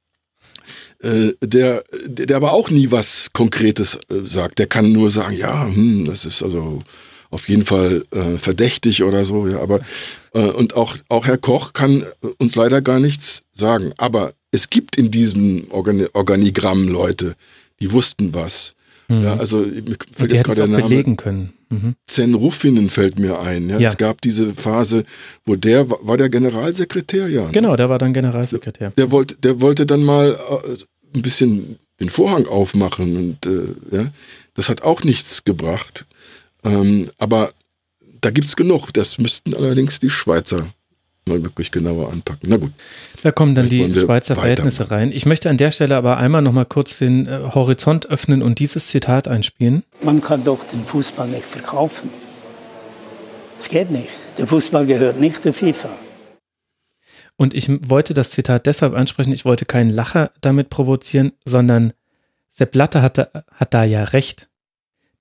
der aber auch nie was Konkretes sagt. Der kann nur sagen, das ist also auf jeden Fall verdächtig oder so, ja, aber und auch Herr Koch kann uns leider gar nichts sagen. Aber es gibt in diesem Organigramm Leute, die wussten was. Ja, also mir fällt jetzt gerade der Name belegen können. Zen Ruffinen fällt mir ein. Ja. Es gab diese Phase, wo war der Generalsekretär, ja. Genau, der war dann Generalsekretär. Der wollte dann mal ein bisschen den Vorhang aufmachen und das hat auch nichts gebracht. Aber da gibt es genug. Das müssten allerdings die Schweizer mal wirklich genauer anpacken. Na gut. Da kommen dann die Schweizer Verhältnisse rein. Ich möchte an der Stelle aber einmal noch mal kurz den Horizont öffnen und dieses Zitat einspielen. Man kann doch den Fußball nicht verkaufen. Es geht nicht. Der Fußball gehört nicht der FIFA. Und ich wollte das Zitat deshalb ansprechen, ich wollte keinen Lacher damit provozieren, sondern Sepp Blatter hat da ja recht.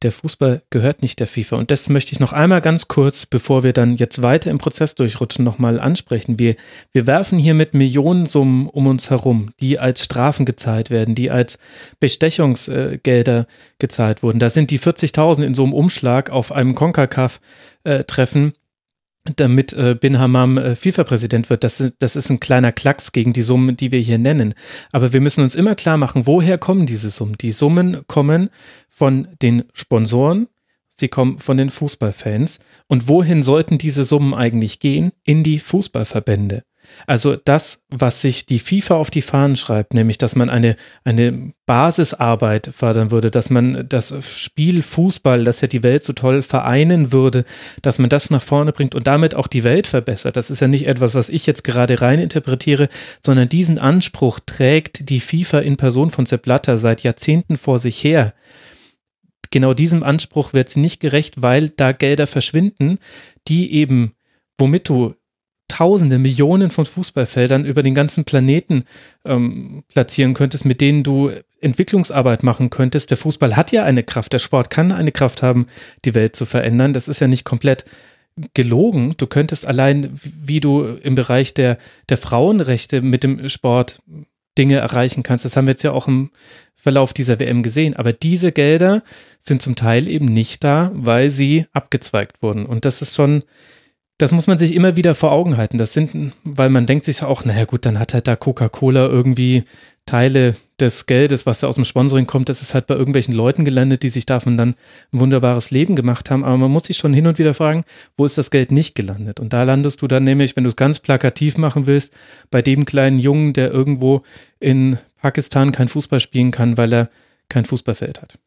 der Fußball gehört nicht der FIFA. Und das möchte ich noch einmal ganz kurz, bevor wir dann jetzt weiter im Prozess durchrutschen, nochmal ansprechen. Wir werfen hier mit Millionensummen um uns herum, die als Strafen gezahlt werden, die als Bestechungsgelder gezahlt wurden. Da sind die 40.000 in so einem Umschlag auf einem CONCACAF-Treffen, damit Bin Hammam FIFA-Präsident wird. Das ist ein kleiner Klacks gegen die Summen, die wir hier nennen. Aber wir müssen uns immer klar machen, woher kommen diese Summen? Die Summen kommen von den Sponsoren, sie kommen von den Fußballfans. Und wohin sollten diese Summen eigentlich gehen? In die Fußballverbände. Also das, was sich die FIFA auf die Fahnen schreibt, nämlich, dass man eine Basisarbeit fördern würde, dass man das Spiel Fußball, das ja die Welt so toll vereinen würde, dass man das nach vorne bringt und damit auch die Welt verbessert. Das ist ja nicht etwas, was ich jetzt gerade rein interpretiere, sondern diesen Anspruch trägt die FIFA in Person von Sepp Blatter seit Jahrzehnten vor sich her. Genau diesem Anspruch wird sie nicht gerecht, weil da Gelder verschwinden, die eben, womit du Tausende, Millionen von Fußballfeldern über den ganzen Planeten platzieren könntest, mit denen du Entwicklungsarbeit machen könntest. Der Fußball hat ja eine Kraft, der Sport kann eine Kraft haben, die Welt zu verändern. Das ist ja nicht komplett gelogen. Du könntest allein, wie du im Bereich der Frauenrechte mit dem Sport Dinge erreichen kannst. Das haben wir jetzt ja auch im Verlauf dieser WM gesehen. Aber diese Gelder sind zum Teil eben nicht da, weil sie abgezweigt wurden. Und das ist schon... Das muss man sich immer wieder vor Augen halten. Das sind, weil man denkt sich auch, naja gut, dann hat halt da Coca-Cola irgendwie Teile des Geldes, was da aus dem Sponsoring kommt, das ist halt bei irgendwelchen Leuten gelandet, die sich davon dann ein wunderbares Leben gemacht haben. Aber man muss sich schon hin und wieder fragen, wo ist das Geld nicht gelandet? Und da landest du dann nämlich, wenn du es ganz plakativ machen willst, bei dem kleinen Jungen, der irgendwo in Pakistan kein Fußball spielen kann, weil er kein Fußballfeld hat.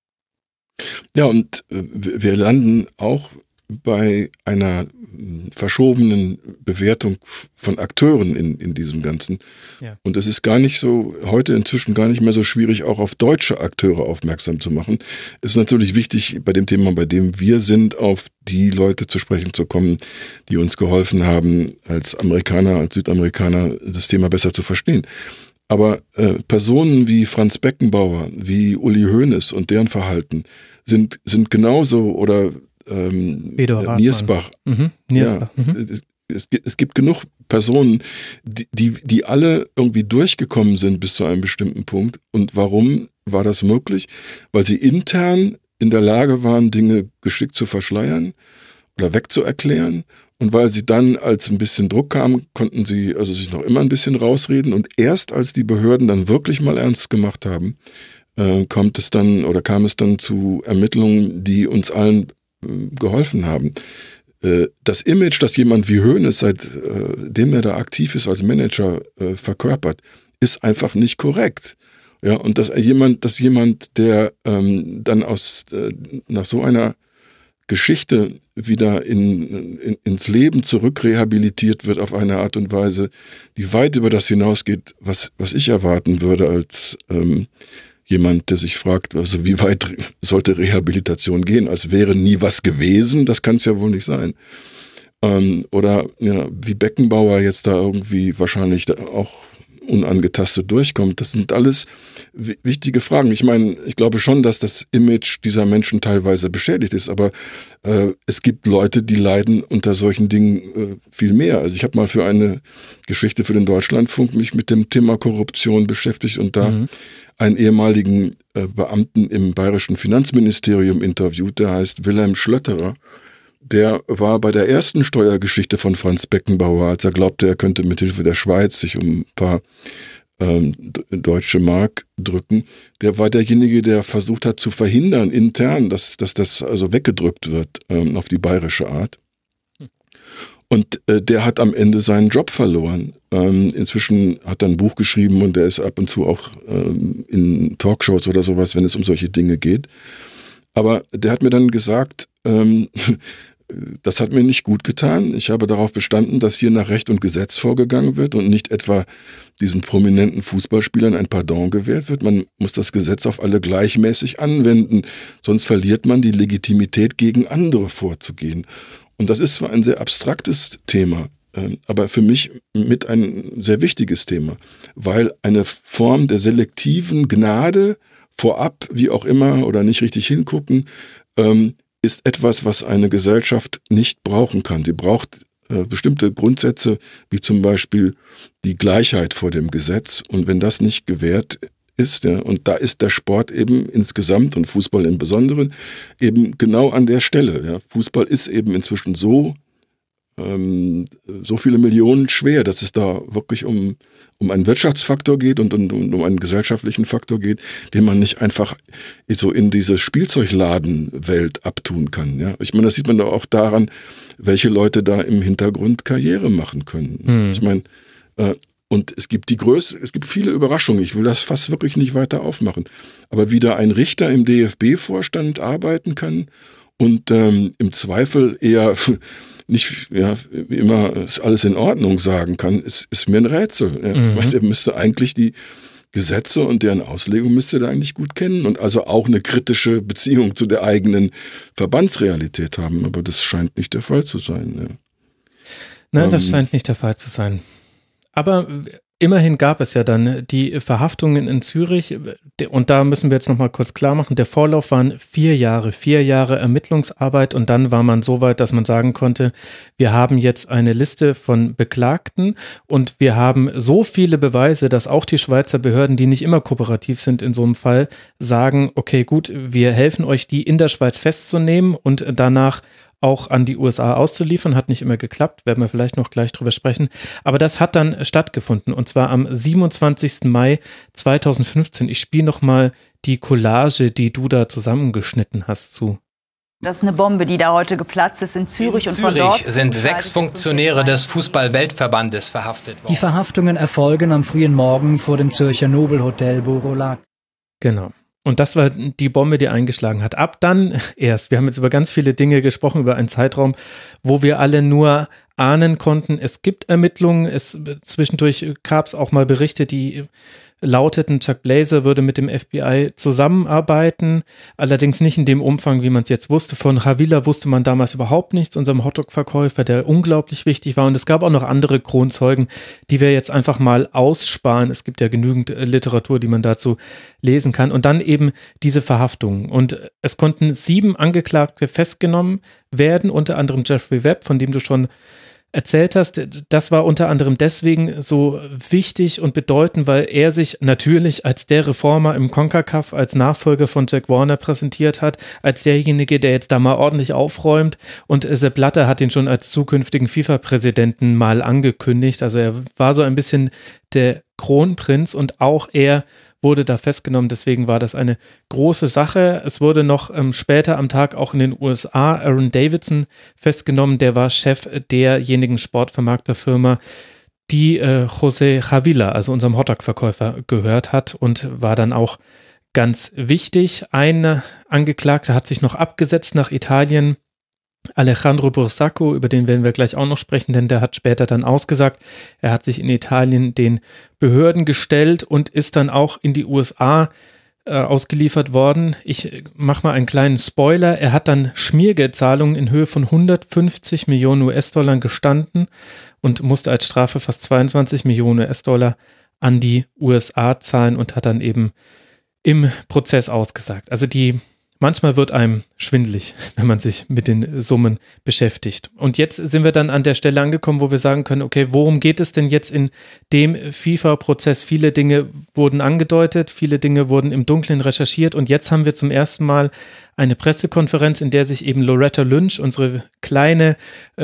Ja, und wir landen auch bei einer verschobenen Bewertung von Akteuren in diesem Ganzen. Ja. Und es ist gar nicht so, heute inzwischen gar nicht mehr so schwierig, auch auf deutsche Akteure aufmerksam zu machen. Es ist natürlich wichtig, bei dem Thema, bei dem wir sind, auf die Leute zu sprechen zu kommen, die uns geholfen haben, als Amerikaner, als Südamerikaner, das Thema besser zu verstehen. Aber Personen wie Franz Beckenbauer, wie Uli Hoeneß und deren Verhalten sind genauso, oder Niersbach. Niersbach. Ja, es gibt genug Personen, die alle irgendwie durchgekommen sind bis zu einem bestimmten Punkt. Und warum war das möglich? Weil sie intern in der Lage waren, Dinge geschickt zu verschleiern oder wegzuerklären. Und weil sie dann, als ein bisschen Druck kam, konnten sie also sich noch immer ein bisschen rausreden. Und erst als die Behörden dann wirklich mal ernst gemacht haben, kam es dann zu Ermittlungen, die uns allen geholfen haben. Das Image, das jemand wie Hoeneß, seitdem er da aktiv ist als Manager, verkörpert, ist einfach nicht korrekt. Ja, und dass jemand, der dann nach so einer Geschichte wieder ins Leben zurück rehabilitiert wird auf eine Art und Weise, die weit über das hinausgeht, was ich erwarten würde als jemand, der sich fragt, also wie weit sollte Rehabilitation gehen, als wäre nie was gewesen, das kann es ja wohl nicht sein. Oder ja, wie Beckenbauer jetzt da irgendwie wahrscheinlich auch unangetastet durchkommt, das sind alles wichtige Fragen. Ich meine, ich glaube schon, dass das Image dieser Menschen teilweise beschädigt ist, aber es gibt Leute, die leiden unter solchen Dingen viel mehr. Also ich habe mal für eine Geschichte für den Deutschlandfunk mich mit dem Thema Korruption beschäftigt und da einen ehemaligen Beamten im bayerischen Finanzministerium interviewt, der heißt Wilhelm Schlötterer. Der war bei der ersten Steuergeschichte von Franz Beckenbauer, als er glaubte, er könnte mit Hilfe der Schweiz sich um ein paar deutsche Mark drücken. Der war derjenige, der versucht hat zu verhindern intern, dass das also weggedrückt wird auf die bayerische Art. Und der hat am Ende seinen Job verloren. Inzwischen hat er ein Buch geschrieben und der ist ab und zu auch in Talkshows oder sowas, wenn es um solche Dinge geht. Aber der hat mir dann gesagt, das hat mir nicht gut getan. Ich habe darauf bestanden, dass hier nach Recht und Gesetz vorgegangen wird und nicht etwa diesen prominenten Fußballspielern ein Pardon gewährt wird. Man muss das Gesetz auf alle gleichmäßig anwenden, sonst verliert man die Legitimität, gegen andere vorzugehen. Und das ist zwar ein sehr abstraktes Thema, aber für mich mit ein sehr wichtiges Thema, weil eine Form der selektiven Gnade vorab, wie auch immer, oder nicht richtig hingucken, ist etwas, was eine Gesellschaft nicht brauchen kann. Sie braucht bestimmte Grundsätze, wie zum Beispiel die Gleichheit vor dem Gesetz. Und wenn das nicht gewährt ist, ja, und da ist der Sport eben insgesamt und Fußball im Besonderen eben genau an der Stelle. Ja. Fußball ist eben inzwischen so viele Millionen schwer, dass es da wirklich um einen Wirtschaftsfaktor geht und um einen gesellschaftlichen Faktor geht, den man nicht einfach so in diese Spielzeugladenwelt abtun kann. Ja? Ich meine, das sieht man doch auch daran, welche Leute da im Hintergrund Karriere machen können. Ich meine, und es gibt viele Überraschungen. Ich will das fast wirklich nicht weiter aufmachen. Aber wie da ein Richter im DFB-Vorstand arbeiten kann und im Zweifel eher nicht wie immer ist alles in Ordnung sagen kann, ist mir ein Rätsel. Ja. Weil der müsste eigentlich die Gesetze und deren Auslegung müsste er eigentlich gut kennen und also auch eine kritische Beziehung zu der eigenen Verbandsrealität haben. Aber das scheint nicht der Fall zu sein. Ja. Nein, das scheint nicht der Fall zu sein. Aber immerhin gab es ja dann die Verhaftungen in Zürich und da müssen wir jetzt nochmal kurz klar machen, der Vorlauf waren 4 Jahre Ermittlungsarbeit und dann war man so weit, dass man sagen konnte, wir haben jetzt eine Liste von Beklagten und wir haben so viele Beweise, dass auch die Schweizer Behörden, die nicht immer kooperativ sind in so einem Fall, sagen, okay gut, wir helfen euch, die in der Schweiz festzunehmen und danach auch an die USA auszuliefern, hat nicht immer geklappt, werden wir vielleicht noch gleich drüber sprechen, aber das hat dann stattgefunden und zwar am 27. Mai 2015. Ich spiele nochmal die Collage, die du da zusammengeschnitten hast, zu. Das ist eine Bombe, die da heute geplatzt ist in Zürich. In Zürich sind 6 Funktionäre des Fußball-Weltverbandes verhaftet worden. Die Verhaftungen erfolgen am frühen Morgen vor dem Zürcher Nobelhotel Bourolac. Genau. Und das war die Bombe, die eingeschlagen hat. Ab dann erst, wir haben jetzt über ganz viele Dinge gesprochen, über einen Zeitraum, wo wir alle nur ahnen konnten, es gibt Ermittlungen, zwischendurch gab es auch mal Berichte, die lauteten, Chuck Blazer würde mit dem FBI zusammenarbeiten, allerdings nicht in dem Umfang, wie man es jetzt wusste. Von Havila wusste man damals überhaupt nichts, unserem Hotdog-Verkäufer, der unglaublich wichtig war. Und es gab auch noch andere Kronzeugen, die wir jetzt einfach mal aussparen. Es gibt ja genügend Literatur, die man dazu lesen kann. Und dann eben diese Verhaftungen. Und es konnten 7 Angeklagte festgenommen werden, unter anderem Jeffrey Webb, von dem du schon erzählt hast. Das war unter anderem deswegen so wichtig und bedeutend, weil er sich natürlich als der Reformer im CONCACAF, als Nachfolger von Jack Warner präsentiert hat, als derjenige, der jetzt da mal ordentlich aufräumt, und Sepp Blatter hat ihn schon als zukünftigen FIFA-Präsidenten mal angekündigt. Also er war so ein bisschen der Kronprinz und auch er wurde da festgenommen, deswegen war das eine große Sache. Es wurde noch später am Tag auch in den USA Aaron Davidson festgenommen, der war Chef derjenigen Sportvermarkterfirma, die José Havila, also unserem Hotdog-Verkäufer, gehört hat und war dann auch ganz wichtig. Ein Angeklagter hat sich noch abgesetzt nach Italien, Alejandro Bursaco, über den werden wir gleich auch noch sprechen, denn der hat später dann ausgesagt, er hat sich in Italien den Behörden gestellt und ist dann auch in die USA ausgeliefert worden. Ich mache mal einen kleinen Spoiler, er hat dann Schmiergeldzahlungen in Höhe von 150 Millionen US-Dollar gestanden und musste als Strafe fast 22 Millionen US-Dollar an die USA zahlen und hat dann eben im Prozess ausgesagt. Also manchmal wird einem schwindelig, wenn man sich mit den Summen beschäftigt. Und jetzt sind wir dann an der Stelle angekommen, wo wir sagen können, okay, worum geht es denn jetzt in dem FIFA-Prozess? Viele Dinge wurden angedeutet, viele Dinge wurden im Dunkeln recherchiert und jetzt haben wir zum ersten Mal eine Pressekonferenz, in der sich eben Loretta Lynch, unsere kleine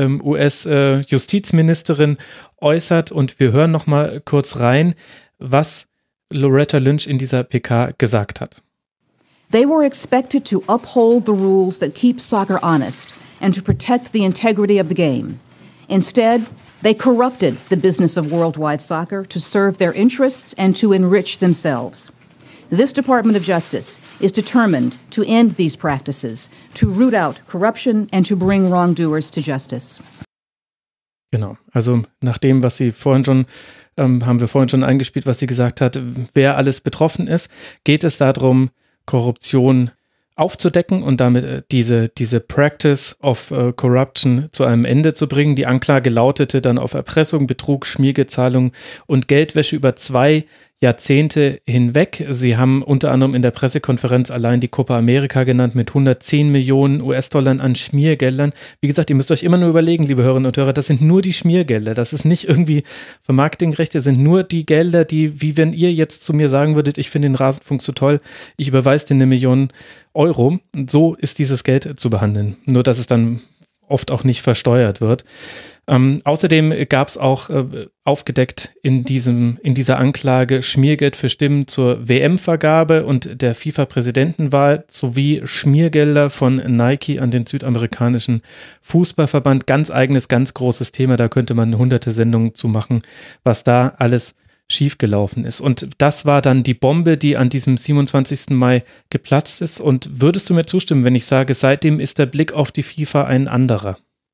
US-Justizministerin, äußert und wir hören noch mal kurz rein, was Loretta Lynch in dieser PK gesagt hat. They were expected to uphold the rules that keep soccer honest and to protect the integrity of the game. Instead, they corrupted the business of worldwide soccer to serve their interests and to enrich themselves. This Department of Justice is determined to end these practices, to root out corruption and to bring wrongdoers to justice. Genau, also nach dem, was sie vorhin schon haben wir vorhin schon eingespielt, was sie gesagt hat, wer alles betroffen ist, geht es darum, Korruption aufzudecken und damit diese Practice of Corruption zu einem Ende zu bringen. Die Anklage lautete dann auf Erpressung, Betrug, Schmiergeldzahlung und Geldwäsche über 2 Jahrzehnte hinweg. Sie haben unter anderem in der Pressekonferenz allein die Copa America genannt mit 110 Millionen US-Dollar an Schmiergeldern. Wie gesagt, ihr müsst euch immer nur überlegen, liebe Hörerinnen und Hörer, das sind nur die Schmiergelder. Das ist nicht irgendwie Vermarktingrechte, sind nur die Gelder, die, wie wenn ihr jetzt zu mir sagen würdet, ich finde den Rasenfunk so toll, ich überweise dir 1 Million Euro. Und so ist dieses Geld zu behandeln. Nur, dass es dann oft auch nicht versteuert wird. Außerdem gab es auch aufgedeckt in dieser Anklage Schmiergeld für Stimmen zur WM-Vergabe und der FIFA-Präsidentenwahl sowie Schmiergelder von Nike an den südamerikanischen Fußballverband. Ganz eigenes, ganz großes Thema, da könnte man hunderte Sendungen zu machen, was da alles schiefgelaufen ist. Und das war dann die Bombe, die an diesem 27. Mai geplatzt ist. Und würdest du mir zustimmen, wenn ich sage, seitdem ist der Blick auf die FIFA ein anderer?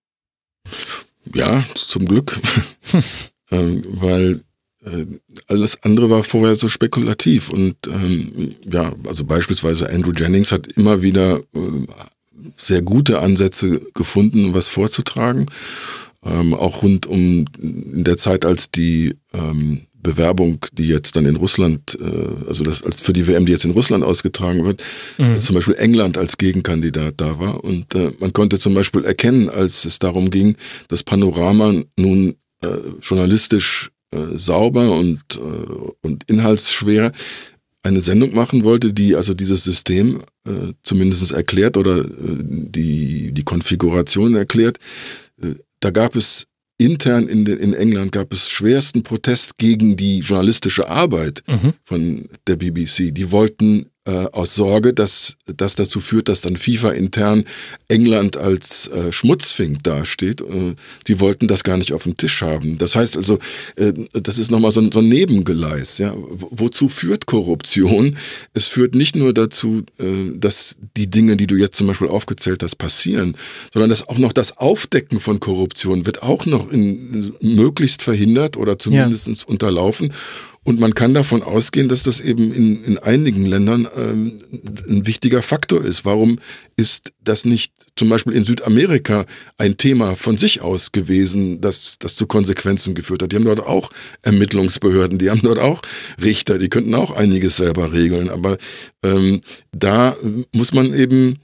Ja, zum Glück, weil alles andere war vorher so spekulativ und also beispielsweise Andrew Jennings hat immer wieder sehr gute Ansätze gefunden, was vorzutragen, auch rund um in der Zeit, als die Bewerbung, die jetzt dann in Russland, als für die WM, die jetzt in Russland ausgetragen wird, zum Beispiel England als Gegenkandidat da war. Und man konnte zum Beispiel erkennen, als es darum ging, dass Panorama nun journalistisch sauber und inhaltsschwer eine Sendung machen wollte, die also dieses System zumindest erklärt oder die Konfiguration erklärt. Da gab es intern in England gab es schwersten Protest gegen die journalistische Arbeit von der BBC. Die wollten aus Sorge, dass das dazu führt, dass dann FIFA intern England als Schmutzfink dasteht. Die wollten das gar nicht auf dem Tisch haben. Das heißt also, das ist nochmal so ein Nebengeleis. Ja? Wozu führt Korruption? Es führt nicht nur dazu, dass die Dinge, die du jetzt zum Beispiel aufgezählt hast, passieren, sondern dass auch noch das Aufdecken von Korruption wird auch noch möglichst verhindert oder zumindest unterlaufen. Und man kann davon ausgehen, dass das eben in einigen Ländern ein wichtiger Faktor ist. Warum ist das nicht zum Beispiel in Südamerika ein Thema von sich aus gewesen, das zu Konsequenzen geführt hat? Die haben dort auch Ermittlungsbehörden, die haben dort auch Richter, die könnten auch einiges selber regeln. Aber da muss man eben,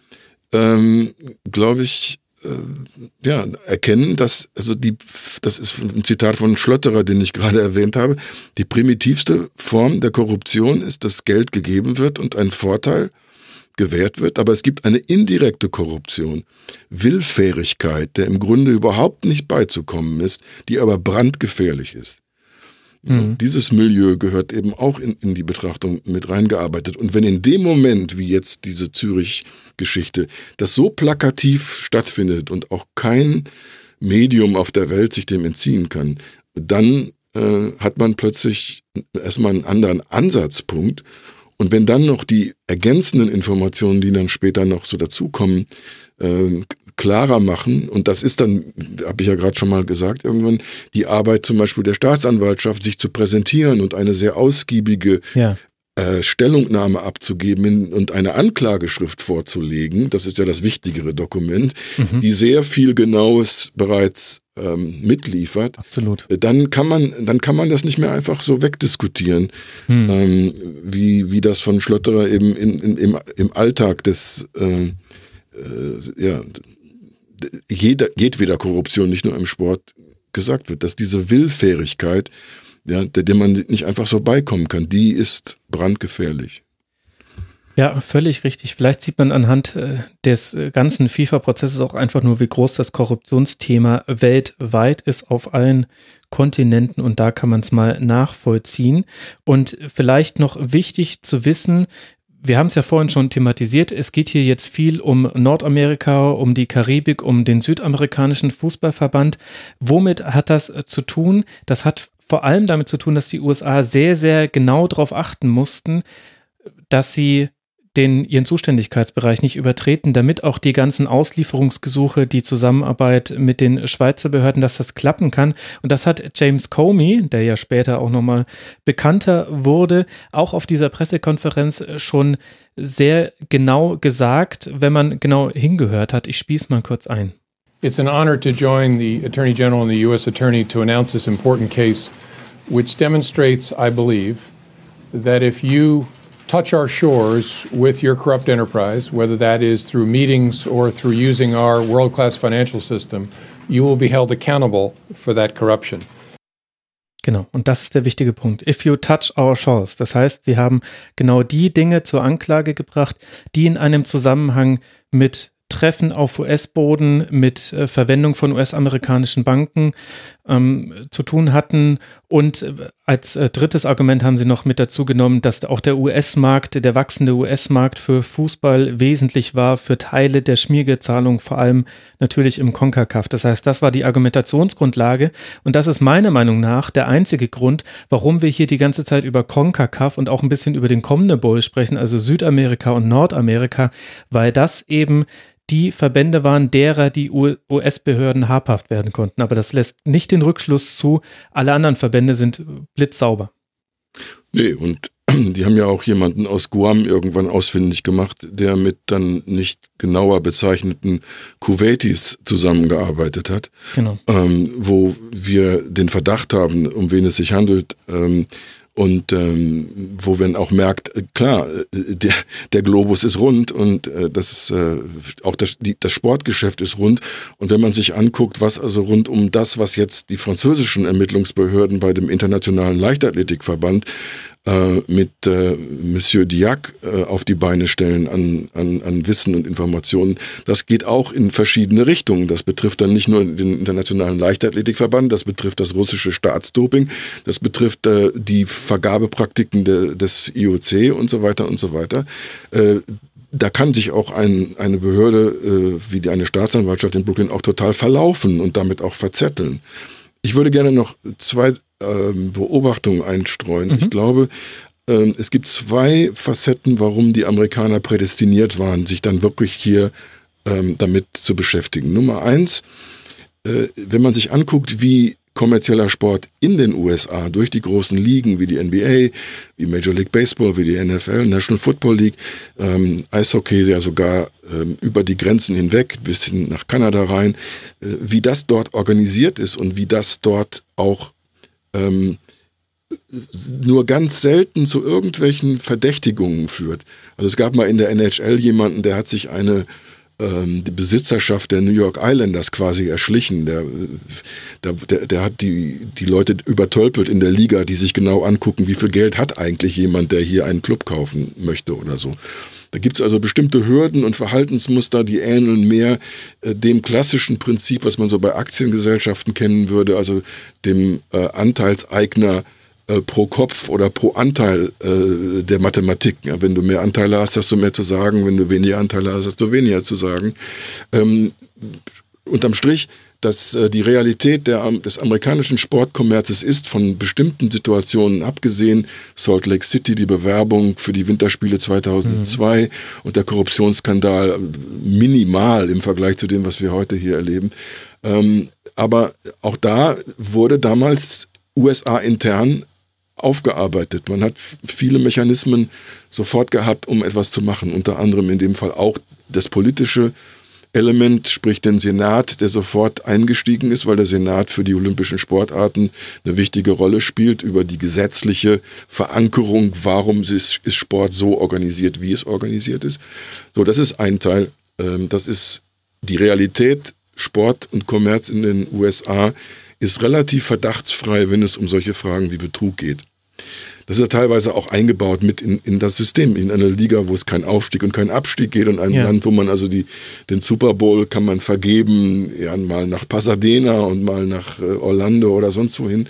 glaube ich, erkennen, dass, das ist ein Zitat von Schlotterer, den ich gerade erwähnt habe, die primitivste Form der Korruption ist, dass Geld gegeben wird und ein Vorteil gewährt wird, aber es gibt eine indirekte Korruption, Willfährigkeit, der im Grunde überhaupt nicht beizukommen ist, die aber brandgefährlich ist. Dieses Milieu gehört eben auch in die Betrachtung mit reingearbeitet. Und wenn in dem Moment, wie jetzt diese Zürich-Geschichte, das so plakativ stattfindet und auch kein Medium auf der Welt sich dem entziehen kann, dann hat man plötzlich erstmal einen anderen Ansatzpunkt. Und wenn dann noch die ergänzenden Informationen, die dann später noch so dazukommen, klarer machen, und das ist dann, habe ich ja gerade schon mal gesagt, irgendwann die Arbeit zum Beispiel der Staatsanwaltschaft, sich zu präsentieren und eine sehr ausgiebige Stellungnahme abzugeben und eine Anklageschrift vorzulegen, das ist ja das wichtigere Dokument, die sehr viel Genaues bereits mitliefert. Absolut. Dann kann man das nicht mehr einfach so wegdiskutieren, wie das von Schlotterer eben im Alltag des jedweder Korruption, nicht nur im Sport, gesagt wird, dass diese Willfährigkeit, der man nicht einfach so beikommen kann, die ist brandgefährlich. Ja, völlig richtig. Vielleicht sieht man anhand des ganzen FIFA-Prozesses auch einfach nur, wie groß das Korruptionsthema weltweit ist auf allen Kontinenten, und da kann man es mal nachvollziehen. Und vielleicht noch wichtig zu wissen, wir haben es ja vorhin schon thematisiert, es geht hier jetzt viel um Nordamerika, um die Karibik, um den südamerikanischen Fußballverband. Womit hat das zu tun? Das hat vor allem damit zu tun, dass die USA sehr, sehr genau darauf achten mussten, dass sie ihren Zuständigkeitsbereich nicht übertreten, damit auch die ganzen Auslieferungsgesuche, die Zusammenarbeit mit den Schweizer Behörden, dass das klappen kann. Und das hat James Comey, der ja später auch nochmal bekannter wurde, auch auf dieser Pressekonferenz schon sehr genau gesagt, wenn man genau hingehört hat. Ich spiele es mal kurz ein. It's an honor to join the Attorney General and the U.S. Attorney to announce this important case, which demonstrates, I believe, that if you touch our shores with your corrupt enterprise, whether that is through meetings or through using our world-class financial system, you will be held accountable for that corruption. Genau, und das ist der wichtige Punkt. If you touch our shores. Das heißt, sie haben genau die Dinge zur Anklage gebracht, die in einem Zusammenhang mit Treffen auf US-Boden, mit Verwendung von US-amerikanischen Banken zu tun hatten. Und als drittes Argument haben sie noch mit dazu genommen, dass auch der US-Markt, der wachsende US-Markt für Fußball wesentlich war, für Teile der Schmiergeldzahlung, vor allem natürlich im CONCACAF. Das heißt, das war die Argumentationsgrundlage. Und das ist meiner Meinung nach der einzige Grund, warum wir hier die ganze Zeit über CONCACAF und auch ein bisschen über den kommenden Bowl sprechen, also Südamerika und Nordamerika, weil das eben die Verbände waren, derer die US-Behörden habhaft werden konnten. Aber das lässt nicht den Rückschluss zu, alle anderen Verbände sind blitzsauber. Nee, und die haben ja auch jemanden aus Guam irgendwann ausfindig gemacht, der mit dann nicht genauer bezeichneten Kuwaitis zusammengearbeitet hat. Genau. Wo wir den Verdacht haben, um wen es sich handelt, und wo man auch merkt, klar, der Globus ist rund und auch das Sportgeschäft ist rund. Und wenn man sich anguckt, was also rund um das, was jetzt die französischen Ermittlungsbehörden bei dem Internationalen Leichtathletikverband mit Monsieur Diac auf die Beine stellen an Wissen und Informationen, das geht auch in verschiedene Richtungen. Das betrifft dann nicht nur den Internationalen Leichtathletikverband, das betrifft das russische Staatsdoping, das betrifft die Vergabepraktiken des IOC und so weiter und so weiter. Da kann sich auch eine Behörde wie eine Staatsanwaltschaft in Brooklyn auch total verlaufen und damit auch verzetteln. Ich würde gerne noch zwei Beobachtungen einstreuen. Ich glaube, es gibt zwei Facetten, warum die Amerikaner prädestiniert waren, sich dann wirklich hier damit zu beschäftigen. Nummer eins, wenn man sich anguckt, wie kommerzieller Sport in den USA durch die großen Ligen wie die NBA, wie Major League Baseball, wie die NFL, National Football League, Eishockey ja sogar über die Grenzen hinweg bis hin nach Kanada rein, wie das dort organisiert ist und wie das dort auch nur ganz selten zu irgendwelchen Verdächtigungen führt. Also es gab mal in der NHL jemanden, der hat sich die Besitzerschaft der New York Islanders quasi erschlichen. Der hat die Leute übertölpelt in der Liga, die sich genau angucken, wie viel Geld hat eigentlich jemand, der hier einen Club kaufen möchte oder so. Da gibt es also bestimmte Hürden und Verhaltensmuster, die ähneln mehr dem klassischen Prinzip, was man so bei Aktiengesellschaften kennen würde, also dem Anteilseigner pro Kopf oder pro Anteil der Mathematik. Ja, wenn du mehr Anteile hast, hast du mehr zu sagen. Wenn du weniger Anteile hast, hast du weniger zu sagen. Unterm Strich, dass die Realität des amerikanischen Sportkommerzes ist, von bestimmten Situationen abgesehen, Salt Lake City, die Bewerbung für die Winterspiele 2002 und der Korruptionsskandal minimal im Vergleich zu dem, was wir heute hier erleben. Aber auch da wurde damals USA intern aufgearbeitet. Man hat viele Mechanismen sofort gehabt, um etwas zu machen. Unter anderem in dem Fall auch das politische Element, sprich den Senat, der sofort eingestiegen ist, weil der Senat für die olympischen Sportarten eine wichtige Rolle spielt, über die gesetzliche Verankerung, warum ist Sport so organisiert, wie es organisiert ist. So, das ist ein Teil. Das ist die Realität. Sport und Kommerz in den USA ist relativ verdachtsfrei, wenn es um solche Fragen wie Betrug geht. Das ist ja teilweise auch eingebaut mit in das System, in einer Liga, wo es keinen Aufstieg und keinen Abstieg geht und einem Land, wo man also den Super Bowl kann man vergeben, ja, mal nach Pasadena und mal nach Orlando oder sonst wohin.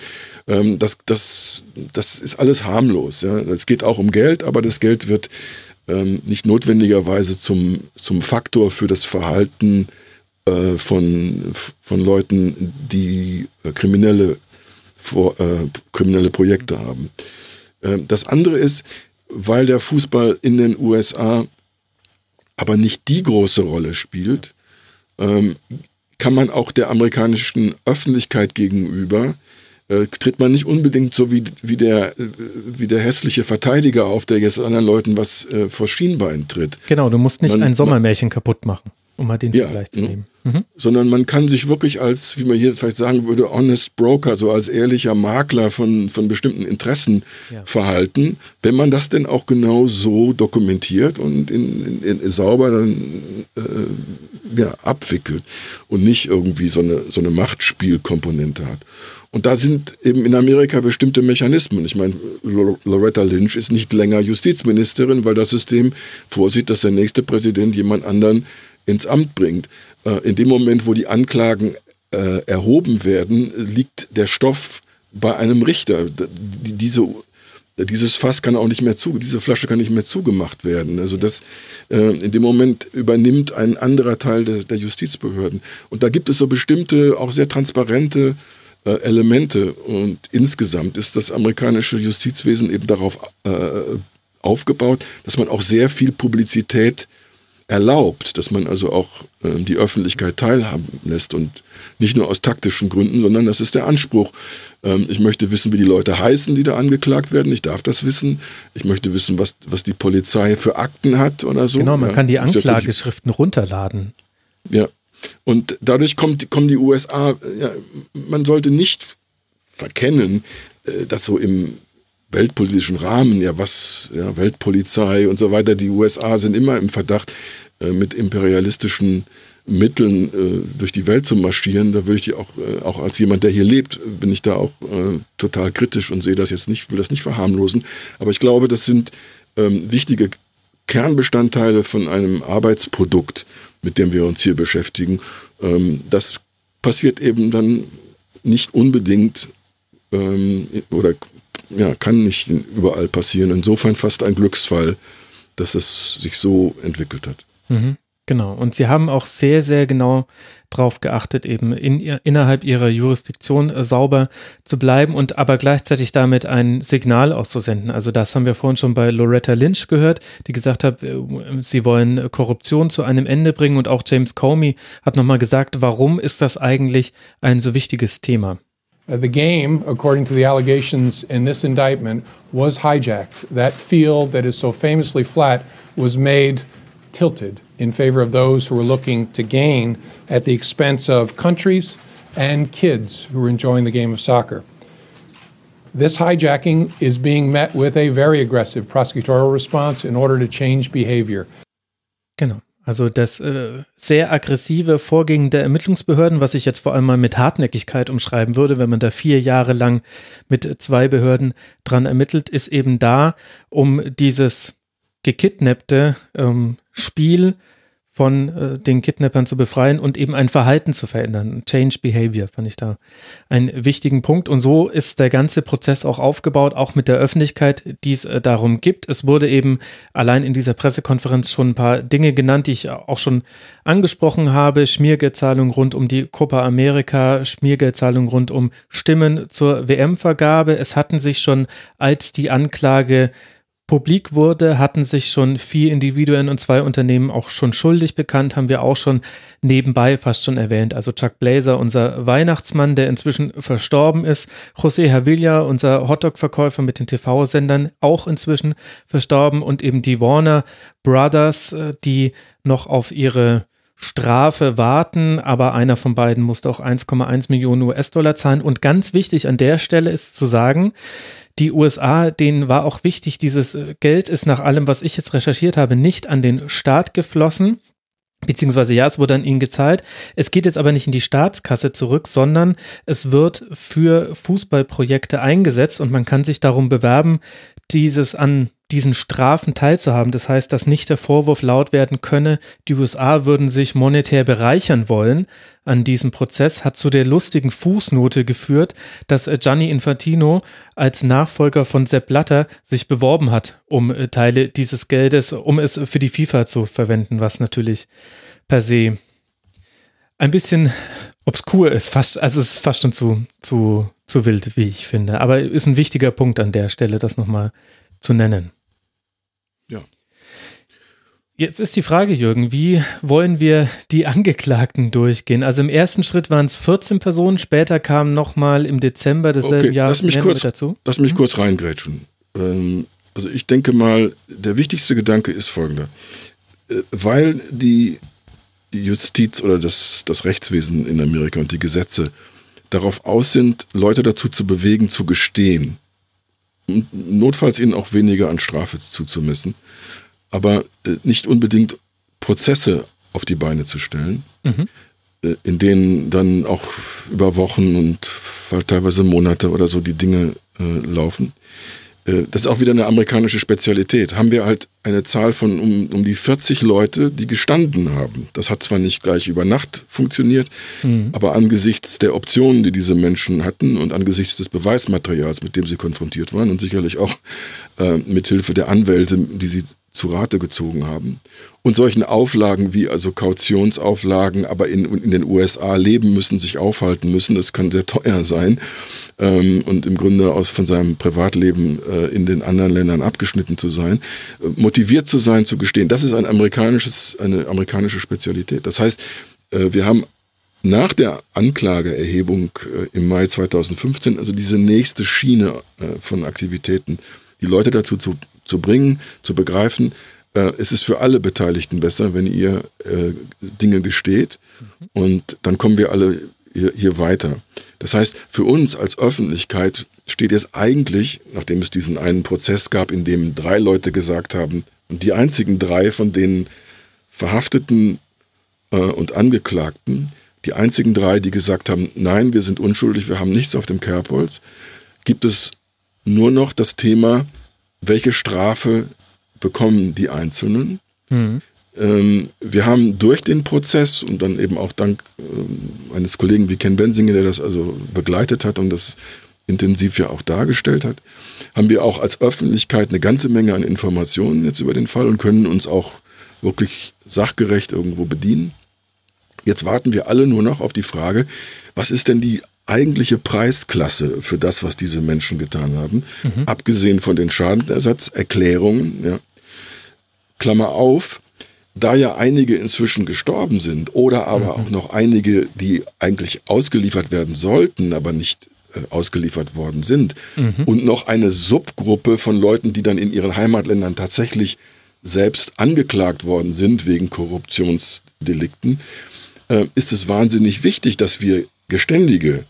Das ist alles harmlos. Ja. Es geht auch um Geld, aber das Geld wird nicht notwendigerweise zum Faktor für das Verhalten von Leuten, die kriminelle Projekte haben. Das andere ist, weil der Fußball in den USA aber nicht die große Rolle spielt, kann man auch der amerikanischen Öffentlichkeit gegenüber, tritt man nicht unbedingt so wie der hässliche Verteidiger auf, der jetzt anderen Leuten was vor Schienbein tritt. Genau, du musst nicht ein Sommermärchen kaputt machen, um mal den Vergleich zu nehmen. Sondern man kann sich wirklich als, wie man hier vielleicht sagen würde, honest broker, so als ehrlicher Makler von bestimmten Interessen verhalten, wenn man das denn auch genau so dokumentiert und in sauber dann abwickelt und nicht irgendwie so eine Machtspielkomponente hat. Und da sind eben in Amerika bestimmte Mechanismen. Ich meine, Loretta Lynch ist nicht länger Justizministerin, weil das System vorsieht, dass der nächste Präsident jemand anderen ins Amt bringt. In dem Moment, wo die Anklagen erhoben werden, liegt der Stoff bei einem Richter. Dieses Fass kann auch nicht mehr diese Flasche kann nicht mehr zugemacht werden. Also in dem Moment übernimmt ein anderer Teil der Justizbehörden. Und da gibt es so bestimmte, auch sehr transparente Elemente. Und insgesamt ist das amerikanische Justizwesen eben darauf aufgebaut, dass man auch sehr viel Publizität erlaubt, dass man also auch die Öffentlichkeit teilhaben lässt und nicht nur aus taktischen Gründen, sondern das ist der Anspruch. Ich möchte wissen, wie die Leute heißen, die da angeklagt werden. Ich darf das wissen. Ich möchte wissen, was die Polizei für Akten hat oder so. Genau, man kann die Anklageschriften runterladen. Ja, und dadurch kommen die USA, man sollte nicht verkennen, dass so im weltpolitischen Rahmen, Weltpolizei und so weiter, die USA sind immer im Verdacht, mit imperialistischen Mitteln durch die Welt zu marschieren. Da würde ich die auch als jemand, der hier lebt, bin ich da auch total kritisch und sehe das jetzt nicht, will das nicht verharmlosen. Aber ich glaube, das sind wichtige Kernbestandteile von einem Arbeitsprodukt, mit dem wir uns hier beschäftigen. Das passiert eben dann nicht unbedingt kann nicht überall passieren. Insofern fast ein Glücksfall, dass es sich so entwickelt hat. Genau. Und Sie haben auch sehr, sehr genau darauf geachtet, eben innerhalb Ihrer Jurisdiktion sauber zu bleiben und aber gleichzeitig damit ein Signal auszusenden. Also das haben wir vorhin schon bei Loretta Lynch gehört, die gesagt hat, sie wollen Korruption zu einem Ende bringen, und auch James Comey hat nochmal gesagt, warum ist das eigentlich ein so wichtiges Thema? The game, according to the allegations in this indictment, was hijacked. That field that is so famously flat was made tilted in favor of those who were looking to gain at the expense of countries and kids who were enjoying the game of soccer. This hijacking is being met with a very aggressive prosecutorial response in order to change behavior. Genau. Also das sehr aggressive Vorgehen der Ermittlungsbehörden, was ich jetzt vor allem mal mit Hartnäckigkeit umschreiben würde, wenn man da 4 Jahre lang mit 2 Behörden dran ermittelt, ist eben da, um dieses gekidnappte Spiel von den Kidnappern zu befreien und eben ein Verhalten zu verändern. Change Behavior fand ich da einen wichtigen Punkt. Und so ist der ganze Prozess auch aufgebaut, auch mit der Öffentlichkeit, die es darum gibt. Es wurde eben allein in dieser Pressekonferenz schon ein paar Dinge genannt, die ich auch schon angesprochen habe. Schmiergeldzahlung rund um die Copa America, Schmiergeldzahlung rund um Stimmen zur WM-Vergabe. Es hatten sich schon, als die Anklage publik wurde, hatten sich schon 4 Individuen und 2 Unternehmen auch schon schuldig bekannt, haben wir auch schon nebenbei fast schon erwähnt. Also Chuck Blazer, unser Weihnachtsmann, der inzwischen verstorben ist, José Havilla, unser Hotdog-Verkäufer mit den TV-Sendern, auch inzwischen verstorben, und eben die Warner Brothers, die noch auf ihre Strafe warten, aber einer von beiden musste auch 1,1 Millionen US-Dollar zahlen. Und ganz wichtig an der Stelle ist zu sagen, die USA, denen war auch wichtig, dieses Geld ist nach allem, was ich jetzt recherchiert habe, nicht an den Staat geflossen, beziehungsweise ja, es wurde an ihn gezahlt. Es geht jetzt aber nicht in die Staatskasse zurück, sondern es wird für Fußballprojekte eingesetzt und man kann sich darum bewerben, an diesen Strafen teilzuhaben. Das heißt, dass nicht der Vorwurf laut werden könne, die USA würden sich monetär bereichern wollen an diesem Prozess, hat zu der lustigen Fußnote geführt, dass Gianni Infantino als Nachfolger von Sepp Blatter sich beworben hat, um Teile dieses Geldes, um es für die FIFA zu verwenden, was natürlich per se ein bisschen obskur ist, es ist fast schon zu wild, wie ich finde. Aber ist ein wichtiger Punkt an der Stelle, das nochmal zu nennen. Ja. Jetzt ist die Frage, Jürgen, wie wollen wir die Angeklagten durchgehen? Also im ersten Schritt waren es 14 Personen, später kamen nochmal im Dezember desselben Jahres mehr dazu. Lass mich kurz reingrätschen. Also ich denke mal, der wichtigste Gedanke ist folgender. Weil die Justiz oder das Rechtswesen in Amerika und die Gesetze darauf aus sind, Leute dazu zu bewegen, zu gestehen. Und notfalls ihnen auch weniger an Strafe zuzumessen. Aber nicht unbedingt Prozesse auf die Beine zu stellen, in denen dann auch über Wochen und teilweise Monate oder so die Dinge laufen. Das ist auch wieder eine amerikanische Spezialität. Haben wir halt eine Zahl von um die 40 Leute, die gestanden haben. Das hat zwar nicht gleich über Nacht funktioniert, aber angesichts der Optionen, die diese Menschen hatten und angesichts des Beweismaterials, mit dem sie konfrontiert waren und sicherlich auch mithilfe der Anwälte, die sie zu Rate gezogen haben. Und solchen Auflagen wie also Kautionsauflagen, aber in den USA leben müssen, sich aufhalten müssen, das kann sehr teuer sein und im Grunde von seinem Privatleben in den anderen Ländern abgeschnitten zu sein, motiviert zu sein, zu gestehen. Das ist eine amerikanische Spezialität. Das heißt, wir haben nach der Anklageerhebung im Mai 2015, also diese nächste Schiene von Aktivitäten, die Leute dazu zu bringen, zu begreifen, es ist für alle Beteiligten besser, wenn ihr Dinge gesteht und dann kommen wir alle hier weiter. Das heißt, für uns als Öffentlichkeit steht jetzt eigentlich, nachdem es diesen einen Prozess gab, in dem 3 Leute gesagt haben, und die einzigen 3 von den Verhafteten und Angeklagten, die einzigen 3, die gesagt haben, nein, wir sind unschuldig, wir haben nichts auf dem Kerbholz, gibt es nur noch das Thema, welche Strafe bekommen die Einzelnen. Wir haben durch den Prozess und dann eben auch dank eines Kollegen wie Ken Bensinger, der das also begleitet hat und das intensiv ja auch dargestellt hat, haben wir auch als Öffentlichkeit eine ganze Menge an Informationen jetzt über den Fall und können uns auch wirklich sachgerecht irgendwo bedienen. Jetzt warten wir alle nur noch auf die Frage, was ist denn die eigentliche Preisklasse für das, was diese Menschen getan haben, abgesehen von den Schadenersatzerklärungen, ja. Klammer auf, da ja einige inzwischen gestorben sind oder aber auch noch einige, die eigentlich ausgeliefert werden sollten, aber nicht ausgeliefert worden sind und noch eine Subgruppe von Leuten, die dann in ihren Heimatländern tatsächlich selbst angeklagt worden sind wegen Korruptionsdelikten, ist es wahnsinnig wichtig, dass wir geständige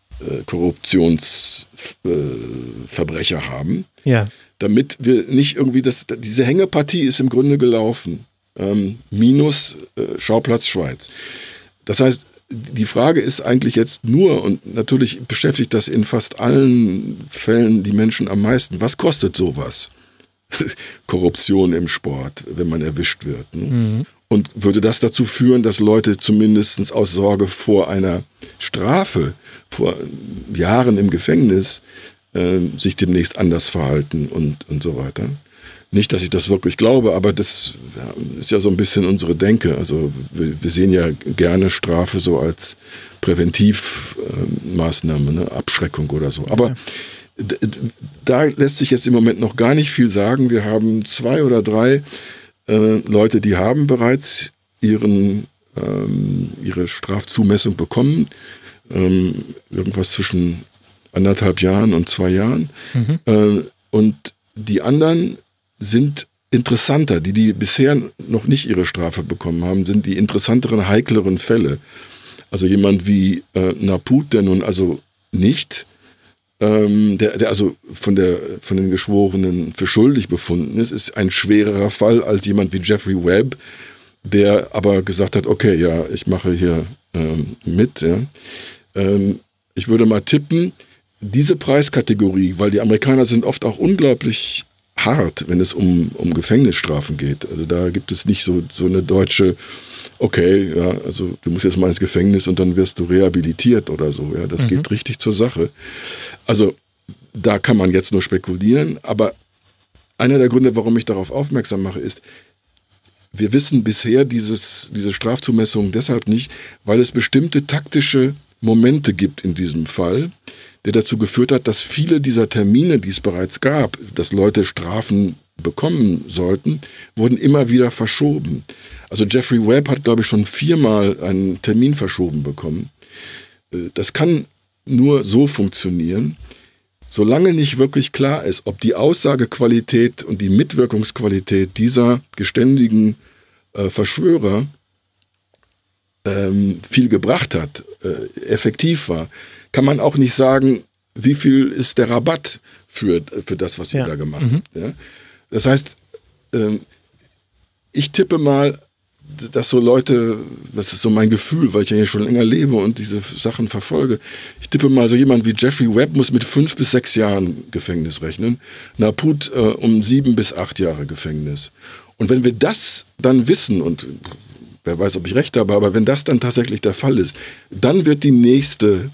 Korruptionsverbrecher haben, damit wir nicht irgendwie diese Hängepartie ist im Grunde gelaufen, minus Schauplatz Schweiz. Das heißt, die Frage ist eigentlich jetzt nur, und natürlich beschäftigt das in fast allen Fällen die Menschen am meisten, was kostet sowas? Korruption im Sport, wenn man erwischt wird. Ne? Und würde das dazu führen, dass Leute zumindest aus Sorge vor einer Strafe, vor Jahren im Gefängnis, sich demnächst anders verhalten und so weiter. Nicht, dass ich das wirklich glaube, aber das ist ja so ein bisschen unsere Denke. Also wir sehen ja gerne Strafe so als Präventivmaßnahme, ne? Abschreckung oder so. Aber da lässt sich jetzt im Moment noch gar nicht viel sagen. Wir haben 2 oder 3 Leute, die haben bereits ihre Strafzumessung bekommen. Irgendwas zwischen 1,5 Jahren und 2 Jahren. Und die anderen sind interessanter. Die bisher noch nicht ihre Strafe bekommen haben, sind die interessanteren, heikleren Fälle. Also jemand wie Naput, der nun also nicht, der also von den Geschworenen für schuldig befunden ist ein schwererer Fall als jemand wie Jeffrey Webb, der aber gesagt hat, okay, ja, ich mache hier mit. Ja. Ich würde mal tippen, diese Preiskategorie, weil die Amerikaner sind oft auch unglaublich hart, wenn es um Gefängnisstrafen geht. Also da gibt es nicht so eine deutsche, okay, ja, also du musst jetzt mal ins Gefängnis und dann wirst du rehabilitiert oder so. Ja, das geht richtig zur Sache. Also da kann man jetzt nur spekulieren, aber einer der Gründe, warum ich darauf aufmerksam mache, ist, wir wissen bisher diese Strafzumessung deshalb nicht, weil es bestimmte taktische Momente gibt in diesem Fall, der dazu geführt hat, dass viele dieser Termine, die es bereits gab, dass Leute Strafen bekommen sollten, wurden immer wieder verschoben. Also Jeffrey Webb hat, glaube ich, schon 4-mal einen Termin verschoben bekommen. Das kann nur so funktionieren, solange nicht wirklich klar ist, ob die Aussagequalität und die Mitwirkungsqualität dieser geständigen Verschwörer viel gebracht hat, effektiv war, kann man auch nicht sagen, wie viel ist der Rabatt für das, was sie da gemacht haben. Ja? Das heißt, ich tippe mal, dass so Leute, das ist so mein Gefühl, weil ich ja hier schon länger lebe und diese Sachen verfolge, ich tippe mal, so jemand wie Jeffrey Webb muss mit 5 bis 6 Jahren Gefängnis rechnen, Naput um 7 bis 8 Jahre Gefängnis. Und wenn wir das dann wissen, und wer weiß, ob ich recht habe, aber wenn das dann tatsächlich der Fall ist, dann wird die nächste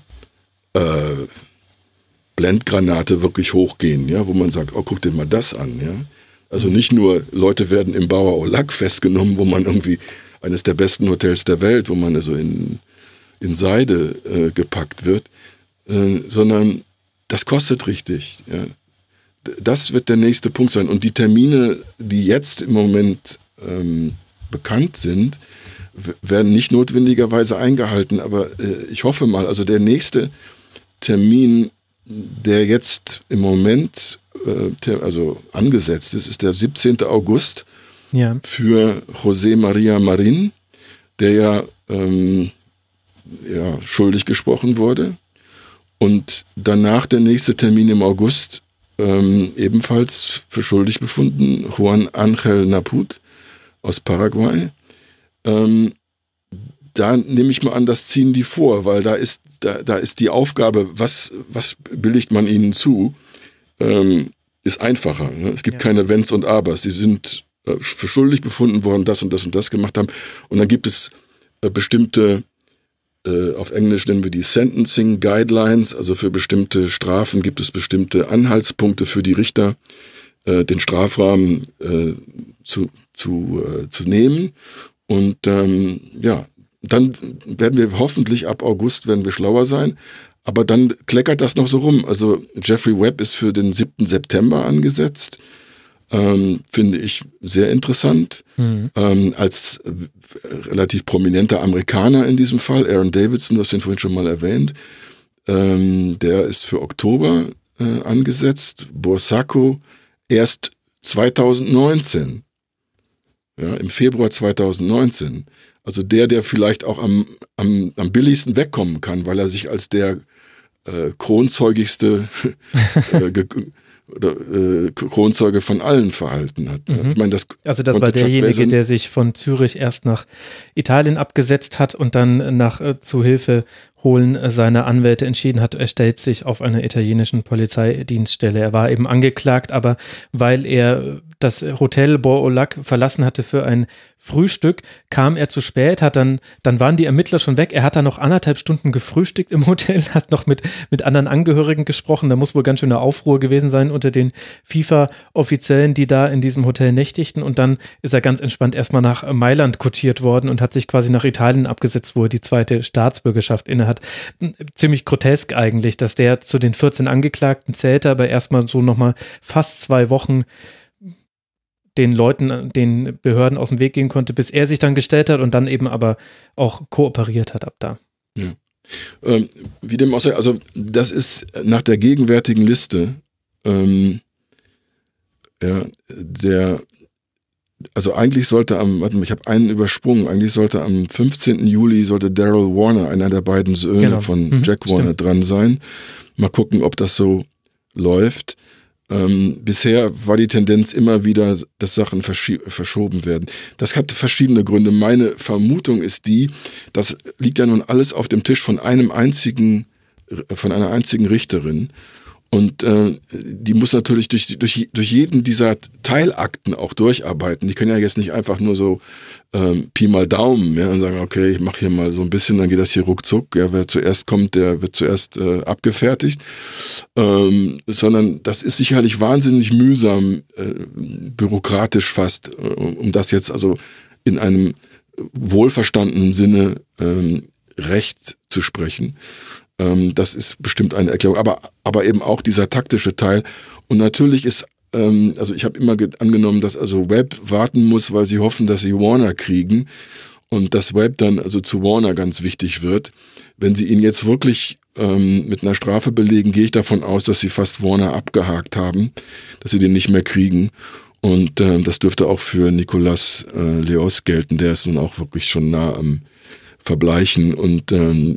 Blendgranate wirklich hochgehen, ja, wo man sagt, oh, guck dir mal das an, ja. Also nicht nur Leute werden im Bauer Olak festgenommen, wo man irgendwie eines der besten Hotels der Welt, wo man also in Seide gepackt wird, sondern das kostet richtig. Ja. Das wird der nächste Punkt sein. Und die Termine, die jetzt im Moment bekannt sind, werden nicht notwendigerweise eingehalten. Aber ich hoffe mal, also der nächste Termin, der jetzt im Moment also angesetzt ist der 17. August für José María Marín, der ja schuldig gesprochen wurde. Und danach der nächste Termin im August, ebenfalls für schuldig befunden, Juan Ángel Naput aus Paraguay. Da nehme ich mal an, das ziehen die vor, weil da ist die Aufgabe, was billigt man ihnen zu, ist einfacher. Ne? Es gibt keine Wenns und Abers. Sie sind für schuldig befunden worden, das und das und das gemacht haben. Und dann gibt es bestimmte, auf Englisch nennen wir die Sentencing Guidelines, also für bestimmte Strafen gibt es bestimmte Anhaltspunkte für die Richter, den Strafrahmen zu nehmen. Und ja, dann werden wir hoffentlich ab August werden wir schlauer sein. Aber dann kleckert das noch so rum. Also Jeffrey Webb ist für den 7. September angesetzt. Finde ich sehr interessant. Als relativ prominenter Amerikaner in diesem Fall, Aaron Davidson, das hast du vorhin schon mal erwähnt, der ist für Oktober angesetzt. Borsacco erst 2019. Ja, im Februar 2019. Also der vielleicht auch am billigsten wegkommen kann, weil er sich als der kronzeugigste Kronzeuge von allen verhalten hat. Ich meine, das war derjenige, der sich von Zürich erst nach Italien abgesetzt hat und dann nach zu Hilfe holen seiner Anwälte entschieden hat, er stellt sich auf einer italienischen Polizeidienststelle. Er war eben angeklagt, aber weil er das Hotel Bor Olak verlassen hatte für ein Frühstück, kam er zu spät, dann waren die Ermittler schon weg. Er hat dann noch 1,5 Stunden gefrühstückt im Hotel, hat noch mit anderen Angehörigen gesprochen. Da muss wohl ganz schöne Aufruhr gewesen sein unter den FIFA-Offiziellen, die da in diesem Hotel nächtigten. Und dann ist er ganz entspannt erstmal nach Mailand kutschiert worden und hat sich quasi nach Italien abgesetzt, wo er die 2. Staatsbürgerschaft innehat. Ziemlich grotesk eigentlich, dass der zu den 14 Angeklagten zählte, aber erstmal so nochmal fast 2 Wochen den Leuten, den Behörden aus dem Weg gehen konnte, bis er sich dann gestellt hat und dann eben aber auch kooperiert hat ab da. Ja. Wie dem auch sei, also das ist nach der gegenwärtigen Liste also eigentlich sollte ich habe einen übersprungen, eigentlich sollte am 15. Juli sollte Daryl Warner, einer der beiden Söhne von Jack Warner, dran sein. Mal gucken, ob das so läuft. Bisher war die Tendenz immer wieder, dass Sachen verschoben werden. Das hat verschiedene Gründe. Meine Vermutung ist das liegt ja nun alles auf dem Tisch von einer einzigen Richterin. Und die muss natürlich durch jeden dieser Teilakten auch durcharbeiten. Die können ja jetzt nicht einfach nur so Pi mal Daumen und sagen, okay, ich mache hier mal so ein bisschen, dann geht das hier ruckzuck. Ja, wer zuerst kommt, der wird zuerst abgefertigt. Sondern das ist sicherlich wahnsinnig mühsam, bürokratisch fast, um das jetzt also in einem wohlverstandenen Sinne Recht zu sprechen. Das ist bestimmt eine Erklärung. Aber eben auch dieser taktische Teil. Und natürlich ist, also ich habe immer angenommen, dass also Webb warten muss, weil sie hoffen, dass sie Warner kriegen. Und dass Webb dann also zu Warner ganz wichtig wird. Wenn sie ihn jetzt wirklich mit einer Strafe belegen, gehe ich davon aus, dass sie fast Warner abgehakt haben, dass sie den nicht mehr kriegen. Und das dürfte auch für Nicolas Leos gelten. Der ist nun auch wirklich schon nah am Verbleichen. Und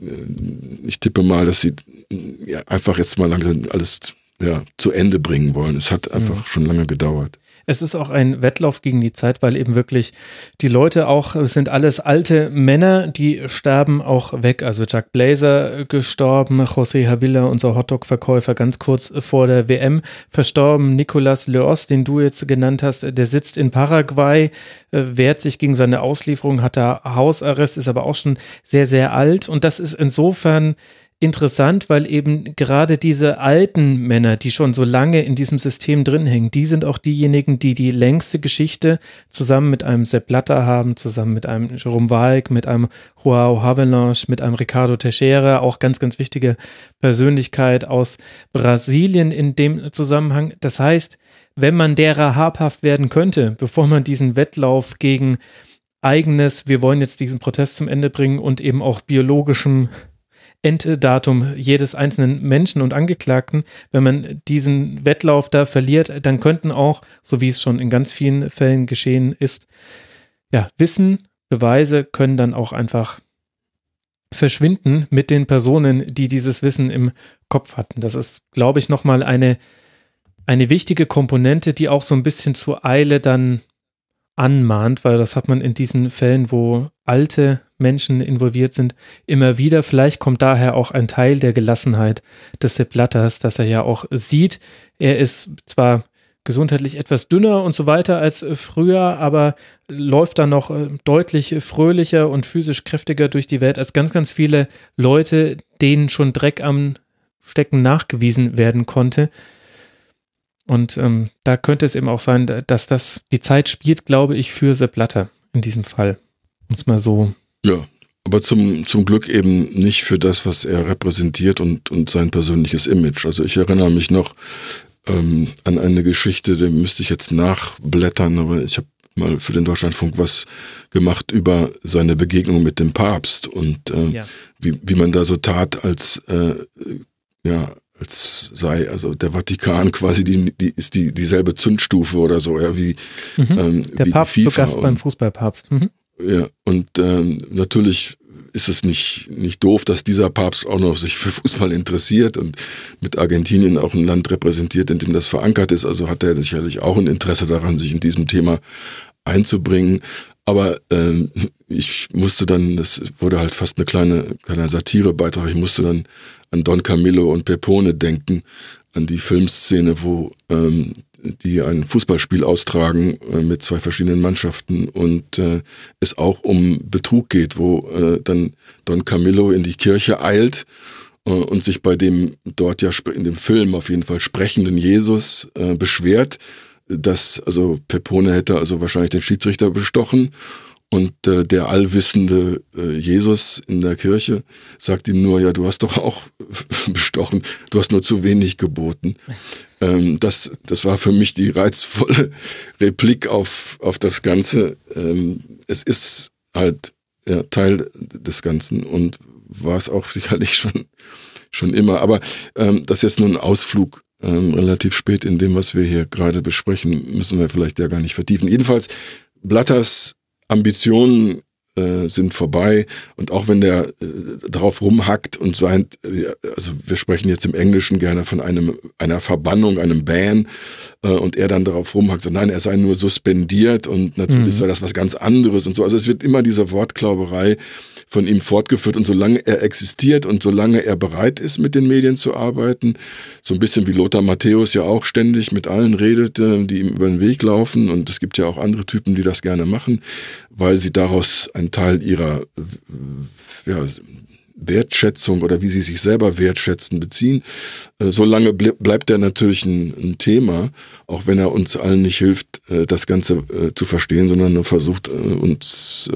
ich tippe mal, dass sie einfach jetzt mal langsam alles zu Ende bringen wollen. Es hat einfach schon lange gedauert. Es ist auch ein Wettlauf gegen die Zeit, weil eben wirklich die Leute auch, es sind alles alte Männer, die sterben auch weg. Also Jack Blazer gestorben, José Havila, unser Hotdog-Verkäufer, ganz kurz vor der WM verstorben. Nicolas Leos, den du jetzt genannt hast, der sitzt in Paraguay, wehrt sich gegen seine Auslieferung, hat da Hausarrest, ist aber auch schon sehr, sehr alt. Und das ist insofern interessant, weil eben gerade diese alten Männer, die schon so lange in diesem System drin hängen, die sind auch diejenigen, die die längste Geschichte zusammen mit einem Sepp Blatter haben, zusammen mit einem Jérôme Valk, mit einem João Havelange, mit einem Ricardo Teixeira, auch ganz, ganz wichtige Persönlichkeit aus Brasilien in dem Zusammenhang. Das heißt, wenn man derer habhaft werden könnte, bevor man diesen Wettlauf gegen eigenes, wir wollen jetzt diesen Protest zum Ende bringen und eben auch biologischem Enddatum jedes einzelnen Menschen und Angeklagten, wenn man diesen Wettlauf da verliert, dann könnten auch, so wie es schon in ganz vielen Fällen geschehen ist, Wissen, Beweise können dann auch einfach verschwinden mit den Personen, die dieses Wissen im Kopf hatten. Das ist, glaube ich, nochmal eine wichtige Komponente, die auch so ein bisschen zur Eile dann anmahnt, weil das hat man in diesen Fällen, wo alte Menschen involviert sind, immer wieder. Vielleicht kommt daher auch ein Teil der Gelassenheit des Sepp Blatters, dass er ja auch sieht, er ist zwar gesundheitlich etwas dünner und so weiter als früher, aber läuft dann noch deutlich fröhlicher und physisch kräftiger durch die Welt als ganz, ganz viele Leute, denen schon Dreck am Stecken nachgewiesen werden konnte. Und da könnte es eben auch sein, dass das die Zeit spielt, glaube ich, für Sepp Blatter in diesem Fall. Um es mal so. Ja, aber zum Glück eben nicht für das, was er repräsentiert und sein persönliches Image. Also ich erinnere mich noch an eine Geschichte, die müsste ich jetzt nachblättern, aber ich habe mal für den Deutschlandfunk was gemacht über seine Begegnung mit dem Papst und wie man da so tat, als sei also der Vatikan quasi dieselbe Zündstufe oder so, wie der wie Papst zu Gast beim Fußballpapst. Ja, und natürlich ist es nicht doof, dass dieser Papst auch noch sich für Fußball interessiert und mit Argentinien auch ein Land repräsentiert, in dem das verankert ist. Also hat er sicherlich auch ein Interesse daran, sich in diesem Thema einzubringen. Aber ich musste dann, das wurde halt fast eine kleiner Satirebeitrag, ich musste dann an Don Camillo und Pepone denken, an die Filmszene, wo die ein Fußballspiel austragen mit zwei verschiedenen Mannschaften und es auch um Betrug geht, wo dann Don Camillo in die Kirche eilt und sich bei dem dort ja in dem Film auf jeden Fall sprechenden Jesus beschwert, dass also Pepone hätte also wahrscheinlich den Schiedsrichter bestochen. Und der allwissende Jesus in der Kirche sagt ihm nur, ja, du hast doch auch bestochen, du hast nur zu wenig geboten. Das war für mich die reizvolle Replik auf das Ganze. Es ist halt Teil des Ganzen und war es auch sicherlich schon immer. Aber das ist jetzt nur ein Ausflug relativ spät in dem, was wir hier gerade besprechen, müssen wir vielleicht ja gar nicht vertiefen. Jedenfalls, Blatters Ambitionen sind vorbei und auch wenn der drauf rumhackt und sagt, also wir sprechen jetzt im Englischen gerne von einer Verbannung, einem Ban und er dann darauf rumhackt, so nein, er sei nur suspendiert und natürlich sei das was ganz anderes und so. Also es wird immer diese Wortklauberei von ihm fortgeführt und solange er existiert und solange er bereit ist, mit den Medien zu arbeiten, so ein bisschen wie Lothar Matthäus ja auch ständig mit allen redet, die ihm über den Weg laufen und es gibt ja auch andere Typen, die das gerne machen, weil sie daraus einen Teil ihrer Wertschätzung oder wie sie sich selber wertschätzen, beziehen, solange bleibt er natürlich ein Thema, auch wenn er uns allen nicht hilft, das Ganze zu verstehen, sondern nur versucht, uns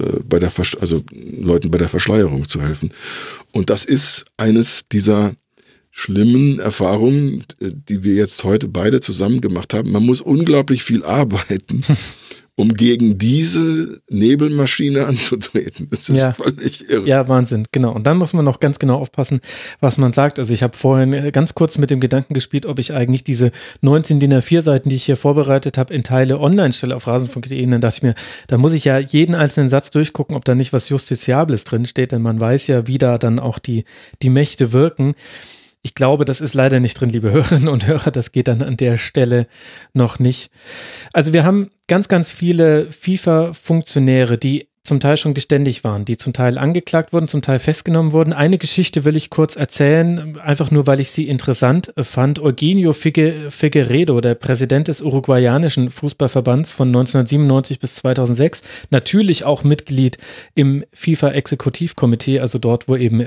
Leuten bei der Verschleierung zu helfen. Und das ist eines dieser schlimmen Erfahrungen, die wir jetzt heute beide zusammen gemacht haben. Man muss unglaublich viel arbeiten, um gegen diese Nebelmaschine anzutreten. Das ist völlig irre. Ja, Wahnsinn, genau. Und dann muss man noch ganz genau aufpassen, was man sagt. Also ich habe vorhin ganz kurz mit dem Gedanken gespielt, ob ich eigentlich diese 19 DIN A4 Seiten, die ich hier vorbereitet habe, in Teile online stelle auf rasenfunk.de. Und dann dachte ich mir, da muss ich ja jeden einzelnen Satz durchgucken, ob da nicht was Justiziables drinsteht, denn man weiß ja, wie da dann auch die Mächte wirken. Ich glaube, das ist leider nicht drin, liebe Hörerinnen und Hörer, das geht dann an der Stelle noch nicht. Also wir haben ganz, ganz viele FIFA-Funktionäre, die zum Teil schon geständig waren, die zum Teil angeklagt wurden, zum Teil festgenommen wurden. Eine Geschichte will ich kurz erzählen, einfach nur, weil ich sie interessant fand. Eugenio Figueiredo, der Präsident des uruguayanischen Fußballverbands von 1997 bis 2006, natürlich auch Mitglied im FIFA-Exekutivkomitee, also dort, wo eben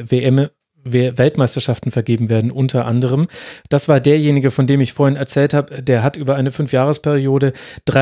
Weltmeisterschaften vergeben werden, unter anderem. Das war derjenige, von dem ich vorhin erzählt habe, der hat über eine 5-Jahresperiode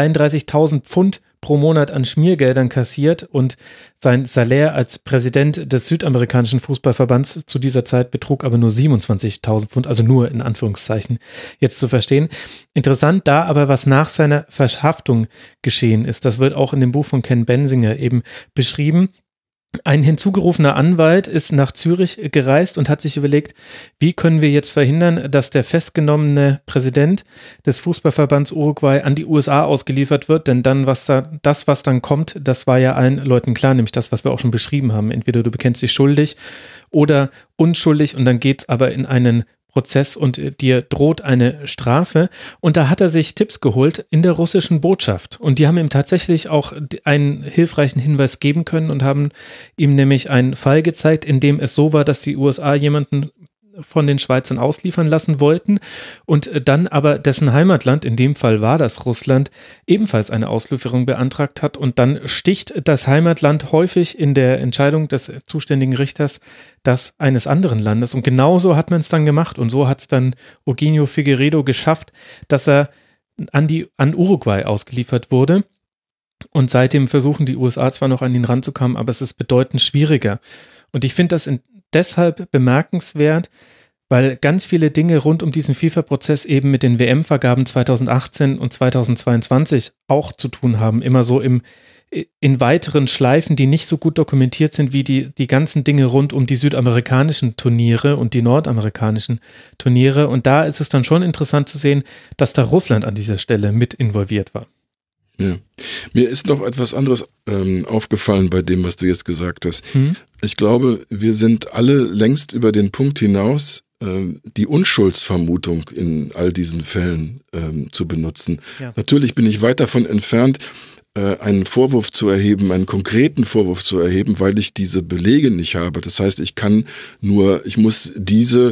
33.000 Pfund pro Monat an Schmiergeldern kassiert und sein Salär als Präsident des südamerikanischen Fußballverbands zu dieser Zeit betrug aber nur 27.000 Pfund, also nur in Anführungszeichen jetzt zu verstehen. Interessant da aber, was nach seiner Verhaftung geschehen ist. Das wird auch in dem Buch von Ken Bensinger eben beschrieben. Ein hinzugerufener Anwalt ist nach Zürich gereist und hat sich überlegt, wie können wir jetzt verhindern, dass der festgenommene Präsident des Fußballverbands Uruguay an die USA ausgeliefert wird, denn dann, was dann kommt, das war ja allen Leuten klar, nämlich das, was wir auch schon beschrieben haben. Entweder du bekennst dich schuldig oder unschuldig und dann geht's aber in einen Prozess und dir droht eine Strafe. Und da hat er sich Tipps geholt in der russischen Botschaft. Und die haben ihm tatsächlich auch einen hilfreichen Hinweis geben können und haben ihm nämlich einen Fall gezeigt, in dem es so war, dass die USA jemanden von den Schweizern ausliefern lassen wollten und dann aber dessen Heimatland, in dem Fall war das Russland, ebenfalls eine Auslieferung beantragt hat und dann sticht das Heimatland häufig in der Entscheidung des zuständigen Richters das eines anderen Landes und genauso hat man es dann gemacht und so hat es dann Eugenio Figueiredo geschafft, dass er an Uruguay ausgeliefert wurde und seitdem versuchen die USA zwar noch an ihn ranzukommen, aber es ist bedeutend schwieriger und ich finde das deshalb bemerkenswert, weil ganz viele Dinge rund um diesen FIFA-Prozess eben mit den WM-Vergaben 2018 und 2022 auch zu tun haben, immer so in weiteren Schleifen, die nicht so gut dokumentiert sind wie die ganzen Dinge rund um die südamerikanischen Turniere und die nordamerikanischen Turniere und da ist es dann schon interessant zu sehen, dass da Russland an dieser Stelle mit involviert war. Ja. Mir ist noch etwas anderes aufgefallen bei dem, was du jetzt gesagt hast. Ich glaube, wir sind alle längst über den Punkt hinaus, die Unschuldsvermutung in all diesen Fällen zu benutzen. Ja. Natürlich bin ich weit davon entfernt, einen Vorwurf zu erheben, einen konkreten Vorwurf zu erheben, weil ich diese Belege nicht habe. Das heißt, ich muss diese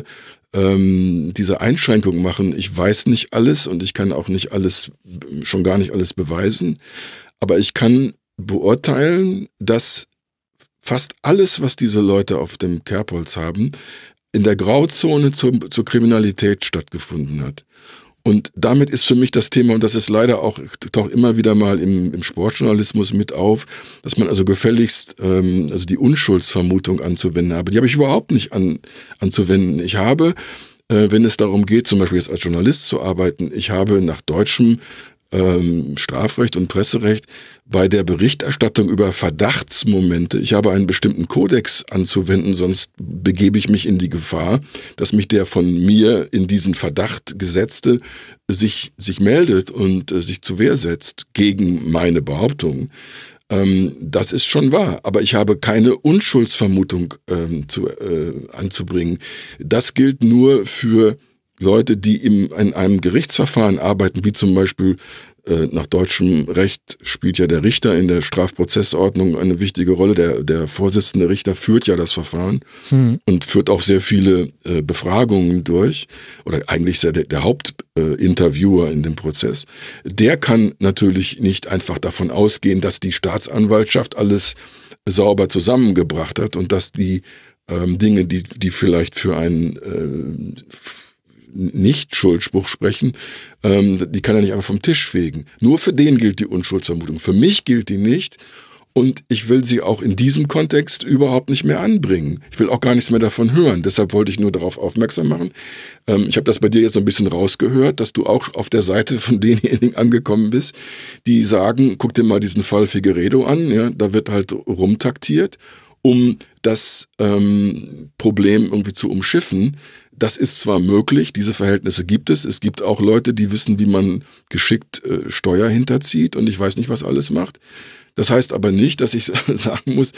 Einschränkung machen. Ich weiß nicht alles und ich kann auch nicht alles, schon gar nicht alles beweisen. Aber ich kann beurteilen, dass fast alles, was diese Leute auf dem Kerbholz haben, in der Grauzone zur Kriminalität stattgefunden hat. Und damit ist für mich das Thema, und das ist leider auch, taucht immer wieder mal im Sportjournalismus mit auf, dass man also gefälligst die Unschuldsvermutung anzuwenden habe. Die habe ich überhaupt nicht anzuwenden. Ich habe, wenn es darum geht, zum Beispiel jetzt als Journalist zu arbeiten, ich habe nach deutschem Strafrecht und Presserecht bei der Berichterstattung über Verdachtsmomente, ich habe einen bestimmten Kodex anzuwenden, sonst begebe ich mich in die Gefahr, dass mich der von mir in diesen Verdacht gesetzte sich meldet und sich zur Wehr setzt gegen meine Behauptungen. Das ist schon wahr, aber ich habe keine Unschuldsvermutung anzubringen. Das gilt nur für Leute, die in einem Gerichtsverfahren arbeiten, wie zum Beispiel nach deutschem Recht spielt ja der Richter in der Strafprozessordnung eine wichtige Rolle. Der Vorsitzende Richter führt ja das Verfahren und führt auch sehr viele Befragungen durch, oder eigentlich ist er der Hauptinterviewer in dem Prozess. Der kann natürlich nicht einfach davon ausgehen, dass die Staatsanwaltschaft alles sauber zusammengebracht hat und dass die Dinge, die vielleicht für einen Nicht-Schuldspruch sprechen, die kann er nicht einfach vom Tisch fegen. Nur für den gilt die Unschuldsvermutung. Für mich gilt die nicht. Und ich will sie auch in diesem Kontext überhaupt nicht mehr anbringen. Ich will auch gar nichts mehr davon hören. Deshalb wollte ich nur darauf aufmerksam machen. Ich habe das bei dir jetzt so ein bisschen rausgehört, dass du auch auf der Seite von denjenigen angekommen bist, die sagen, guck dir mal diesen Fall Figueiredo an. Ja, da wird halt rumtaktiert, um das Problem irgendwie zu umschiffen. Das ist zwar möglich, diese Verhältnisse gibt es. Es gibt auch Leute, die wissen, wie man geschickt Steuer hinterzieht und ich weiß nicht, was alles macht. Das heißt aber nicht, dass ich sagen muss,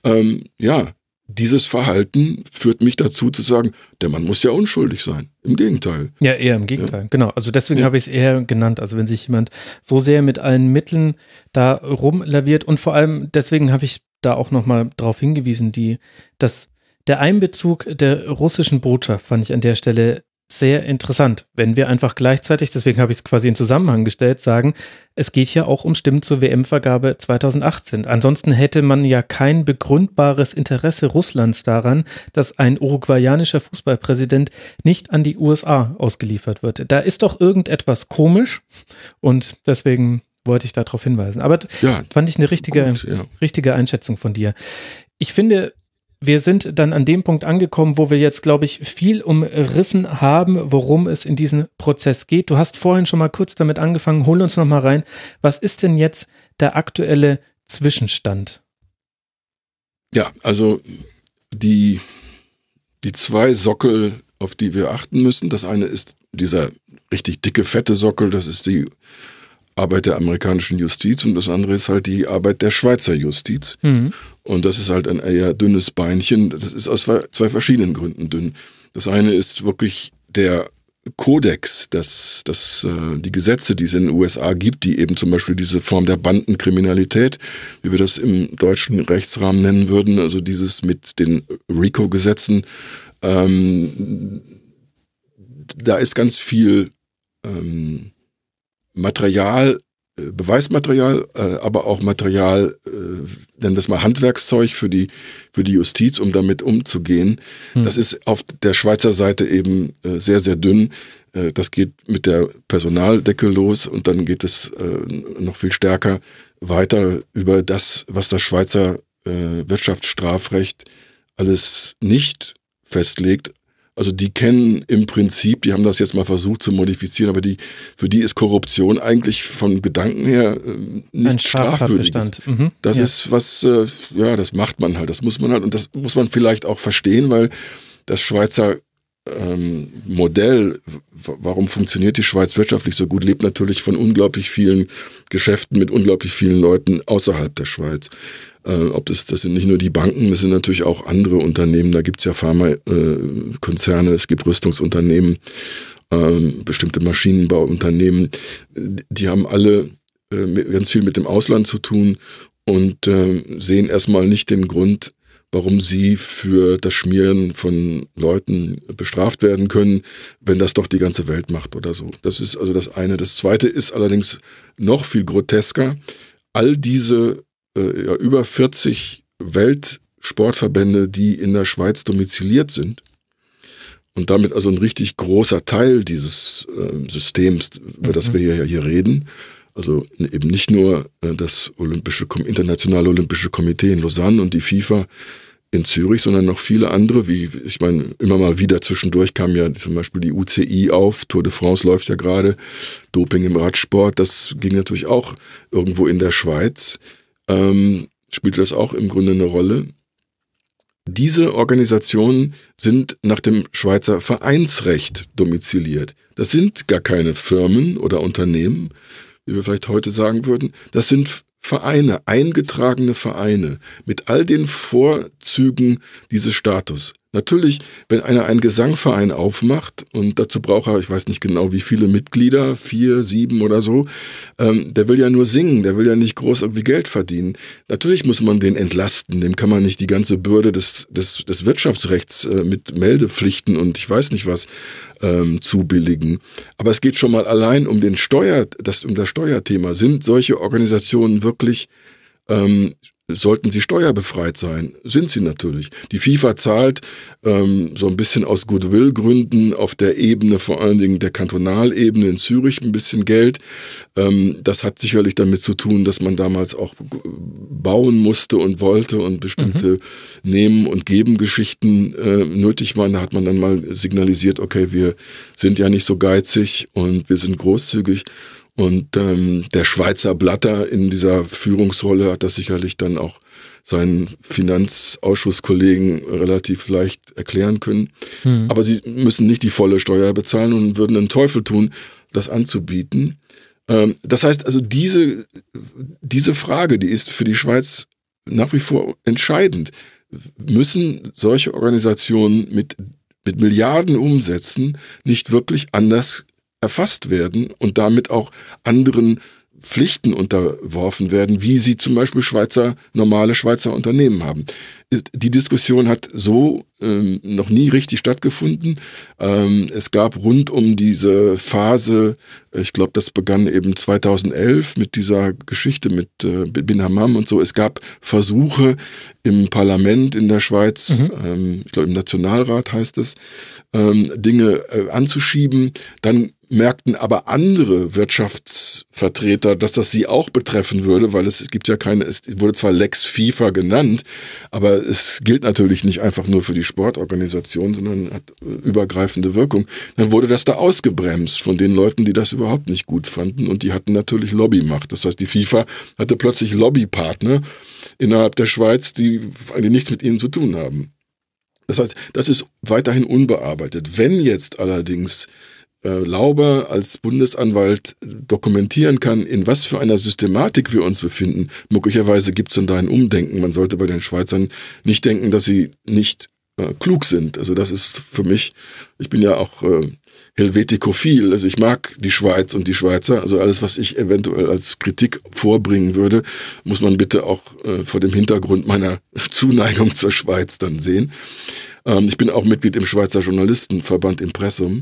dieses Verhalten führt mich dazu zu sagen, der Mann muss ja unschuldig sein. Im Gegenteil. Ja, eher im Gegenteil, genau. Also deswegen habe ich es eher genannt. Also wenn sich jemand so sehr mit allen Mitteln da rumlaviert und vor allem deswegen habe ich da auch nochmal drauf hingewiesen, der Einbezug der russischen Botschaft fand ich an der Stelle sehr interessant, wenn wir einfach gleichzeitig, deswegen habe ich es quasi in Zusammenhang gestellt, sagen, es geht ja auch um Stimmen zur WM-Vergabe 2018. Ansonsten hätte man ja kein begründbares Interesse Russlands daran, dass ein uruguayanischer Fußballpräsident nicht an die USA ausgeliefert wird. Da ist doch irgendetwas komisch und deswegen wollte ich darauf hinweisen. Aber fand ich eine richtige Einschätzung von dir. Ich finde, wir sind dann an dem Punkt angekommen, wo wir jetzt, glaube ich, viel umrissen haben, worum es in diesem Prozess geht. Du hast vorhin schon mal kurz damit angefangen, hol uns noch mal rein. Was ist denn jetzt der aktuelle Zwischenstand? Ja, also die zwei Sockel, auf die wir achten müssen. Das eine ist dieser richtig dicke, fette Sockel, das ist die Arbeit der amerikanischen Justiz und das andere ist halt die Arbeit der Schweizer Justiz. Mhm. Und das ist halt ein eher dünnes Beinchen. Das ist aus zwei verschiedenen Gründen dünn. Das eine ist wirklich der Kodex, die Gesetze, die es in den USA gibt, die eben zum Beispiel diese Form der Bandenkriminalität, wie wir das im deutschen Rechtsrahmen nennen würden, also dieses mit den RICO-Gesetzen, da ist ganz viel Material, Beweismaterial, aber auch Material, nennen wir es mal Handwerkszeug für die Justiz, um damit umzugehen. Das ist auf der Schweizer Seite eben sehr, sehr dünn. Das geht mit der Personaldecke los und dann geht es noch viel stärker weiter über das, was das Schweizer Wirtschaftsstrafrecht alles nicht festlegt. Also die kennen im Prinzip, die haben das jetzt mal versucht zu modifizieren, aber für die ist Korruption eigentlich vom Gedanken her nicht strafwürdig. Das ist was, das macht man halt, das muss man halt und das muss man vielleicht auch verstehen, weil das Schweizer Modell, warum funktioniert die Schweiz wirtschaftlich so gut, lebt natürlich von unglaublich vielen Geschäften mit unglaublich vielen Leuten außerhalb der Schweiz. Das sind nicht nur die Banken, das sind natürlich auch andere Unternehmen. Da gibt es ja Pharmakonzerne, es gibt Rüstungsunternehmen, bestimmte Maschinenbauunternehmen. Die haben alle ganz viel mit dem Ausland zu tun und sehen erstmal nicht den Grund, warum sie für das Schmieren von Leuten bestraft werden können, wenn das doch die ganze Welt macht oder so. Das ist also das eine. Das zweite ist allerdings noch viel grotesker. All diese über 40 Weltsportverbände, die in der Schweiz domiziliert sind und damit also ein richtig großer Teil dieses Systems, über das wir hier reden, also eben nicht nur das Internationale Olympische Komitee in Lausanne und die FIFA in Zürich, sondern noch viele andere, ich meine, immer mal wieder zwischendurch kam ja zum Beispiel die UCI auf, Tour de France läuft ja gerade, Doping im Radsport, das ging natürlich auch irgendwo in der Schweiz. Spielt das auch im Grunde eine Rolle. Diese Organisationen sind nach dem Schweizer Vereinsrecht domiziliert. Das sind gar keine Firmen oder Unternehmen, wie wir vielleicht heute sagen würden. Das sind Vereine, eingetragene Vereine mit all den Vorzügen dieses Status. Natürlich, wenn einer einen Gesangverein aufmacht und dazu braucht er, ich weiß nicht genau wie viele Mitglieder, 4, 7 oder so, der will ja nur singen, der will ja nicht groß irgendwie Geld verdienen. Natürlich muss man den entlasten, dem kann man nicht die ganze Bürde des Wirtschaftsrechts mit Meldepflichten und ich weiß nicht was zubilligen. Aber es geht schon mal allein um das Steuerthema. Sind solche Organisationen wirklich sollten sie steuerbefreit sein. Sind sie natürlich. Die FIFA zahlt so ein bisschen aus Goodwill-Gründen auf der Ebene, vor allen Dingen der Kantonalebene in Zürich, ein bisschen Geld. Das hat sicherlich damit zu tun, dass man damals auch bauen musste und wollte und bestimmte Nehmen- und Geben-Geschichten nötig waren. Da hat man dann mal signalisiert, okay, wir sind ja nicht so geizig und wir sind großzügig. Und der Schweizer Blatter in dieser Führungsrolle hat das sicherlich dann auch seinen Finanzausschuskollegen relativ leicht erklären können. Aber sie müssen nicht die volle Steuer bezahlen und würden den Teufel tun, das anzubieten. Das heißt also, diese Frage, die ist für die Schweiz nach wie vor entscheidend. Müssen solche Organisationen mit Milliarden Umsätzen nicht wirklich anders erfasst werden und damit auch anderen Pflichten unterworfen werden, wie sie zum Beispiel normale Schweizer Unternehmen haben. Die Diskussion hat so noch nie richtig stattgefunden. Es gab rund um diese Phase, ich glaube, das begann eben 2011 mit dieser Geschichte mit Bin Hammam und so. Es gab Versuche im Parlament in der Schweiz, ich glaube im Nationalrat heißt es, Dinge anzuschieben. Dann merkten aber andere Wirtschaftsvertreter, dass das sie auch betreffen würde, weil es gibt ja es wurde zwar Lex FIFA genannt, aber es gilt natürlich nicht einfach nur für die Sportorganisation, sondern hat übergreifende Wirkung. Dann wurde das da ausgebremst von den Leuten, die das überhaupt nicht gut fanden, und die hatten natürlich Lobbymacht. Das heißt, die FIFA hatte plötzlich Lobbypartner innerhalb der Schweiz, die eigentlich nichts mit ihnen zu tun haben. Das heißt, das ist weiterhin unbearbeitet. Wenn jetzt allerdings Lauber als Bundesanwalt dokumentieren kann, in was für einer Systematik wir uns befinden, möglicherweise gibt es dann da ein Umdenken. Man sollte bei den Schweizern nicht denken, dass sie nicht klug sind. Also das ist für mich, ich bin ja auch helvetikophil, also ich mag die Schweiz und die Schweizer, also alles, was ich eventuell als Kritik vorbringen würde, muss man bitte auch vor dem Hintergrund meiner Zuneigung zur Schweiz dann sehen. Ich bin auch Mitglied im Schweizer Journalistenverband Impressum.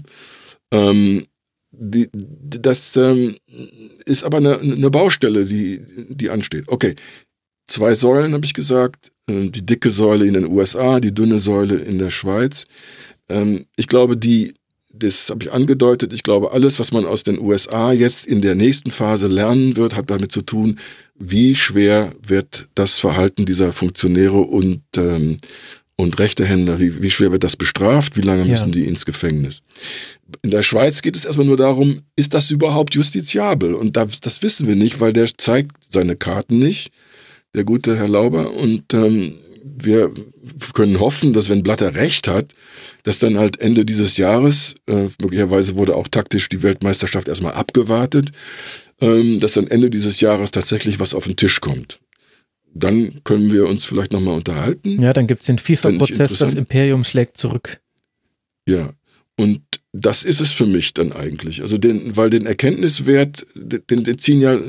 Das ist aber eine Baustelle, die ansteht. Okay, 2 Säulen habe ich gesagt, die dicke Säule in den USA, die dünne Säule in der Schweiz. Ich glaube, das habe ich angedeutet, ich glaube, alles, was man aus den USA jetzt in der nächsten Phase lernen wird, hat damit zu tun, wie schwer wird das Verhalten dieser Funktionäre und Rechtehänder, wie schwer wird das bestraft, wie lange müssen die ins Gefängnis. In der Schweiz geht es erstmal nur darum, ist das überhaupt justiziabel? Und das wissen wir nicht, weil der zeigt seine Karten nicht, der gute Herr Lauber. Und wir können hoffen, dass wenn Blatter recht hat, dass dann halt Ende dieses Jahres, möglicherweise wurde auch taktisch die Weltmeisterschaft erstmal abgewartet, dass dann Ende dieses Jahres tatsächlich was auf den Tisch kommt. Dann können wir uns vielleicht nochmal unterhalten. Ja, dann gibt es den FIFA-Prozess, das Imperium schlägt zurück. Ja, und das ist es für mich dann eigentlich. Also weil den Erkenntniswert, den ziehen ja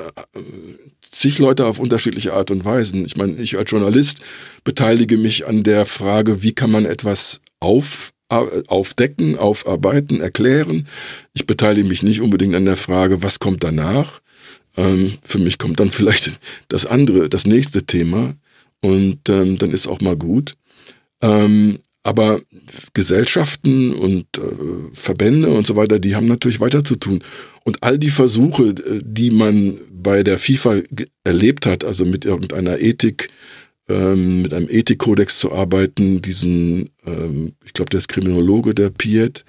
zig Leute auf unterschiedliche Art und Weisen. Ich meine, ich als Journalist beteilige mich an der Frage, wie kann man etwas aufdecken, aufarbeiten, erklären. Ich beteilige mich nicht unbedingt an der Frage, was kommt danach. Für mich kommt dann vielleicht das nächste Thema, und dann ist auch mal gut. Aber Gesellschaften und Verbände und so weiter, die haben natürlich weiter zu tun. Und all die Versuche, die man bei der FIFA erlebt hat, also mit irgendeiner Ethik, mit einem Ethikkodex zu arbeiten, ich glaube, der ist Kriminologe, der Piet,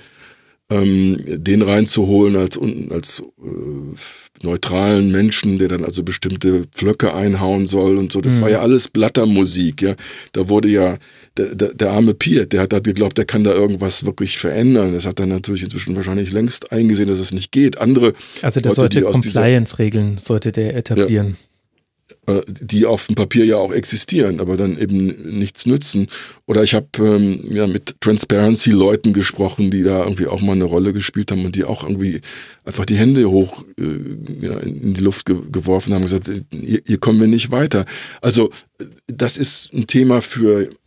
den reinzuholen als neutralen Menschen, der dann also bestimmte Pflöcke einhauen soll und so. Das war ja alles Blattermusik, ja. Da wurde ja der arme Piet, der hat da geglaubt, der kann da irgendwas wirklich verändern. Das hat dann natürlich inzwischen wahrscheinlich längst eingesehen, dass es nicht geht. Also der sollte Compliance-Regeln sollte der etablieren. Ja, die auf dem Papier ja auch existieren, aber dann eben nichts nützen. Oder ich habe mit Transparency-Leuten gesprochen, die da irgendwie auch mal eine Rolle gespielt haben und die auch irgendwie einfach die Hände hoch in die Luft geworfen haben und gesagt, hier kommen wir nicht weiter. Also das ist ein Thema für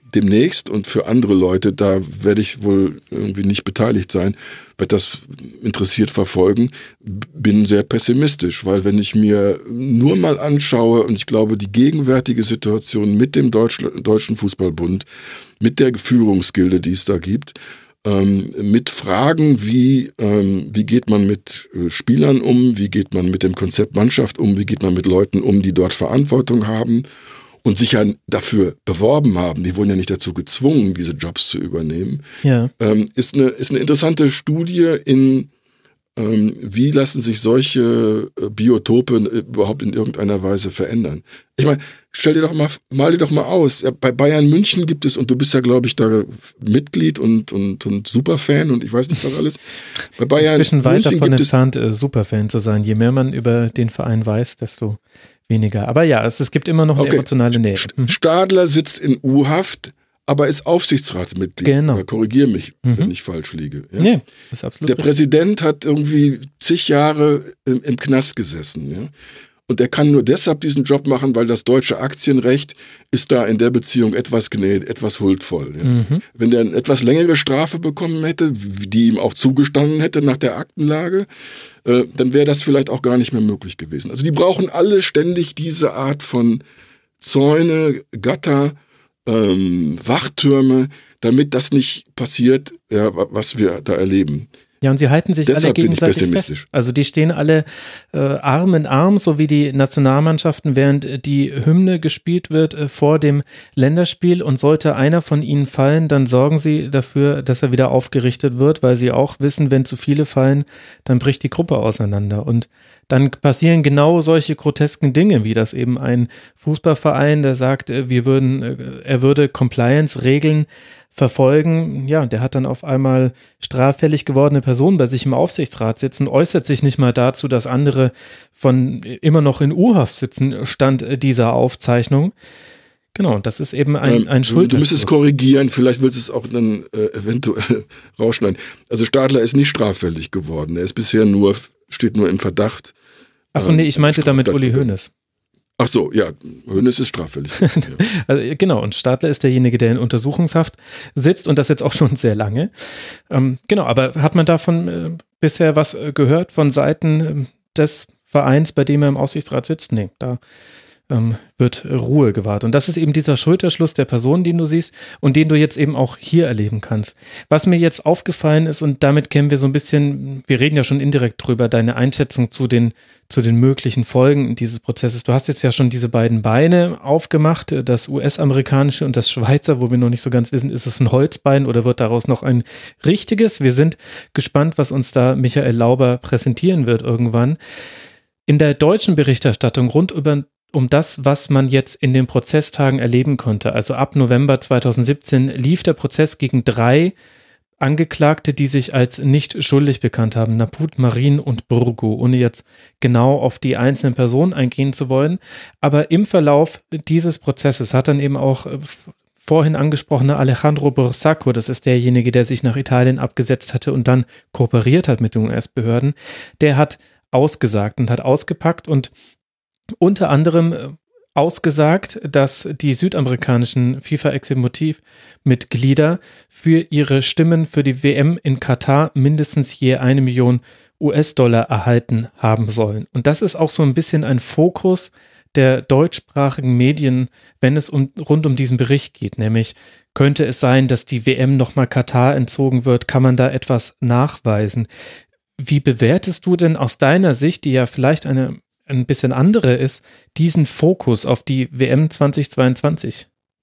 demnächst und für andere Leute, da werde ich wohl irgendwie nicht beteiligt sein, werde das interessiert verfolgen, bin sehr pessimistisch, weil wenn ich mir nur mal anschaue, und ich glaube, die gegenwärtige Situation mit dem Deutschen Fußballbund, mit der Führungsgilde, die es da gibt, mit Fragen wie geht man mit Spielern um, wie geht man mit dem Konzept Mannschaft um, wie geht man mit Leuten um, die dort Verantwortung haben und sich ja dafür beworben haben, die wurden ja nicht dazu gezwungen, diese Jobs zu übernehmen, ist eine interessante Studie in wie lassen sich solche Biotope überhaupt in irgendeiner Weise verändern. Ich meine, mal dir doch mal aus. Ja, bei Bayern München gibt es, und du bist ja, glaube ich, da Mitglied und Superfan und ich weiß nicht was alles. Bei Bayern Inzwischen weit davon entfernt, Superfan zu sein. Je mehr man über den Verein weiß, desto weniger. Aber ja, es gibt immer noch eine emotionale Nähe. Stadler sitzt in U-Haft, aber ist Aufsichtsratsmitglied. Genau. Korrigiere mich, wenn ich falsch liege. Ja? Nee, ist absolut Der Präsident hat irgendwie zig Jahre im Knast gesessen. Ja? Und er kann nur deshalb diesen Job machen, weil das deutsche Aktienrecht ist da in der Beziehung etwas gnädig, etwas huldvoll. Ja? Wenn der eine etwas längere Strafe bekommen hätte, die ihm auch zugestanden hätte nach der Aktenlage, dann wäre das vielleicht auch gar nicht mehr möglich gewesen. Also die brauchen alle ständig diese Art von Zäune, Gatter, Wachtürme, damit das nicht passiert, ja, was wir da erleben. Ja, und sie halten sich Deshalb alle gegenseitig fest. Also die stehen alle Arm in Arm, so wie die Nationalmannschaften, während die Hymne gespielt wird vor dem Länderspiel, und sollte einer von ihnen fallen, dann sorgen sie dafür, dass er wieder aufgerichtet wird, weil sie auch wissen, wenn zu viele fallen, dann bricht die Gruppe auseinander. Und dann passieren genau solche grotesken Dinge, wie das eben ein Fußballverein, der sagt, er würde Compliance-Regeln verfolgen. Ja, der hat dann auf einmal straffällig gewordene Personen bei sich im Aufsichtsrat sitzen, äußert sich nicht mal dazu, dass andere immer noch in U-Haft sitzen, stand dieser Aufzeichnung. Genau, das ist eben ein Schuld. Du müsstest korrigieren, vielleicht willst du es auch dann eventuell rausschneiden. Also Stadler ist nicht straffällig geworden. Er ist bisher steht nur im Verdacht. Achso, nee, ich meinte damit Uli Hoeneß. Ach so, ja, Hoeneß ist straffällig. Ja. Also, genau, und Stadler ist derjenige, der in Untersuchungshaft sitzt, und das jetzt auch schon sehr lange. Genau, aber hat man davon bisher was gehört von Seiten des Vereins, bei dem er im Aufsichtsrat sitzt? Nee, da wird Ruhe gewahrt. Und das ist eben dieser Schulterschluss der Person, den du siehst und den du jetzt eben auch hier erleben kannst. Was mir jetzt aufgefallen ist, und damit kennen wir so ein bisschen, wir reden ja schon indirekt drüber, deine Einschätzung zu den möglichen Folgen dieses Prozesses. Du hast jetzt ja schon diese beiden Beine aufgemacht, das US-amerikanische und das Schweizer, wo wir noch nicht so ganz wissen, ist es ein Holzbein oder wird daraus noch ein richtiges? Wir sind gespannt, was uns da Michael Lauber präsentieren wird irgendwann. In der deutschen Berichterstattung rund um das, was man jetzt in den Prozesstagen erleben konnte. Also ab November 2017 lief der Prozess gegen 3 Angeklagte, die sich als nicht schuldig bekannt haben, Naput, Marin und Burgo, ohne jetzt genau auf die einzelnen Personen eingehen zu wollen. Aber im Verlauf dieses Prozesses hat dann eben auch vorhin angesprochener Alejandro Bursaco, das ist derjenige, der sich nach Italien abgesetzt hatte und dann kooperiert hat mit den US-Behörden, der hat ausgesagt und hat ausgepackt und unter anderem ausgesagt, dass die südamerikanischen FIFA-Exekutivmitglieder für ihre Stimmen für die WM in Katar mindestens je 1 Million US-Dollar erhalten haben sollen. Und das ist auch so ein bisschen ein Fokus der deutschsprachigen Medien, wenn es rund um diesen Bericht geht, nämlich könnte es sein, dass die WM nochmal Katar entzogen wird, kann man da etwas nachweisen? Wie bewertest du denn aus deiner Sicht, die ja vielleicht ein bisschen andere ist, diesen Fokus auf die WM 2022?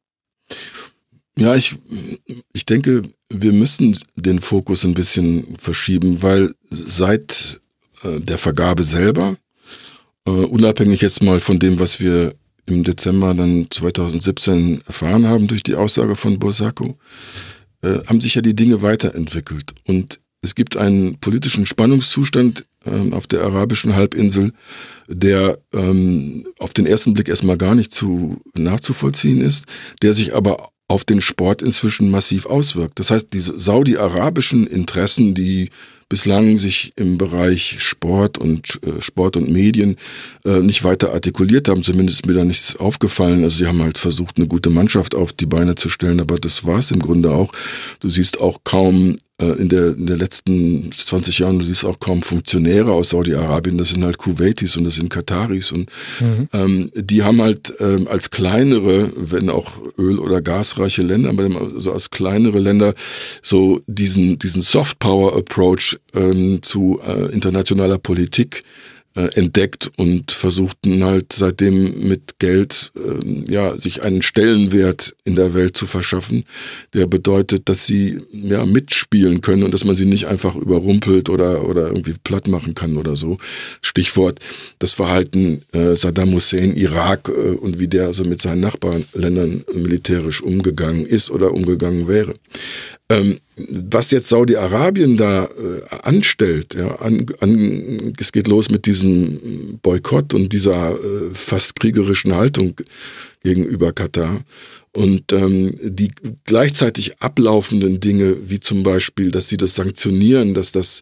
Ja, ich denke, wir müssen den Fokus ein bisschen verschieben, weil seit der Vergabe selber, unabhängig jetzt mal von dem, was wir im Dezember dann 2017 erfahren haben durch die Aussage von Bursaco, haben sich ja die Dinge weiterentwickelt. Und es gibt einen politischen Spannungszustand auf der arabischen Halbinsel, der auf den ersten Blick erstmal gar nicht nachzuvollziehen ist, der sich aber auf den Sport inzwischen massiv auswirkt. Das heißt, diese saudi-arabischen Interessen, die bislang sich im Bereich Sport und Medien nicht weiter artikuliert haben. Zumindest ist mir da nichts aufgefallen. Also sie haben halt versucht, eine gute Mannschaft auf die Beine zu stellen, aber das war es im Grunde auch. Du siehst auch kaum in der letzten 20 Jahren, du siehst auch kaum Funktionäre aus Saudi-Arabien, das sind halt Kuwaitis und das sind Kataris und die haben halt als kleinere, wenn auch öl- oder gasreiche Länder, aber so als kleinere Länder so diesen Soft-Power-Approach zu internationaler Politik entdeckt und versuchten halt seitdem mit Geld sich einen Stellenwert in der Welt zu verschaffen, der bedeutet, dass sie mitspielen können und dass man sie nicht einfach überrumpelt oder irgendwie platt machen kann oder so. Stichwort das Verhalten Saddam Hussein, Irak und wie der also mit seinen Nachbarländern militärisch umgegangen ist oder umgegangen wäre. Was jetzt Saudi-Arabien da anstellt, es geht los mit diesem Boykott und dieser fast kriegerischen Haltung gegenüber Katar und die gleichzeitig ablaufenden Dinge, wie zum Beispiel, dass sie das sanktionieren, dass es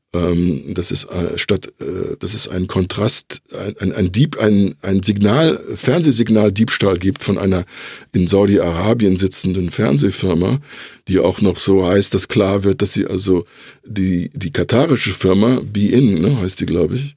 ein Kontrast, ein Fernsehsignal-Diebstahl gibt von einer in Saudi-Arabien sitzenden Fernsehfirma, die auch noch so heißt, dass klar wird, dass sie also die katarische Firma, Be-In, heißt die, glaube ich,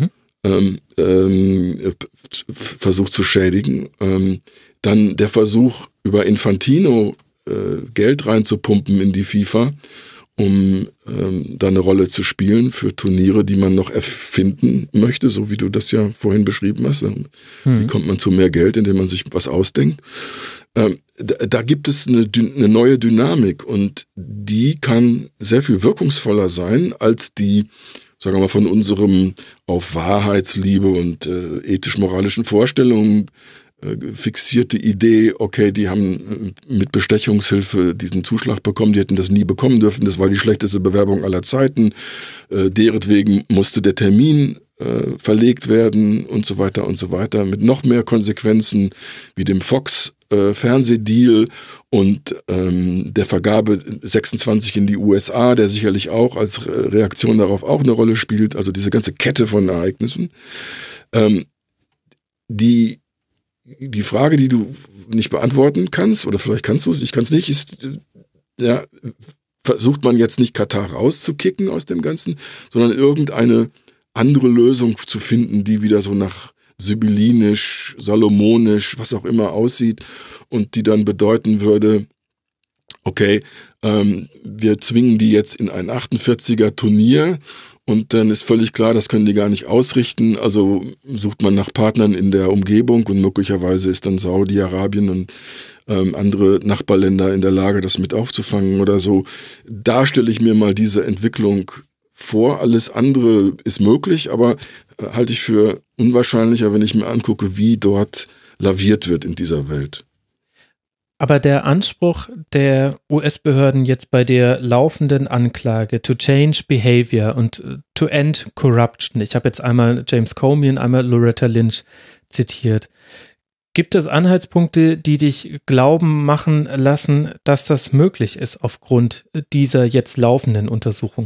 versucht zu schädigen. Dann der Versuch, über Infantino Geld reinzupumpen in die FIFA, um da eine Rolle zu spielen für Turniere, die man noch erfinden möchte, so wie du das ja vorhin beschrieben hast. Wie kommt man zu mehr Geld, indem man sich was ausdenkt? Da gibt es eine neue Dynamik und die kann sehr viel wirkungsvoller sein als die, sagen wir mal, von unserem auf Wahrheitsliebe und ethisch-moralischen Vorstellungen fixierte Idee, okay, die haben mit Bestechungshilfe diesen Zuschlag bekommen, die hätten das nie bekommen dürfen, das war die schlechteste Bewerbung aller Zeiten, deretwegen musste der Termin verlegt werden und so weiter, mit noch mehr Konsequenzen wie dem Fox Fernsehdeal und der Vergabe 26 in die USA, der sicherlich auch als Reaktion darauf auch eine Rolle spielt, also diese ganze Kette von Ereignissen. Die Frage, die du nicht beantworten kannst, oder vielleicht kannst du es, ich kann es nicht, ist, versucht man jetzt nicht Katar rauszukicken aus dem Ganzen, sondern irgendeine andere Lösung zu finden, die wieder so nach sibyllinisch, salomonisch, was auch immer aussieht und die dann bedeuten würde, okay, wir zwingen die jetzt in ein 48er Turnier und dann ist völlig klar, das können die gar nicht ausrichten, also sucht man nach Partnern in der Umgebung und möglicherweise ist dann Saudi-Arabien und andere Nachbarländer in der Lage, das mit aufzufangen oder so. Da stelle ich mir mal diese Entwicklung vor. Alles andere ist möglich, aber halte ich für unwahrscheinlicher, wenn ich mir angucke, wie dort laviert wird in dieser Welt. Aber der Anspruch der US-Behörden jetzt bei der laufenden Anklage to change behavior und to end corruption, ich habe jetzt einmal James Comey und einmal Loretta Lynch zitiert. Gibt es Anhaltspunkte, die dich glauben machen lassen, dass das möglich ist aufgrund dieser jetzt laufenden Untersuchung?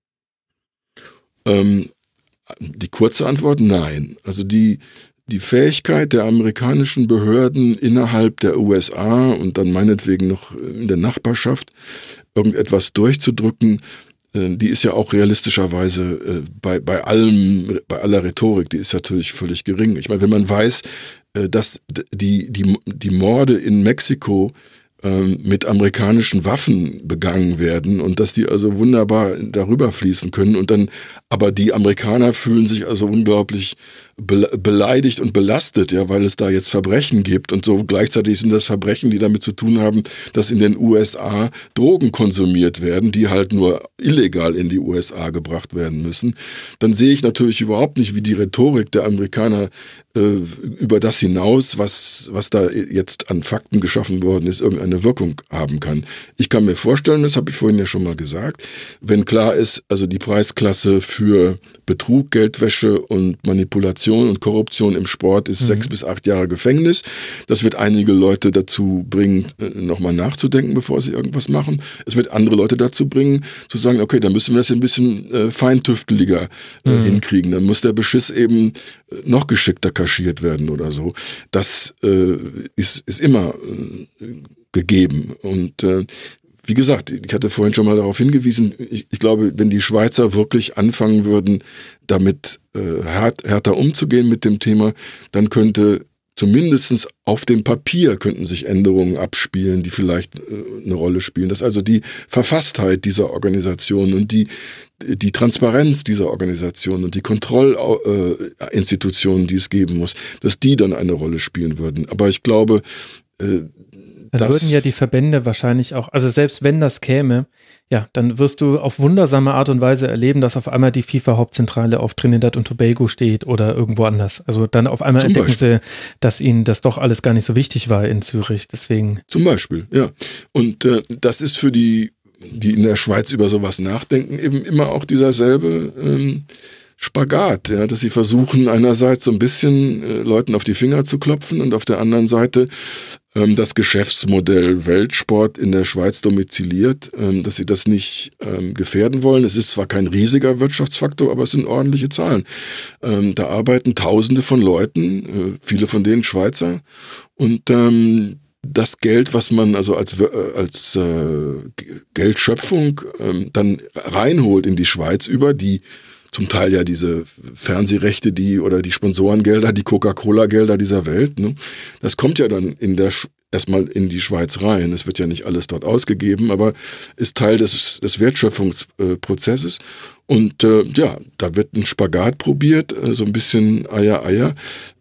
Die kurze Antwort, nein. Also die Fähigkeit der amerikanischen Behörden innerhalb der USA und dann meinetwegen noch in der Nachbarschaft irgendetwas durchzudrücken, die ist ja auch realistischerweise bei aller Rhetorik, die ist natürlich völlig gering. Ich meine, wenn man weiß, dass die Morde in Mexiko mit amerikanischen Waffen begangen werden und dass die also wunderbar darüber fließen können und dann, aber die Amerikaner fühlen sich also unglaublich beleidigt und belastet, ja, weil es da jetzt Verbrechen gibt und so gleichzeitig sind das Verbrechen, die damit zu tun haben, dass in den USA Drogen konsumiert werden, die halt nur illegal in die USA gebracht werden müssen, dann sehe ich natürlich überhaupt nicht, wie die Rhetorik der Amerikaner über das hinaus, was da jetzt an Fakten geschaffen worden ist, irgendeine Wirkung haben kann. Ich kann mir vorstellen, das habe ich vorhin ja schon mal gesagt, wenn klar ist, also die Preisklasse für Betrug, Geldwäsche und Manipulation und Korruption im Sport ist 6 bis 8 Jahre Gefängnis. Das wird einige Leute dazu bringen, nochmal nachzudenken, bevor sie irgendwas machen. Es wird andere Leute dazu bringen, zu sagen, okay, dann müssen wir das ein bisschen feintüfteliger hinkriegen. Dann muss der Beschiss eben noch geschickter kaschiert werden oder so. Das ist immer gegeben. Und wie gesagt, ich hatte vorhin schon mal darauf hingewiesen, ich glaube, wenn die Schweizer wirklich anfangen würden, damit härter umzugehen mit dem Thema, dann könnte zumindest auf dem Papier könnten sich Änderungen abspielen, die vielleicht eine Rolle spielen. Dass also die Verfasstheit dieser Organisation und die Transparenz dieser Organisation und die Kontrollinstitutionen, die es geben muss, dass die dann eine Rolle spielen würden. Aber ich glaube, dann würden ja die Verbände wahrscheinlich auch, also selbst wenn das käme, ja, dann wirst du auf wundersame Art und Weise erleben, dass auf einmal die FIFA-Hauptzentrale auf Trinidad und Tobago steht oder irgendwo anders. Also dann auf einmal entdecken sie, dass ihnen das doch alles gar nicht so wichtig war in Zürich. Deswegen. Zum Beispiel, ja. Und das ist für die in der Schweiz über sowas nachdenken, eben immer auch dieser selbe Spagat, ja, dass sie versuchen, einerseits so ein bisschen Leuten auf die Finger zu klopfen und auf der anderen Seite das Geschäftsmodell Weltsport in der Schweiz domiziliert, dass sie das nicht gefährden wollen. Es ist zwar kein riesiger Wirtschaftsfaktor, aber es sind ordentliche Zahlen. Da arbeiten Tausende von Leuten, viele von denen Schweizer, und das Geld, was man also als Geldschöpfung dann reinholt in die Schweiz über die zum Teil ja diese Fernsehrechte, oder die Sponsorengelder, die Coca-Cola-Gelder dieser Welt, ne? Das kommt ja dann erstmal in die Schweiz rein. Es wird ja nicht alles dort ausgegeben, aber ist Teil des Wertschöpfungsprozesses. Und ja, da wird ein Spagat probiert, so ein bisschen Eier.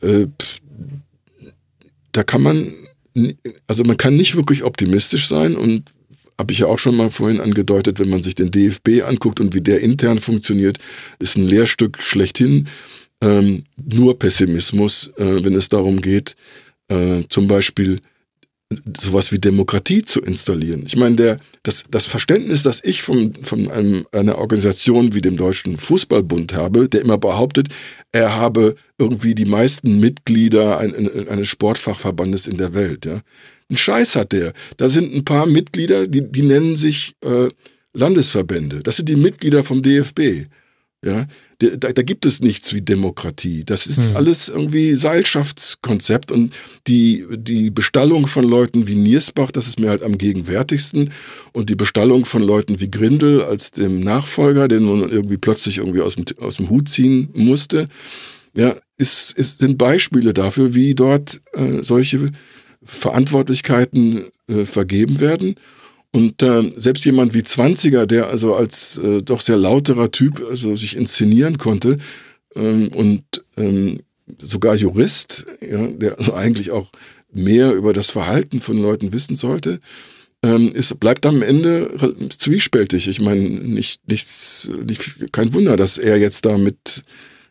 Da kann man nicht wirklich optimistisch sein, und habe ich ja auch schon mal vorhin angedeutet, wenn man sich den DFB anguckt und wie der intern funktioniert, ist ein Lehrstück schlechthin. Nur Pessimismus, wenn es darum geht, zum Beispiel sowas wie Demokratie zu installieren. Ich meine, das Verständnis, das ich von einer Organisation wie dem Deutschen Fußballbund habe, der immer behauptet, er habe irgendwie die meisten Mitglieder eines Sportfachverbandes in der Welt, ja. Ein Scheiß hat der. Da sind ein paar Mitglieder, die nennen sich Landesverbände. Das sind die Mitglieder vom DFB. Ja, da gibt es nichts wie Demokratie. Das ist alles irgendwie Seilschaftskonzept, und die Bestallung von Leuten wie Niersbach, das ist mir halt am gegenwärtigsten, und die Bestallung von Leuten wie Grindel als dem Nachfolger, den man irgendwie plötzlich irgendwie aus dem Hut ziehen musste, ja, sind Beispiele dafür, wie dort solche Verantwortlichkeiten vergeben werden. Und selbst jemand wie Zwanziger, der also als doch sehr lauterer Typ also sich inszenieren konnte, und sogar Jurist, ja, der also eigentlich auch mehr über das Verhalten von Leuten wissen sollte, bleibt am Ende zwiespältig. Ich meine, kein Wunder, dass er jetzt da mit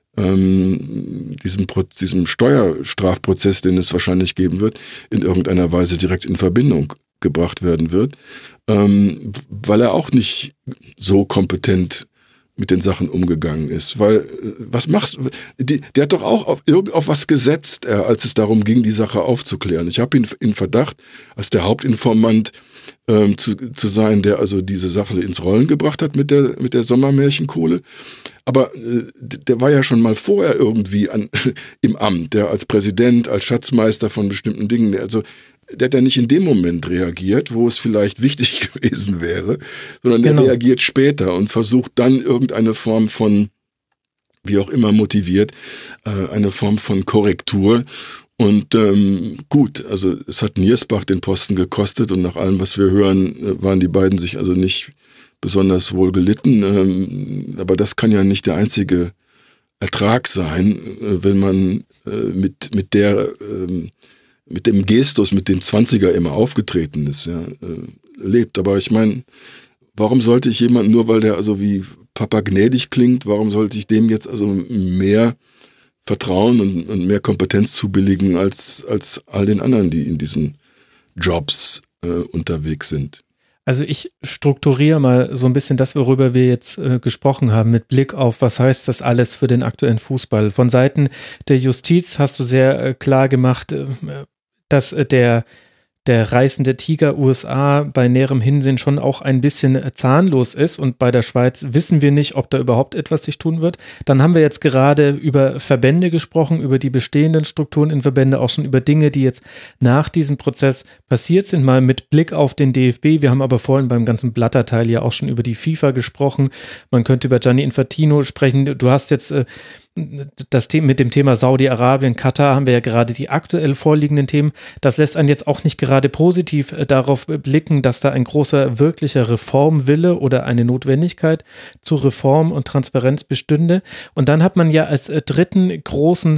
diesem Steuerstrafprozess, den es wahrscheinlich geben wird, in irgendeiner Weise direkt in Verbindung gebracht werden wird, weil er auch nicht so kompetent mit den Sachen umgegangen ist. Weil, was machst du? Der hat doch auch auf was gesetzt, als es darum ging, die Sache aufzuklären. Ich habe ihn in Verdacht, als der Hauptinformant zu sein, der also diese Sache ins Rollen gebracht hat mit der Sommermärchenkohle. Aber der war ja schon mal vorher irgendwie im Amt, der als Präsident, als Schatzmeister von bestimmten Dingen, der hat ja nicht in dem Moment reagiert, wo es vielleicht wichtig gewesen wäre, sondern der reagiert später und versucht dann irgendeine Form von, wie auch immer motiviert, eine Form von Korrektur. Und gut, also es hat Niersbach den Posten gekostet, und nach allem, was wir hören, waren die beiden sich also nicht besonders wohl gelitten. Aber das kann ja nicht der einzige Ertrag sein, wenn man mit dem Gestus, mit dem 20er immer aufgetreten ist, ja, lebt. Aber ich meine, warum sollte ich jemanden, nur weil der also wie Papa gnädig klingt, warum sollte ich dem jetzt also mehr Vertrauen und mehr Kompetenz zubilligen als all den anderen, die in diesen Jobs unterwegs sind. Also ich strukturiere mal so ein bisschen das, worüber wir jetzt gesprochen haben, mit Blick auf, was heißt das alles für den aktuellen Fußball. Von Seiten der Justiz hast du sehr klar gemacht, dass der reißende Tiger USA bei näherem Hinsehen schon auch ein bisschen zahnlos ist, und bei der Schweiz wissen wir nicht, ob da überhaupt etwas sich tun wird. Dann haben wir jetzt gerade über Verbände gesprochen, über die bestehenden Strukturen in Verbände, auch schon über Dinge, die jetzt nach diesem Prozess passiert sind, mal mit Blick auf den DFB. Wir haben aber vorhin beim ganzen Blatterteil ja auch schon über die FIFA gesprochen. Man könnte über Gianni Infantino sprechen. Du hast jetzt das Thema mit dem Thema Saudi-Arabien, Katar, haben wir ja gerade die aktuell vorliegenden Themen. Das lässt einen jetzt auch nicht gerade positiv darauf blicken, dass da ein großer, wirklicher Reformwille oder eine Notwendigkeit zu Reform und Transparenz bestünde. Und dann hat man ja als dritten großen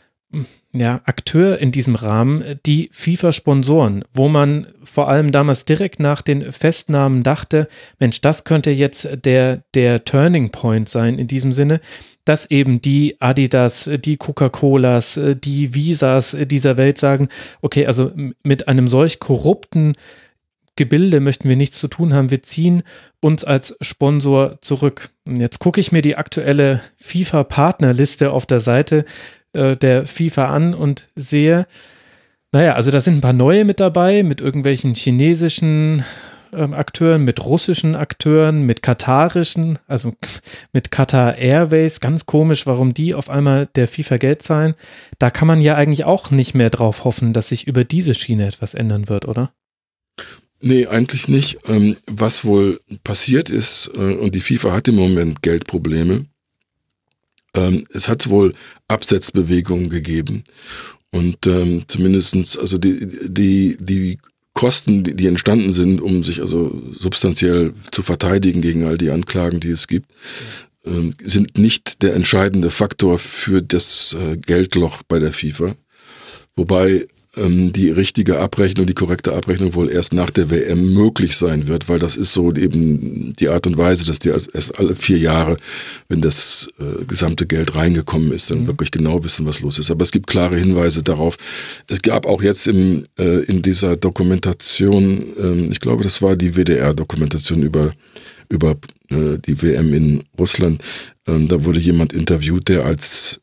Akteur in diesem Rahmen die FIFA-Sponsoren, wo man vor allem damals direkt nach den Festnahmen dachte, Mensch, das könnte jetzt der Turning Point sein in diesem Sinne, dass eben die Adidas, die Coca-Colas, die Visas dieser Welt sagen, okay, also mit einem solch korrupten Gebilde möchten wir nichts zu tun haben, wir ziehen uns als Sponsor zurück. Und jetzt gucke ich mir die aktuelle FIFA-Partnerliste auf der Seite der FIFA an und sehe, also da sind ein paar neue mit dabei, mit irgendwelchen chinesischen Akteuren, mit russischen Akteuren, mit katarischen, also mit Qatar Airways, ganz komisch, warum die auf einmal der FIFA Geld zahlen. Da kann man ja eigentlich auch nicht mehr drauf hoffen, dass sich über diese Schiene etwas ändern wird, oder? Nee, eigentlich nicht. Was wohl passiert ist, und die FIFA hat im Moment Geldprobleme, es hat wohl Absetzbewegungen gegeben und zumindestens, also die Kosten, die entstanden sind, um sich also substanziell zu verteidigen gegen all die Anklagen, die es gibt, sind nicht der entscheidende Faktor für das Geldloch bei der FIFA. Wobei die richtige Abrechnung, die korrekte Abrechnung wohl erst nach der WM möglich sein wird, weil das ist so eben die Art und Weise, dass die erst alle 4 Jahre, wenn das gesamte Geld reingekommen ist, dann wirklich genau wissen, was los ist. Aber es gibt klare Hinweise darauf. Es gab auch jetzt in dieser Dokumentation, ich glaube, das war die WDR-Dokumentation über die WM in Russland, da wurde jemand interviewt, der als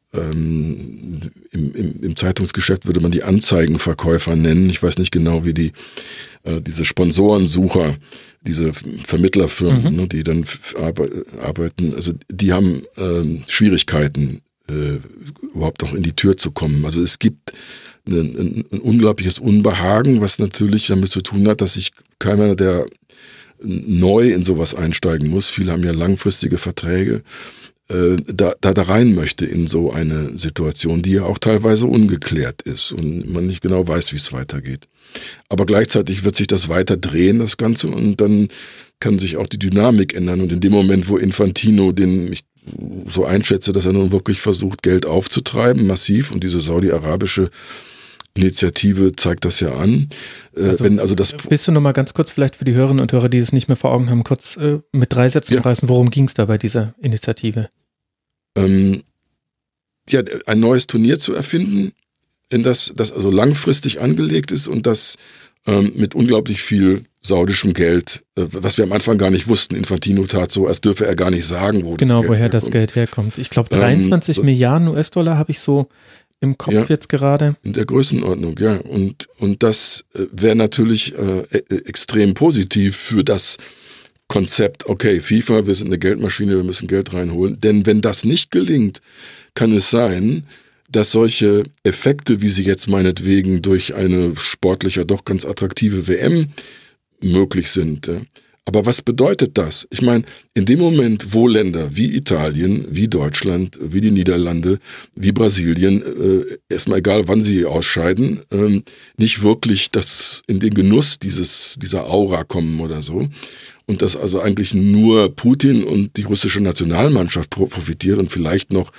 im Zeitungsgeschäft würde man die Anzeigenverkäufer nennen. Ich weiß nicht genau, wie diese Sponsorensucher, diese Vermittlerfirmen, die dann arbeiten, also die haben Schwierigkeiten, überhaupt noch in die Tür zu kommen. Also es gibt ein unglaubliches Unbehagen, was natürlich damit zu tun hat, dass sich keiner, der neu in sowas einsteigen muss, viele haben ja langfristige Verträge, da rein möchte in so eine Situation, die ja auch teilweise ungeklärt ist und man nicht genau weiß, wie es weitergeht. Aber gleichzeitig wird sich das weiter drehen, das Ganze, und dann kann sich auch die Dynamik ändern. Und in dem Moment, wo Infantino, den ich so einschätze, dass er nun wirklich versucht, Geld aufzutreiben, massiv, und diese saudi-arabische Initiative zeigt das ja an. Willst du noch mal ganz kurz vielleicht für die Hörerinnen und Hörer, die es nicht mehr vor Augen haben, kurz mit 3 Sätzen umreißen, worum ging es da bei dieser Initiative? Ein neues Turnier zu erfinden, in das also langfristig angelegt ist und das mit unglaublich viel saudischem Geld, was wir am Anfang gar nicht wussten. Infantino tat so, als dürfe er gar nicht sagen, woher das Geld herkommt. Ich glaube 23 Milliarden US-Dollar habe ich so im Kopf jetzt gerade. In der Größenordnung, ja. Und das wäre natürlich extrem positiv für das Konzept, okay, FIFA, wir sind eine Geldmaschine, wir müssen Geld reinholen. Denn wenn das nicht gelingt, kann es sein, dass solche Effekte, wie sie jetzt meinetwegen durch eine sportlicher doch ganz attraktive WM möglich sind. Aber was bedeutet das? Ich meine, in dem Moment, wo Länder wie Italien, wie Deutschland, wie die Niederlande, wie Brasilien, erstmal egal wann sie ausscheiden, nicht wirklich in den Genuss dieser Aura kommen oder so, und dass also eigentlich nur Putin und die russische Nationalmannschaft profitiert und vielleicht noch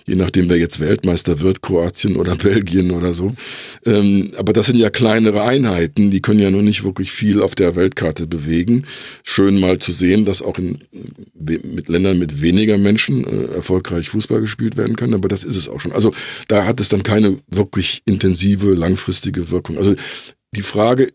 je nachdem, wer jetzt Weltmeister wird, Kroatien oder Belgien oder so. Aber das sind ja kleinere Einheiten, die können ja nur nicht wirklich viel auf der Weltkarte bewegen. Schön mal zu sehen, dass auch mit Ländern mit weniger Menschen erfolgreich Fußball gespielt werden kann, aber das ist es auch schon. Also da hat es dann keine wirklich intensive, langfristige Wirkung. Also die Frage,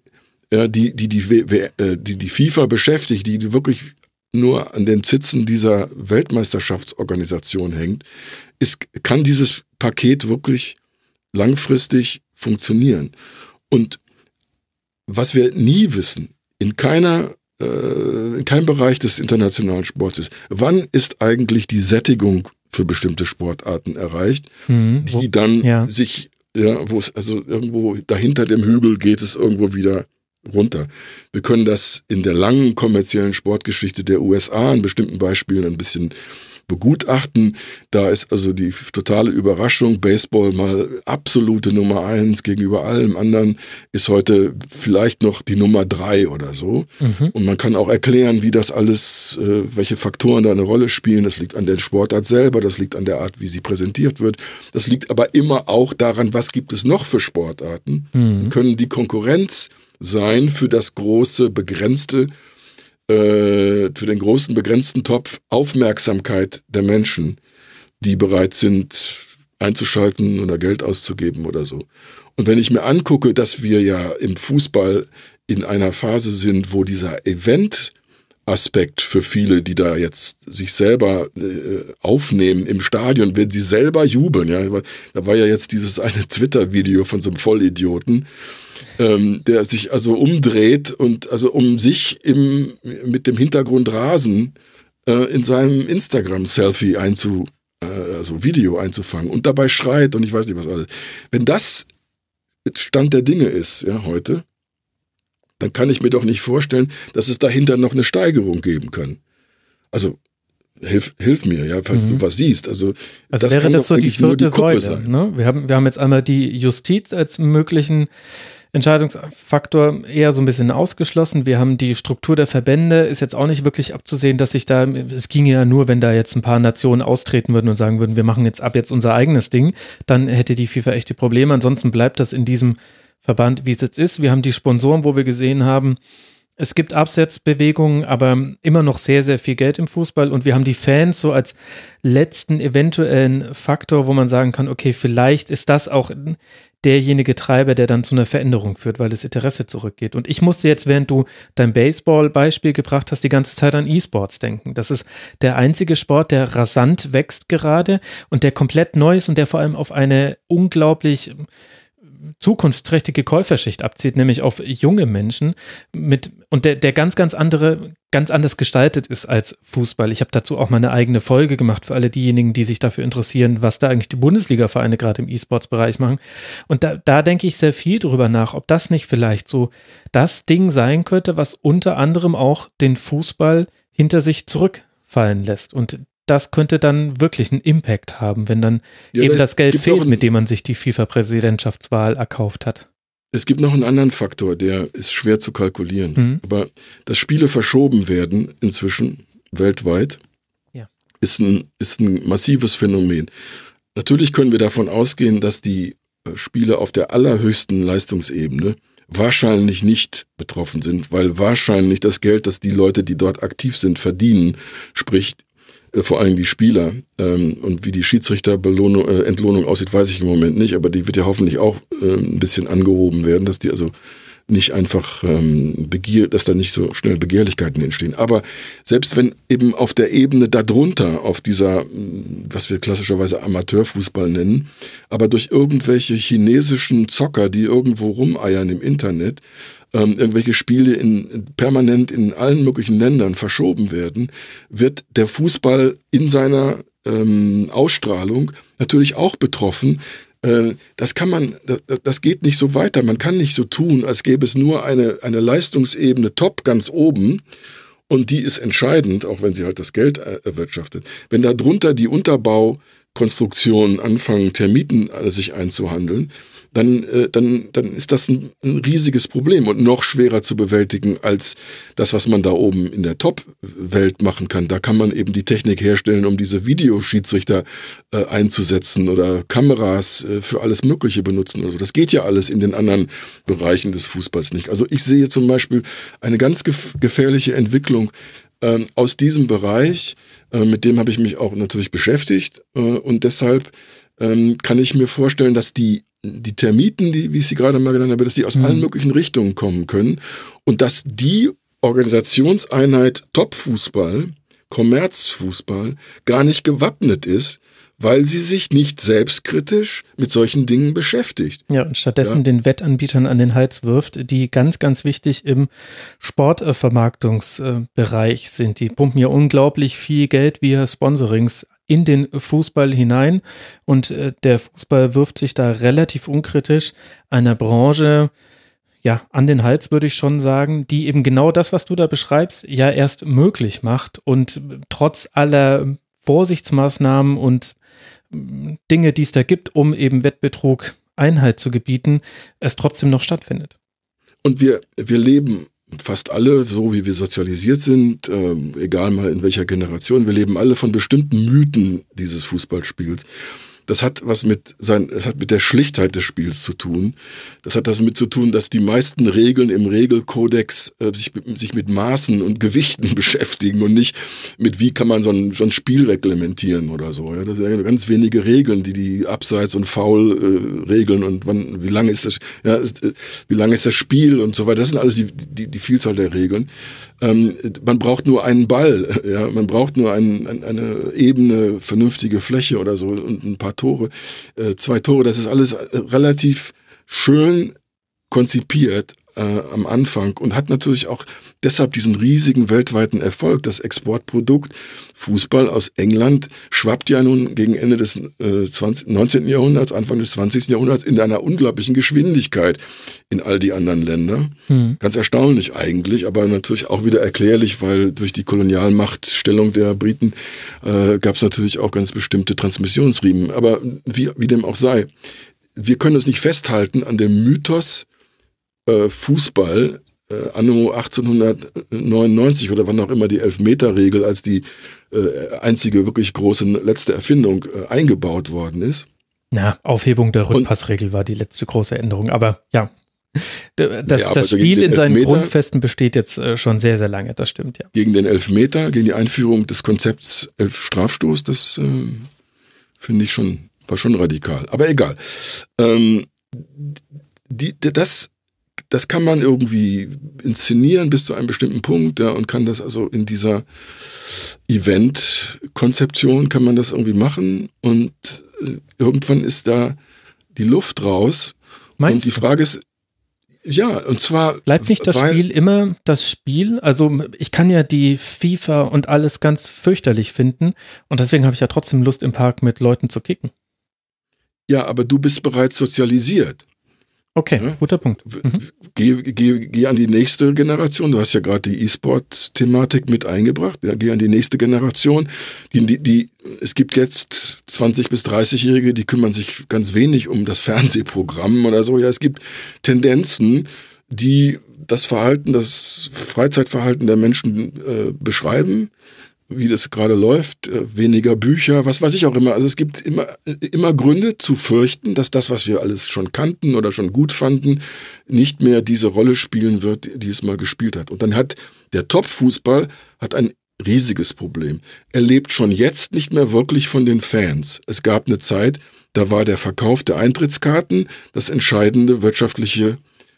die FIFA beschäftigt, die wirklich nur an den Zitzen dieser Weltmeisterschaftsorganisation hängt, kann dieses Paket wirklich langfristig funktionieren? Und was wir nie wissen, in keinem Bereich des internationalen Sports ist, wann ist eigentlich die Sättigung für bestimmte Sportarten erreicht, die dann sich, wo es also irgendwo dahinter dem Hügel geht es irgendwo wieder runter. Wir können das in der langen kommerziellen Sportgeschichte der USA an bestimmten Beispielen ein bisschen begutachten. Da ist also die totale Überraschung, Baseball mal absolute Nummer 1 gegenüber allem anderen, ist heute vielleicht noch die Nummer 3 oder so. Und man kann auch erklären, wie das alles, welche Faktoren da eine Rolle spielen. Das liegt an der Sportart selber, das liegt an der Art, wie sie präsentiert wird. Das liegt aber immer auch daran, was gibt es noch für Sportarten? Können die Konkurrenz sein für das große, begrenzte, für den großen, begrenzten Topf Aufmerksamkeit der Menschen, die bereit sind, einzuschalten oder Geld auszugeben oder so. Und wenn ich mir angucke, dass wir ja im Fußball in einer Phase sind, wo dieser Event-Aspekt für viele, die da jetzt sich selber aufnehmen im Stadion, wenn sie selber jubeln, ja, da war ja jetzt dieses eine Twitter-Video von so einem Vollidioten, der sich also umdreht und also um sich mit dem Hintergrund Rasen in seinem Instagram-Selfie also Video einzufangen und dabei schreit und ich weiß nicht was alles. Wenn das Stand der Dinge ist, ja, heute, dann kann ich mir doch nicht vorstellen, dass es dahinter noch eine Steigerung geben kann. Also Hilf mir, ja, falls du was siehst. Also das wäre kann das doch so die vierte Säule. Sein. Ne? Wir haben jetzt einmal die Justiz als möglichen Entscheidungsfaktor eher so ein bisschen ausgeschlossen. Wir haben die Struktur der Verbände, ist jetzt auch nicht wirklich abzusehen, dass sich da, es ginge ja nur, wenn da jetzt ein paar Nationen austreten würden und sagen würden, wir machen jetzt ab jetzt unser eigenes Ding, dann hätte die FIFA echt die Probleme. Ansonsten bleibt das in diesem Verband, wie es jetzt ist. Wir haben die Sponsoren, wo wir gesehen haben, es gibt Absetzbewegungen, aber immer noch sehr, sehr viel Geld im Fußball und wir haben die Fans so als letzten eventuellen Faktor, wo man sagen kann, okay, vielleicht ist das auch derjenige Treiber, der dann zu einer Veränderung führt, weil das Interesse zurückgeht. Und ich musste jetzt, während du dein Baseball-Beispiel gebracht hast, die ganze Zeit an E-Sports denken. Das ist der einzige Sport, der rasant wächst gerade und der komplett neu ist und der vor allem auf eine unglaublich zukunftsträchtige Käuferschicht abzieht, nämlich auf junge Menschen und der ganz anders gestaltet ist als Fußball. Ich habe dazu auch mal eine eigene Folge gemacht für alle diejenigen, die sich dafür interessieren, was da eigentlich die Bundesliga-Vereine gerade im E-Sports-Bereich machen. Und da denke ich sehr viel drüber nach, ob das nicht vielleicht so das Ding sein könnte, was unter anderem auch den Fußball hinter sich zurückfallen lässt. Und das könnte dann wirklich einen Impact haben, wenn dann eben das Geld fehlt, mit dem man sich die FIFA-Präsidentschaftswahl erkauft hat. Es gibt noch einen anderen Faktor, der ist schwer zu kalkulieren. Aber dass Spiele verschoben werden inzwischen weltweit, ist ein massives Phänomen. Natürlich können wir davon ausgehen, dass die Spiele auf der allerhöchsten Leistungsebene wahrscheinlich nicht betroffen sind, weil wahrscheinlich das Geld, das die Leute, die dort aktiv sind, verdienen, sprich vor allem die Spieler und wie die Schiedsrichter-Entlohnung aussieht, weiß ich im Moment nicht, aber die wird ja hoffentlich auch ein bisschen angehoben werden, dass die also nicht einfach dass da nicht so schnell Begehrlichkeiten entstehen. Aber selbst wenn eben auf der Ebene darunter, auf dieser, was wir klassischerweise Amateurfußball nennen, aber durch irgendwelche chinesischen Zocker, die irgendwo rumeiern im Internet, irgendwelche Spiele permanent in allen möglichen Ländern verschoben werden, wird der Fußball in seiner Ausstrahlung natürlich auch betroffen. Das geht nicht so weiter. Man kann nicht so tun, als gäbe es nur eine Leistungsebene top ganz oben und die ist entscheidend, auch wenn sie halt das Geld erwirtschaftet. Wenn da drunter die Unterbaukonstruktionen anfangen, Termiten sich einzuhandeln, dann ist das ein riesiges Problem und noch schwerer zu bewältigen als das, was man da oben in der Top-Welt machen kann. Da kann man eben die Technik herstellen, um diese Videoschiedsrichter einzusetzen oder Kameras für alles Mögliche benutzen oder so. Das geht ja alles in den anderen Bereichen des Fußballs nicht. Also ich sehe zum Beispiel eine ganz gefährliche Entwicklung aus diesem Bereich. Mit dem habe ich mich auch natürlich beschäftigt und deshalb kann ich mir vorstellen, dass die Termiten, wie ich sie gerade mal genannt habe, dass die aus allen möglichen Richtungen kommen können und dass die Organisationseinheit Top-Fußball, Kommerzfußball, gar nicht gewappnet ist, weil sie sich nicht selbstkritisch mit solchen Dingen beschäftigt. Ja, und stattdessen den Wettanbietern an den Hals wirft, die ganz, ganz wichtig im Sportvermarktungsbereich sind. Die pumpen ja unglaublich viel Geld via Sponsorings in den Fußball hinein und der Fußball wirft sich da relativ unkritisch einer Branche an den Hals, würde ich schon sagen, die eben genau das, was du da beschreibst, ja erst möglich macht und trotz aller Vorsichtsmaßnahmen und Dinge, die es da gibt, um eben Wettbetrug Einhalt zu gebieten, es trotzdem noch stattfindet. Und wir leben fast alle, so wie wir sozialisiert sind, egal mal in welcher Generation, wir leben alle von bestimmten Mythen dieses Fußballspiels. Das hat was mit der Schlichtheit des Spiels zu tun. Das hat das mit zu tun, dass die meisten Regeln im Regelkodex sich mit Maßen und Gewichten beschäftigen und nicht mit, wie kann man so ein Spiel reglementieren oder so. Ja, das sind ja ganz wenige Regeln, die Abseits- und Foul-Regeln und wie lange ist das Spiel und so weiter. Das sind alles die Vielzahl der Regeln. Man braucht nur einen Ball, ja, man braucht nur eine ebene, vernünftige Fläche oder so und ein paar Tore, 2 Tore, das ist alles relativ schön konzipiert am Anfang und hat natürlich auch deshalb diesen riesigen weltweiten Erfolg. Das Exportprodukt Fußball aus England schwappt ja nun gegen Ende des 19. Jahrhunderts, Anfang des 20. Jahrhunderts in einer unglaublichen Geschwindigkeit in all die anderen Länder. Ganz erstaunlich eigentlich, aber natürlich auch wieder erklärlich, weil durch die Kolonialmachtstellung der Briten gab es natürlich auch ganz bestimmte Transmissionsriemen. Aber wie dem auch sei, wir können uns nicht festhalten an dem Mythos Fußball anno 1899 oder wann auch immer die Elfmeterregel als die einzige wirklich große letzte Erfindung eingebaut worden ist. Na, Aufhebung der Rückpassregel war die letzte große Änderung, aber ja. Das Spiel in seinen Grundfesten besteht jetzt schon sehr, sehr lange, das stimmt, ja. Gegen den Elfmeter, gegen die Einführung des Konzepts Strafstoß, das finde ich war schon radikal. Aber egal. Das kann man irgendwie inszenieren bis zu einem bestimmten Punkt, ja, und kann das also in dieser Event-Konzeption kann man das irgendwie machen und irgendwann ist da die Luft raus. Meinst und die Frage ist, ja, und zwar... Bleibt nicht das Spiel immer das Spiel? Also ich kann ja die FIFA und alles ganz fürchterlich finden und deswegen habe ich ja trotzdem Lust im Park mit Leuten zu kicken. Ja, aber du bist bereits sozialisiert. Okay, ja? Guter Punkt. Geh an die nächste Generation. Du hast ja gerade die E-Sport-Thematik mit eingebracht. Ja, geh an die nächste Generation. Es gibt jetzt 20- bis 30-Jährige, die kümmern sich ganz wenig um das Fernsehprogramm oder so. Ja, es gibt Tendenzen, die das Freizeitverhalten der Menschen beschreiben, wie das gerade läuft, weniger Bücher, was weiß ich auch immer. Also es gibt immer Gründe zu fürchten, dass das, was wir alles schon kannten oder schon gut fanden, nicht mehr diese Rolle spielen wird, die es mal gespielt hat. Und dann hat der Top-Fußball ein riesiges Problem. Er lebt schon jetzt nicht mehr wirklich von den Fans. Es gab eine Zeit, da war der Verkauf der Eintrittskarten die entscheidende wirtschaftliche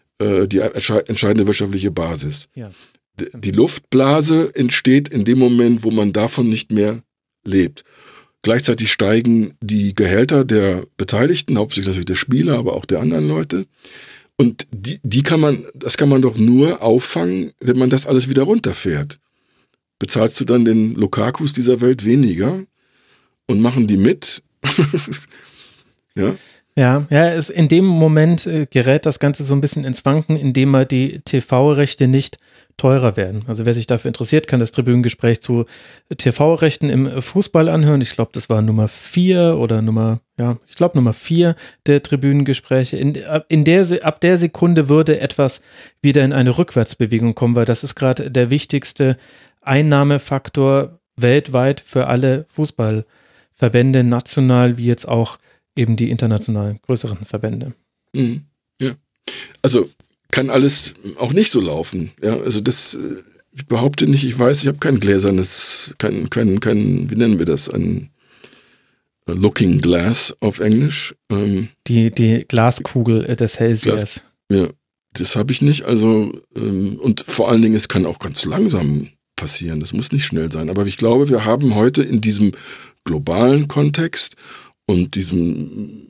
Basis. Ja. Die Luftblase entsteht in dem Moment, wo man davon nicht mehr lebt. Gleichzeitig steigen die Gehälter der Beteiligten, hauptsächlich natürlich der Spieler, aber auch der anderen Leute. Und das kann man doch nur auffangen, wenn man das alles wieder runterfährt. Bezahlst du dann den Lukakus dieser Welt weniger und machen die mit? Ja. Ja, in dem Moment gerät das Ganze so ein bisschen ins Wanken, indem mal die TV-Rechte nicht teurer werden. Also wer sich dafür interessiert, kann das Tribünengespräch zu TV-Rechten im Fußball anhören. Ich glaube, das war Nummer 4 oder Nummer 4 der Tribünengespräche. Ab der Sekunde würde etwas wieder in eine Rückwärtsbewegung kommen, weil das ist gerade der wichtigste Einnahmefaktor weltweit für alle Fußballverbände, national wie jetzt auch eben die internationalen größeren Verbände. Mhm. Ja, also kann alles auch nicht so laufen. Ja, also das, ich behaupte nicht, ich weiß, ich habe kein gläsernes, kein, wie nennen wir das, ein Looking Glass auf Englisch. Die Glaskugel des Hellsehers. Ja, das habe ich nicht. Also und vor allen Dingen, es kann auch ganz langsam passieren. Das muss nicht schnell sein. Aber ich glaube, wir haben heute in diesem globalen Kontext und in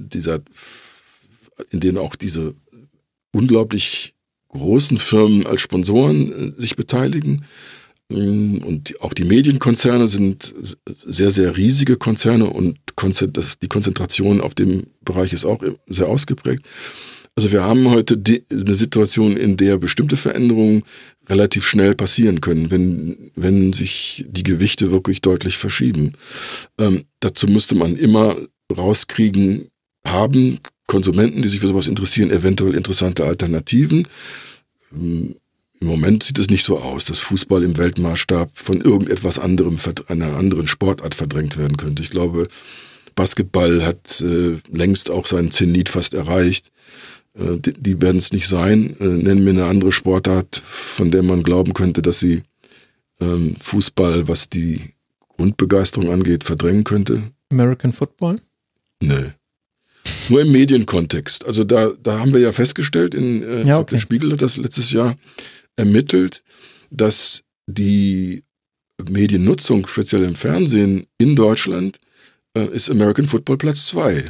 denen auch diese unglaublich großen Firmen als Sponsoren sich beteiligen. Und auch die Medienkonzerne sind sehr, sehr riesige Konzerne und die Konzentration auf dem Bereich ist auch sehr ausgeprägt. Also wir haben heute eine Situation, in der bestimmte Veränderungen relativ schnell passieren können, wenn sich die Gewichte wirklich deutlich verschieben. Dazu müsste man immer rauskriegen, haben Konsumenten, die sich für sowas interessieren, eventuell interessante Alternativen. Im Moment sieht es nicht so aus, dass Fußball im Weltmaßstab von irgendetwas anderem, einer anderen Sportart verdrängt werden könnte. Ich glaube, Basketball hat längst auch seinen Zenit fast erreicht. Die werden es nicht sein. Nennen mir eine andere Sportart, von der man glauben könnte, dass sie Fußball, was die Grundbegeisterung angeht, verdrängen könnte. American Football? Nö. Nur im Medienkontext. Also da haben wir ja festgestellt, der Spiegel hat das letztes Jahr ermittelt, dass die Mediennutzung, speziell im Fernsehen in Deutschland, ist American Football Platz 2.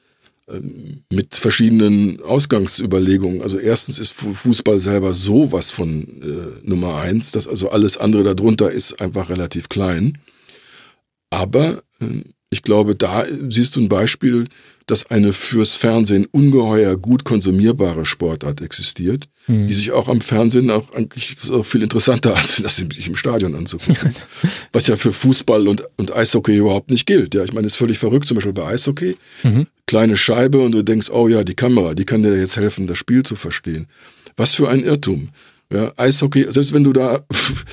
Mit verschiedenen Ausgangsüberlegungen. Also erstens ist Fußball selber sowas von Nummer 1, dass also alles andere darunter ist einfach relativ klein. Aber ich glaube, da siehst du ein Beispiel, dass eine fürs Fernsehen ungeheuer gut konsumierbare Sportart existiert, die sich auch am Fernsehen auch eigentlich ist auch viel interessanter als das sich im Stadion anzugucken. Was ja für Fußball und Eishockey überhaupt nicht gilt. Ja, ich meine, es ist völlig verrückt, zum Beispiel bei Eishockey. Kleine Scheibe und du denkst, oh ja, die Kamera, die kann dir jetzt helfen, das Spiel zu verstehen. Was für ein Irrtum. Ja, Eishockey, selbst wenn du da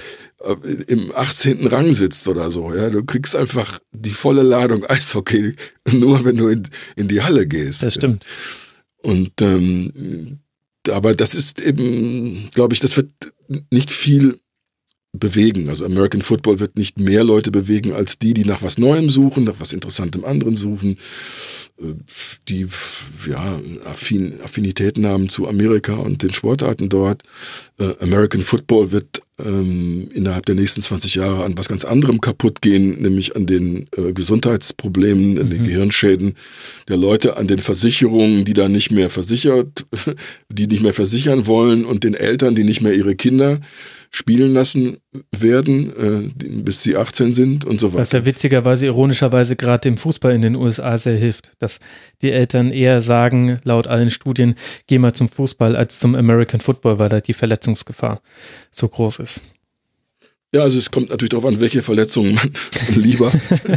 im 18. Rang sitzt oder so, ja, du kriegst einfach die volle Ladung Eishockey, nur wenn du in die Halle gehst. Das stimmt. Und aber das ist eben, glaube ich, das wird nicht viel bewegen. Also American Football wird nicht mehr Leute bewegen als die nach was Neuem suchen, nach was Interessantem anderen suchen, die Affinitäten haben zu Amerika und den Sportarten dort. American Football wird innerhalb der nächsten 20 Jahre an was ganz anderem kaputt gehen, nämlich an den Gesundheitsproblemen, an den Gehirnschäden der Leute, an den Versicherungen, die da nicht mehr versichern wollen und den Eltern, die nicht mehr ihre Kinder spielen lassen werden, bis sie 18 sind und so weiter. Was ja witzigerweise, ironischerweise gerade dem Fußball in den USA sehr hilft, dass die Eltern eher sagen, laut allen Studien, geh mal zum Fußball als zum American Football, weil da die Verletzungsgefahr so groß ist. Ja, also es kommt natürlich darauf an, welche Verletzungen man lieber.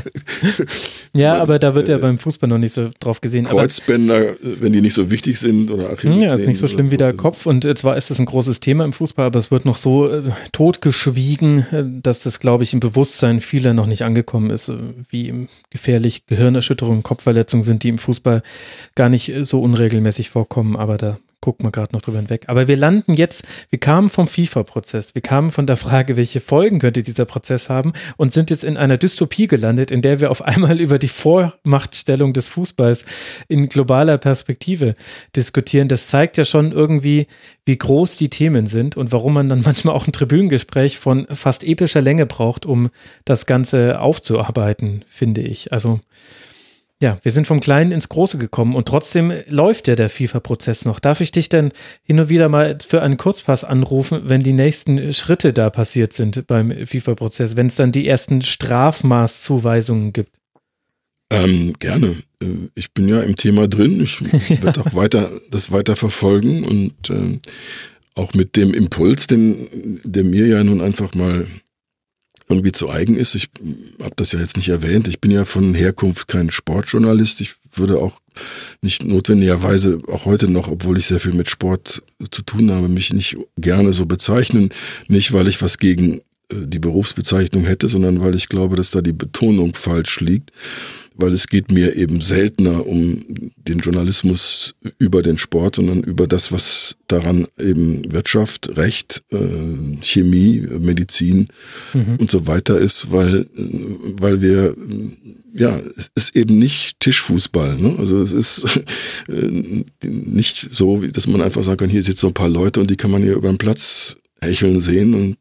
Ja, aber da wird ja beim Fußball noch nicht so drauf gesehen. Kreuzbänder, wenn die nicht so wichtig sind oder Achillessehnen. Ja, ist nicht so schlimm wie der Kopf und zwar ist das ein großes Thema im Fußball, aber es wird noch so totgeschwiegen, dass das, glaube ich, im Bewusstsein vieler noch nicht angekommen ist, wie gefährlich Gehirnerschütterungen, Kopfverletzungen sind, die im Fußball gar nicht so unregelmäßig vorkommen, aber da gucken wir gerade noch drüber hinweg. Aber wir kamen vom FIFA-Prozess, wir kamen von der Frage, welche Folgen könnte dieser Prozess haben und sind jetzt in einer Dystopie gelandet, in der wir auf einmal über die Vormachtstellung des Fußballs in globaler Perspektive diskutieren. Das zeigt ja schon irgendwie, wie groß die Themen sind und warum man dann manchmal auch ein Tribünengespräch von fast epischer Länge braucht, um das Ganze aufzuarbeiten, finde ich. Also ja, wir sind vom Kleinen ins Große gekommen und trotzdem läuft ja der FIFA-Prozess noch. Darf ich dich denn hin und wieder mal für einen Kurzpass anrufen, wenn die nächsten Schritte da passiert sind beim FIFA-Prozess, wenn es dann die ersten Strafmaßzuweisungen gibt? Gerne. Ich bin ja im Thema drin. Ich werde auch weiter verfolgen und auch mit dem Impuls, der mir ja nun einfach mal irgendwie zu eigen ist. Ich habe das ja jetzt nicht erwähnt. Ich bin ja von Herkunft kein Sportjournalist. Ich würde auch nicht notwendigerweise auch heute noch, obwohl ich sehr viel mit Sport zu tun habe, mich nicht gerne so bezeichnen. Nicht, weil ich was gegen die Berufsbezeichnung hätte, sondern weil ich glaube, dass da die Betonung falsch liegt. Weil es geht mir eben seltener um den Journalismus über den Sport, sondern über das, was daran eben Wirtschaft, Recht, Chemie, Medizin und so weiter ist, weil wir, ja, es ist eben nicht Tischfußball, ne? Also es ist nicht so, dass man einfach sagen kann, hier sitzen so ein paar Leute und die kann man hier über den Platz hecheln sehen und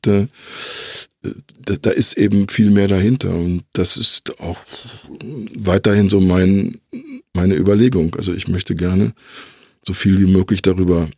da ist eben viel mehr dahinter und das ist auch weiterhin so meine Überlegung. Also ich möchte gerne so viel wie möglich darüber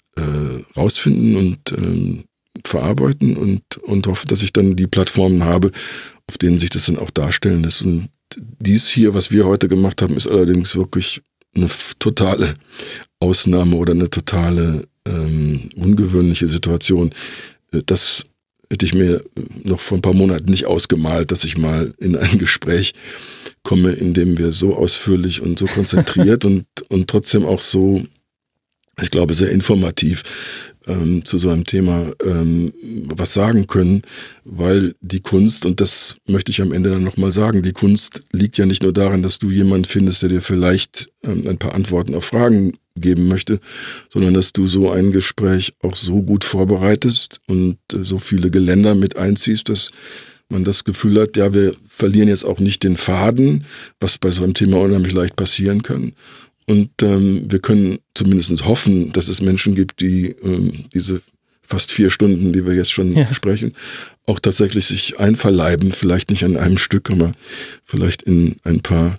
rausfinden und verarbeiten und hoffe, dass ich dann die Plattformen habe, auf denen sich das dann auch darstellen lässt. Und dies hier, was wir heute gemacht haben, ist allerdings wirklich eine totale Ausnahme oder eine totale ungewöhnliche Situation. Das hätte ich mir noch vor ein paar Monaten nicht ausgemalt, dass ich mal in ein Gespräch komme, in dem wir so ausführlich und so konzentriert und trotzdem auch so, ich glaube, sehr informativ zu so einem Thema was sagen können, weil die Kunst, und das möchte ich am Ende dann nochmal sagen, die Kunst liegt ja nicht nur darin, dass du jemanden findest, der dir vielleicht ein paar Antworten auf Fragen geben möchte, sondern dass du so ein Gespräch auch so gut vorbereitest und so viele Geländer mit einziehst, dass man das Gefühl hat, ja, wir verlieren jetzt auch nicht den Faden, was bei so einem Thema unheimlich leicht passieren kann. Und wir können zumindest hoffen, dass es Menschen gibt, die diese fast 4 Stunden, die wir jetzt schon sprechen, auch tatsächlich sich einverleiben, vielleicht nicht an einem Stück, aber vielleicht in ein paar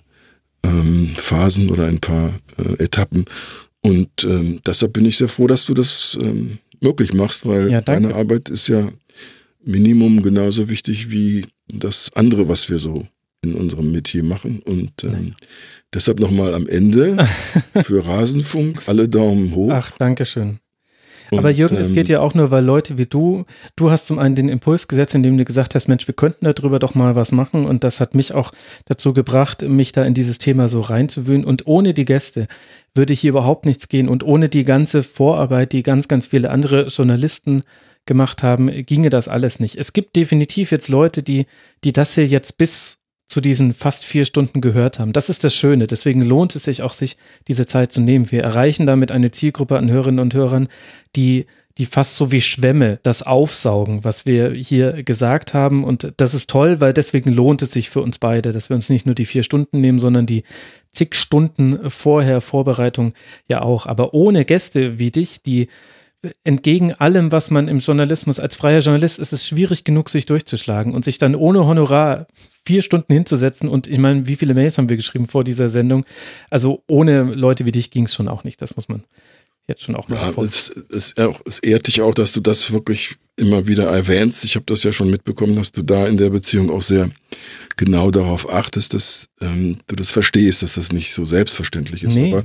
Phasen oder ein paar Etappen. Und deshalb bin ich sehr froh, dass du das möglich machst, weil deine Arbeit ist ja Minimum genauso wichtig wie das andere, was wir so in unserem Metier machen. Und deshalb nochmal am Ende für Rasenfunk alle Daumen hoch. Ach, danke schön. Aber Jürgen, es geht ja auch nur, weil Leute wie du hast zum einen den Impuls gesetzt, indem du gesagt hast, Mensch, wir könnten darüber doch mal was machen und das hat mich auch dazu gebracht, mich da in dieses Thema so reinzuwühlen und ohne die Gäste würde hier überhaupt nichts gehen und ohne die ganze Vorarbeit, die ganz, ganz viele andere Journalisten gemacht haben, ginge das alles nicht. Es gibt definitiv jetzt Leute, die das hier jetzt bis zu diesen fast 4 Stunden gehört haben. Das ist das Schöne. Deswegen lohnt es sich auch, sich diese Zeit zu nehmen. Wir erreichen damit eine Zielgruppe an Hörerinnen und Hörern, die fast so wie Schwämme das aufsaugen, was wir hier gesagt haben. Und das ist toll, weil deswegen lohnt es sich für uns beide, dass wir uns nicht nur die 4 Stunden nehmen, sondern die zig Stunden vorher Vorbereitung ja auch. Aber ohne Gäste wie dich, die entgegen allem, was man im Journalismus als freier Journalist, ist es schwierig genug, sich durchzuschlagen und sich dann ohne Honorar 4 Stunden hinzusetzen. Und ich meine, wie viele Mails haben wir geschrieben vor dieser Sendung? Also ohne Leute wie dich ging es schon auch nicht. Das muss man jetzt schon auch mal es ehrt dich auch, dass du das wirklich immer wieder erwähnst. Ich habe das ja schon mitbekommen, dass du da in der Beziehung auch sehr genau darauf achtest, dass du das verstehst, dass das nicht so selbstverständlich ist. Nee. Aber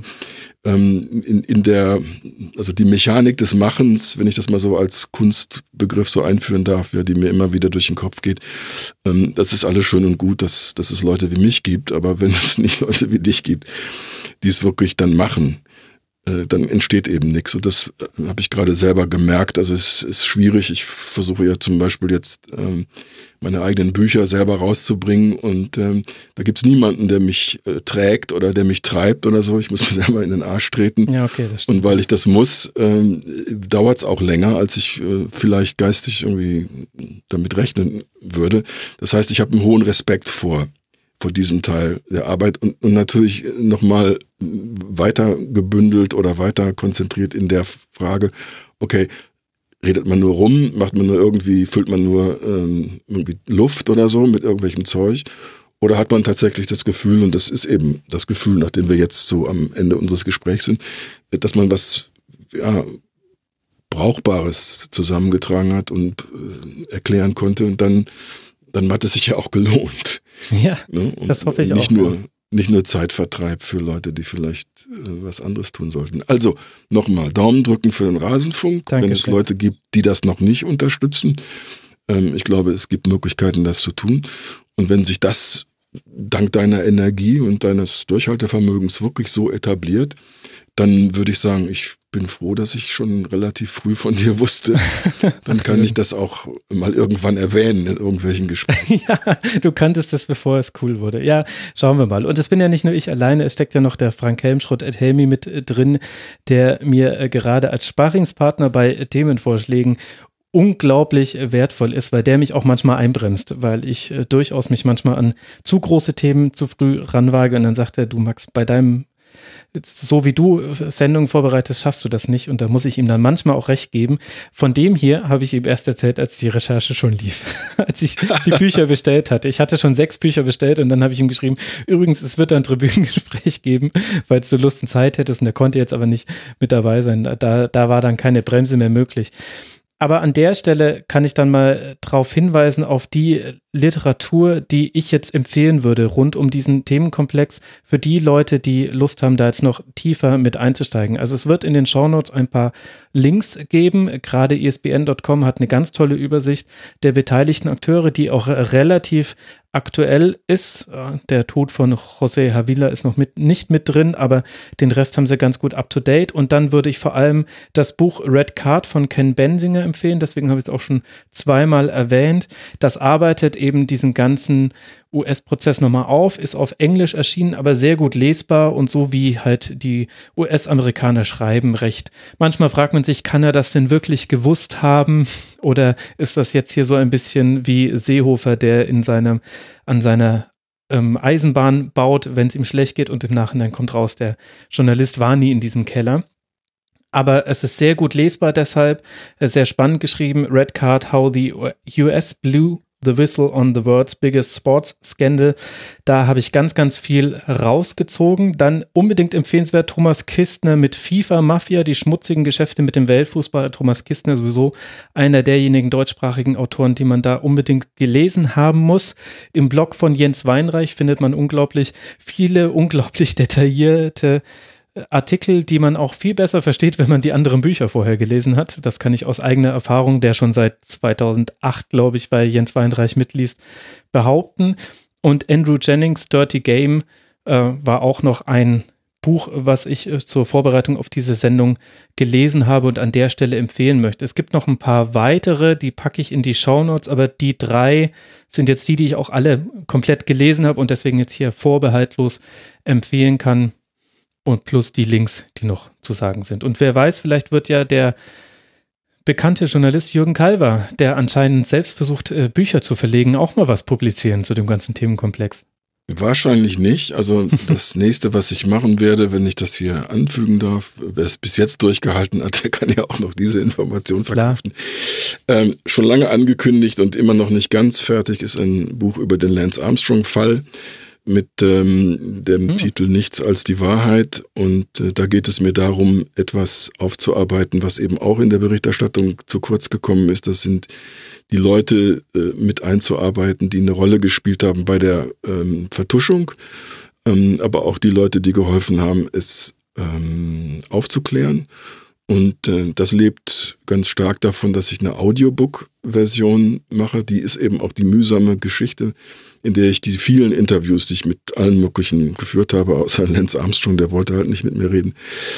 also die Mechanik des Machens, wenn ich das mal so als Kunstbegriff so einführen darf, ja, die mir immer wieder durch den Kopf geht, das ist alles schön und gut, dass es Leute wie mich gibt, aber wenn es nicht Leute wie dich gibt, die es wirklich dann machen, dann entsteht eben nichts. Und das habe ich gerade selber gemerkt. Also es ist schwierig. Ich versuche ja zum Beispiel jetzt meine eigenen Bücher selber rauszubringen und da gibt es niemanden, der mich trägt oder der mich treibt oder so. Ich muss mir selber in den Arsch treten. Ja, okay, das stimmt. Und weil ich das muss, dauert es auch länger, als ich vielleicht geistig irgendwie damit rechnen würde. Das heißt, ich habe einen hohen Respekt vor diesem Teil der Arbeit und natürlich nochmal weiter gebündelt oder weiter konzentriert in der Frage, okay, redet man nur rum, macht man nur irgendwie, füllt man nur irgendwie Luft oder so mit irgendwelchem Zeug oder hat man tatsächlich das Gefühl, und das ist eben das Gefühl, nachdem wir jetzt so am Ende unseres Gesprächs sind, dass man was Brauchbares zusammengetragen hat und erklären konnte und dann hat es sich ja auch gelohnt. Ja, ne? Und das hoffe ich nicht auch. Nur, nicht nur Zeitvertreib für Leute, die vielleicht was anderes tun sollten. Also nochmal, Daumen drücken für den Rasenfunk, wenn es Leute gibt, die das noch nicht unterstützen. Ich glaube, es gibt Möglichkeiten, das zu tun. Und wenn sich das dank deiner Energie und deines Durchhaltevermögens wirklich so etabliert, dann würde ich sagen, ich bin froh, dass ich schon relativ früh von dir wusste. Dann kann ich das auch mal irgendwann erwähnen in irgendwelchen Gesprächen. Ja, du kanntest das, bevor es cool wurde. Ja, schauen wir mal. Und es bin ja nicht nur ich alleine, es steckt ja noch der Frank Helmschrott at Helmi mit drin, der mir gerade als Sparringspartner bei Themenvorschlägen unglaublich wertvoll ist, weil der mich auch manchmal einbremst, weil ich durchaus mich manchmal an zu große Themen zu früh ranwage und dann sagt er, du Max, bei deinem, so wie du Sendungen vorbereitest, schaffst du das nicht und da muss ich ihm dann manchmal auch recht geben. Von dem hier habe ich ihm erst erzählt, als die Recherche schon lief, als ich die Bücher bestellt hatte. Ich hatte schon 6 Bücher bestellt und dann habe ich ihm geschrieben, übrigens, es wird ein Tribünengespräch geben, falls du Lust und Zeit hättest und der konnte jetzt aber nicht mit dabei sein. Da war dann keine Bremse mehr möglich. Aber an der Stelle kann ich dann mal darauf hinweisen, auf die Literatur, die ich jetzt empfehlen würde, rund um diesen Themenkomplex, für die Leute, die Lust haben, da jetzt noch tiefer mit einzusteigen. Also es wird in den Shownotes ein paar Links geben. Gerade ISBN.com hat eine ganz tolle Übersicht der beteiligten Akteure, die auch relativ aktuell ist. Der Tod von José Havila ist noch nicht mit drin, aber den Rest haben sie ganz gut up to date. Und dann würde ich vor allem das Buch Red Card von Ken Bensinger empfehlen. Deswegen habe ich es auch schon zweimal erwähnt. Das arbeitet eben diesen ganzen US-Prozess nochmal auf, ist auf Englisch erschienen, aber sehr gut lesbar und so wie halt die US-Amerikaner schreiben recht. Manchmal fragt man sich, kann er das denn wirklich gewusst haben oder ist das jetzt hier so ein bisschen wie Seehofer, der an seiner Eisenbahn baut, wenn es ihm schlecht geht und im Nachhinein kommt raus, der Journalist war nie in diesem Keller. Aber es ist sehr gut lesbar, deshalb sehr spannend geschrieben. Red Card, How the US Blew the Whistle on the World's Biggest Sports Scandal. Da habe ich ganz, ganz viel rausgezogen. Dann unbedingt empfehlenswert Thomas Kistner mit FIFA Mafia, die schmutzigen Geschäfte mit dem Weltfußball. Thomas Kistner sowieso einer derjenigen deutschsprachigen Autoren, die man da unbedingt gelesen haben muss. Im Blog von Jens Weinreich findet man unglaublich viele, unglaublich detaillierte Artikel, die man auch viel besser versteht, wenn man die anderen Bücher vorher gelesen hat. Das kann ich aus eigener Erfahrung, der schon seit 2008, glaube ich, bei Jens Weinreich mitliest, behaupten. Und Andrew Jennings' Dirty Game war auch noch ein Buch, was ich zur Vorbereitung auf diese Sendung gelesen habe und an der Stelle empfehlen möchte. Es gibt noch ein paar weitere, die packe ich in die Shownotes, aber die 3 sind jetzt die ich auch alle komplett gelesen habe und deswegen jetzt hier vorbehaltlos empfehlen kann. Und plus die Links, die noch zu sagen sind. Und wer weiß, vielleicht wird ja der bekannte Journalist Jürgen Kalver, der anscheinend selbst versucht, Bücher zu verlegen, auch mal was publizieren zu dem ganzen Themenkomplex. Wahrscheinlich nicht. Also das nächste, was ich machen werde, wenn ich das hier anfügen darf, wer es bis jetzt durchgehalten hat, der kann ja auch noch diese Information verkaufen. Schon lange angekündigt und immer noch nicht ganz fertig ist ein Buch über den Lance Armstrong-Fall. Mit dem Titel Nichts als die Wahrheit und da geht es mir darum, etwas aufzuarbeiten, was eben auch in der Berichterstattung zu kurz gekommen ist. Das sind die Leute mit einzuarbeiten, die eine Rolle gespielt haben bei der Vertuschung, aber auch die Leute, die geholfen haben, es aufzuklären. Und das lebt ganz stark davon, dass ich eine Audiobook-Version mache. Die ist eben auch die mühsame Geschichte, in der ich die vielen Interviews, die ich mit allen möglichen geführt habe, außer Lance Armstrong, der wollte halt nicht mit mir reden,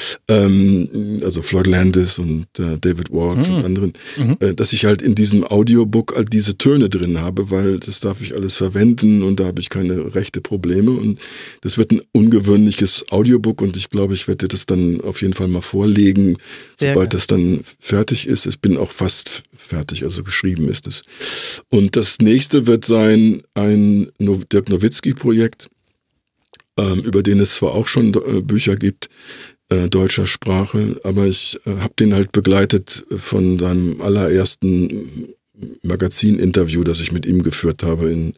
also Floyd Landis und David Walsh und anderen, dass ich halt in diesem Audiobook all diese Töne drin habe, weil das darf ich alles verwenden und da habe ich keine rechte Probleme und das wird ein ungewöhnliches Audiobook und ich glaube, ich werde das dann auf jeden Fall mal vorlegen, sobald das dann fertig ist. Ich bin auch fast fertig, also geschrieben ist es. Und das nächste wird sein, ein Dirk Nowitzki-Projekt, über den es zwar auch schon Bücher gibt, deutscher Sprache, aber ich habe den halt begleitet von seinem allerersten Magazin-Interview, das ich mit ihm geführt habe in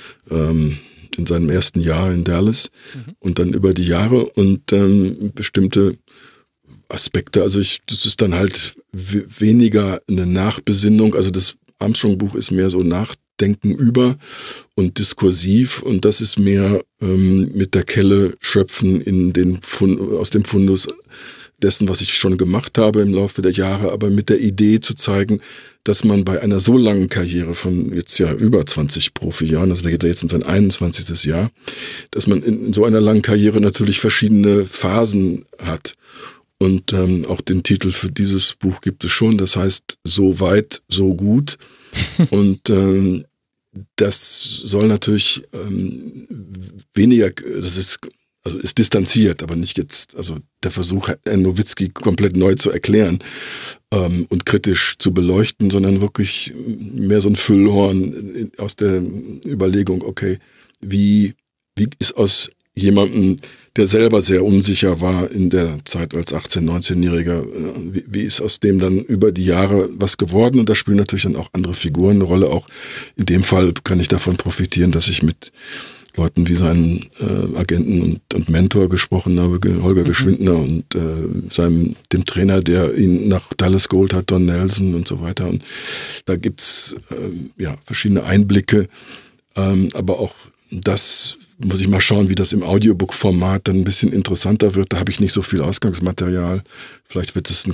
seinem ersten Jahr in Dallas und dann über die Jahre und bestimmte Aspekte, also das ist dann halt weniger eine Nachbesinnung, also das Armstrong-Buch ist mehr so denken über und diskursiv, und das ist mehr mit der Kelle schöpfen aus dem Fundus dessen, was ich schon gemacht habe im Laufe der Jahre, aber mit der Idee zu zeigen, dass man bei einer so langen Karriere von jetzt ja über 20 Profijahren, also da geht er jetzt in sein 21. Jahr, dass man in so einer langen Karriere natürlich verschiedene Phasen hat. Und auch den Titel für dieses Buch gibt es schon, das heißt So weit, so gut. Und das soll natürlich weniger, ist distanziert, aber nicht jetzt, also der Versuch, Herrn Nowitzki komplett neu zu erklären und kritisch zu beleuchten, sondern wirklich mehr so ein Füllhorn aus der Überlegung, okay, wie ist aus jemandem, der selber sehr unsicher war in der Zeit als 18-, 19-Jähriger, wie ist aus dem dann über die Jahre was geworden? Und da spielen natürlich dann auch andere Figuren eine Rolle. Auch in dem Fall kann ich davon profitieren, dass ich mit Leuten wie seinen Agenten und Mentor gesprochen habe, Holger Geschwindner, und dem Trainer, der ihn nach Dallas geholt hat, Don Nelson und so weiter. Und da gibt's verschiedene Einblicke, aber auch das muss ich mal schauen, wie das im Audiobook-Format dann ein bisschen interessanter wird. Da habe ich nicht so viel Ausgangsmaterial. Vielleicht wird es ein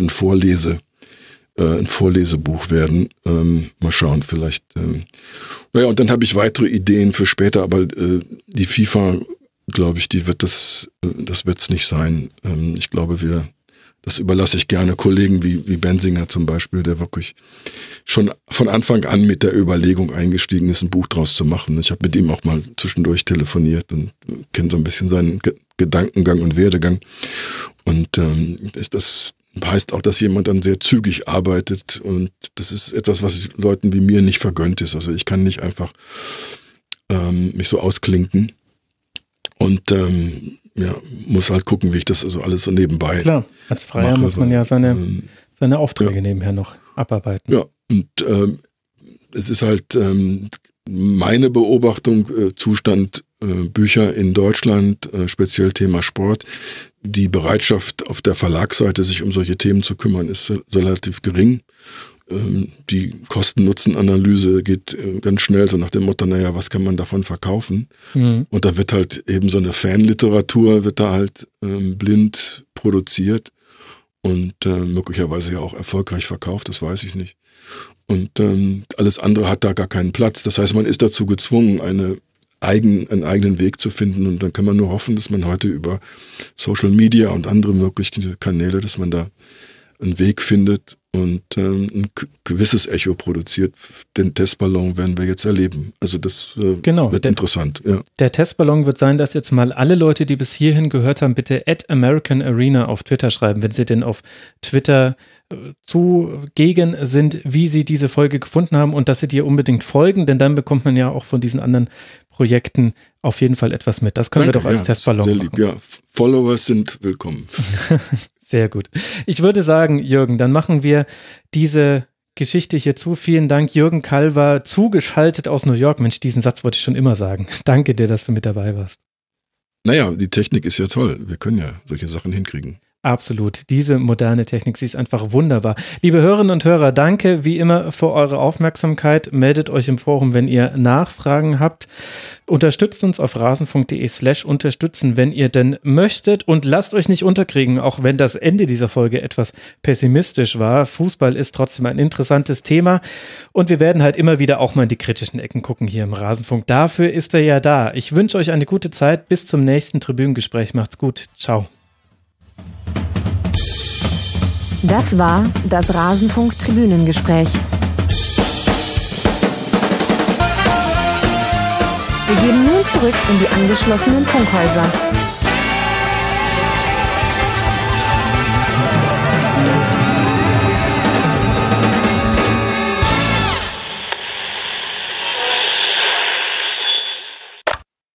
Vorlesebuch werden. Mal schauen, vielleicht. Und dann habe ich weitere Ideen für später, aber die FIFA, glaube ich, das wird's nicht sein. Ich glaube, das überlasse ich gerne Kollegen wie Bensinger zum Beispiel, der wirklich schon von Anfang an mit der Überlegung eingestiegen ist, ein Buch draus zu machen. Ich habe mit ihm auch mal zwischendurch telefoniert und kenne so ein bisschen seinen Gedankengang und Werdegang. Und das heißt auch, dass jemand dann sehr zügig arbeitet, und das ist etwas, was Leuten wie mir nicht vergönnt ist. Also ich kann nicht einfach mich so ausklinken und muss halt gucken, wie ich das also alles so nebenbei Klar, als Freier muss man ja seine Aufträge nebenher noch abarbeiten. Ja, und es ist halt meine Beobachtung, Zustand Bücher in Deutschland, speziell Thema Sport. Die Bereitschaft auf der Verlagsseite, sich um solche Themen zu kümmern, ist relativ gering. Die Kosten-Nutzen-Analyse geht ganz schnell, so nach dem Motto, naja, was kann man davon verkaufen? Mhm. Und da wird halt eben so eine Fanliteratur, wird da halt blind produziert und möglicherweise ja auch erfolgreich verkauft, das weiß ich nicht. Und alles andere hat da gar keinen Platz. Das heißt, man ist dazu gezwungen, einen eigenen Weg zu finden, und dann kann man nur hoffen, dass man heute über Social Media und andere mögliche Kanäle, dass man da einen Weg findet und ein gewisses Echo produziert. Den Testballon werden wir jetzt erleben. Also das wird interessant. Ja. Der Testballon wird sein, dass jetzt mal alle Leute, die bis hierhin gehört haben, bitte @AmericanArena auf Twitter schreiben, wenn sie denn auf Twitter zugegen sind, wie sie diese Folge gefunden haben, und dass sie dir unbedingt folgen, denn dann bekommt man ja auch von diesen anderen Projekten auf jeden Fall etwas mit. Das können wir doch als Testballon sehr lieb. Ja, Followers sind willkommen. Sehr gut. Ich würde sagen, Jürgen, dann machen wir diese Geschichte hier zu. Vielen Dank, Jürgen Kalver, zugeschaltet aus New York. Mensch, diesen Satz wollte ich schon immer sagen. Danke dir, dass du mit dabei warst. Naja, die Technik ist ja toll. Wir können ja solche Sachen hinkriegen. Absolut. Diese moderne Technik, sie ist einfach wunderbar. Liebe Hörerinnen und Hörer, danke wie immer für eure Aufmerksamkeit. Meldet euch im Forum, wenn ihr Nachfragen habt. Unterstützt uns auf rasenfunk.de/unterstützen, wenn ihr denn möchtet, und lasst euch nicht unterkriegen, auch wenn das Ende dieser Folge etwas pessimistisch war. Fußball ist trotzdem ein interessantes Thema, und wir werden halt immer wieder auch mal in die kritischen Ecken gucken hier im Rasenfunk. Dafür ist er ja da. Ich wünsche euch eine gute Zeit. Bis zum nächsten Tribünengespräch. Macht's gut. Ciao. Das war das Rasenfunk-Tribünengespräch. Wir gehen nun zurück in die angeschlossenen Funkhäuser.